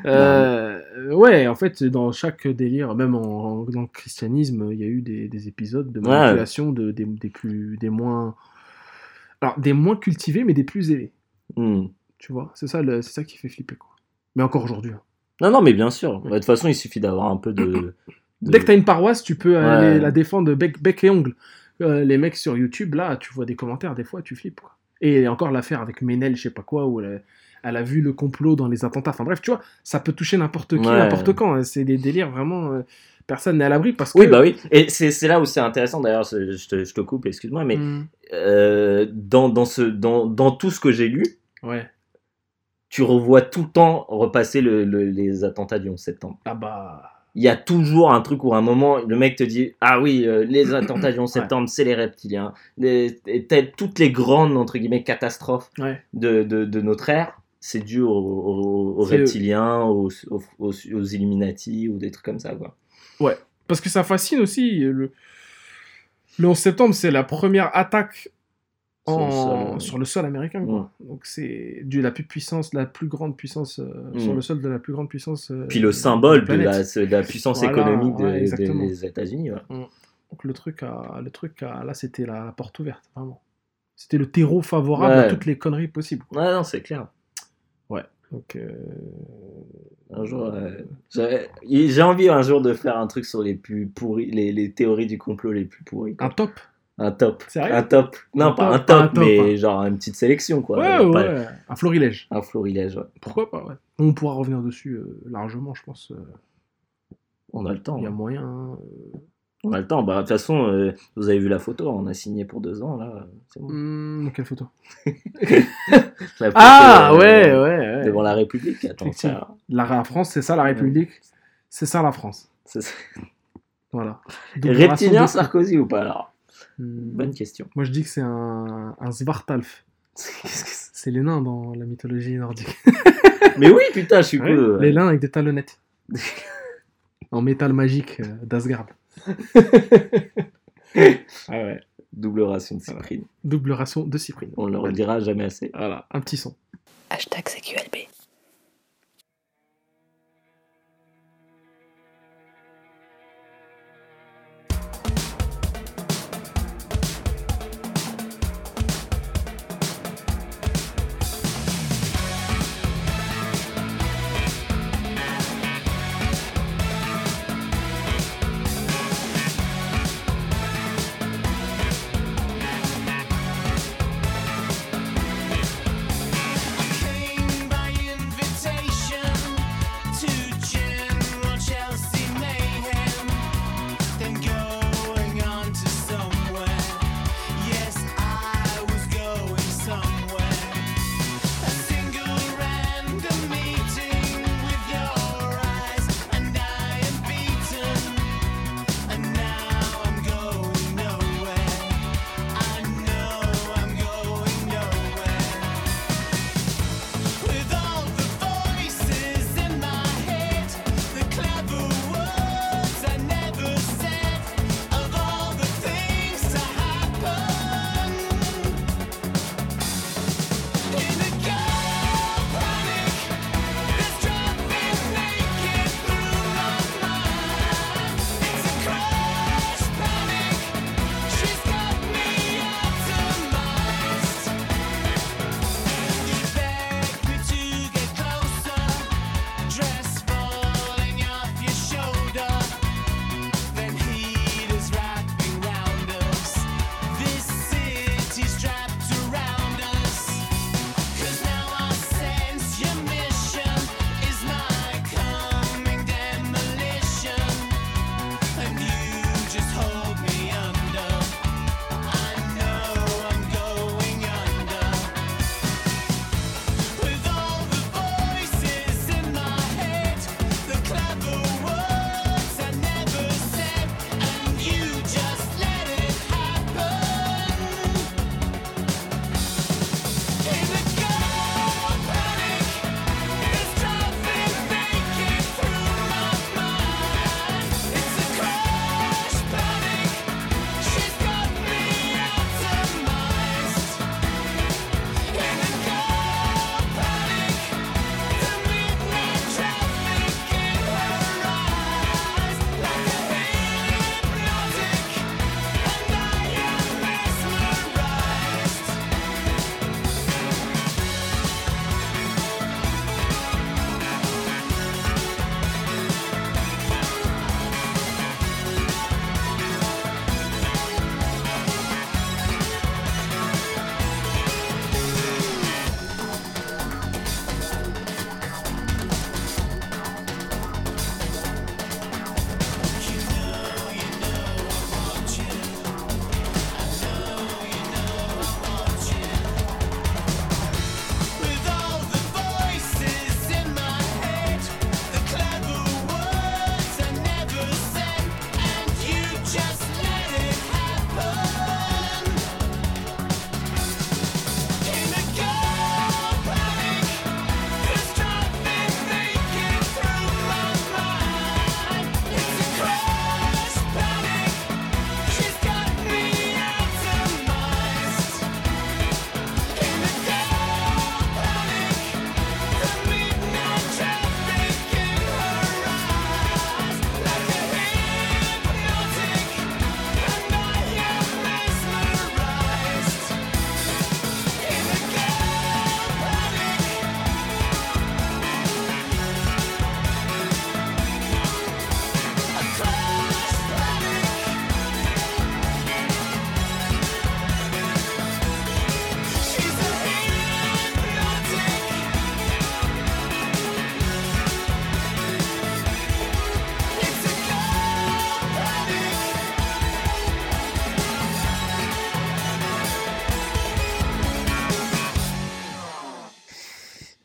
Euh, ouais, en fait, dans chaque délire, même en, en- dans le christianisme, il y a eu des, des épisodes de Ouais. manipulation de, des, des plus, des moins. Alors, des moins cultivés, mais des plus élevés. Hmm. Tu vois, c'est ça, le- c'est ça qui fait flipper, quoi. Mais encore aujourd'hui. hein. Non, non, mais bien sûr. Bah, de toute façon, il suffit d'avoir un peu de. de- Dès que t'as une paroisse, tu peux aller Ouais. la défendre de bec, bec et ongle. Euh, les mecs sur YouTube, là, tu vois des commentaires, des fois, tu flippes, quoi. Et il y a encore l'affaire avec Ménel, je sais pas quoi, où elle a, elle a vu le complot dans les attentats. Enfin bref, tu vois, ça peut toucher n'importe qui, Ouais. n'importe quand. hein. C'est des délires vraiment. euh, personne n'est à l'abri parce que. Oui, bah oui. Et c'est, c'est là où c'est intéressant, d'ailleurs, c'est- je te, je te coupe, excuse-moi, mais Hmm. euh, dans, dans, ce, dans, dans tout ce que j'ai lu, Ouais. tu revois tout le temps repasser le, le- les attentats du onze septembre. Ah bah. Il y a toujours un truc où à un moment, le mec te dit « Ah oui, euh, les attentats du onze Ouais. septembre, c'est les reptiliens. Les, et telles- toutes les grandes, entre guillemets, catastrophes Ouais. de, de, de notre ère, c'est dû aux, aux- aux C'est eux. reptiliens, aux, aux, aux, aux Illuminati ou des trucs comme ça, quoi. Ouais. Parce que ça fascine aussi. Le, le onze septembre, c'est la première attaque Sur le en- sol, euh. sur le sol américain. Quoi. Donc c'est du la plus puissance, la plus grande puissance euh, Mm. sur le sol de la plus grande puissance. euh, Puis le symbole de planète. la, de la puissance Voilà, économique de- ouais, de- exactement. des États-Unis. Ouais. Donc le truc, à, le truc à, là, c'était la, la porte ouverte, vraiment. C'était le terreau favorable Ouais. à toutes les conneries possibles. Ouais, non, c'est clair. Donc, euh, Un jour, euh, j'ai j'ai envie un jour de faire un truc sur les plus pourris, les, les théories du complot les plus pourries. quoi. un top. Un top. Sérieux Un top. Non, Un pas top, un pas top, un top, mais hein. genre une petite sélection, quoi. Ouais, Euh, pas- ouais. Un florilège. Un florilège, ouais. Pourquoi pas, ouais. On pourra revenir dessus euh, largement, je pense. euh, On a le temps. Il y a hein. moyen. hein. On a le temps. Bah, de toute façon, euh, vous avez vu la photo, on a signé pour deux ans, là. C'est bon. Hum, quelle photo La photo, Ah, euh, ouais, ouais, ouais. Devant la République. Attends, Effectivement. ça, La, la France, c'est ça la République. C'est ça la France. c'est ça. Voilà. Double Reptilien ration de- Sarkozy ou pas, alors Hum, Bonne question. Moi, je dis que c'est un, un Svartalf. Qu'est-ce que c'est C'est les nains dans la mythologie nordique. Mais oui, putain, je suis Ouais, cool. Les nains avec des talonnettes. En métal magique euh, d'Asgard. Ah ouais. Double ration de cyprine. Double ration de cyprine. On le redira jamais assez. Voilà, un petit son. Hashtag C Q L B. Came by in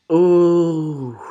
Oh.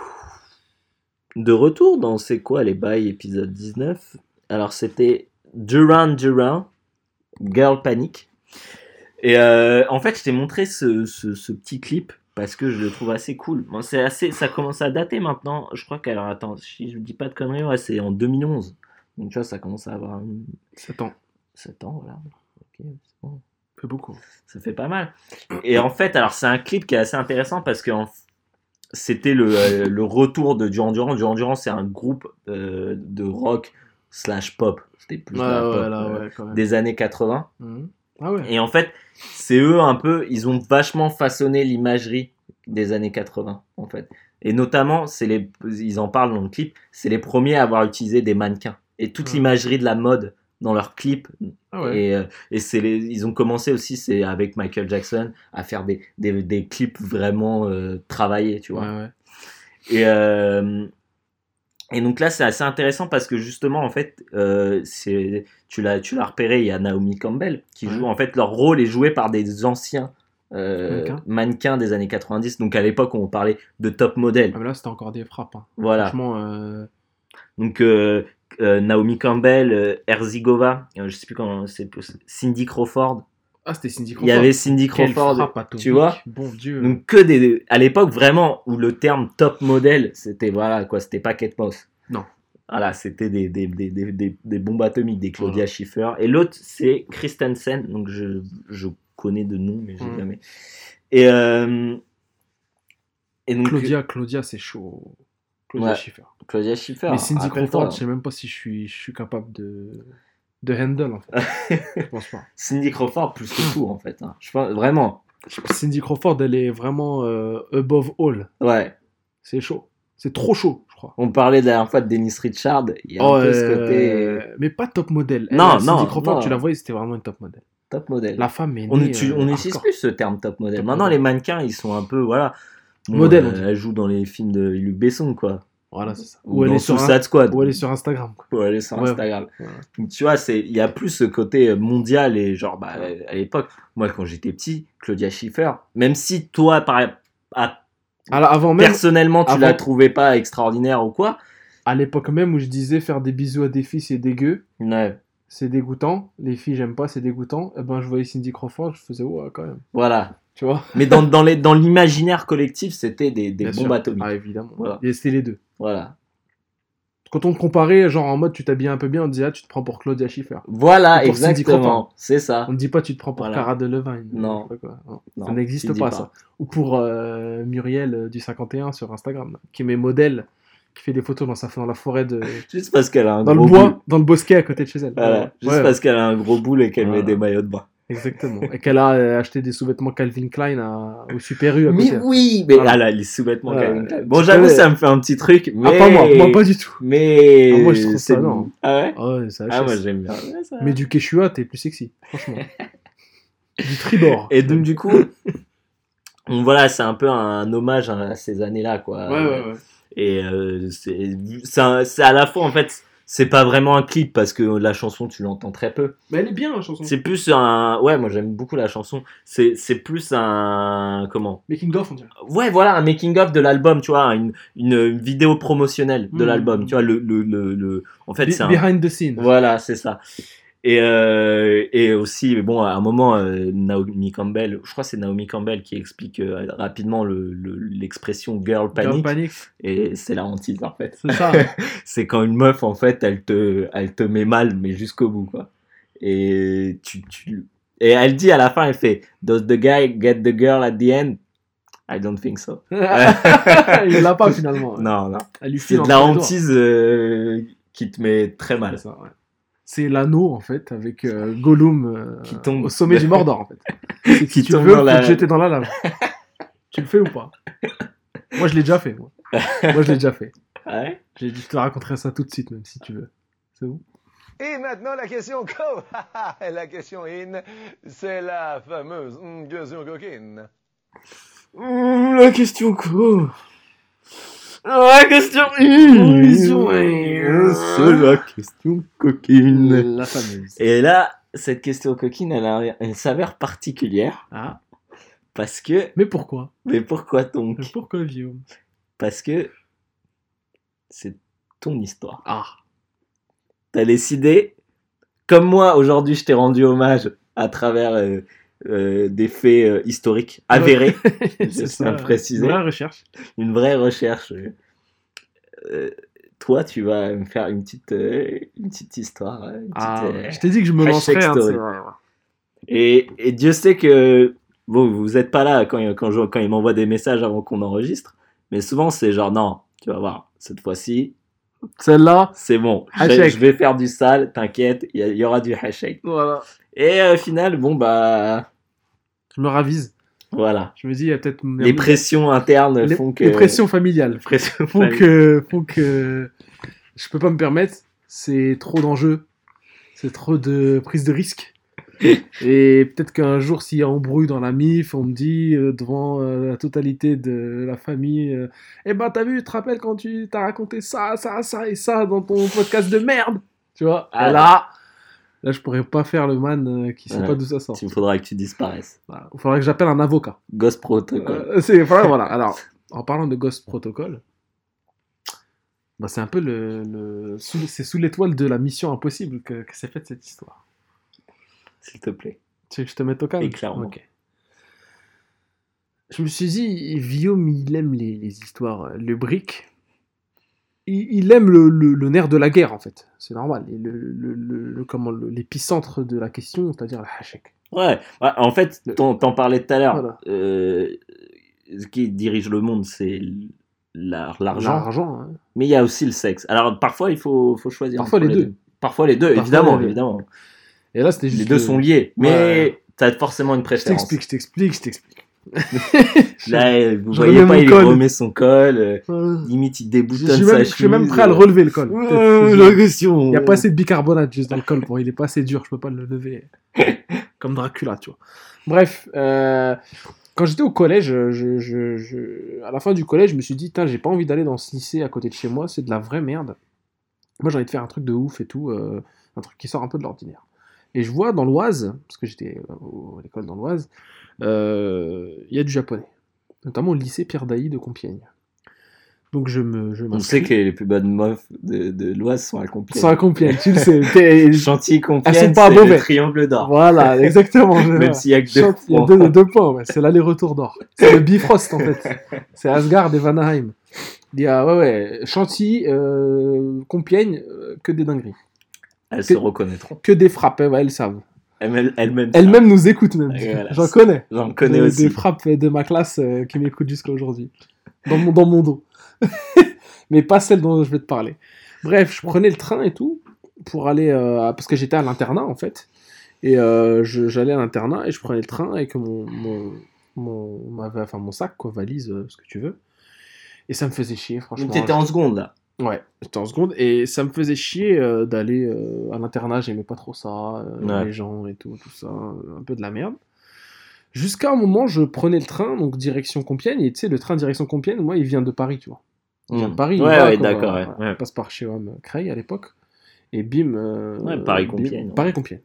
De retour dans C'est quoi les bails épisode dix-neuf. Alors c'était Duran Duran, Girl Panic. Et euh, en fait je t'ai montré ce, ce, ce petit clip parce que je le trouve assez cool. Bon, c'est assez, ça commence à dater maintenant. Je crois qu'elle attends, si je dis pas de conneries, ouais, c'est en deux mille onze. Donc tu vois ça commence à avoir une... sept ans. sept ans, voilà. Ok, c'est bon. Ça fait beaucoup. Ça fait pas mal. Et en fait, alors c'est un clip qui est assez intéressant parce que en, c'était le, euh, le retour de Duran Duran. Duran Duran, c'est un groupe euh, de rock slash pop. C'était plus Ouais, de la ouais, pop là, euh, ouais, quand même. des années quatre-vingts. Mmh. Ah ouais. Et en fait, c'est eux un peu, ils ont vachement façonné l'imagerie des années quatre-vingts, en fait. Et notamment, c'est les, ils en parlent dans le clip, c'est les premiers à avoir utilisé des mannequins. Et toute Ouais. l'imagerie de la mode dans leurs clips. Ah ouais. Et, euh, et c'est les, ils ont commencé aussi, c'est avec Michael Jackson, à faire des, des, des clips vraiment euh, travaillés, tu vois. Ouais, ouais. Et, euh, et donc là, c'est assez intéressant parce que justement, en fait, euh, c'est, tu, l'as, tu l'as repéré, il y a Naomi Campbell qui Ouais. joue. En fait, leur rôle est joué par des anciens euh, Mannequins. mannequins des années quatre-vingt-dix. Donc à l'époque, on parlait de top modèle. Ah, mais là, c'était encore des frappes. Hein. Voilà. Franchement, euh... Donc euh, euh, Naomi Campbell, euh, Herzigova, euh, je sais plus comment c'est, Cindy Crawford. ah, c'était Cindy Il Crawford. y avait Cindy Quelle Crawford, frappe atomique, tu vois. Bon Dieu. Donc que des, à l'époque vraiment où le terme top modèle, c'était voilà quoi, c'était pas Kate Moss. Non. Voilà, c'était des, des, des, des, des, des bombes atomiques, des Claudia Voilà. Schiffer. Et l'autre, c'est Christensen. Donc, je, je connais de nom, mais j'ai Mm. jamais. Et, euh, et donc, Claudia, Claudia, c'est chaud. Claudia Ouais. Schiffer. Claudia Schiffer. Mais Cindy rappelle-toi. Crawford, je sais même pas si je suis, je suis capable de, de handle en fait. Je pense pas. Cindy Crawford, plus que tout, en fait. Hein. Je pense, vraiment. Cindy Crawford, elle est vraiment euh, above all. Ouais. C'est chaud. C'est trop chaud, je crois. On parlait la dernière fois de Dennis Richard. Il y a Oh, un peu ce euh, côté Mais pas top modèle. Elle, Non, Cindy non, Crawford, non. tu la voyais, c'était vraiment une top modèle. top modèle. La femme est née. On n'utilise euh, n'utilise hardcore. plus ce terme top modèle. Top Maintenant, modèle. les mannequins, ils sont un peu, voilà. Bon, Modèle, euh, on dit. elle joue dans les films de Luc Besson, quoi. Voilà, c'est ça. Ou, Ou elle dans est sur Suicide un- Squad. Ou elle est sur Instagram. Quoi. Ou elle est sur Ouais, Instagram. ouais. Donc, tu vois, c'est, il y a plus ce côté mondial et genre, bah, à l'époque, moi, quand j'étais petit, Claudia Schiffer, même si toi, par, à- Alors, avant même, personnellement, tu avant- la trouvais pas extraordinaire ou quoi, à l'époque même où je disais faire des bisous à des filles, c'est dégueu, ouais, c'est dégoûtant. Les filles, j'aime pas, c'est dégoûtant. Et ben, je voyais Cindy Crawford, je faisais, ouais, quand même. voilà. Tu vois? Mais dans, dans, les, dans l'imaginaire collectif, c'était des, des Bien bombes sûr. atomiques. Ah, évidemment. Voilà. Et c'était les deux. Voilà. Quand on te comparait, genre en mode tu t'habilles un peu bien, on te disait, ah, tu te prends pour Claudia Schiffer. Voilà, Ou pour Cindy exactement. Crawford. C'est ça. On ne dit pas tu te prends pour Voilà. Cara Delevingne. Non. Je sais pas quoi. Non. Non, Ça n'existe tu dis pas, pas. ça. Ou pour euh, Muriel euh, du cinquante et un sur Instagram, là, qui met modèle, qui fait des photos dans, sa, dans la forêt, de, Juste parce qu'elle a un dans le gros bois, boule. dans le bosquet à côté de chez elle. Voilà. Ouais. Juste Ouais, parce qu'elle a un gros boule et qu'elle Voilà. met des maillots de bain. Exactement. Et qu'elle a euh, acheté des sous-vêtements Calvin Klein à- au Super U à Mais côté. oui, mais Voilà. ah là, les sous-vêtements Voilà. Calvin Klein. Tu Bon, j'avoue, connais. ça me fait un petit truc, mais... Ah, pas moi, moi pas du tout. Mais... Ah, moi, je trouve c'est ça, non. Ah ouais Ah ouais, ça Ah, moi, achète. j'aime bien. Ouais, ça- Mais du Quechua, t'es plus sexy, franchement. Du tribord. Et donc, du coup... donc, voilà, c'est un peu un hommage à ces années-là, quoi. Ouais, ouais, ouais. Et euh, c'est c'est un- c'est à la fois, en fait, c'est pas vraiment un clip parce que la chanson, tu l'entends très peu. Mais elle est bien, la chanson. C'est plus un... Ouais, moi, j'aime beaucoup la chanson. C'est c'est plus un... Comment Making of, on dirait. Ouais, voilà, un making-of de l'album, tu vois, une, une, une vidéo promotionnelle de Mm. l'album, tu vois, le... le, le, le- En fait, Be- c'est un... Behind the scenes. Voilà, c'est ça. Et, euh, et aussi, bon, à un moment, euh, Naomi Campbell, je crois que c'est Naomi Campbell qui explique euh, rapidement le- le- l'expression girl panic. Girl Panic. Et c'est la hantise, en fait. C'est ça. C'est quand une meuf, en fait, elle te, elle te met mal, mais jusqu'au bout, quoi. Et tu, tu... Et elle dit à la fin, elle fait « Does the guy get the girl at the end? I don't think so. » Il l'a pas finalement. Non, non. Elle lui C'est file de la entre les doigts. hantise euh, qui te met très mal. C'est ça, ouais. C'est l'anneau en fait avec euh, Gollum euh, Qui tombe. au sommet du Mordor en fait. C'est que Qui si tu tombe veux, dans faut la- te jeter dans la lave. Tu le fais ou pas? Moi je l'ai déjà fait. Moi, moi je l'ai déjà fait. Ouais. J'ai dit je te raconterai ça tout de suite même si tu veux. C'est bon? Et maintenant, la question co. La question in, c'est la fameuse hum, question coquine. Mmh, la question quoi? La question Question- C'est la question coquine. La fameuse. Et là, cette question coquine, elle, a, elle s'avère particulière Ah. Parce que... Mais pourquoi Mais pourquoi donc? Mais pourquoi, Guillaume? Parce que c'est ton histoire. Ah. T'as décidé, comme moi, aujourd'hui, je t'ai rendu hommage à travers euh, euh, des faits euh, historiques avérés, C'est je tiens à le ça. préciser, Vraie recherche. une vraie recherche. euh, euh, toi, tu vas me faire une petite, euh, une petite histoire. euh, Une petite, Ah, euh, ouais. Je t'ai dit que je me hashtag lancerais. Hein, story. c'est- ouais, ouais. Et, et Dieu sait que bon, vous n'êtes pas là quand, quand, je- quand il m'envoie des messages avant qu'on enregistre, mais souvent c'est genre non, tu vas voir, cette fois-ci, Celle-là, c'est bon, je, Hashtag. je vais faire du sale, t'inquiète, il y, a- il y aura du hashtag. voilà. Et euh, au final, bon bah Je me ravise. voilà, Je me dis, il y a peut-être. les pressions internes les, font que les pressions familiales. les pressions Font que, font que je peux pas me permettre. C'est trop d'enjeux. C'est trop de prise de risque. Et peut-être qu'un jour, s'il y a embrouille dans la M I F, on me dit euh, devant euh, la totalité de la famille, euh, eh ben t'as vu, tu te rappelles quand tu t'as raconté ça, ça, ça et ça dans ton podcast de merde, tu vois. Ah, et là, là, je pourrais pas faire le man euh, qui sait Ouais. pas d'où ça sort. il faudra que tu disparaisses. Voilà. Il faudrait que j'appelle un avocat. Ghost Protocol. Euh, c'est, voilà, voilà. Alors, en parlant de Ghost Protocol, bah, c'est un peu le, le sous, c'est sous l'étoile de la mission impossible que, que s'est faite cette histoire. S'il te plaît. Tu veux que je te mette au calme? Et clairement. Ok. Je me suis dit, Guillaume, il aime les, les histoires, euh, le brick. Il, il aime le, le, le nerf de la guerre, en fait. C'est normal. Et le, le, le, le- comment, le- l'épicentre de la question, c'est-à-dire la hachek. Ouais, ouais, en fait, t'en, t'en parlais tout à l'heure. Voilà. Euh, ce qui dirige le monde, c'est la- l'argent. L'argent, hein. Mais il y a aussi le sexe. Alors parfois il faut, faut choisir. Parfois entre les deux. Parfois les deux, Parfois évidemment, les deux. évidemment. Et là, c'était juste. Les deux le- sont liés, mais Ouais. t'as forcément une Je préférence. t'explique, je t'explique, je t'explique. Là, vous Je voyez remets pas, mon il col. remet son col, euh, Voilà. limite il Je déboutonne suis sa même, chemise. je suis même prêt à le euh, relever le col. Ouais, Peut-être. la question. Il n'y a pas assez de bicarbonate juste dans le col pour il est pas assez dur, je peux pas le lever comme Dracula, tu vois. Bref, euh, quand j'étais au collège, je, je, je- à la fin du collège, je me suis dit, j'ai pas envie d'aller dans ce lycée à côté de chez moi, c'est de la vraie merde. Moi, j'ai envie de faire un truc de ouf et tout, euh, un truc qui sort un peu de l'ordinaire. Et je vois dans l'Oise, parce que j'étais euh, au- à l'école dans l'Oise, euh, il y a du japonais, notamment au lycée Pierre Dailly de Compiègne. Donc je me, je On m'inscris. sait que les plus bonnes meufs de, de l'Oise sont à Compiègne. Sont à Compiègne, tu le sais. T'es- Chantilly Compiègne, Elles sont pas à c'est le Beauvais. triangle d'or. Voilà, exactement. je- Même s'il y a que deux Chante, il y a points. deux, deux points, ouais. C'est l'aller-retour d'or. C'est le Bifrost, en fait. C'est Asgard et Vanaheim. Il y a, ouais, ouais, Chantilly, euh, Compiègne, euh, que des dingueries. Elles Que- se reconnaîtront. Que des frappes, ouais, elles savent. Elles-mêmes. Elles-mêmes. Elles-mêmes nous écoutent, même. Et voilà. J'en connais. J'en connais Des- aussi. Des frappes de ma classe euh, qui m'écoutent jusqu'à aujourd'hui. Dans mon, dans mon dos. Mais pas celle dont je vais te parler. Bref, je prenais le train et tout pour aller... euh, à- parce que j'étais à l'internat, en fait. Et euh, je- j'allais à l'internat et je prenais le train avec mon, mon, mon, ma- enfin, mon sac, quoi, valise, euh, ce que tu veux. Et ça me faisait chier, franchement. Donc t'étais en seconde là. Ouais, j'étais en seconde. Et ça me faisait chier euh, d'aller euh, à l'internat. J'aimais pas trop ça. euh, Ouais. Les gens et tout, tout ça. euh, Un peu de la merde. Jusqu'à un moment, je prenais le train, donc direction Compiègne. Et tu sais, le train direction Compiègne, moi, il vient de Paris, tu vois. Il vient de Paris. il Ouais, va, ouais, quoi, d'accord, voilà, ouais, voilà. ouais. Il passe par chez Homme Creil à l'époque. Et bim. euh, Ouais, bim, Paris-Compiègne, ouais. Paris-Compiègne.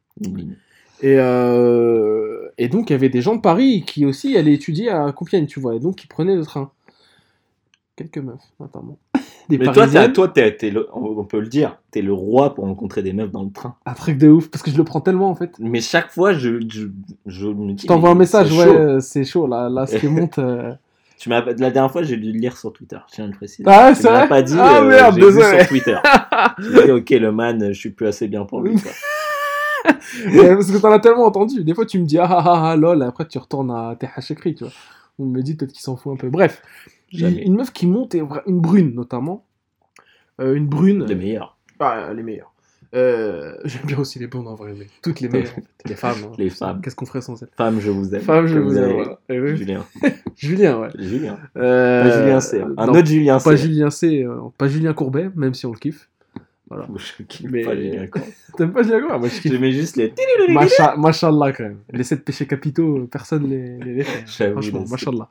Et, euh, et donc, il y avait des gens de Paris qui aussi allaient étudier à Compiègne, tu vois. Et donc, ils prenaient le train. Quelques meufs, notamment. Des Mais toi, t'es, Parisiennes. toi t'es, t'es le- on peut le dire, t'es le roi pour rencontrer des meufs dans le train. Un truc de ouf, parce que je le prends tellement, en fait. Mais chaque fois, je, je, je me dis. Je t'envoie un mais message, c'est ouais, chaud. euh, c'est chaud, là, là, ce qui monte... euh, Tu m'as, la dernière fois, j'ai dû le lire sur Twitter, je tiens à le préciser. Ah ouais, tu c'est m'as vrai pas dit, Ah, euh, merde, j'ai vu désolé. sur Twitter. J'ai dit, ok, le man, je suis plus assez bien pour lui. Quoi. Ouais, parce que t'en as tellement entendu. Des fois, tu me dis, ah ah ah, ah lol, après, tu retournes à tes hachekri, tu vois. On me dit peut-être qu'il s'en fout un peu. Bref, Jamais. une meuf qui monte, et vra- une brune, notamment. Euh, une brune... Le meilleur. Ah, les meilleures. Euh, J'aime bien aussi les blondes en vrai, mais toutes les meilleures. en fait. Les femmes. hein. Les femmes. Qu'est-ce qu'on ferait sans elles? Femme, je vous aime. Femmes, je Comme vous aime. avez- Voilà. Eh oui. Julien. Julien, ouais. Julien. Euh, Pas Julien C. Un non, autre Julien C. Pas Julien C. euh, pas Julien Courbet, même si on le kiffe. Voilà. Je kiffe Mais- pas Julien Courbet. T'aimes pas Julien Courbet? Moi, je kiffe. J'aimais juste les. Macha- Machallah, quand même. Les sept péchés capitaux, euh, personne les, les, les fait. hein. J'avoue, Franchement, les- machallah.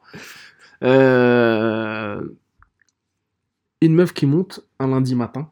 Euh... Une meuf qui monte un lundi matin.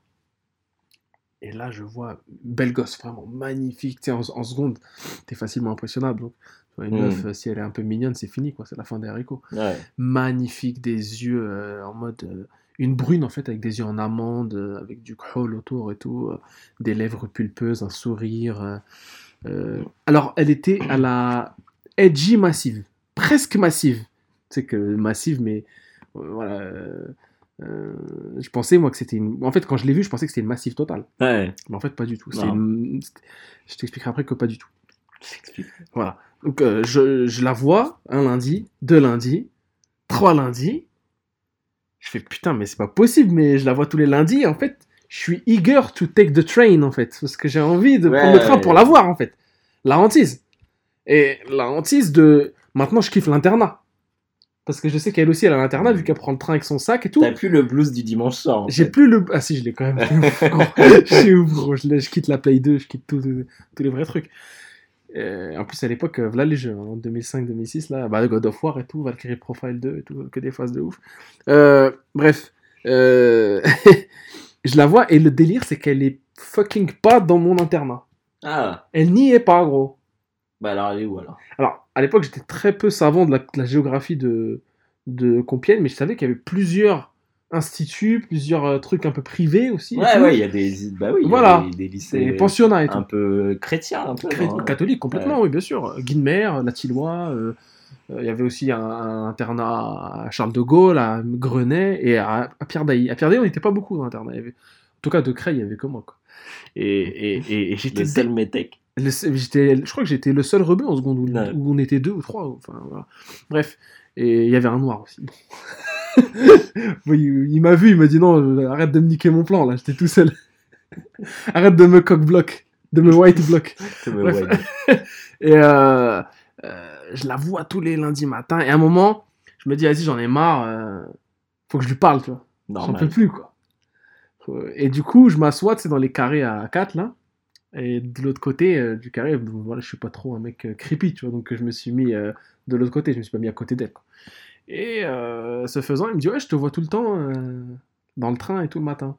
Et là, je vois, belle gosse, vraiment magnifique. Tu sais, en, en seconde, t'es facilement impressionnable. Donc, Une Mm. meuf, euh, si elle est un peu mignonne, c'est fini, quoi. C'est la fin des haricots. Ouais. Magnifique, des yeux euh, en mode... euh, une brune, en fait, avec des yeux en amande, euh, avec du khol autour et tout, euh, des lèvres pulpeuses, un sourire. euh, euh. Alors, elle était à la edgy massive, presque massive. Tu sais que massive, mais euh, voilà... euh, euh, je pensais, moi, que c'était une... En fait, quand je l'ai vue, je pensais que c'était une massive totale. Ouais. Mais en fait, pas du tout. C'est Non. une- c'était- Je t'expliquerai après que pas du tout. J'explique. Voilà. Donc, euh, je, je la vois un lundi, deux lundis, trois lundis. Je fais putain, mais c'est pas possible, mais je la vois tous les lundis. En fait, je suis eager to take the train, en fait. Parce que j'ai envie de Ouais, prendre le train ouais. pour la voir, en fait. La hantise. Et la hantise de. Maintenant, je kiffe l'internat. Parce que je sais qu'elle aussi, elle a l'internat, vu qu'elle prend le train avec son sac et tout. T'as plus le blues du dimanche soir. en J'ai fait. plus le. Ah si, je l'ai quand même. Je suis ouf, gros. Je suis ouf, gros. Je, l'ai- je quitte la Play deux, je quitte tout- tout- tous les vrais trucs. Euh, en plus, à l'époque, euh, voilà les jeux, hein, en deux mille cinq deux mille six, là, bah, God of War et tout, Valkyrie Profile deux et tout, que des phases de ouf. Euh, bref, euh, je la vois et le délire, c'est qu'elle est fucking pas dans mon internat. Ah, Elle n'y est pas, gros. bah alors elle est où alors? Alors, à l'époque, j'étais très peu savant de la, de la géographie de, de Compiègne, mais je savais qu'il y avait plusieurs instituts, plusieurs euh, trucs un peu privés aussi. et Ouais, tout. ouais, il y a des, bah oui, il y a Voilà. des, des lycées Des pensionnats et tout. un peu chrétiens, un peu. Cré- non catholique complètement, oui, bien sûr. Guilmer, Latillois, euh, euh, il y avait aussi un, un internat à Charles de Gaulle, à Grenay et à, à Pierre d'Ailly. À Pierre d'Ailly, on n'était pas beaucoup dans l'internat. Il y avait- En tout cas, de Creil, il y avait que moi. Quoi. Et, et, et, et j'étais Le seul métèque. le seul- j'étais- je crois que j'étais le seul rebeu en seconde où, Ouais. où on était deux ou trois. Enfin, voilà. Bref, et il y avait un noir aussi. Bon, il il m'a vu, il m'a dit non, euh, arrête de me niquer mon plan là, j'étais tout seul. Arrête de me cock-block, de me white-block. Bref. Ouais. Et euh, euh, je la vois tous les lundis matins. Et à un moment, je me dis, vas-y, j'en ai marre. euh, faut que je lui parle, tu vois. J'en peux Normal. plus, quoi. Euh, Et du coup, je m'assois, tu sais, dans les carrés à quatre, là. Et de l'autre côté euh, du carré, bon, voilà, je suis pas trop un mec euh, creepy, tu vois. Donc, je me suis mis euh, de l'autre côté. Je me suis pas mis à côté d'elle, quoi. Et euh, ce faisant, il me dit, ouais, je te vois tout le temps euh, dans le train et tout le matin.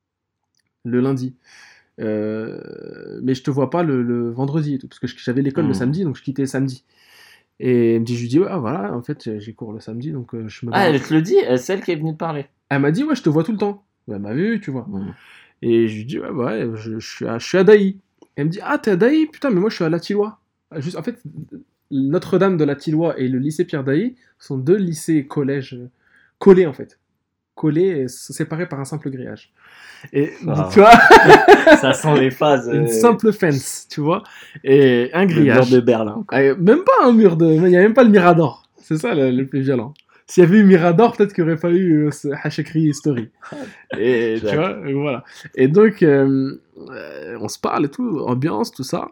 Le lundi. Euh, mais je te vois pas le, le vendredi et tout, parce que je- j'avais l'école le Mhm. samedi, donc je quittais le samedi. Et il me dit, je lui dis, ouais, voilà, en fait, j'ai cours le samedi, donc euh, je me Ah, barre. elle te le dit, euh, c'est elle qui est venue te parler. Elle m'a dit, ouais, je te vois tout le temps. Elle m'a vu, tu vois. Mm. Et je lui dis, ouais, bah ouais, je, je suis à, je suis à Daï. Elle me dit, ah, t'es à Daï? Putain, mais moi, je suis à Latillois. Juste, en fait, Notre-Dame de Latillois et le lycée Pierre Daï sont deux lycées et collèges euh, collés, en fait. Collés et séparés par un simple grillage. Et, Ah. tu vois, Ça sent les phases. une euh, simple fence, tu vois, et un le mur grillage. de Berlin. quoi. Ah, même pas un mur de... Il n'y a même pas le Mirador. C'est ça le, le plus violent. S'il y avait eu Mirador, peut-être qu'il n'y aurait pas eu euh, ce Hachekri Story. Et tu Exact. vois, euh, voilà. Et donc, euh, euh, on se parle et tout, ambiance, tout ça.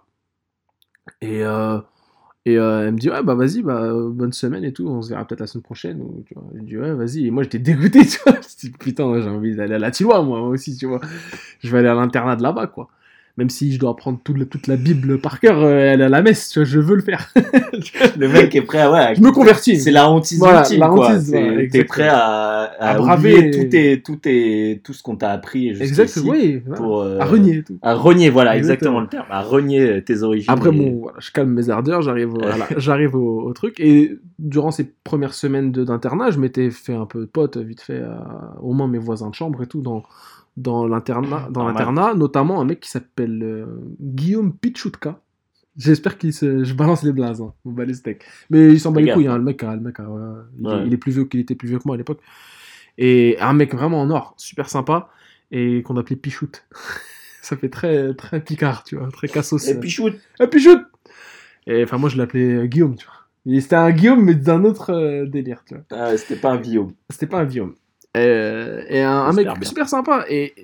Et, euh, et euh, elle me dit, ouais, bah vas-y, bah, euh, bonne semaine et tout, on se verra peut-être la semaine prochaine. Ou, tu vois. Je dis, ouais, vas-y. Et moi, j'étais dégoûté, tu vois. Je dis, putain, j'ai envie d'aller à la Tillois, moi, moi aussi, tu vois. Je vais aller à l'internat de là-bas, quoi. Même si je dois apprendre toute, la- toute la Bible par cœur, euh, elle est à la messe, tu vois, je veux le faire. Le mec est prêt à. Ouais, Je me convertis. c'est la hantise Voilà, ultime, la quoi. hantise, C'est- voilà, T'es exactement. prêt à, à, À braver oublier et- tout, tes, tout, tes, tout ce qu'on t'a appris jusqu'ici. Exactement, oui. voilà. Pour, euh, À renier et tout. À renier, voilà, Exactement. exactement le terme. À renier tes origines. Après, et- bon, voilà, je calme mes ardeurs, j'arrive au, voilà, j'arrive au, au truc. Et durant ces premières semaines de- d'internat, je m'étais fait un peu de pote, vite fait, à- au moins mes voisins de chambre et tout, dans, dans l'internat, dans Normal. l'internat, notamment un mec qui s'appelle euh, Guillaume Pichoutka. J'espère qu'il se... Je balance les blazes, hein, on bat les steaks. Mais il s'en bat les Regarde. couilles, hein, le mec, hein, le mec euh, il, est, Ouais. il est plus vieux qu'il était plus vieux que moi à l'époque. Et un mec vraiment en or, super sympa, et qu'on appelait Pichoute. Ça fait très, très picard, tu vois, très cassos. Et puis shoot. Et puis shoot. Et enfin, moi, je l'appelais euh, Guillaume, tu vois. Et c'était un Guillaume, mais d'un autre euh, délire, tu vois. Ah, c'était pas un Guillaume. C'était pas un Guillaume. Euh, et un, un mec J'espère bien. super sympa. Et,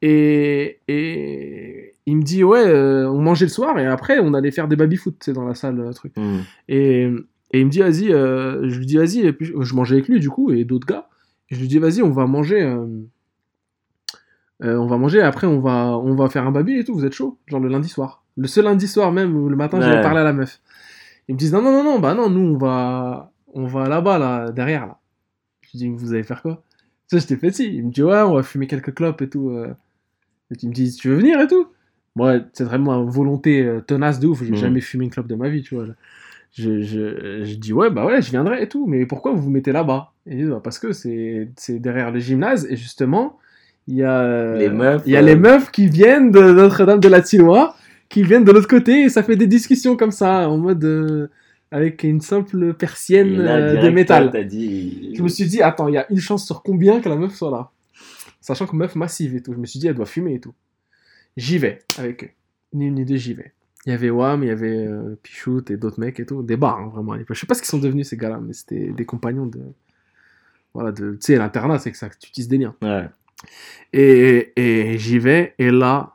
et, et il me dit, ouais, euh, on mangeait le soir, et après, on allait faire des baby-foot, tu sais, dans la salle, euh, truc. Mm. Et, et il me dit, vas-y, euh, je lui dis, vas-y, et puis je mangeais avec lui, du coup, et d'autres gars. Et je lui dis, vas-y, on va manger... euh, euh, on va manger, après on va, on va faire un baby et tout, vous êtes chaud? Genre le lundi soir. Le seul lundi soir même, où le matin, Ouais. j'avais parlé à la meuf. Ils me disent, non, non, non, non, bah non, nous, on va, on va là-bas, là, derrière, là. Je lui dis, vous allez faire quoi? Ça, j'étais petit. Il me dit, ouais, on va fumer quelques clopes et tout. euh. Et il me dit, tu veux venir et tout? Moi, c'est vraiment une volonté euh, tenace de ouf. J'ai Mhm. jamais fumé une clope de ma vie, tu vois. je, je, je dis ouais, bah ouais, je viendrai et tout, mais pourquoi vous vous mettez là-bas? Et ils disent, bah, parce que c'est, c'est derrière le gymnase, et justement, il y a, euh, Les meufs, il y a euh, les meufs qui viennent de Notre-Dame de la Tilloy, qui viennent de l'autre côté, et ça fait des discussions comme ça, en mode, euh, avec une simple persienne Et là, euh, de direct, métal. toi, t'as dit. Je me suis dit, attends, il y a une chance sur combien que la meuf soit là? Sachant que meuf massive et tout, je me suis dit, elle doit fumer et tout. J'y vais avec eux, ni une ni deux, j'y vais. Il y avait Wham, il y avait euh, Pichout et d'autres mecs et tout. Des bars, hein, vraiment. Je sais pas ce qu'ils sont devenus, ces gars-là, mais c'était des compagnons de... Voilà, de... Tu sais, l'internat, c'est que ça, que tu tisses des liens. Ouais. Et, et j'y vais, et là...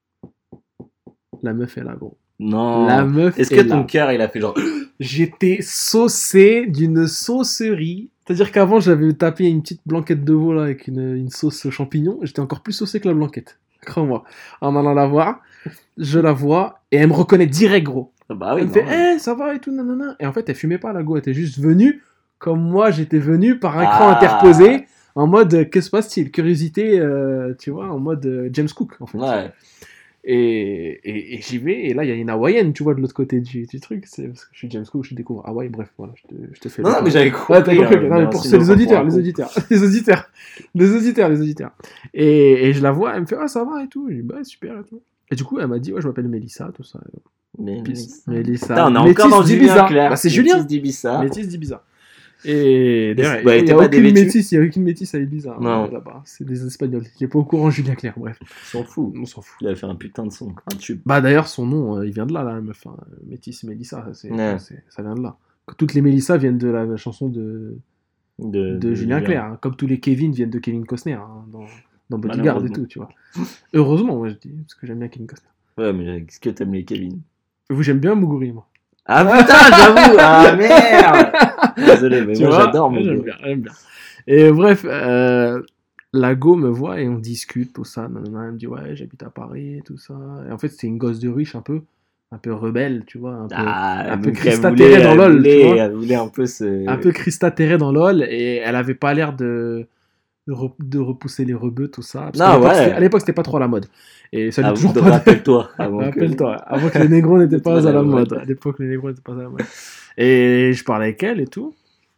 La meuf est là, gros. Non. La meuf Est-ce est que là. ton cœur, il a fait genre. J'étais saucé d'une saucerie. C'est-à-dire qu'avant, j'avais tapé une petite blanquette de veau, là, avec une, une sauce champignon. J'étais encore plus saucé que la blanquette. Crois-moi. En allant la voir, je la vois, et elle me reconnaît direct, gros. Bah oui, Elle me fait, normal. eh, ça va et tout, nanana. Et en fait, elle fumait pas, la go. Elle était juste venue, comme moi, j'étais venu par un écran Ah. interposé, en mode, euh, que se passe-t-il? Curiosité, euh, tu vois, en mode euh, James Cook, en fait. Ouais. Et, et, et j'y vais, et là, il y a une hawaïenne, tu vois, de l'autre côté du, du truc. C'est parce que je suis James Cook, je découvre Hawaï, bref, voilà, je te, je te fais Non, le- non, mais j'avais compris. Ouais, t'as compris, hein, ok. Non, mais mais pour sinon, c'est les on auditeurs, pourra les auditeurs, les auditeurs, les auditeurs, les auditeurs. Et, et je la vois, elle me fait, ah, ça va et tout. Je dis, bah, super et tout. Et du coup, elle m'a dit, ouais, je m'appelle Mélissa, tout ça. Mais Puis- Mélissa. Putain, on est Métis encore dans d'Ibiza. Julien Clerc. Bah, c'est Julien. Métis d'Ibiza. Métis d'Ibiza. Et d'ailleurs, bah, il n'y t'es a pas des aucune vêtus métisse, il n'y a aucune métisse à Ibiza. Non. hein, Là-bas, c'est des Espagnols. Il n'est pas au courant, Julien Clerc, bref. On s'en fout. On s'en fout. Il a fait un putain de son, un tube. Bah d'ailleurs, son nom, euh, il vient de là, la meuf. Hein. Métis Mélissa, c'est, Ouais. c'est- ça vient de là. Toutes les Mélissa viennent de la chanson de, De, de Julien Clerc, hein. Comme tous les Kevin viennent de Kevin Costner, hein, dans, dans Bodyguard et Malheureusement. tout, tu vois. Heureusement, moi je dis, parce que j'aime bien Kevin Costner. Ouais, mais est-ce que t'aimes les Kevin? Vous, j'aime bien Muguri, moi. Ah putain, j'avoue! Ah merde! Désolé, mais Tu moi vois, j'adore mon j'aime gars. bien, j'aime bien. Et bref, euh, la go me voit et on discute, tout ça. Nanana, elle me dit, ouais, j'habite à Paris et tout ça. Et en fait, c'est une gosse de riche un peu, un peu rebelle, tu vois, un peu, Ah, un peu donc Christa elle voulait- Terré dans elle LOL, tu voulait- vois. Elle voulait un peu se. un peu Christa Terré dans LOL, et elle avait pas l'air de, de, re- de repousser les rebeux, tout ça. Parce Non, qu'à l'époque, ouais. c'était- à l'époque, c'était pas trop à la mode. Et ça n'est Ah, toujours de- pas. Rappelle-toi. avant que- Rappelle-toi, avant que les négros n'étaient pas Voilà, à la ouais. mode. À l'époque, les négros n'étaient pas à la mode. Et je parlais avec elle et tout.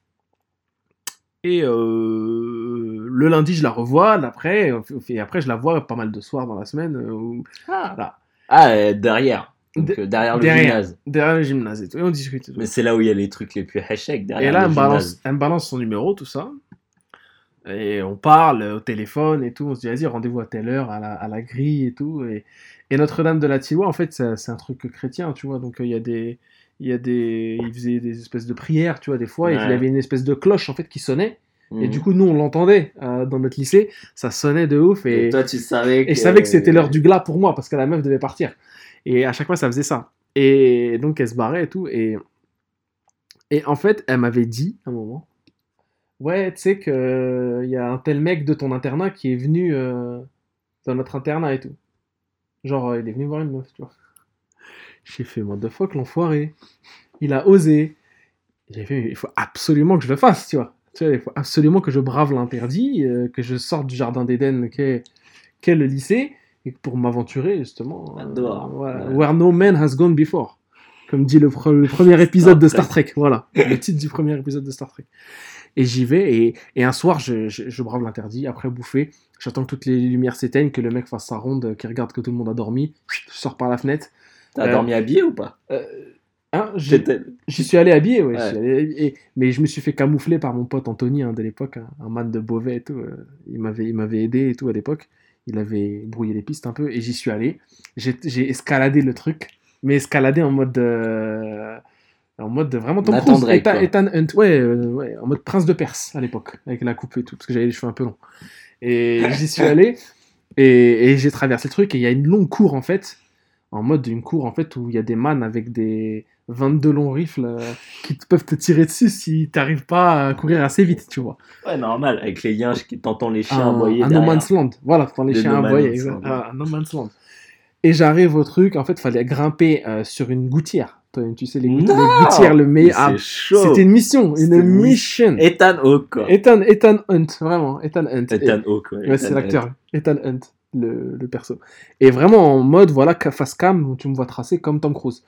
Et euh, le lundi, je la revois, l'après, et après, je la vois pas mal de soirs dans la semaine, euh, où- Ah, ah euh, derrière. Donc, De- euh, derrière le derrière. gymnase. derrière le gymnase et tout. Et on discute et tout. Mais c'est là où il y a les trucs les plus hashtags derrière Et là, le elle me, gymnase. balance, elle me balance son numéro, tout ça. Et on parle au téléphone et tout. On se dit, vas-y, rendez-vous à telle heure, à la, à la grille et tout. Et, et Notre-Dame de la Tilloy, en fait, c'est, c'est un truc chrétien, tu vois. Donc, euh, il y a des. Il y a des. Il faisait des espèces de prières, tu vois, des fois. Et Ouais. il y avait une espèce de cloche, en fait, qui sonnait. Mhm. Et du coup, nous, on l'entendait euh, dans notre lycée. Ça sonnait de ouf. Et, Et toi, tu savais que. et je savais que c'était l'heure du glas pour moi, parce que la meuf devait partir. Et à chaque fois, ça faisait ça. Et donc, elle se barrait et tout. Et, et en fait, elle m'avait dit, à un moment, ouais, tu sais qu'il y a un tel mec de ton internat qui est venu euh, dans notre internat et tout. Genre, euh, il est venu voir une meuf, tu vois. J'ai fait, moi, deux fois que l'enfoiré. Il a osé. J'ai fait, il faut absolument que je le fasse, tu vois. Tu vois, il faut absolument que je brave l'interdit, euh, que je sorte du jardin d'Éden qu'est, qu'est le lycée, et pour m'aventurer, justement. euh, Dehors. voilà, Ouais. Where no man has gone before. Comme dit le, pre- le premier épisode de Star Trek. Voilà, le titre du premier épisode de Star Trek. Et j'y vais, et, et un soir, je, je, je brave l'interdit, après bouffer, j'attends que toutes les lumières s'éteignent, que le mec fasse sa ronde, qu'il regarde que tout le monde a dormi, je sors par la fenêtre. T'as Euh, dormi habillé ou pas? Hein, j'ai- J'étais. J'y suis allé habillé, ouais. Ouais. j'y suis allé- et- mais je me suis fait camoufler par mon pote Anthony hein, de l'époque, hein, un man de Beauvais et tout. euh, il m'avait, il m'avait aidé et tout à l'époque. Il avait brouillé les pistes un peu et j'y suis allé. J'ai, j'ai escaladé le truc, mais escaladé en mode, euh, en mode vraiment Tom Nathan Cruise, Drake, Ethan, quoi. Ethan Hunt, ouais, euh, ouais, en mode prince de Perse à l'époque, avec la coupe et tout, parce que j'avais les cheveux un peu longs. Et j'y suis allé et, et j'ai traversé le truc et il y a une longue cour en fait, en mode une cour en fait où il y a des man avec des vingt-deux longs rifles euh, qui te- peuvent te tirer dessus si t'arrives pas à courir assez vite, tu vois. Ouais, normal. Avec les liens, qui t'entends les chiens Un, aboyer. un no derrière. man's land, voilà, t'entends les Le chiens no man's aboyer, land, exact. ouais. Ah, un no man's land. Et j'arrive au truc, en fait, fallait grimper euh, sur une gouttière. Toi, tu sais, les, gout- Non les gouttières, le Mais meilleur. Ah, c'est chaud. c'était une mission, C'était une une mission. Ethan Hawke, quoi. Ethan, Ethan Hunt, vraiment, Ethan Hunt. Ethan Hawke, ouais. Et- ouais, c'est Ethan l'acteur, Ethan Hunt, le, le perso. Et vraiment en mode, voilà, ca- face cam, où tu me vois tracer comme Tom Cruise.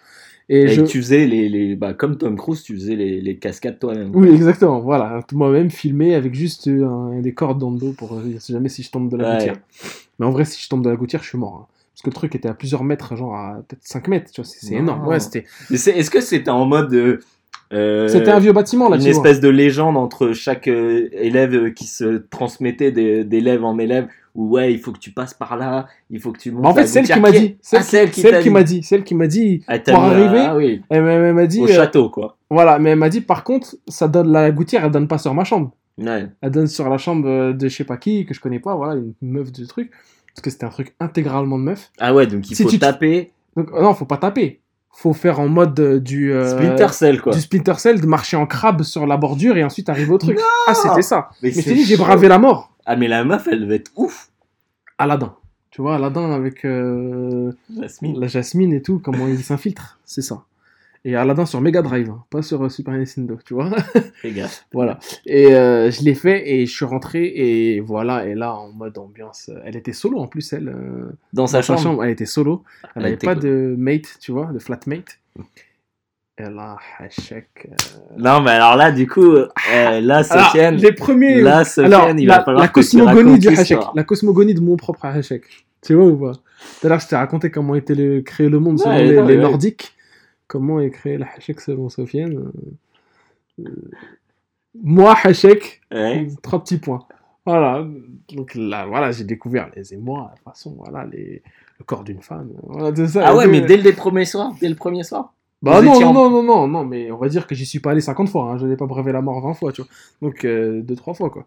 Et, Et je... tu faisais les, les bah, comme Tom Cruise, tu faisais les, les cascades toi-même. Oui, exactement, voilà. Moi-même filmé avec juste un, des cordes dans le dos pour dire si jamais si je tombe de la Ouais. gouttière. Mais en vrai, si je tombe de la gouttière, je suis mort. Hein. Parce que le truc était à plusieurs mètres, genre à peut-être cinq mètres, tu vois, c'est, c'est Non. énorme. Ouais, c'était... Mais c'est, est-ce que c'était en mode euh, euh, c'était un vieux bâtiment là, une tu vois. espèce de légende entre chaque euh, élève euh, qui se transmettait des- d'élève en élève où ouais, il faut que tu passes par là, il faut que tu montes. Bah, en fait, la celle qui gouttière. m'a dit, celle, Ah, qui, celle qui celle t'a qui dit. m'a dit, celle qui m'a dit, Ah, t'as pour mis- arriver, ah oui, elle, m'a- elle m'a dit, au euh, château quoi. voilà, mais elle m'a dit par contre, ça donne la gouttière, elle donne pas sur ma chambre. Ouais. Elle donne sur la chambre euh, de je sais pas qui, que je connais pas, voilà, une meuf de truc. Parce que c'était un truc intégralement de meuf. Ah ouais, donc il Si faut tu te- taper Donc, euh, non, faut pas taper. Faut faire en mode euh, du. euh, Splinter Cell quoi. Du Splinter Cell, de marcher en crabe sur la bordure et ensuite arriver au truc. Ah, c'était ça. Mais Mais je c'est t'ai dit, j'ai chaud. bravé la mort. Ah mais la meuf, elle devait être ouf. Aladdin. Tu vois, Aladdin avec euh, Jasmine. la Jasmine et tout, comment il s'infiltre, c'est ça. Et Aladdin sur Mega Drive, hein, pas sur euh, Super Nintendo, tu vois. Fais gaffe. Voilà. Et euh, je l'ai fait et je suis rentré et voilà. Et là, en mode ambiance, euh, elle était solo en plus, elle. euh, Dans sa dans chambre. elle était solo. Elle Elle n'avait était pas cool. de mate, tu vois, de flatmate. Et là, échec. euh, Non mais alors là du coup, euh, là Alors, Sofiane, les premiers. là Sofiane, Alors, il la, va falloir la que tu cosmogonie racontes du hachek. l'histoire. La cosmogonie de mon propre hachek. Tu vois ou pas? Tout à l'heure, je t'ai raconté comment était le, créé le monde selon Ouais, les, non, les ouais. Nordiques. Comment est créé le hachek selon Sofiane. Euh, Moi, hachek, Ouais. trois petits points. Voilà. Donc là, voilà, j'ai découvert les émois, de toute façon, voilà, les, le corps d'une femme. Voilà, tout ça. Ah Et ouais, tout. mais dès le premier soir, dès le premier soir. Bah Vous non, étiez non, en- non, non, non, non, mais on va dire que j'y suis pas allé cinquante fois, hein. Je n'ai pas bravé la mort vingt fois, tu vois. Donc, euh, deux, trois fois, quoi.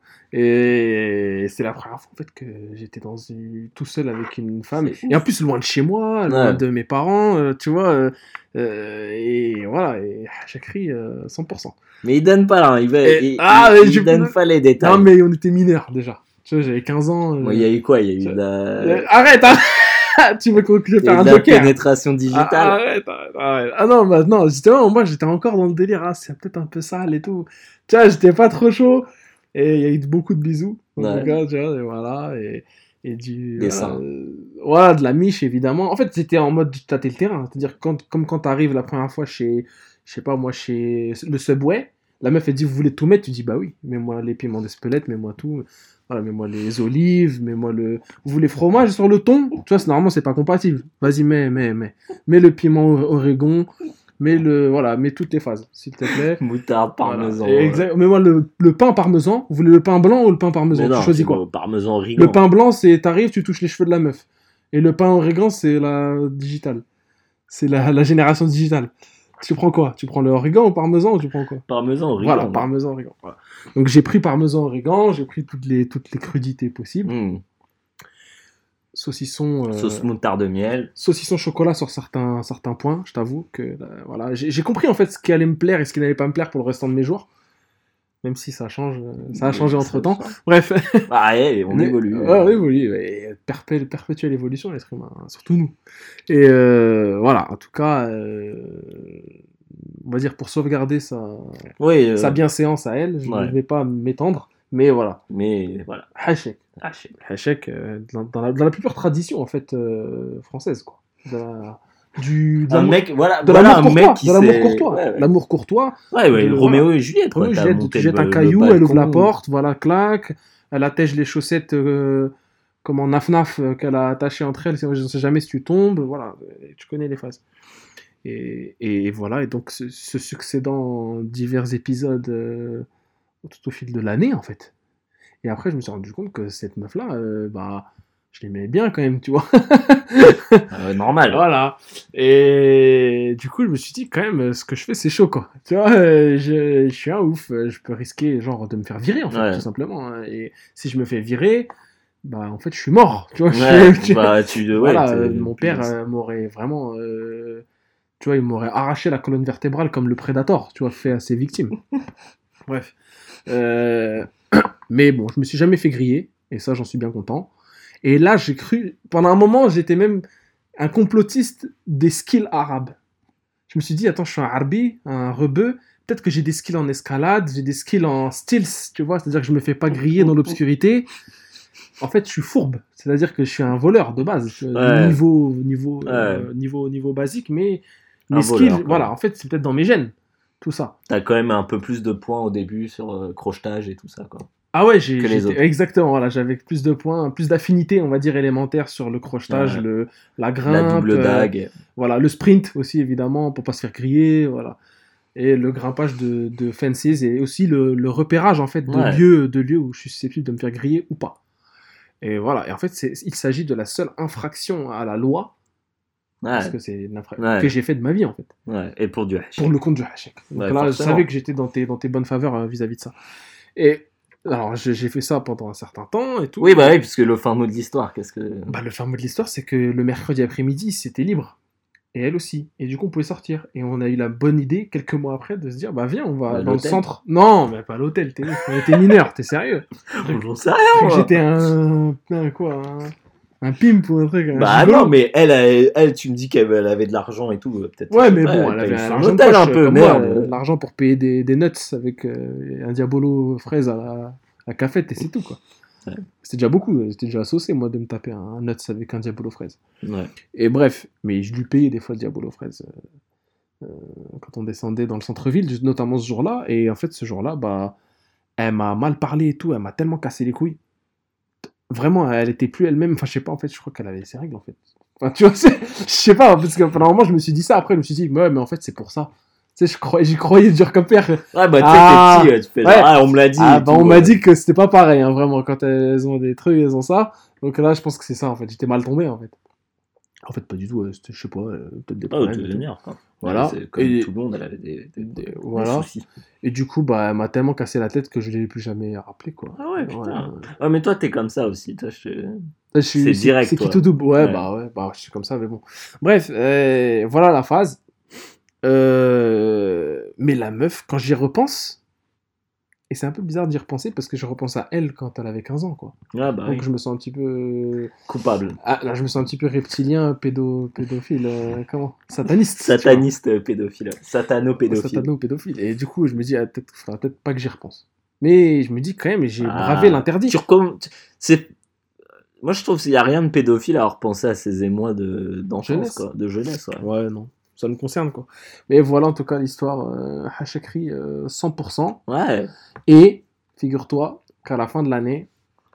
Et c'est la première fois, en fait, que j'étais dans une... tout seul avec une femme. C'est Et en plus, loin de chez moi, loin Ouais. de mes parents, euh, tu vois. euh, euh, et voilà, et Chakri, euh, cent pour cent. Mais il donne pas là, il, va, Et- il, ah, il- mais il je- donne pas les détails. Non, mais on était mineurs, déjà. Tu vois, j'avais quinze ans. euh, Moi, il y a eu quoi? Il y a eu je- de la, euh, Arrête, hein. Tu veux que je il y a fasse eu un de la joker? pénétration digitale. Ah, arrête, arrête, arrête. Ah non, bah non, justement, moi j'étais encore dans le délire, ah, c'est peut-être un peu sale et tout. Tu vois, j'étais pas trop chaud. Et il y a eu beaucoup de bisous, en Ouais. tout cas, tu vois, et voilà. Et, et du. Des voilà, seins. euh, voilà, de la miche, évidemment. En fait, c'était en mode tâter le terrain. C'est-à-dire, quand, comme quand t'arrives la première fois chez, je sais pas, moi, chez le Subway, la meuf, elle dit, vous voulez tout mettre? Tu dis, bah oui, mets-moi les piments d'Espelette, mets-moi tout. Voilà, mets-moi les olives, mets-moi le. Vous voulez fromage sur le thon? Tu vois, c'est- normalement, c'est pas compatible. Vas-y, mets, mets, mets. Mets le piment o- oregon, mets le. Voilà, mets toutes les phases, s'il te plaît. Moutarde, Voilà. parmesan. Et exact- Mets-moi le, le pain parmesan. Vous voulez le pain blanc ou le pain parmesan? Mais non, Tu choisis c'est quoi? le Parmesan rigolant. Le pain blanc, c'est t'arrives, tu touches les cheveux de la meuf. Et le pain origan, c'est la digitale. C'est la, la génération digitale. Tu prends quoi? Tu prends le origan ou parmesan ou tu prends quoi? Parmesan rigolant. Voilà, parmesan origan. Voilà. Donc j'ai pris parmesan origan, j'ai pris toutes les, toutes les crudités possibles. Mmh. Saucisson, euh, Sauce moutarde de miel. saucisson chocolat sur certains, certains points, je t'avoue que euh, voilà, j'ai j'ai compris en fait ce qui allait me plaire et ce qui n'allait pas me plaire pour le restant de mes jours. Même si ça change, euh, ça a changé entre temps. Bref. Ah, ouais, on Mais- évolue. Ouais, on évolue. Et perpé- perpétuelle évolution, l'être humain, hein, surtout nous. Et euh, voilà, en tout cas, euh, on va dire pour sauvegarder sa, Oui, euh, sa bienséance à elle, je ne ouais. vais pas m'étendre, mais voilà. mais voilà. Hachek. Haché. Hachek, euh, dans, dans la, dans la plus pure tradition en fait euh, française, quoi. De la- du, de Un l'amour- mec, voilà, de voilà l'amour un mec courtois, qui de l'amour s'est- courtois, Ouais, ouais. l'amour courtois. Ouais, ouais, de- Roméo voilà. et Juliette, quoi. Oui, T'as Juliette, monté tu jettes le- un le caillou, elle ouvre la balcon. porte, voilà, clac. Elle attèche les chaussettes euh, comme en naf-naf euh, qu'elle a attachées entre elles. Je ne sais jamais si tu tombes, voilà, euh, tu connais les phases. Et, et voilà, et donc se, se succédant divers épisodes euh, tout au fil de l'année, en fait. Et après, je me suis rendu compte que cette meuf-là, euh, bah, je l'aimais bien quand même, tu vois. Ah ouais, normal. Voilà. Et du coup, je me suis dit, quand même, ce que je fais, c'est chaud, quoi. Tu vois, euh, je, je suis un ouf. euh, Je peux risquer, genre, de me faire virer, en fait, Ouais. tout simplement. hein. Et si je me fais virer, bah, en fait, je suis mort. Tu vois, je Ouais, suis- bah, tu, ouais, voilà, t'es- euh, mon père euh, m'aurait vraiment... euh, tu vois, il m'aurait arraché la colonne vertébrale comme le Predator, tu vois, fait à ses victimes. Bref. Euh, Mais bon, je me suis jamais fait griller. Et ça, j'en suis bien content. Et là, j'ai cru... Pendant un moment, j'étais même un complotiste des skills arabes. Je me suis dit, attends, je suis un arbi, un rebeu, peut-être que j'ai des skills en escalade, j'ai des skills en stealth, tu vois, c'est-à-dire que je me fais pas griller dans l'obscurité. En fait, je suis fourbe, c'est-à-dire que je suis un voleur de base, tu vois, de Ouais. niveau, niveau, Ouais. euh, niveau, niveau basique, mais mes Un skills, voleur, quoi. voilà, en fait, c'est peut-être dans mes gènes, tout ça. T'as quand même un peu plus de points au début sur euh, crochetage et tout ça, quoi. Ah ouais, j'ai, Que les j'étais- autres. exactement, voilà, j'avais plus de points, plus d'affinité, on va dire, élémentaire sur le crochetage, Ouais. le, la grimpe, La double euh, dague. voilà, le sprint aussi, évidemment, pour pas se faire griller, voilà. Et le grimpage de, de fences et aussi le, le repérage, en fait, de, Ouais. lieux, de lieux où je suis susceptible de me faire griller ou pas. Et voilà, et en fait, c'est, il s'agit de la seule infraction à la loi, parce Ouais, que c'est une infra- Ouais. que j'ai fait de ma vie, en fait, ouais. Et pour du hash. pour le compte du hachek. Donc Ouais, là, je forcément. savais que j'étais dans tes, dans tes bonnes faveurs euh, vis-à-vis de ça. Et alors, j'ai j'ai fait ça pendant un certain temps et tout. Oui, bah oui, puisque le fin mot de l'histoire, qu'est-ce que. Bah, le fin mot de l'histoire, c'est que le mercredi après-midi, c'était libre. Et elle aussi. Et du coup, on pouvait sortir. Et on a eu la bonne idée, quelques mois après, de se dire, bah viens, on va Bah, dans le l'hôtel. centre. Non, mais pas l'hôtel, t'es ouf. On était mineurs, t'es sérieux. J'en sais rien, Cru que moi. J'étais un... un... quoi Un, un pimp ou un truc. Un Bah gigolo. non, mais elle, elle, elle, tu me dis qu'elle elle avait de l'argent et tout, euh, peut-être. Ouais, je sais mais pas, bon, elle paye avait son l'argent de hôtel poche, un peu, comme moi, merde. euh, de l'argent pour payer des, des nuts avec euh, un diabolo fraise à la, la cafette et c'est tout, quoi. Ouais. C'était déjà beaucoup, euh, c'était déjà saucé, moi, de me taper un nuts avec un diabolo fraise. Ouais. Et bref, mais je lui payais des fois le diabolo fraise euh, euh, quand on descendait dans le centre-ville, notamment ce jour-là. Et en fait, ce jour-là, bah, elle m'a mal parlé et tout, elle m'a tellement cassé les couilles. Vraiment, elle était plus elle-même. Enfin, je sais pas, en fait, je crois qu'elle avait ses règles, en fait. Enfin, tu vois, c'est- je sais pas, parce que pendant un moment, je me suis dit ça. Après, je me suis dit, ouais, mais en fait, c'est pour ça. Tu sais, je croyais, j'y croyais dur comme père. Ouais, bah tu sais, Ah, t'es petit, ouais, tu fais ouais. genre, ah, on me l'a dit. Ah, et bah, tout, on m'a ouais. dit que c'était pas pareil, hein, vraiment. Quand elles ont des trucs, elles ont ça. Donc là, je pense que c'est ça, en fait. J'étais mal tombé, en fait. En fait, pas du tout. euh, c'était, je sais pas, euh, peut-être des Ah, problèmes. t'es et tout. génial, quoi. Voilà. Ouais, c'est comme Et- tout le monde, elle avait des, des, des- des voilà. soucis. Et du coup, bah, elle m'a tellement cassé la tête que je l'ai plus jamais rappelé, quoi. Ah ouais, putain. Ouais. Ouais, mais toi, t'es comme ça aussi. Toi, je... Là, je suis- C'est direct, C'est qui toi. tout double. Ouais, Ouais. bah ouais, bah je suis comme ça, mais bon. Bref, euh, voilà la phase. Euh, Mais la meuf, quand j'y repense, et c'est un peu bizarre d'y repenser parce que je repense à elle quand elle avait quinze ans, quoi. Ah bah Donc oui. je me sens un petit peu. Coupable. Ah, là, je me sens un petit peu reptilien, pédo... pédophile. euh, comment Sataniste. tu vois. Sataniste euh, pédophile. Satano-pédophile. Satano-pédophile. Et du coup, je me dis, ah, peut-être, faudra peut-être pas que j'y repense. Mais je me dis quand même, j'ai Ah, bravé l'interdit. tu recomm- tu- c'est... Moi, je trouve qu'il n'y a rien de pédophile à repenser à ces émois de... d'enfance, Jeunesse. quoi. De jeunesse, ouais. Ouais, non. Ça me concerne, quoi. Mais voilà, en tout cas, l'histoire euh, Hachekri euh, cent pour cent. Ouais. Et figure-toi qu'à la fin de l'année,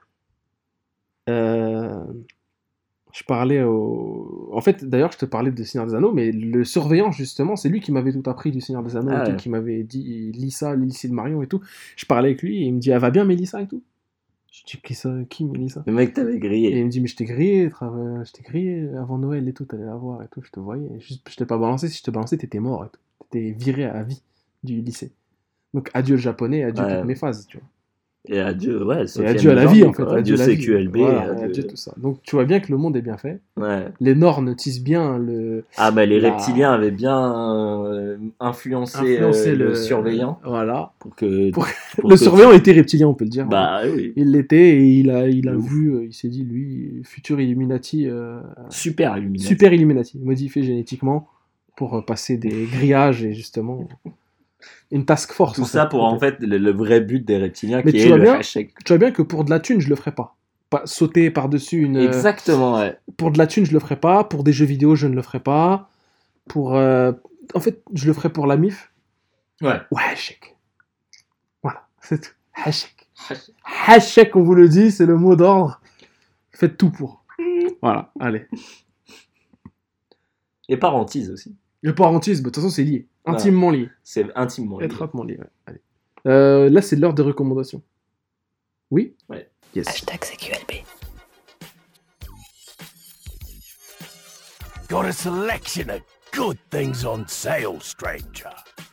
euh, je parlais au. En fait, d'ailleurs, je te parlais de Seigneur des Anneaux, mais le surveillant, justement, c'est lui qui m'avait tout appris du Seigneur des Anneaux, Ah et tout, ouais. qui m'avait dit lis ça, lis le Marion et tout. Je parlais avec lui et il me dit, elle va bien, Mélissa et tout. Je dis, qui ça, qui Mélissa? Le mec t'avait Et grillé. il me dit, mais je t'ai grillé, tra- je t'ai grillé avant Noël et tout, t'allais la voir et tout, je te voyais. Je, je t'ai pas balancé, si je te balançais, t'étais mort et tout. T'étais viré à vie du lycée. Donc adieu le japonais, adieu Ouais. toutes mes phases, tu vois. Et adieu, ouais. Et Sofiane adieu à la Jordi, vie, en fait. quoi. Adieu, Adieu à la C Q L B. vie. Voilà, adieu- adieu tout ça. Donc tu vois bien que le monde est bien fait. Ouais. Les Nornes tissent bien le... Ah, bah les La- reptiliens avaient bien euh, influencé, influencer euh, le... surveillant. Voilà. Pour que... Pour- pour Le que- surveillant était reptilien, on peut le dire. Bah oui. Il l'était et il a, il a De ouf. vu, euh, il s'est dit, lui, futur Illuminati, euh, Super Illuminati. super Illuminati, modifié génétiquement pour euh, passer des grillages et justement une task force. Tout en ça fait. pour en fait le, le vrai but des reptiliens Mais qui tu est vois le bien- hashtag. Tu vois bien que pour de la thune, je le ferais pas. Pas sauter par-dessus une. euh, Exactement, ouais. Pour de la thune, je le ferais pas. Pour des jeux vidéo, je ne le ferais pas. Pour. euh, En fait, je le ferais pour la mif. Ouais. Ouais, hachek. Voilà, c'est tout. Hachek. Hachek, on vous le dit, c'est le mot d'ordre. Faites tout pour. Voilà, allez. Et parentise aussi. Le parentisme, de toute façon, c'est lié. Ouais. Intimement lié. C'est intimement lié. Étroitement lié, ouais. Allez. Euh, là, c'est l'heure des recommandations. Oui Ouais. Yes. Hashtag C Q L B. Got a selection of good things on sale, stranger.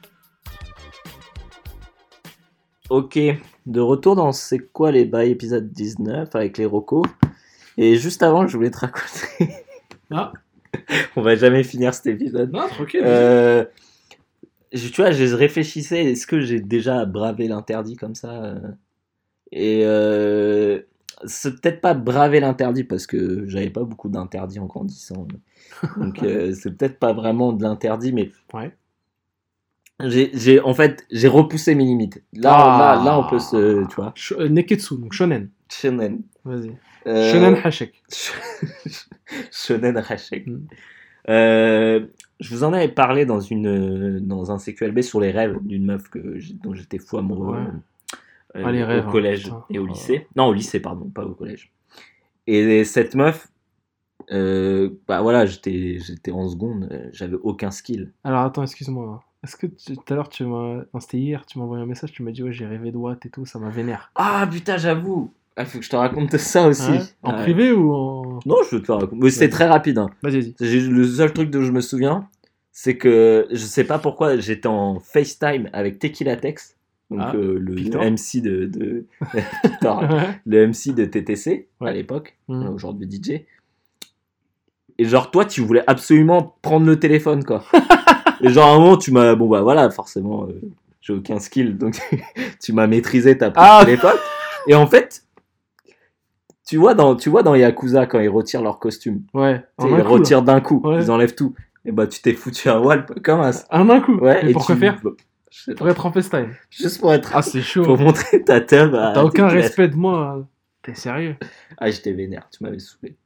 Ok, de retour dans C'est quoi les bails épisode dix-neuf avec les recos. Et juste avant, je voulais te raconter. Ah. On va jamais finir cet épisode. Non, tranquille. Euh, je- tu vois, je réfléchissais, est-ce que j'ai déjà bravé l'interdit comme ça euh, Et euh, c'est peut-être pas braver l'interdit parce que j'avais pas beaucoup d'interdits en grandissant. Donc euh, c'est peut-être pas vraiment de l'interdit, mais Ouais. j'ai, j'ai, en fait, j'ai repoussé mes limites. Là, Ah. là, là, on peut se, tu vois, Sh- euh, Neketsu, donc shonen. shonen. Vas-y. Euh, Shonen hachek. shonen hachek. Mm. Euh, je vous en avais parlé dans, une, dans un C Q L B sur les rêves d'une meuf que, j'ai- dont j'étais fou amoureux Ouais. euh, Ah, les au rêves, hein, collège putain. et au Oh. lycée. Non, au lycée, pardon, pas au collège. Et cette meuf, euh, bah voilà, j'étais, j'étais en seconde, euh, j'avais aucun skill. Alors attends, excuse-moi. Est-ce que tu- tout à l'heure, tu m'as. Non, c'était hier, tu m'as envoyé un message, tu m'as dit, ouais, j'ai rêvé de Watt et tout, ça m'a vénère. Ah putain, j'avoue, il faut que je te raconte ça aussi. Ouais. En Ouais. privé ou en. Non, je veux te le raconter. Mais c'était Vas-y. très rapide. Hein. Vas-y, vas-y. J'ai- Le seul truc dont je me souviens, c'est que je sais pas pourquoi j'étais en FaceTime avec Tequila Tex, donc Ah, euh, le Victor. M C de, de... Victor, Ouais. le M C de T T C à Ouais. l'époque, Mhm. euh, aujourd'hui D J. Et genre toi, tu voulais absolument prendre le téléphone quoi. Et genre à un moment, tu m'as bon bah voilà, forcément, euh, j'ai aucun skill, donc tu m'as maîtrisé, t'as pris Ah. le téléphone. Et en fait, tu vois dans tu vois dans Yakuza quand ils retirent leur costume. Ouais. Tu En sais, un ils coup, là. retirent d'un coup, Ouais. ils enlèvent tout. Et bah tu t'es foutu un wall comme un. En un coup. Ouais, Et pourquoi tu- faire Je sais pas. Pour être en FaceTime. Juste pour être. Ah, c'est chaud. Pour montrer ta teub. à T'as aucun tes classes. respect de moi. hein. T'es sérieux? Ah, j'étais vénère, tu m'avais saoulé.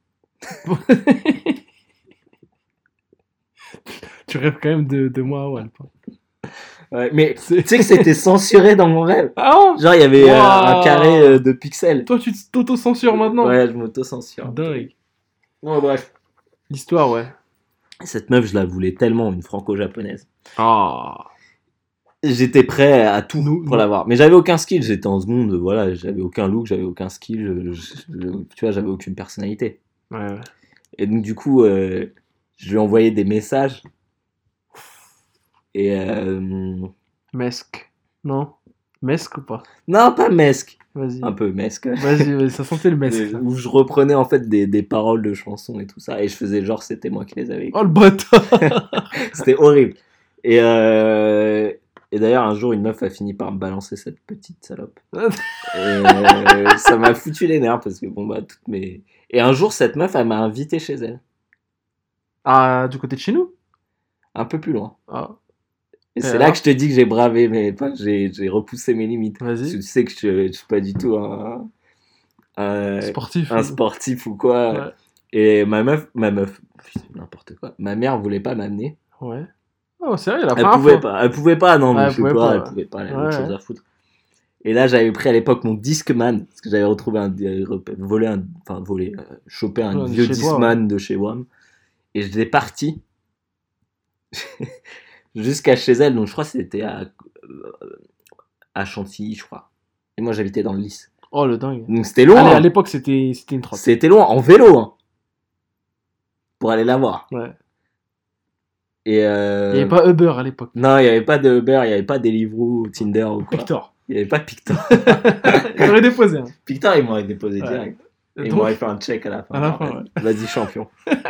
Tu rêves quand même de, de moi à Walp. Ouais, mais tu C'est- sais que c'était censuré dans mon rêve. Ah, Genre, il y avait euh, un Wow. carré euh, de pixels. toi, tu t'auto-censures maintenant? Ouais, je m'auto-censure. Dingue. Ouais, bref. L'histoire, ouais. Cette meuf, je la voulais tellement, une franco-japonaise. Ah. J'étais prêt à tout Nous- pour nous- l'avoir. Mais j'avais aucun skill, j'étais en seconde, voilà, j'avais aucun look, j'avais aucun skill, je- je- je- tu vois, j'avais aucune personnalité. Ouais, ouais. Et donc, du coup, euh, je lui ai envoyé des messages. Et. Euh... Mesque. Non? Mesque ou pas? Non, pas mesque. Vas-y. Un peu mesque. Vas-y, vas-y, ça sentait le mesque. Euh, ça. Où je reprenais en fait des, des paroles de chansons et tout ça. Et je faisais genre c'était moi qui les avais écrites. Oh le bâtard! C'était horrible. Et, euh... et d'ailleurs, un jour, une meuf a fini par me balancer cette petite salope. Et, euh, ça m'a foutu les nerfs parce que bon, bah, toutes mes. Et un jour, cette meuf, elle m'a invité chez elle. Ah, du côté de chez nous? Un peu plus loin. Ah, Et Et c'est alors là que je te dis que j'ai bravé, mais enfin, j'ai, j'ai repoussé mes limites. Parce que vas-y. tu sais que je, je suis pas du tout un, un, Sportif. un sportif ou quoi. Ouais. Et ma meuf, ma meuf, putain, n'importe quoi. Ma mère voulait pas m'amener. Ouais. Oh, sérieux, la Elle première pouvait fois. pas, elle pouvait pas, non, Ouais, mais elle je sais pouvait pas, pas, elle ouais. pouvait pas, elle avait Ouais, autre chose ouais. à foutre. Et là, j'avais pris à l'époque mon Discman, parce que j'avais retrouvé un, volé un, enfin, volé, euh, chopé un Ouais, vieux chez toi, Discman de chez W A M. Et je l'ai parti jusqu'à chez elle, donc je crois que c'était à, à Chantilly, je crois. Et moi, j'habitais dans le Lys. Oh le dingue. Donc c'était loin. Allez, à hein. l'époque, c'était c'était une trotte. C'était loin, en vélo, hein, pour aller la voir. Ouais. Et euh... Il n'y avait pas Uber à l'époque. Non, il n'y avait pas de Uber, il n'y avait pas Deliveroo, Tinder ou quoi. Victor. Il n'y avait pas Pictor. J'aurais déposé. Hein. Pictor, il m'aurait déposé Ouais. direct. Et il Donc, m'aurait fait un check à la fin. À la Genre, fin, vas-y, vas-y, champion.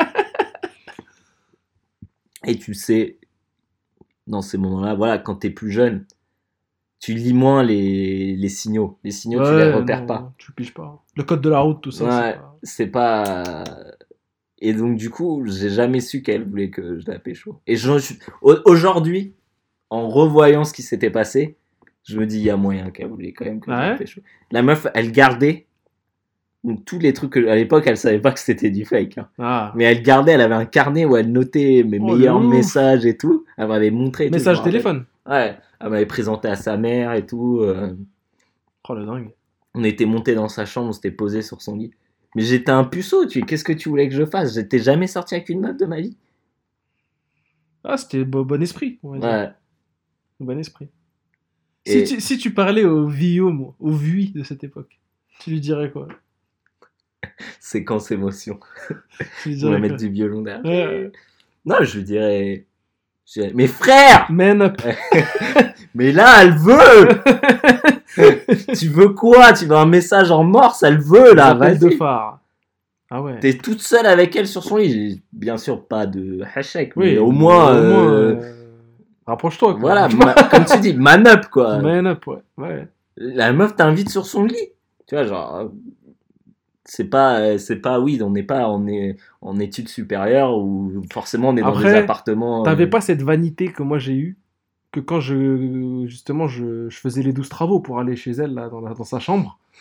Et tu sais, dans ces moments-là, voilà, quand t'es plus jeune, tu lis moins les, les signaux. Les signaux, tu les ouais, repères non, pas. Tu piges pas. Le code de la route, tout ça. Ouais. c'est pas- C'est pas. Et donc, du coup, j'ai jamais su qu'elle voulait que je la pécho. Et je- je- au- aujourd'hui, en revoyant ce qui s'était passé, je me dis, il y a moyen qu'elle voulait quand même que je Ouais. la pécho. La meuf, elle gardait donc, tous les trucs que, à l'époque, elle savait pas que c'était du fake. Hein. Ah. Mais elle gardait, elle avait un carnet où elle notait mes Oh, meilleurs le ouf. messages et tout. Elle m'avait montré. et tout, Message je me rappelle. téléphone. Ouais, elle m'avait présenté à sa mère et tout. euh, Oh le dingue. On était monté dans sa chambre, on s'était posé sur son lit. Mais j'étais un puceau, tu qu'est-ce que tu voulais que je fasse? J'étais jamais sorti avec une meuf de ma vie. Ah, c'était bon, bon esprit. On va dire. Ouais. Bon esprit. Et- Si, tu, si tu parlais au Guillaume, au Vui de cette époque, tu lui dirais quoi? Séquence émotion. Tu lui On va dirais mettre quoi? du violon derrière. Ouais. Non, je lui dirais. je dirais, mais frère! Man up. Mais là, elle veut! Tu veux quoi? Tu veux un message en morse? Elle veut là, Appel de vas-y. phare. Ah ouais. T'es toute seule avec elle sur son lit. J'ai bien sûr pas de hashtag, Oui, mais au moins. au euh, moins, euh, rapproche-toi. quoi. Voilà, ma- comme tu dis, man up quoi. Man up, ouais. ouais. La meuf t'invite sur son lit. Tu vois, genre. euh, C'est pas, euh, c'est pas, oui, on n'est pas on est en études supérieures ou forcément on est dans Après, des appartements. T'avais euh, pas cette vanité que moi j'ai eue, que quand je justement je, je faisais les douze travaux pour aller chez elle là dans, la- dans sa chambre,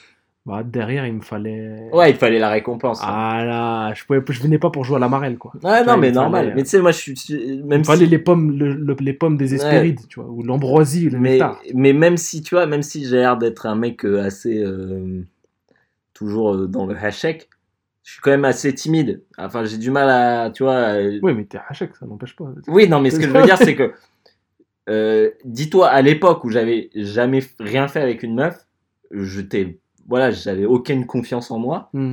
Bah, derrière, il me fallait. Ouais, il fallait la récompense. hein. Ah là, je, pouvais, je venais pas pour jouer à la marelle, quoi. Ouais, Tu vois, non, il mais me normal. fallait, Mais euh, tu sais, moi, je suis. je- il Même me fallait si. les pommes, le- le- les pommes des Hespérides, tu vois, ou l'ambroisie, ou le Mais, nectar. mais même si, tu vois, même si j'ai l'air d'être un mec euh, assez. euh, toujours euh, dans le hachek, je suis quand même assez timide. Enfin, j'ai du mal à. Tu vois. à- Oui, mais t'es hachek, ça n'empêche pas. Oui, non, mais ce que je veux dire, c'est que. euh, dis-toi, à l'époque où j'avais jamais rien fait avec une meuf, je t'ai. Voilà, j'avais aucune confiance en moi. Hmm.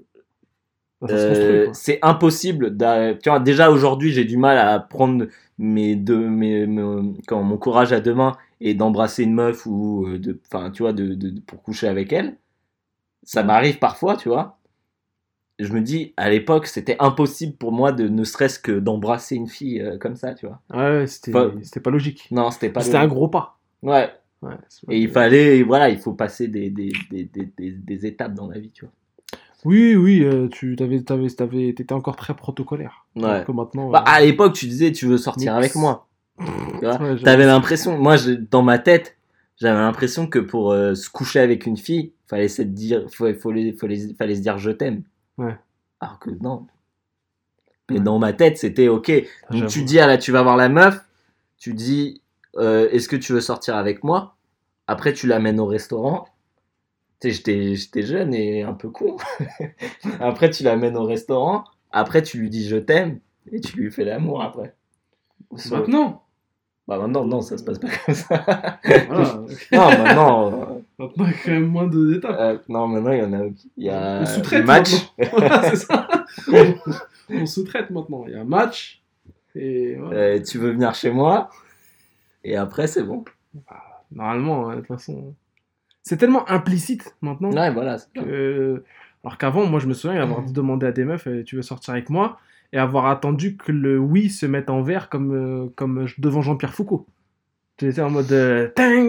Bah, ça se Euh, construit, quoi. c'est impossible. d'a- Tu vois, déjà aujourd'hui, j'ai du mal à prendre mes deux, mes, mes- comment, mon courage à deux mains et d'embrasser une meuf ou euh, de, enfin, tu vois, de, de- de- pour coucher avec elle. Ça m'arrive parfois, tu vois. Je me dis, à l'époque, c'était impossible pour moi de ne serait-ce que d'embrasser une fille euh, comme ça, tu vois. Ouais, ouais, c'était Faut- c'était pas logique. Non, c'était pas. C'était un logique. gros pas. Ouais. Ouais, c'est pas Et il que- fallait, voilà, il faut passer des, des, des, des, des, des étapes dans la vie, tu vois. Oui, oui, euh, tu t'avais, t'avais, t'avais, t'étais encore très protocolaire. Ouais. Alors que maintenant. Bah, euh, à l'époque, tu disais, tu veux sortir Nix. avec moi. Tu vois. ouais, j'avoue. T'avais l'impression, moi, je- dans ma tête, j'avais l'impression que pour euh, se coucher avec une fille, fallait se dire, faut, faut les, faut les- fallait se dire je t'aime. Ouais. Alors que non. Mais Ouais. dans ma tête, c'était ok. Donc J'avoue. tu dis, ah là, tu vas voir la meuf, tu dis, euh, est-ce que tu veux sortir avec moi? Après, tu l'amènes au restaurant. Tu sais, j'étais, j'étais jeune et un peu con. Après, tu l'amènes au restaurant. Après, tu lui dis je t'aime et tu lui fais l'amour après. Soit- Maintenant. Bah maintenant, non, ça se passe pas comme ça. Voilà. Non, maintenant, euh, Maintenant, il y a quand même moins d'étapes. euh, non, maintenant il y en a, il y a On sous-traite match. maintenant. Voilà, c'est ça. On, on sous-traite maintenant. Il y a un match. Et voilà. Euh, tu veux venir chez moi et après c'est bon. Normalement, hein, de toute façon. C'est tellement implicite maintenant. Ouais, voilà. c'est ça. que- Alors qu'avant, moi, je me souviens avoir demandé à des meufs euh, tu veux sortir avec moi et avoir attendu que le oui se mette en vert comme, euh, comme devant Jean-Pierre Foucault. Tu étais en mode. euh, Ting,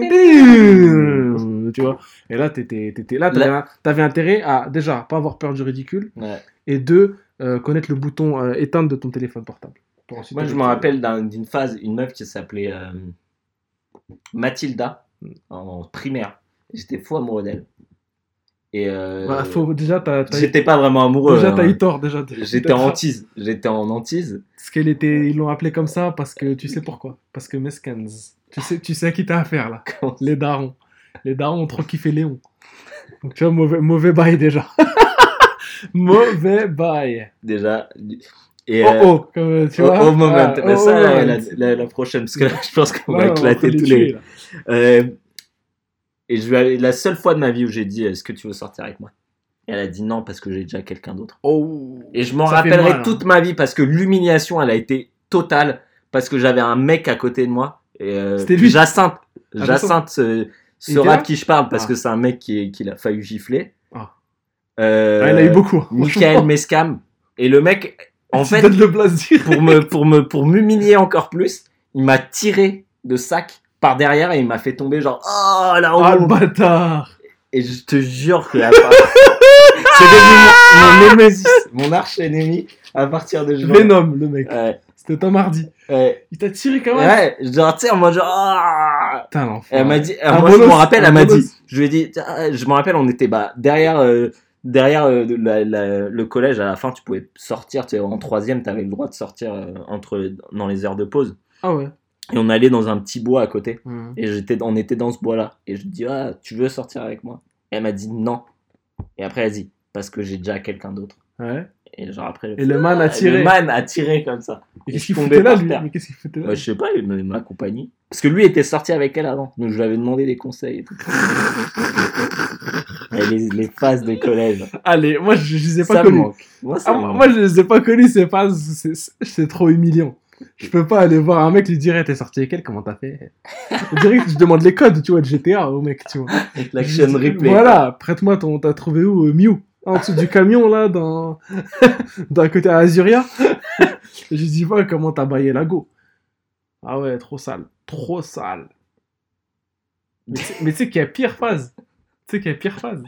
ting, tu vois. Et là, t'étais, t'étais, là, t'avais, t'avais intérêt à déjà pas avoir peur du ridicule Ouais. et deux, euh, connaître le bouton euh, éteindre de ton téléphone portable. Pour ensuite Moi, je aller- me rappelle d'un- d'une phase, une meuf qui s'appelait euh, Mathilda en primaire. J'étais fou amoureux d'elle. Et euh, Bah, faut, déjà, t'as, t'as, j'étais pas vraiment amoureux. déjà, hein. t'as eu tort. Déjà, J'étais en hantise. J'étais en hantise. Parce qu'elle était, ils l'ont appelé comme ça parce que tu sais pourquoi. Parce que Meskans, tu sais, tu sais à qui t'as affaire là. Comment ça Les darons. Les darons ont trop kiffé Léon. Donc tu vois, mauvais, mauvais bail déjà. Mauvais bail. Déjà. Et, Oh euh, oh, comme tu au, vois. au moment. Ah, Mais oh, ça, oh, la, moment. la- la prochaine, parce que là, je pense qu'on Ouais, va on va éclater les tous tuer, les. là. Euh, et je lui avais- la seule fois de ma vie où j'ai dit est-ce que tu veux sortir avec moi? Et elle a dit non parce que j'ai déjà quelqu'un d'autre. Oh. Et je m'en Ça fait rappellerai mal, hein. toute ma vie parce que l'humiliation, elle a été totale parce que j'avais un mec à côté de moi. Et euh, C'était lui. Jacinthe. Ah, Jacinthe euh, Il saura était là de qui je parle parce Ah. que c'est un mec qui, qui l'a fallu gifler. Ah. Euh, Ah, il a eu beaucoup. Michael Mescam. Et le mec, en Tu fait, donnes le plaisir. pour me, pour me, pour m'humilier encore plus, il m'a tiré de sac par derrière et il m'a fait tomber genre, oh la Ah le honte. bâtard. Et je te jure que à part- c'est devenu mon, mon némésis, mon arch-ennemi à partir de ce jour. Venom le mec. Ouais, C'était ton mardi. ouais, Il t'a tiré quand même. ouais, genre, tu sais, en mode genre, ah. Putain l'enfant. Elle m'a dit, Un moi je me bolos, rappelle, un elle m'a bolos. dit, je lui ai dit, tiens, je me rappelle, on était bah, derrière, euh, derrière euh, la- la- le collège, à la fin, tu pouvais sortir, tu sais, en troisième, tu avais le droit de sortir euh, entre, dans les heures de pause. Ah ouais. Et on allait dans un petit bois à côté. Mhm. Et j'étais, on était dans ce bois-là. Et je dis, ah, tu veux sortir avec moi? Et elle m'a dit non. Et après, elle a dit, parce que j'ai déjà quelqu'un d'autre. Ouais. Et genre après, Et le man a tiré. Le man a tiré comme ça. Et Et qu'est-ce je qu'il tombais foutait là par lui terre. Mais qu'est-ce qu'il foutait là Bah, je sais pas, il m'a- il m'a accompagné. Parce que lui était sorti avec elle avant. Donc je lui avais demandé des conseils et tout. Et les, les phases de collège. Allez, moi je, je les ai pas Ça me connus. manque. Moi, ça Ah, me moi, manque. moi, je les ai pas connus, c'est pas, c'est, c'est- c'est trop humiliant. Je peux pas aller voir un mec lui dire hey, t'es sorti avec elle, comment t'as fait? On dirait que je demande les codes, tu vois, de G T A au mec, tu vois. L'action replay. Voilà, prête-moi ton, t'as trouvé où euh, Mew? En dessous du camion là, dans, d'un côté à Azuria. Je dis pas comment t'as baillé la go. Ah ouais, trop sale, trop sale. Mais tu sais- mais tu sais qu'il y a pire phase. Tu sais qu'il y a pire phase.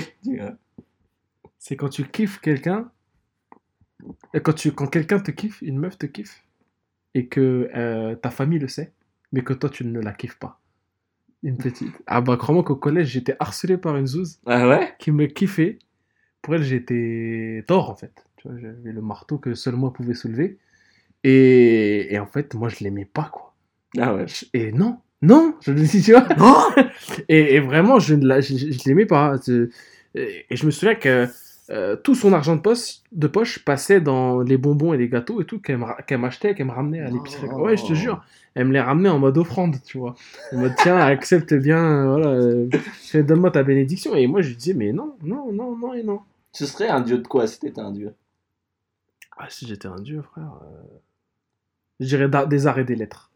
C'est quand tu kiffes quelqu'un, et quand, tu, quand quelqu'un te kiffe, une meuf te kiffe, et que euh, ta famille le sait, mais que toi tu ne la kiffes pas. Une petite. Ah bah, crois-moi qu'au collège, j'étais harcelé par une zouze Ah ouais? qui me kiffait. Pour elle, j'étais tort, en fait. Tu vois, j'avais le marteau que seul moi pouvais soulever. Et, et en fait, moi, je l'aimais pas, quoi. Ah ouais. Et non, non, je le dis, tu vois. et, et vraiment, je ne la, je, je, je l'aimais pas. Je- Et, et je me souviens que euh, tout son argent de poche, de poche passait dans les bonbons et les gâteaux et tout qu'elle me ra- qu'elle m'achetait, qu'elle me ramenait à l'épicerie. Oh. Ouais, je te jure. Elle me les ramenait en mode offrande, tu vois. En mode, tiens, accepte bien, euh, voilà, euh, fais- donne-moi ta bénédiction. Et moi, je lui disais, mais non, non, non, non et non. Ce serait un dieu de quoi si t'étais un dieu? Ah, si j'étais un dieu, frère. euh, Je dirais d'ar- des arts et des lettres.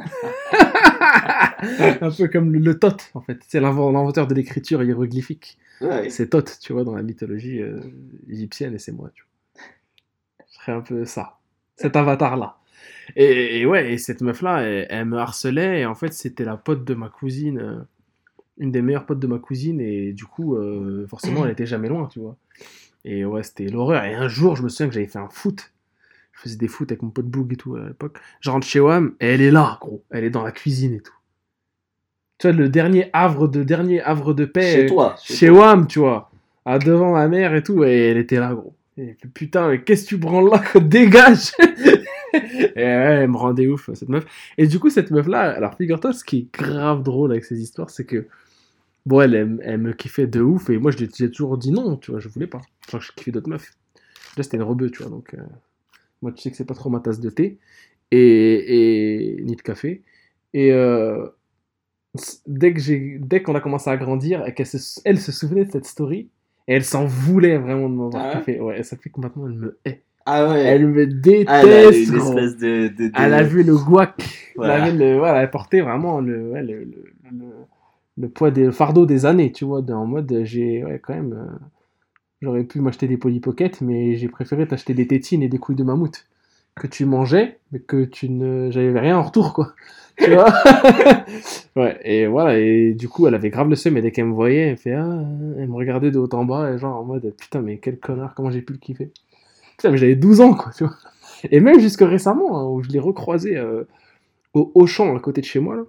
Un peu comme le, le Thoth, en fait. C'est l'invent- l'inventeur de l'écriture hiéroglyphique. Ouais. C'est Thoth, tu vois, dans la mythologie euh, égyptienne, et c'est moi, tu vois. Je serais un peu ça. Cet avatar-là. Et, et ouais, et cette meuf-là, elle, elle me harcelait, et en fait, c'était la pote de ma cousine, euh, une des meilleures potes de ma cousine, et du coup, euh, forcément, elle était jamais loin, tu vois. Et ouais, c'était l'horreur. Et un jour, je me souviens que j'avais fait un foot. Je faisais des foot avec mon pote Boog et tout à l'époque. Je rentre chez Wam, et elle est là, gros. Elle est dans la cuisine et tout. Tu vois, le dernier havre de, dernier havre de paix. Chez euh, toi. Chez toi. Wam, tu vois. À devant ma mère et tout, et elle était là, gros. Et puis, putain, mais qu'est-ce que tu branles là, quoi, dégage. Et ouais, elle me rendait ouf, cette meuf. Et du coup, cette meuf-là, alors figure-toi, ce qui est grave drôle avec ces histoires, c'est que, bon, elle, elle, elle me kiffait de ouf, et moi, je lui ai toujours dit non, tu vois, je voulais pas. Genre, je kiffais d'autres meufs. Là, c'était une rebeu, tu vois, donc, euh, moi, tu sais que c'est pas trop ma tasse de thé, et, et ni de café. Et, euh, dès que j'ai, dès qu'on a commencé à grandir, et qu'elle se, elle se souvenait de cette story, et elle s'en voulait vraiment de m'avoir Ah ouais kiffé. Ouais, ça fait que maintenant, elle me hait. Ah ouais. Elle me déteste, Ah, elle a une gros. espèce de. de, de... Elle a vu le guac. Voilà. Elle, avait le, voilà, elle portait vraiment le, ouais, le, le, le, le poids des le fardeau des années, tu vois, de- en mode, j'ai, ouais, quand même, euh, j'aurais pu m'acheter des Polly Pocket, mais j'ai préféré t'acheter des tétines et des couilles de mammouth que tu mangeais, mais que tu ne, j'avais rien en retour, quoi. Tu vois. Ouais, et voilà, et du coup, elle avait grave le seum, et dès qu'elle me voyait, elle fait, ah, elle me regardait de haut en bas, et genre en mode, putain, mais quel connard, comment j'ai pu le kiffer. Putain, mais j'avais douze ans, quoi, tu vois. Et même jusque récemment, hein, où je l'ai recroisée euh, au Auchan, à côté de chez moi, là.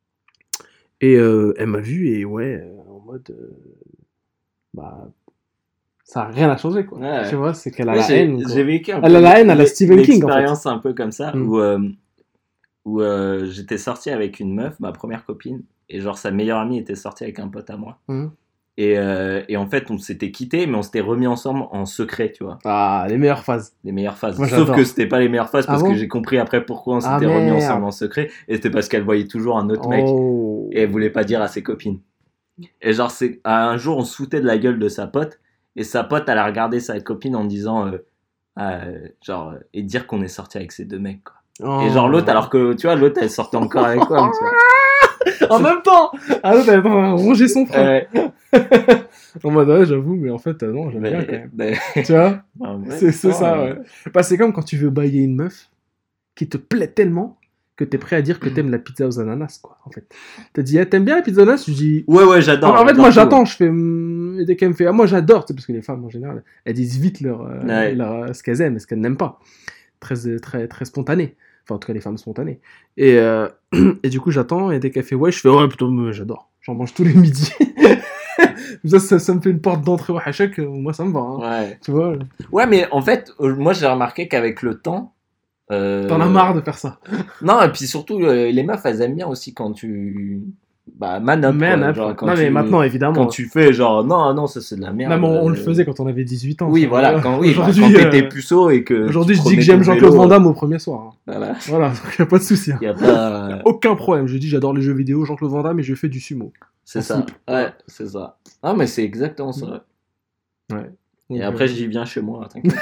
Et euh, elle m'a vu, et ouais, euh, en mode, euh, bah, ça a rien à changer, quoi. Ouais. Tu vois, c'est qu'elle a Ouais, la j'ai, haine, quoi. j'ai vécu un Elle peu a la haine à la une- Stephen une King, en fait. expérience un peu comme ça, Mm. où, euh, où euh, j'étais sorti avec une meuf, ma première copine, et genre sa meilleure amie était sortie avec un pote à moi. Mhm. Et, euh, et en fait, on s'était quittés, mais on s'était remis ensemble en secret, tu vois, Ah, les meilleures phases. les meilleures phases. Moi, Sauf j'adore. que c'était pas les meilleures phases, Ah parce bon que j'ai compris après pourquoi on Ah, s'était remis merde. ensemble en secret, et c'était parce qu'elle voyait toujours un autre mec, Oh. et elle voulait pas dire à ses copines. Et genre, c'est, un jour, on se foutait de la gueule de sa pote, et sa pote, elle a regardé sa copine en disant, euh, ah, euh, genre, euh, et dire qu'on est sorti avec ces deux mecs, quoi. Oh. Et genre l'autre, alors que tu vois, l'autre elle sortait encore avec quoi, tu vois. En même temps. Ah, l'autre, elle est en train de ronger son frère. Ouais, En mode, ouais, j'avoue, mais en fait, euh, non, j'aime bien, mais- quand même. mais- Tu vois. en vrai, C'est c'est putain, ça, euh, ouais. Bah, c'est comme quand tu veux bailler une meuf qui te plaît tellement que t'es prêt à dire que t'aimes la pizza aux ananas, quoi, en fait. T'as dit, ah, t'aimes bien la pizza aux ananas? Je dis, Ouais, ouais, j'adore. en fait, j'adore moi, tout. j'attends, je fais, hum, et dès qu'elle me fait, ah, moi, j'adore, tu sais, parce que les femmes, en général, elles disent vite leur, euh, Ouais. leur- ce qu'elles aiment et ce qu'elles n'aiment pas. Très, euh, très, très spontané. Enfin, en tout cas, les femmes spontanées. Et, euh, et du coup, j'attends, et dès qu'elle fait, ouais, je fais, ouais, plutôt, mais j'adore. J'en mange tous les midis. ça, ça, ça me fait une porte d'entrée au hachak, euh, moi, ça me va, hein. Ouais. Tu vois, Ouais, mais en fait, euh, moi j'ai remarqué qu'avec le temps. euh, t'en as marre de faire ça. Non, et puis surtout, euh, les meufs elles aiment bien aussi quand tu. Bah, man up. Man quoi, up. genre, quand Non, mais tu- maintenant, évidemment. Quand tu fais genre, non, non, ça c'est de la merde. Même on, on le euh, faisait quand on avait dix-huit ans. Oui, ça. voilà, quand, oui, bah, Aujourd'hui, quand t'étais euh, puceau et que. Aujourd'hui, tu je dis que prenais j'aime ton Jean-Claude vélo, Van Damme au premier soir, hein. Voilà. Voilà, donc y a pas de souci, hein. Y a pas. Aucun problème. Je dis j'adore les jeux vidéo, Jean-Claude Van Damme, et je fais du sumo. C'est En ça. slip. Ouais, c'est ça. Ah, mais c'est exactement ça. Ouais. Et Donc, après, euh, j'y viens chez moi, t'inquiète.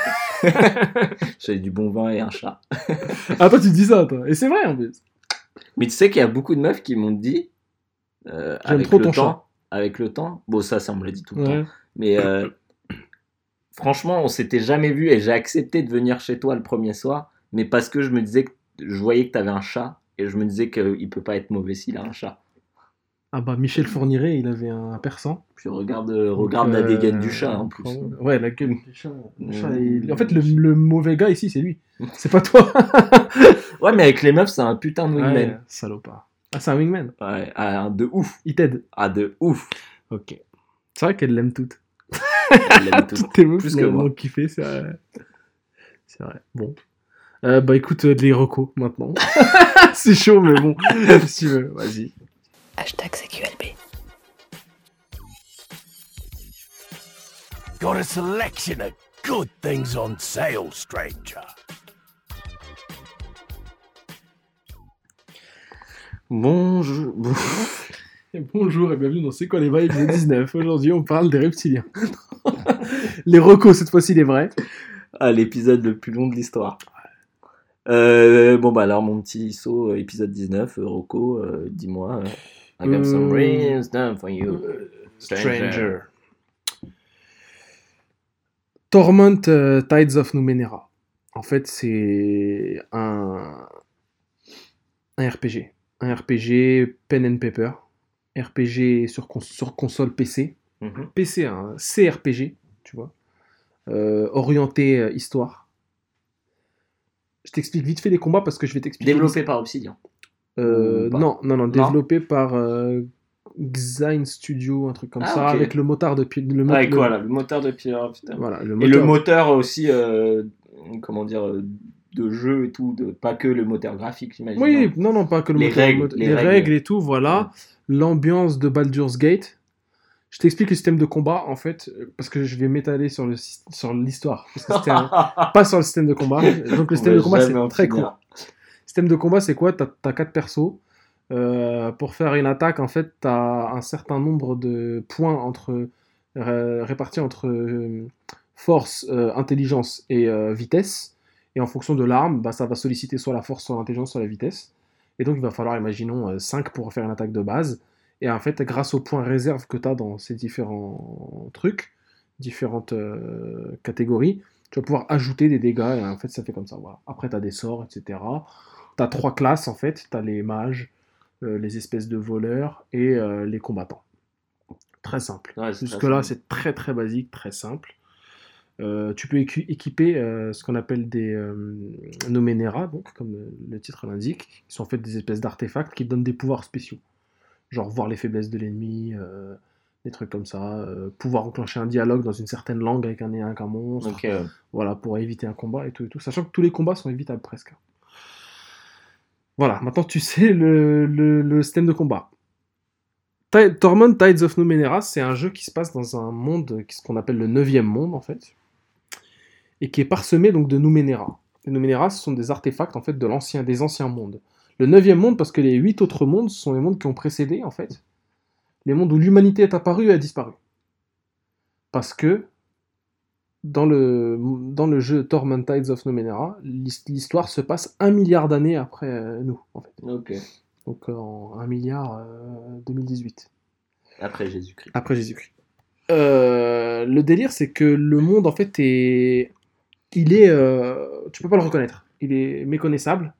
J'ai du bon vin et un chat. Ah, toi, tu dis ça, toi. Et c'est vrai, en plus. Mais tu sais qu'il y a beaucoup de meufs qui m'ont dit, euh, J'aime avec trop le ton temps, chat. avec le temps, bon ça, ça on me l'a dit tout le Ouais. temps, mais euh, franchement, on s'était jamais vu et j'ai accepté de venir chez toi le premier soir, mais parce que je me disais que je voyais que t'avais un chat et je me disais qu'il peut pas être mauvais s'il a un chat. Ah bah, Michel Fourniret, il avait un persan. Puis regarde, euh, Donc, regarde la euh, dégaine du chat en plus. Ouais, la gueule du chat. Le chat, Mmh. il- En fait, le, le mauvais gars ici, c'est lui. C'est pas toi. Ouais, mais avec les meufs, c'est un putain de wingman. Ouais, salopard. Ah, c'est un wingman. Ouais, ah, de ouf. Il t'aide. Ah, de ouf. Ok. C'est vrai qu'elle l'aime toutes. Elle l'aime tout. Toutes tes meufs plus que l'ont moi. l'ont kiffé, c'est vrai. C'est vrai. Bon. Euh, bah écoute, euh, les recos maintenant. C'est chaud, mais bon. Si tu veux, vas-y. Hashtag C Q L B. Got a selection of good things on sale, stranger. Bonjour. Et bonjour et bienvenue dans C'est quoi les bails épisode dix-neuf. Aujourd'hui, on parle des reptiliens. Les recos, cette fois-ci, les vrais. Ah, l'épisode le plus long de l'histoire. Euh, bon, bah alors, mon petit saut, euh, épisode dix-neuf, euh, Rocco, euh, dis-moi. euh, I got some Euh, real stuff for you. Euh, Stranger. Stranger. Torment euh, Tides of Numenera. En fait, c'est un... un R P G. Un R P G pen and paper. R P G sur, cons- sur console P C. Mhm. P C, un C R P G, tu vois. Euh, orienté euh, histoire. Je t'explique vite fait les combats parce que je vais t'expliquer. Développé par Obsidian. Euh, ou pas. non, non, non, développé par euh, Xine Studio, un truc comme Ah, ça, ok. avec le motard de pi- le mo- Avec le- quoi là, le moteur de Pierre, putain. Voilà, le Et le moteur. moteur aussi, euh, comment dire, euh, de jeu et tout, de, pas que le moteur graphique, j'imagine. Oui, non, non, pas que le Les moteur. règles, le moteur- les les règles. règles et tout, voilà. L'ambiance de Baldur's Gate. Je t'explique le système de combat, en fait, euh, parce que je vais m'étaler sur, le, sy- sur l'histoire. Parce que c'était un- pas sur le système de combat. Donc le système de combat, c'est très court. Système de combat, c'est quoi? T'as as quatre persos. Euh, pour faire une attaque, en fait, t'as un certain nombre de points entre, ré- répartis entre euh, force, euh, intelligence et euh, vitesse. Et en fonction de l'arme, bah, ça va solliciter soit la force, soit l'intelligence, soit la vitesse. Et donc, il va falloir, imaginons, euh, cinq pour faire une attaque de base. Et en fait, grâce aux points réserve que tu as dans ces différents trucs, différentes euh, catégories, tu vas pouvoir ajouter des dégâts. Et en fait, ça fait comme ça. Voilà. Après, tu as des sorts, et cetera. Tu as trois classes, en fait. Tu as les mages, euh, les espèces de voleurs et euh, les combattants. Très simple. Ouais, c'est très Jusque-là, simple. c'est très très basique, très simple. Euh, tu peux équi- équiper euh, ce qu'on appelle des euh, Numenera, donc, comme euh, le titre l'indique, qui sont en fait des espèces d'artefacts qui te donnent des pouvoirs spéciaux. Genre voir les faiblesses de l'ennemi, euh, des trucs comme ça. euh, pouvoir enclencher un dialogue dans une certaine langue avec un, avec un monstre. Donc, euh, Voilà, pour éviter un combat et tout, et tout. Sachant que tous les combats sont évitables presque. Voilà, maintenant tu sais le, le, le système de combat. Ti- Torment Tides of Numenera, c'est un jeu qui se passe dans un monde, qui- ce qu'on appelle le neuvième monde en fait, et qui est parsemé donc de Numenera. Les Numenera, ce sont des artefacts en fait de l'ancien, des anciens mondes. Le neuvième monde, parce que les huit autres mondes sont les mondes qui ont précédé en fait, les mondes où l'humanité est apparue et a disparu. Parce que dans le, dans le jeu Torment Tides of Numenera, l'his- l'histoire se passe un milliard d'années après euh, nous, en fait. ok. Donc euh, en un milliard euh, deux mille dix-huit, Après Jésus-Christ. après Jésus-Christ. Euh, le délire, c'est que le monde, en fait, est... Il est... euh, Tu peux pas le reconnaître. Il est méconnaissable.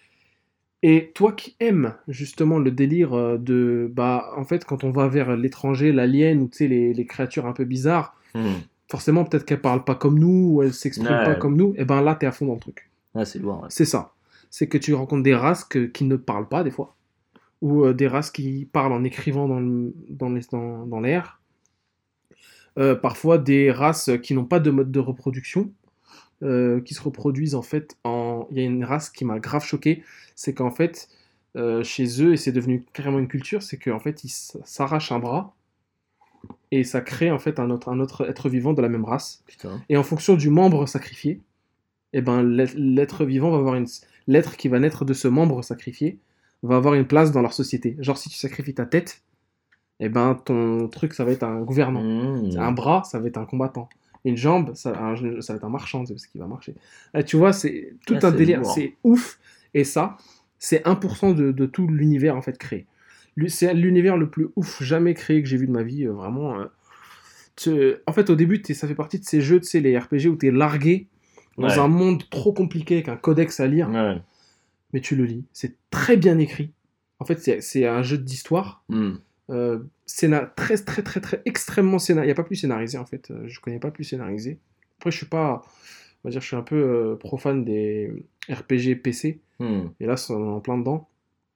Et toi qui aimes, justement, le délire euh, de... Bah, en fait, quand on va vers l'étranger, l'alien, ou tu sais, les, les créatures un peu bizarres, Hmm. forcément, peut-être qu'elles parlent pas comme nous, ou elles s'expriment Ouais. pas comme nous, et ben là, t'es à fond dans le truc. Ah, c'est lourd. Ouais. C'est ça. C'est que tu rencontres des races que- qui ne parlent pas, des fois. Ou euh, des races qui parlent en écrivant dans, le- dans, les- dans- dans l'air. Euh, parfois, des races qui n'ont pas de mode de reproduction. euh, qui se reproduisent, en fait, en... Il y a une race qui m'a grave choqué. C'est qu'en fait, euh, chez eux, et c'est devenu carrément une culture, c'est qu'en fait, ils s- s'arrachent un bras. Et ça crée, en fait, un autre, un autre être vivant de la même race. Putain. Et en fonction du membre sacrifié, eh ben, l'être l'être vivant va avoir une... L'être qui va naître de ce membre sacrifié va avoir une place dans leur société. Genre, si tu sacrifies ta tête, eh ben, ton truc, ça va être un gouvernant. Hmm. Un bras, ça va être un combattant. Une jambe, ça, un- ça va être un marchand, c'est ce qui va marcher. Là, tu vois, c'est tout Ah, un c'est délire. lourd. C'est ouf. Et ça, c'est un pour cent de, de tout l'univers, en fait, créé. Lui- C'est l'univers le plus ouf jamais créé que j'ai vu de ma vie, euh, vraiment. euh. Tu- En fait, au début, t'es- ça fait partie de ces jeux, tu sais, les R P G où t'es largué dans Ouais. un monde trop compliqué avec un codex à lire, Ouais. mais tu le lis. C'est très bien écrit. En fait, c'est- c'est un jeu d'histoire. Hmm. Euh, scéna- très, très, très, très, extrêmement scénarisé. Il n'y a pas plus scénarisé, en fait. Euh, Je connais pas plus scénarisé. Après, je suis pas... On va dire, je suis un peu euh, profane des R P G P C. Hmm. Et là, c'est en plein dedans.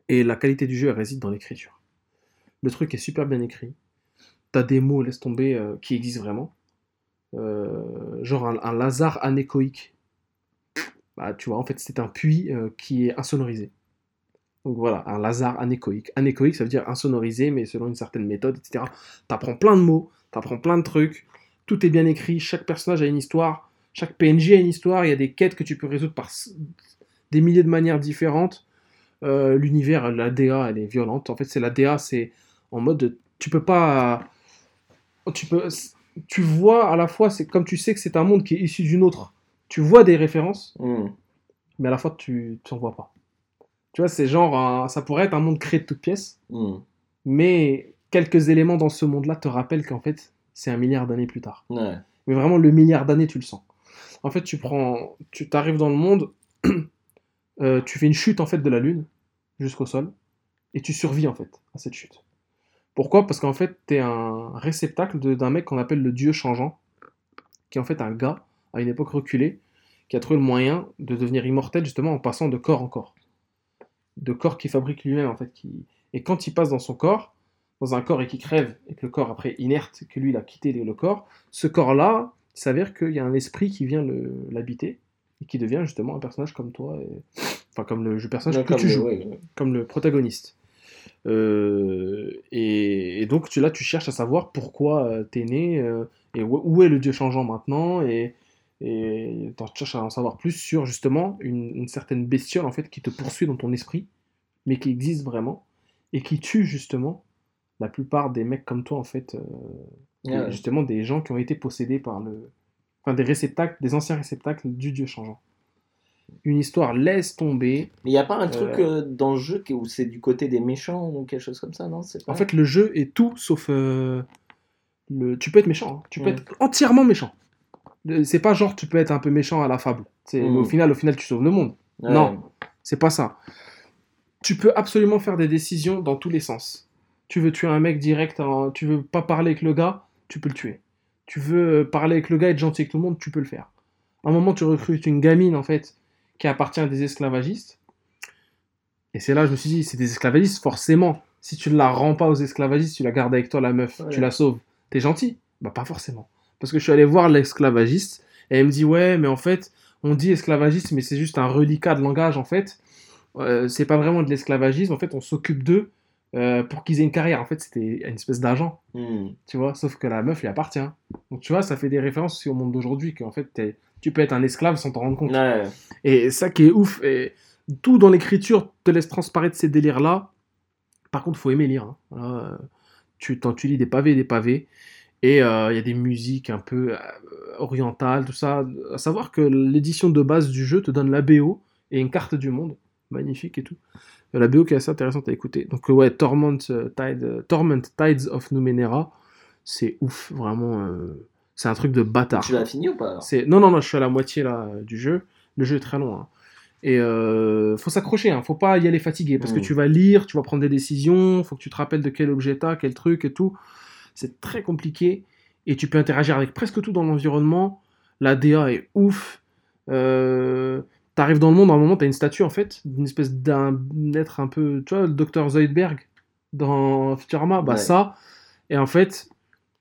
Et la qualité du jeu, elle réside dans l'écriture. Le truc est super bien écrit. T'as des mots, laisse tomber, euh, qui existent vraiment. Euh, genre un, un Lazare anéchoïque. Bah, tu vois, en fait, c'est un puits euh, qui est insonorisé. Donc voilà, un Lazare anéchoïque. Anéchoïque, ça veut dire insonorisé, mais selon une certaine méthode, et cetera. T'apprends plein de mots, t'apprends plein de trucs. Tout est bien écrit, chaque personnage a une histoire, chaque P N J a une histoire, il y a des quêtes que tu peux résoudre par des milliers de manières différentes. Euh, l'univers, la D A, elle est violente. En fait, c'est la D A, c'est en mode, de, tu peux pas... Tu peux... Tu vois à la fois, c'est comme tu sais que c'est un monde qui est issu d'une autre. Tu vois des références, Mm. mais à la fois, tu t'en vois pas. Tu vois, c'est genre, un- ça pourrait être un monde créé de toutes pièces, Mm. mais quelques éléments dans ce monde-là te rappellent qu'en fait, c'est un milliard d'années plus tard. Ouais. Mais vraiment, le milliard d'années, tu le sens. En fait, tu prends, tu t'arrives dans le monde, euh, tu fais une chute en fait de la lune jusqu'au sol, et tu survis en fait à cette chute. Pourquoi ? Parce qu'en fait, t'es un réceptacle de- d'un mec qu'on appelle le dieu changeant, qui est en fait un gars à une époque reculée, qui a trouvé le moyen de devenir immortel justement en passant de corps en corps, de corps qu'il fabrique lui-même en fait. Qui... Et quand il passe dans son corps, dans un corps et qu'il crève, et que le corps après inerte, que lui il a quitté le corps, ce corps-là, il s'avère qu'il y a un esprit qui vient le- l'habiter et qui devient justement un personnage comme toi, et... enfin comme le jeu personnage Ouais, que comme tu le- joues, ouais, ouais. comme le protagoniste. Euh, et, et donc tu, là tu cherches à savoir pourquoi euh, t'es né, euh, et où, où est le dieu changeant maintenant, et, et tu cherches à en savoir plus sur justement une, une certaine bestiole en fait qui te poursuit dans ton esprit, mais qui existe vraiment, et qui tue justement la plupart des mecs comme toi en fait, euh, Ouais, des- ouais. justement des gens qui ont été possédés par le... Enfin des réceptacles, des anciens réceptacles du dieu changeant. Une histoire laisse tomber. Mais il n'y a pas un truc Euh, euh, dans le jeu qui- où c'est du côté des méchants ou quelque chose comme ça, non c'est pas... En fait, le jeu est tout sauf. euh, le... Tu peux être méchant, hein. Tu peux Mm. être entièrement méchant. Le- C'est pas genre tu peux être un peu méchant à la Fable. C'est... Mm. Au final, au final, tu sauves le monde. Ouais. Non, c'est pas ça. Tu peux absolument faire des décisions dans tous les sens. Tu veux tuer un mec direct, en- tu veux pas parler avec le gars, tu peux le tuer. Tu veux euh, parler avec le gars, être gentil avec tout le monde, tu peux le faire. À un moment, tu recrutes une gamine en fait qui appartient à des esclavagistes. Et c'est là je me suis dit, c'est des esclavagistes, forcément. Si tu ne la rends pas aux esclavagistes, tu la gardes avec toi, la meuf, Ouais. tu la sauves. T'es gentil ? Bah pas forcément. Parce que je suis allé voir l'esclavagiste, et elle me dit, ouais, mais en fait, on dit esclavagiste, mais c'est juste un reliquat de langage, en fait. Euh, c'est pas vraiment de l'esclavagisme, en fait, on s'occupe d'eux euh, pour qu'ils aient une carrière. En fait, c'était une espèce d'agent, Mm. tu vois, sauf que la meuf lui appartient. Donc tu vois, ça fait des références aussi au monde d'aujourd'hui, qu'en fait, t'es- tu peux être un esclave sans t'en rendre compte. Ouais. Et ça qui est ouf, et tout dans l'écriture te laisse transparaître ces délires-là. Par contre, faut aimer lire, hein. Voilà, euh, tu, t'en- tu lis des pavés et des pavés, et euh, il y a des musiques un peu euh, orientales, tout ça. À savoir que l'édition de base du jeu te donne la B O et une carte du monde, magnifique et tout. Euh, La B O qui est assez intéressante à écouter. Donc euh, ouais, Torment, euh, Tide, euh, Torment Tides of Numenera, c'est ouf, vraiment. euh, c'est un truc de bâtard. Tu l'as fini ou pas alors C'est... Non, non, non, je suis à la moitié là, euh, du jeu. Le jeu est très long, hein. Et euh, faut s'accrocher, hein. Faut pas y aller fatigué, parce que Mm. tu vas lire, tu vas prendre des décisions, faut que tu te rappelles de quel objet t'as, quel truc et tout. C'est très compliqué, et tu peux interagir avec presque tout dans l'environnement. La D A est ouf. Euh, T'arrives dans le monde, à un moment, t'as une statue, en fait, d'une espèce d'un être un peu... Tu vois, le docteur Zoidberg dans Futurama, bah Ouais. ça. Et en fait,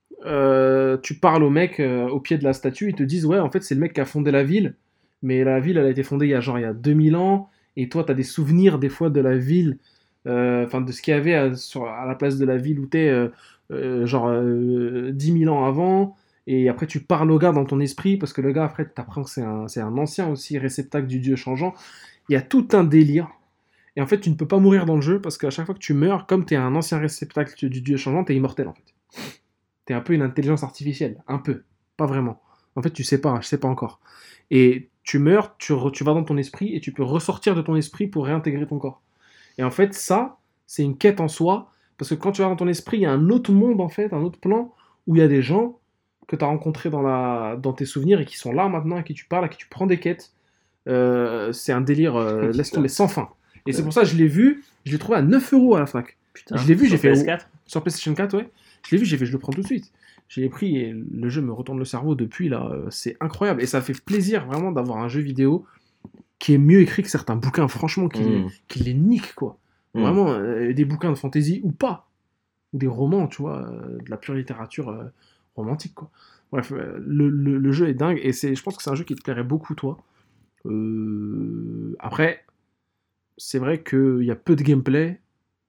euh, tu parles au mec euh, au pied de la statue, ils te disent, ouais, en fait, c'est le mec qui a fondé la ville, mais la ville, elle a été fondée il y a genre il y a deux mille ans, et toi, t'as des souvenirs des fois de la ville, euh, enfin de ce qu'il y avait à, sur, à la place de la ville où t'es, euh, euh, genre euh, dix mille ans avant, et après tu parles au gars dans ton esprit, parce que le gars, après, t'apprends que c'est un, c'est un ancien aussi réceptacle du dieu changeant. Il y a tout un délire. Et en fait, tu ne peux pas mourir dans le jeu, parce qu'à chaque fois que tu meurs, comme t'es un ancien réceptacle du dieu changeant, t'es immortel, en fait. T'es un peu une intelligence artificielle, un peu, pas vraiment. En fait, tu sais pas, je sais pas encore. Et tu meurs, tu, re- tu vas dans ton esprit, et tu peux ressortir de ton esprit pour réintégrer ton corps. Et en fait, ça, c'est une quête en soi, parce que quand tu vas dans ton esprit, il y a un autre monde, en fait, un autre plan, où il y a des gens que tu as rencontrés dans, la... dans tes souvenirs, et qui sont là maintenant, à qui tu parles, à qui tu prends des quêtes. Euh, c'est un délire, euh, laisse tomber, sans fin. Et c'est pour ça que je l'ai vu, je l'ai trouvé à neuf euros à la Fnac. Putain, Je l'ai vu, sur j'ai fait- P S quatre Sur PlayStation quatre, ouais. Je l'ai vu, j'ai fait, je le prends tout de suite. Je l'ai pris et le jeu me retourne le cerveau depuis là. euh, C'est incroyable. Et ça fait plaisir vraiment d'avoir un jeu vidéo qui est mieux écrit que certains bouquins, franchement, qui, les, Mm. qui les niquent, quoi. Mm. Vraiment, euh, des bouquins de fantasy ou pas. Ou des romans, tu vois, euh, de la pure littérature euh, romantique, quoi. Bref, euh, le, le, le jeu est dingue et c'est, je pense que c'est un jeu qui te plairait beaucoup, toi. Euh, Après, c'est vrai qu'il y a peu de gameplay.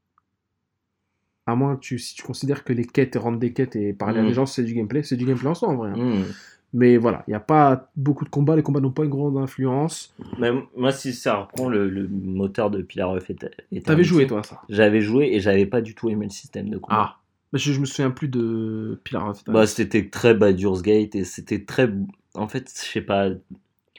À moins que tu, si tu considères que les quêtes, rendre des quêtes et parler à Mm. des gens, c'est du gameplay. C'est du gameplay en soi, en vrai. hein. Mm. Mais voilà, il n'y a pas beaucoup de combats. Les combats n'ont pas une grande influence. Mais moi, si ça reprend le, le moteur de Pillar of Eta- Eternity, T'avais joué, toi, à ça? J'avais joué et j'avais pas du tout aimé le système de combat. Ah, bah, je, je me souviens plus de Pillar of Eternity. Bah, c'était très Baldur's Gate et c'était très. En fait, je sais pas. Euh,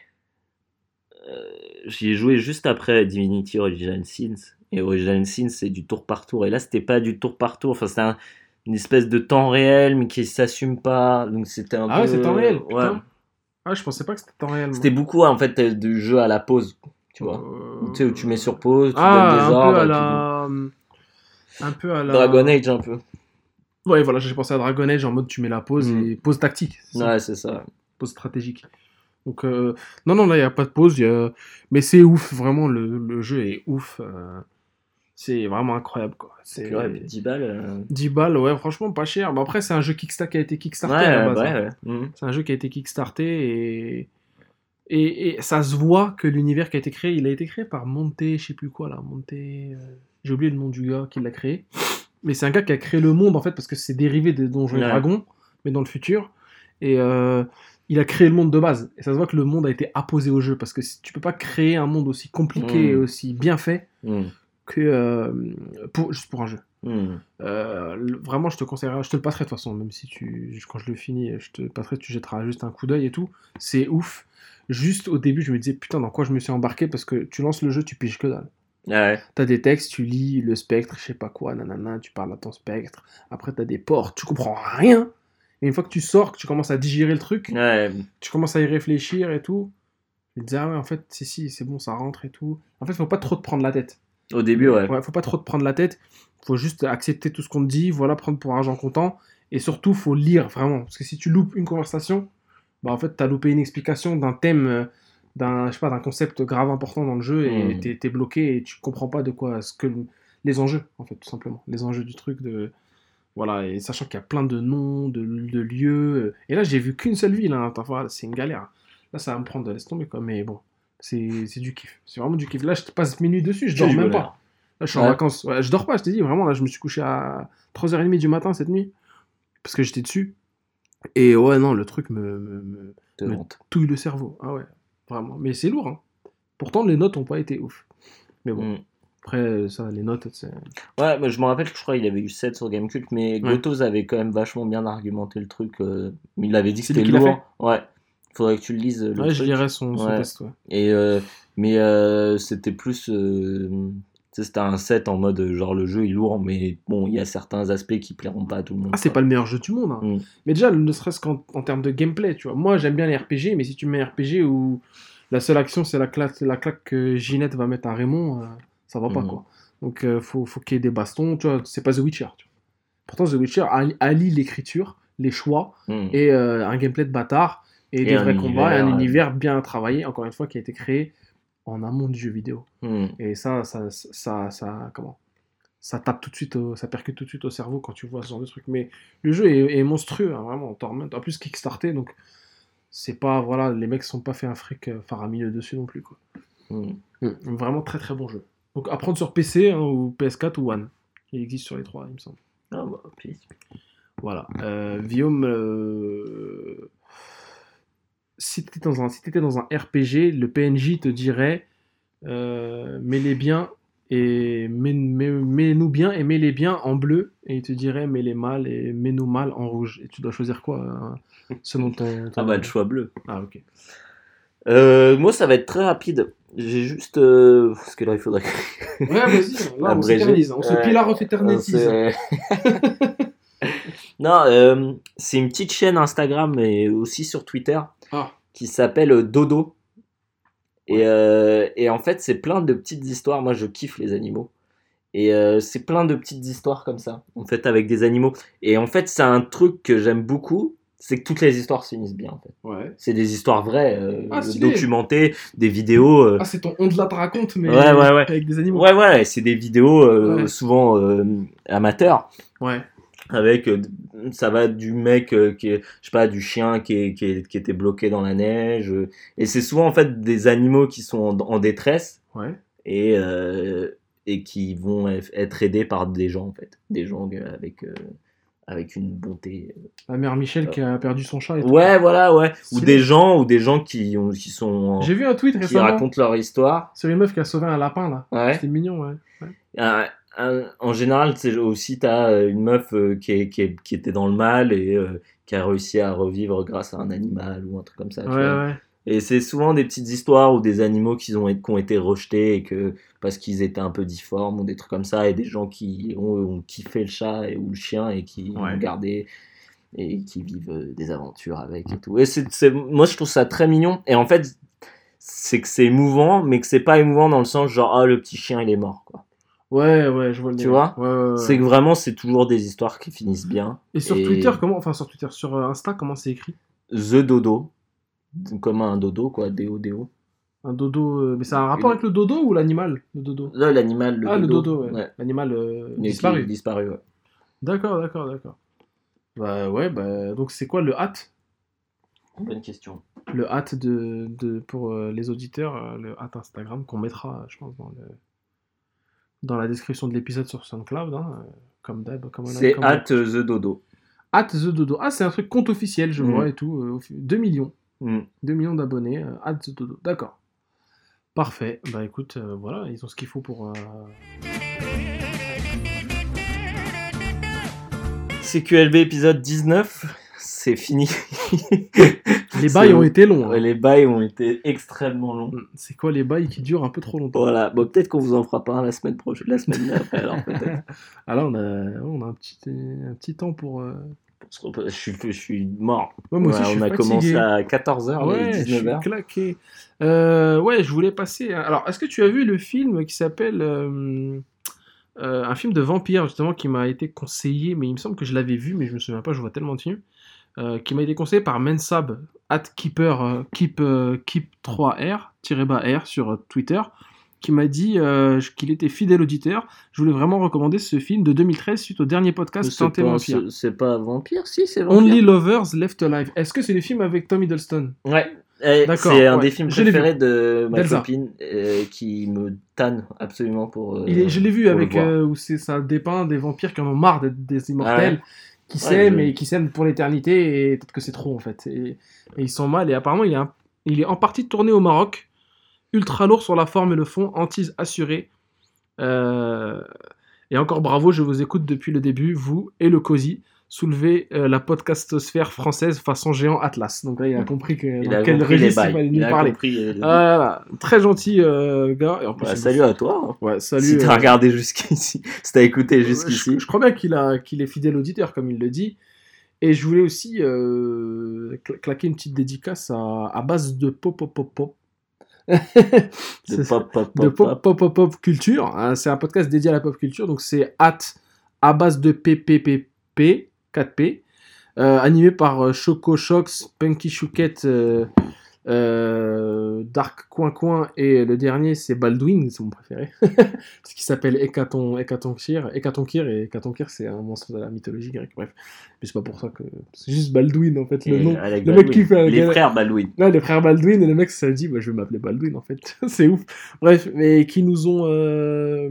J'y ai joué juste après Divinity Original Sin. Et Original Sin, c'est du tour par tour. Et là, c'était pas du tour par tour. Enfin, c'était un- une espèce de temps réel, mais qui s'assume pas. Donc, c'était un Ah peu. ouais, c'est temps réel, Ouais. putain. Ah, je pensais pas que c'était temps réel. moi. C'était beaucoup, en fait, de jeu à la pause. Tu vois. Euh, Tu sais, où tu mets sur pause, tu Ah, donnes des un ordres. peu à et la... Un peu à tu- la... Dragon Age, un peu. Ouais, voilà, j'ai pensé à Dragon Age en mode tu mets la pause Mm. et pause tactique. c'est ça. Ouais, c'est ça. Pause stratégique. Donc, euh, non, non, là, il n'y a pas de pause. y a- Mais c'est ouf, vraiment, le, le jeu est ouf. euh, C'est vraiment incroyable, quoi. C'est Puis ouais, puis dix balles. euh, dix balles, ouais, franchement, pas cher. Mais après, c'est un jeu Kickstarter qui a été Kickstarté Ouais, à la base. ouais, hein. ouais. Mhm. C'est un jeu qui a été Kickstarté et... et... et ça se voit que l'univers qui a été créé, il a été créé par Monte, je sais plus quoi, là. Monte... euh, J'ai oublié le nom du gars qui l'a créé. Mais c'est un gars qui a créé le monde, en fait, parce que c'est dérivé des Donjons et Ouais. Dragons, mais dans le futur. Et euh, il a créé le monde de base. Et ça se voit que le monde a été apposé au jeu, parce que si- tu peux pas créer un monde aussi compliqué Mm. et aussi bien fait Mhm. que euh, pour, juste pour un jeu. Mhm. Euh, le- vraiment, je te conseillerais, je te le passerai de toute façon, même si tu, quand je le finis, je te passerai, tu jetteras juste un coup d'œil et tout. C'est ouf. Juste au début, je me disais, putain, dans quoi je me suis embarqué, parce que tu lances le jeu, tu piges que dalle. Ouais. T'as des textes, tu lis le spectre, je sais pas quoi, nanana, tu parles à ton spectre. Après, t'as des portes, tu comprends rien. Et une fois que tu sors, que tu commences à digérer le truc, Ouais. tu commences à y réfléchir et tout. Je me disais, ah ouais, en fait, si, si, c'est bon, ça rentre et tout. En fait, faut pas trop te prendre la tête. Au début, ouais. Ouais, faut pas trop te prendre la tête. Faut juste accepter tout ce qu'on te dit, voilà, prendre pour argent comptant. Et surtout, faut lire vraiment. Parce que si tu loupes une conversation, bah en fait, t'as loupé une explication d'un thème, euh, d'un, je sais pas, d'un concept grave important dans le jeu et Mm. t'es, t'es bloqué et tu comprends pas de quoi, ce que les enjeux, en fait, tout simplement. Les enjeux du truc, de voilà, et sachant qu'il y a plein de noms, de, de lieux. Et là, j'ai vu qu'une seule ville, hein. Attends, voilà, c'est une galère. Là, ça va me prendre, laisse tomber, quoi. Mais bon, c'est, c'est du kiff. C'est vraiment du kiff. Là, je passe mes nuits dessus, je Que dors du même bonheur. pas. Là, je suis en Ouais. vacances. Ouais, je dors pas, je t'ai dit, vraiment, là, je me suis couché à trois heures trente du matin cette nuit, parce que j'étais dessus. Et ouais, non, le truc me, me, me Te Mais- vante. touille le cerveau. Ah ouais, vraiment. Mais c'est lourd, hein. Pourtant, les notes ont pas été ouf. Mais bon, Mm. après, ça, les notes, c'est... Ouais, mais je me rappelle que je crois qu'il avait eu sept sur Gamecult, mais Ouais. Gotos avait quand même vachement bien argumenté le truc. euh, Il avait dit que C'est c'était lui qui l'a lourd. Ouais. Faudrait que tu le lises. Le Ouais, je truc. lirai son, son Ouais. test, ouais. Et euh, mais euh, c'était plus. euh, tu sais, c'était un set en mode euh, genre le jeu est lourd, mais bon, il y a certains aspects qui plairont pas à tout le monde. Ah, c'est quoi. pas le meilleur jeu du monde, hein. Mm. Mais déjà, ne serait-ce qu'en en termes de gameplay, tu vois. Moi, j'aime bien les R P G, mais si tu mets un R P G où la seule action, c'est la claque, la claque que Ginette va mettre à Raymond, euh, ça va pas, Mhm. quoi. Donc, euh, faut, faut qu'il y ait des bastons, tu vois. C'est pas The Witcher, tu vois. Pourtant, The Witcher allie, allie l'écriture, les choix, Mm. et euh, un gameplay de bâtard, et, Et des un vrais combats, et un univers, ouais. univers bien travaillé, encore une fois, qui a été créé en amont du jeu vidéo. Mm. Et ça, ça, ça, ça, comment ça tape tout de suite, au- ça percute tout de suite au cerveau quand tu vois ce genre de truc. Mais le jeu est, est monstrueux, hein, vraiment. Torment. En plus, Kickstarter, donc c'est pas, voilà, les mecs sont pas fait un fric euh, faramineux dessus non plus, quoi. Mm. Mm. Vraiment très très bon jeu. Donc à prendre sur P C, hein, ou P S quatre ou One. Il existe sur les trois, il me semble. Ah bah, puis- Voilà. Euh, Guillaume, euh, si t'étais dans un, si t'étais dans un R P G, le P N J te dirait euh, mets-les bien et mets, mets- mets-nous bien et mets-les bien en bleu, et il te dirait mets-les mal et mets-nous mal en rouge. Et tu dois choisir quoi, hein, selon ton, ton- Ah bah le choix bleu. Ah, ok. Euh, moi ça va être très rapide. J'ai juste euh, parce que là il faudrait. Ouais, vas-y. Là, on Abrégé. s'éternise. On se Ouais. Pilar of Eternity. C'est- non, euh, c'est une petite chaîne Instagram et aussi sur Twitter Ah. qui s'appelle euh, Dodo. Et, euh, et en fait, c'est plein de petites histoires. Moi, je kiffe les animaux. Et euh, c'est plein de petites histoires comme ça, en fait, avec des animaux. Et en fait, c'est un truc que j'aime beaucoup. c'est que toutes les histoires se finissent bien en fait. Ouais. C'est des histoires vraies, euh, Ah, stylé. documentées, des vidéos. euh, Ah, c'est ton on de la te raconte, mais Ouais, ouais, ouais. avec des animaux. Ouais, ouais, c'est des vidéos euh, Ouais. souvent euh, amateurs. Ouais. Avec, euh, ça va du mec euh, qui est, je sais pas, du chien qui, est, qui, est- qui était bloqué dans la neige. euh, et c'est souvent en fait des animaux qui sont en, en détresse Ouais. et, euh, et qui vont eff- être aidés par des gens en fait. Des gens euh, avec, euh, avec une bonté. La mère Michel qui a perdu son chat et tout. Ouais, voilà, ouais. Ou Stylé. des gens, ou des gens qui, ont, qui sont. en- J'ai vu un tweet qui récemment racontent leur histoire. sur une meuf qui a sauvé un lapin là. Ouais. C'était mignon, ouais. ouais. Un- un- en général, c'est aussi t'as euh, une meuf euh, qui, est, qui, est- qui était dans le mal et euh, qui a réussi à revivre grâce à un animal ou un truc comme ça. tu Ouais, vois. ouais. Et c'est souvent des petites histoires ou des animaux qui ont, qui ont été rejetés et que parce qu'ils étaient un peu difformes ou des trucs comme ça et des gens qui ont, ont kiffé le chat et, ou le chien et qui Ouais. l'ont gardé et qui vivent euh, des aventures avec et tout. Et c'est, c'est, moi je trouve ça très mignon et en fait c'est que c'est émouvant mais que c'est pas émouvant dans le sens genre ah le petit chien il est mort quoi. Ouais, ouais, je vois le Tu délire. vois Ouais, ouais, ouais. C'est que vraiment c'est toujours des histoires qui finissent bien. Et sur Et- Twitter, comment enfin sur Twitter, sur euh, Insta, comment c'est écrit? The Dodo comme un dodo quoi, D O D O. Un dodo, euh, mais ça a un rapport Une- avec le dodo ou l'animal? Le dodo. Là l'animal le ah, dodo. le dodo, ouais. Ouais. L'animal euh, Il est- disparu. Disparu ouais. D'accord, d'accord, d'accord. Bah ouais, bah donc c'est quoi le hâte? Bonne question. Le hâte de, de pour euh, les auditeurs, euh, le hâte Instagram qu'on mettra, je pense, dans le dans la description de l'épisode sur SoundCloud, hein, euh, comme d'hab, comme on a C'est comme- at The Dodo. Hâte the dodo. Ah, c'est un truc compte officiel, je Mm. vois et tout. euh, au fi- deux millions. Mm. deux millions d'abonnés. euh, Hâte the dodo. D'accord. Parfait. Bah écoute, euh, voilà, ils ont ce qu'il faut pour. euh, C Q L B épisode dix-neuf, c'est fini. Les bails ont été longs. hein. Ouais, les bails ont été extrêmement longs. Mm. C'est quoi les bails qui durent un peu trop longtemps? Voilà, bon, peut-être qu'on vous en fera pas un la semaine prochaine, la semaine d'après, alors peut-être. Ah là, on a, on a un, petit, un petit temps pour. euh, Pour se reposer. Je suis, je suis mort. Ouais, moi aussi, Ouais, je suis on a fatigué. commencé à quatorze heures, Ouais, il est je dix-neuf suis heures. claqué. Euh, ouais, je voulais passer. à- Alors, est-ce que tu as vu le film qui s'appelle euh, euh, un film de vampire justement qui m'a été conseillé, mais il me semble que je l'avais vu, mais je me souviens pas. Je vois tellement de films euh, qui m'a été conseillé par Mensab at keeper euh, keep euh, keep trois r tiré bas r sur euh, Twitter, qui m'a dit euh, qu'il était fidèle auditeur. Je voulais vraiment recommander ce film de deux mille treize suite au dernier podcast C'est Tenter pas, Vampire. c'est- c'est pas Vampire, si, c'est Vampire. Only Lovers Left Alive. Est-ce que c'est le film avec Tom Hiddleston? Ouais. Eh, D'accord, c'est un ouais. des films Je l'ai préférés de ma D'Elsa. copine euh, qui me tanne absolument pour. euh, Il est, je l'ai vu pour le avec voir. euh, où c'est ça dépeint des vampires qui en ont marre d'être des immortels, Ah ouais. qui Ouais, s'aiment je- et qui s'aiment pour l'éternité et peut-être que c'est trop en fait. Et, et ils sont mal et apparemment il est, un- il est en partie tourné au Maroc, ultra lourd sur la forme et le fond, hantise assurée. Euh, et encore bravo, je vous écoute depuis le début, vous et le COSI. Soulevez euh, la podcastosphère française façon géant Atlas. Donc là, il a compris que, Il dans a quel compris les registre il bails. fallait Il nous a parler. compris. euh, Ah, voilà. Très gentil euh, gars. Et en plus, bah, il- salut à toi. hein. Ouais, salut. Si t'as euh, regardé jusqu'ici, si t'as écouté je, jusqu'ici. je crois bien qu'il a, qu'il est fidèle auditeur, comme il le dit. Et je voulais aussi euh, cla- claquer une petite dédicace à, à base de pop pop pop pop. De C'est- pop, pop, de pop, pop pop. pop pop pop culture. hein. C'est un podcast dédié à la pop culture, donc c'est at à base de p p p p quatre p, euh, animé par euh, Choco Shox, Punky Chouquette, euh, euh, Dark Coin Coin et le dernier c'est Baldwin, c'est mon préféré, ce qui s'appelle Hécaton Hecatonkir. Hecatonkir et Hecatonkir c'est un monstre de la mythologie grecque. Bref, mais c'est pas pour ça que c'est juste Baldwin en fait le Et nom. avec Le mec Baldwin. qui fait un Les gars- frères Baldwin. Là, les frères Baldwin, et le mec s'est dit, bah, je vais m'appeler Baldwin, en fait. C'est ouf. Bref, mais qui nous ont euh,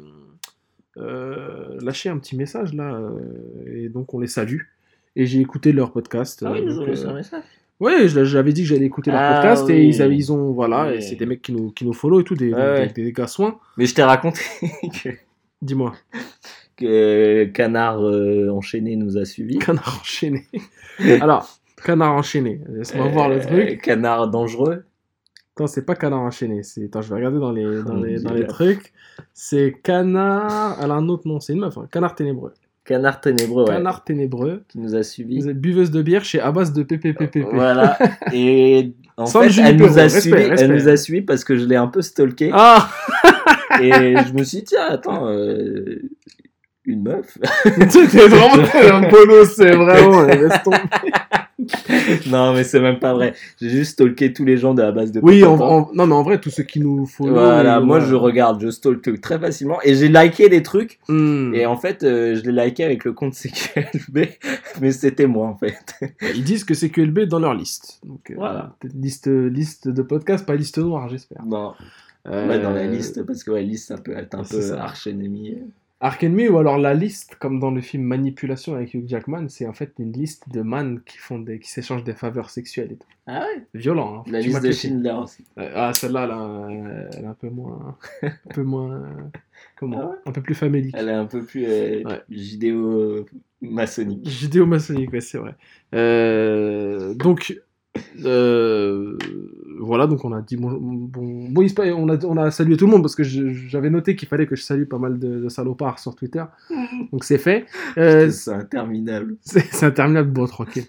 euh, lâché un petit message, là, euh, et donc on les salue. Et j'ai écouté leur podcast. Ah oui, euh, ils ont donc, laissé euh, un message. ouais, je- j'avais dit que j'allais écouter leur Ah podcast, et oui. ils, avaient, ils ont, voilà, Oui. et c'est des mecs qui nous, qui nous follow et tout, des, Ouais. des, des gars soins. Mais je t'ai raconté que, Dis-moi, que Canard euh, enchaîné nous a suivis. canard enchaîné. Alors, canard enchaîné, laisse-moi voir le Euh, truc. Canard dangereux. Attends, c'est pas canard enchaîné. C'est... Attends, je vais regarder dans les, dans Oh, les, dans Dieu. les trucs. C'est canard. Elle a un autre nom, c'est une meuf. hein. Canard ténébreux. Canard ténébreux, ouais. Canard ténébreux. Qui nous a suivis. Vous êtes buveuse de bière chez Abbas de P P P P P. Voilà. Et en Sans fait, le Junipero, elle nous a respect, suivis. respect. Elle nous a suivis parce que je l'ai un peu stalké. Ah Et je me suis dit, tiens, attends, euh, une meuf. T'es vraiment t'es un bolos, c'est vraiment. Laisse tomber. Non, mais c'est même pas vrai. J'ai juste stalké tous les gens de la base de Oui, en, Papa. en- non, mais en vrai, tous ceux qui nous follow. Voilà, et moi voilà. je regarde, je stalk très facilement et j'ai liké des trucs Hmm. et en fait euh, je l'ai liké avec le compte C Q L B mais c'était moi en fait. Ils disent que c'est Q L B dans leur liste. Donc, euh, Voilà. peut-être liste, liste de podcast, pas liste noire, j'espère. Non, Euh, ouais, dans la liste parce que ouais, liste ça peut être un c'est peu ça. arch-ennemi. Arc Enemy ou alors la liste, comme dans le film Manipulation avec Hugh Jackman, c'est en fait une liste de man qui font des, qui s'échangent des faveurs sexuelles et tout. Ah ouais. Violent. Hein. Faut La que tu liste mates de le film. Schindler aussi. Euh, Ah, celle-là, là, euh, elle est un peu moins, un peu moins, euh, comment, Ah ouais. un peu plus famélique. Elle est un peu plus euh, Ouais. judéo-maçonnique. Judéo-maçonnique, ouais, c'est vrai. Euh, donc, euh, voilà, donc on a dit bon, bon, bon il se passe- on a, on a salué tout le monde parce que je- j'avais noté qu'il fallait que je salue pas mal de, de salopards sur Twitter. Donc c'est fait. Euh, C'est interminable. c'est c'est interminable, bon, tranquille.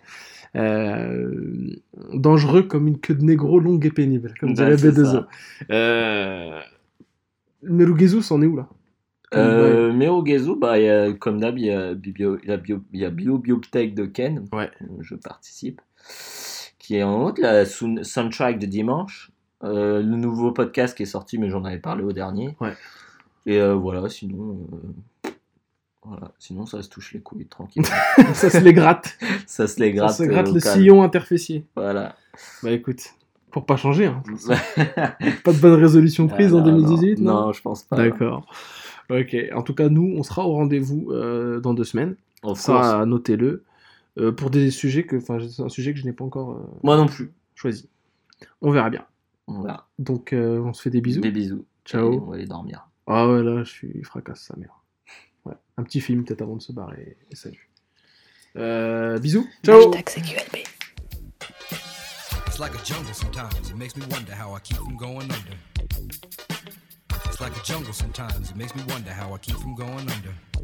Euh, dangereux comme une queue de négro longue et pénible, comme Bah, dirait c'est B deux O. ça. Euh, Merugezu, c'en est où là? Euh, mais au Gezu, bah, il y a, comme d'hab, il y a Bio, il y a Bio, il y a Bio Biotech de Ken, Ouais. où je participe, qui est en haut, la sound- soundtrack de dimanche. Euh, le nouveau podcast qui est sorti, mais j'en avais parlé au dernier. Ouais. Et euh, voilà, sinon, euh, voilà, sinon ça se touche les couilles tranquille. Ça se les gratte. Ça se les gratte. Ça se gratte euh, le au calme. sillon interfécier. Voilà. Bah écoute, pour pas changer, hein. Pas de bonne résolution prise Ah, en non, deux mille dix-huit, non, non, je pense pas. D'accord. Ok. En tout cas, nous, on sera au rendez-vous euh, dans deux semaines. Of course. Ça, notez-le. Euh, pour des sujets que, enfin, c'est un sujet que je n'ai pas encore euh, Moi non plus. choisi. On verra bien. Voilà. Donc, euh, on se fait des bisous. Des bisous. Ciao. Et on va aller dormir. Ah ouais, là, je suis fracasse sa mère. Ouais. Un petit film peut-être avant de se barrer. Et salut. Euh, bisous. Ciao. Hashtag C Q L B. It's like a jungle sometimes. It makes me wonder how I keep from going under. It's like a jungle sometimes. It makes me wonder how I keep from going under.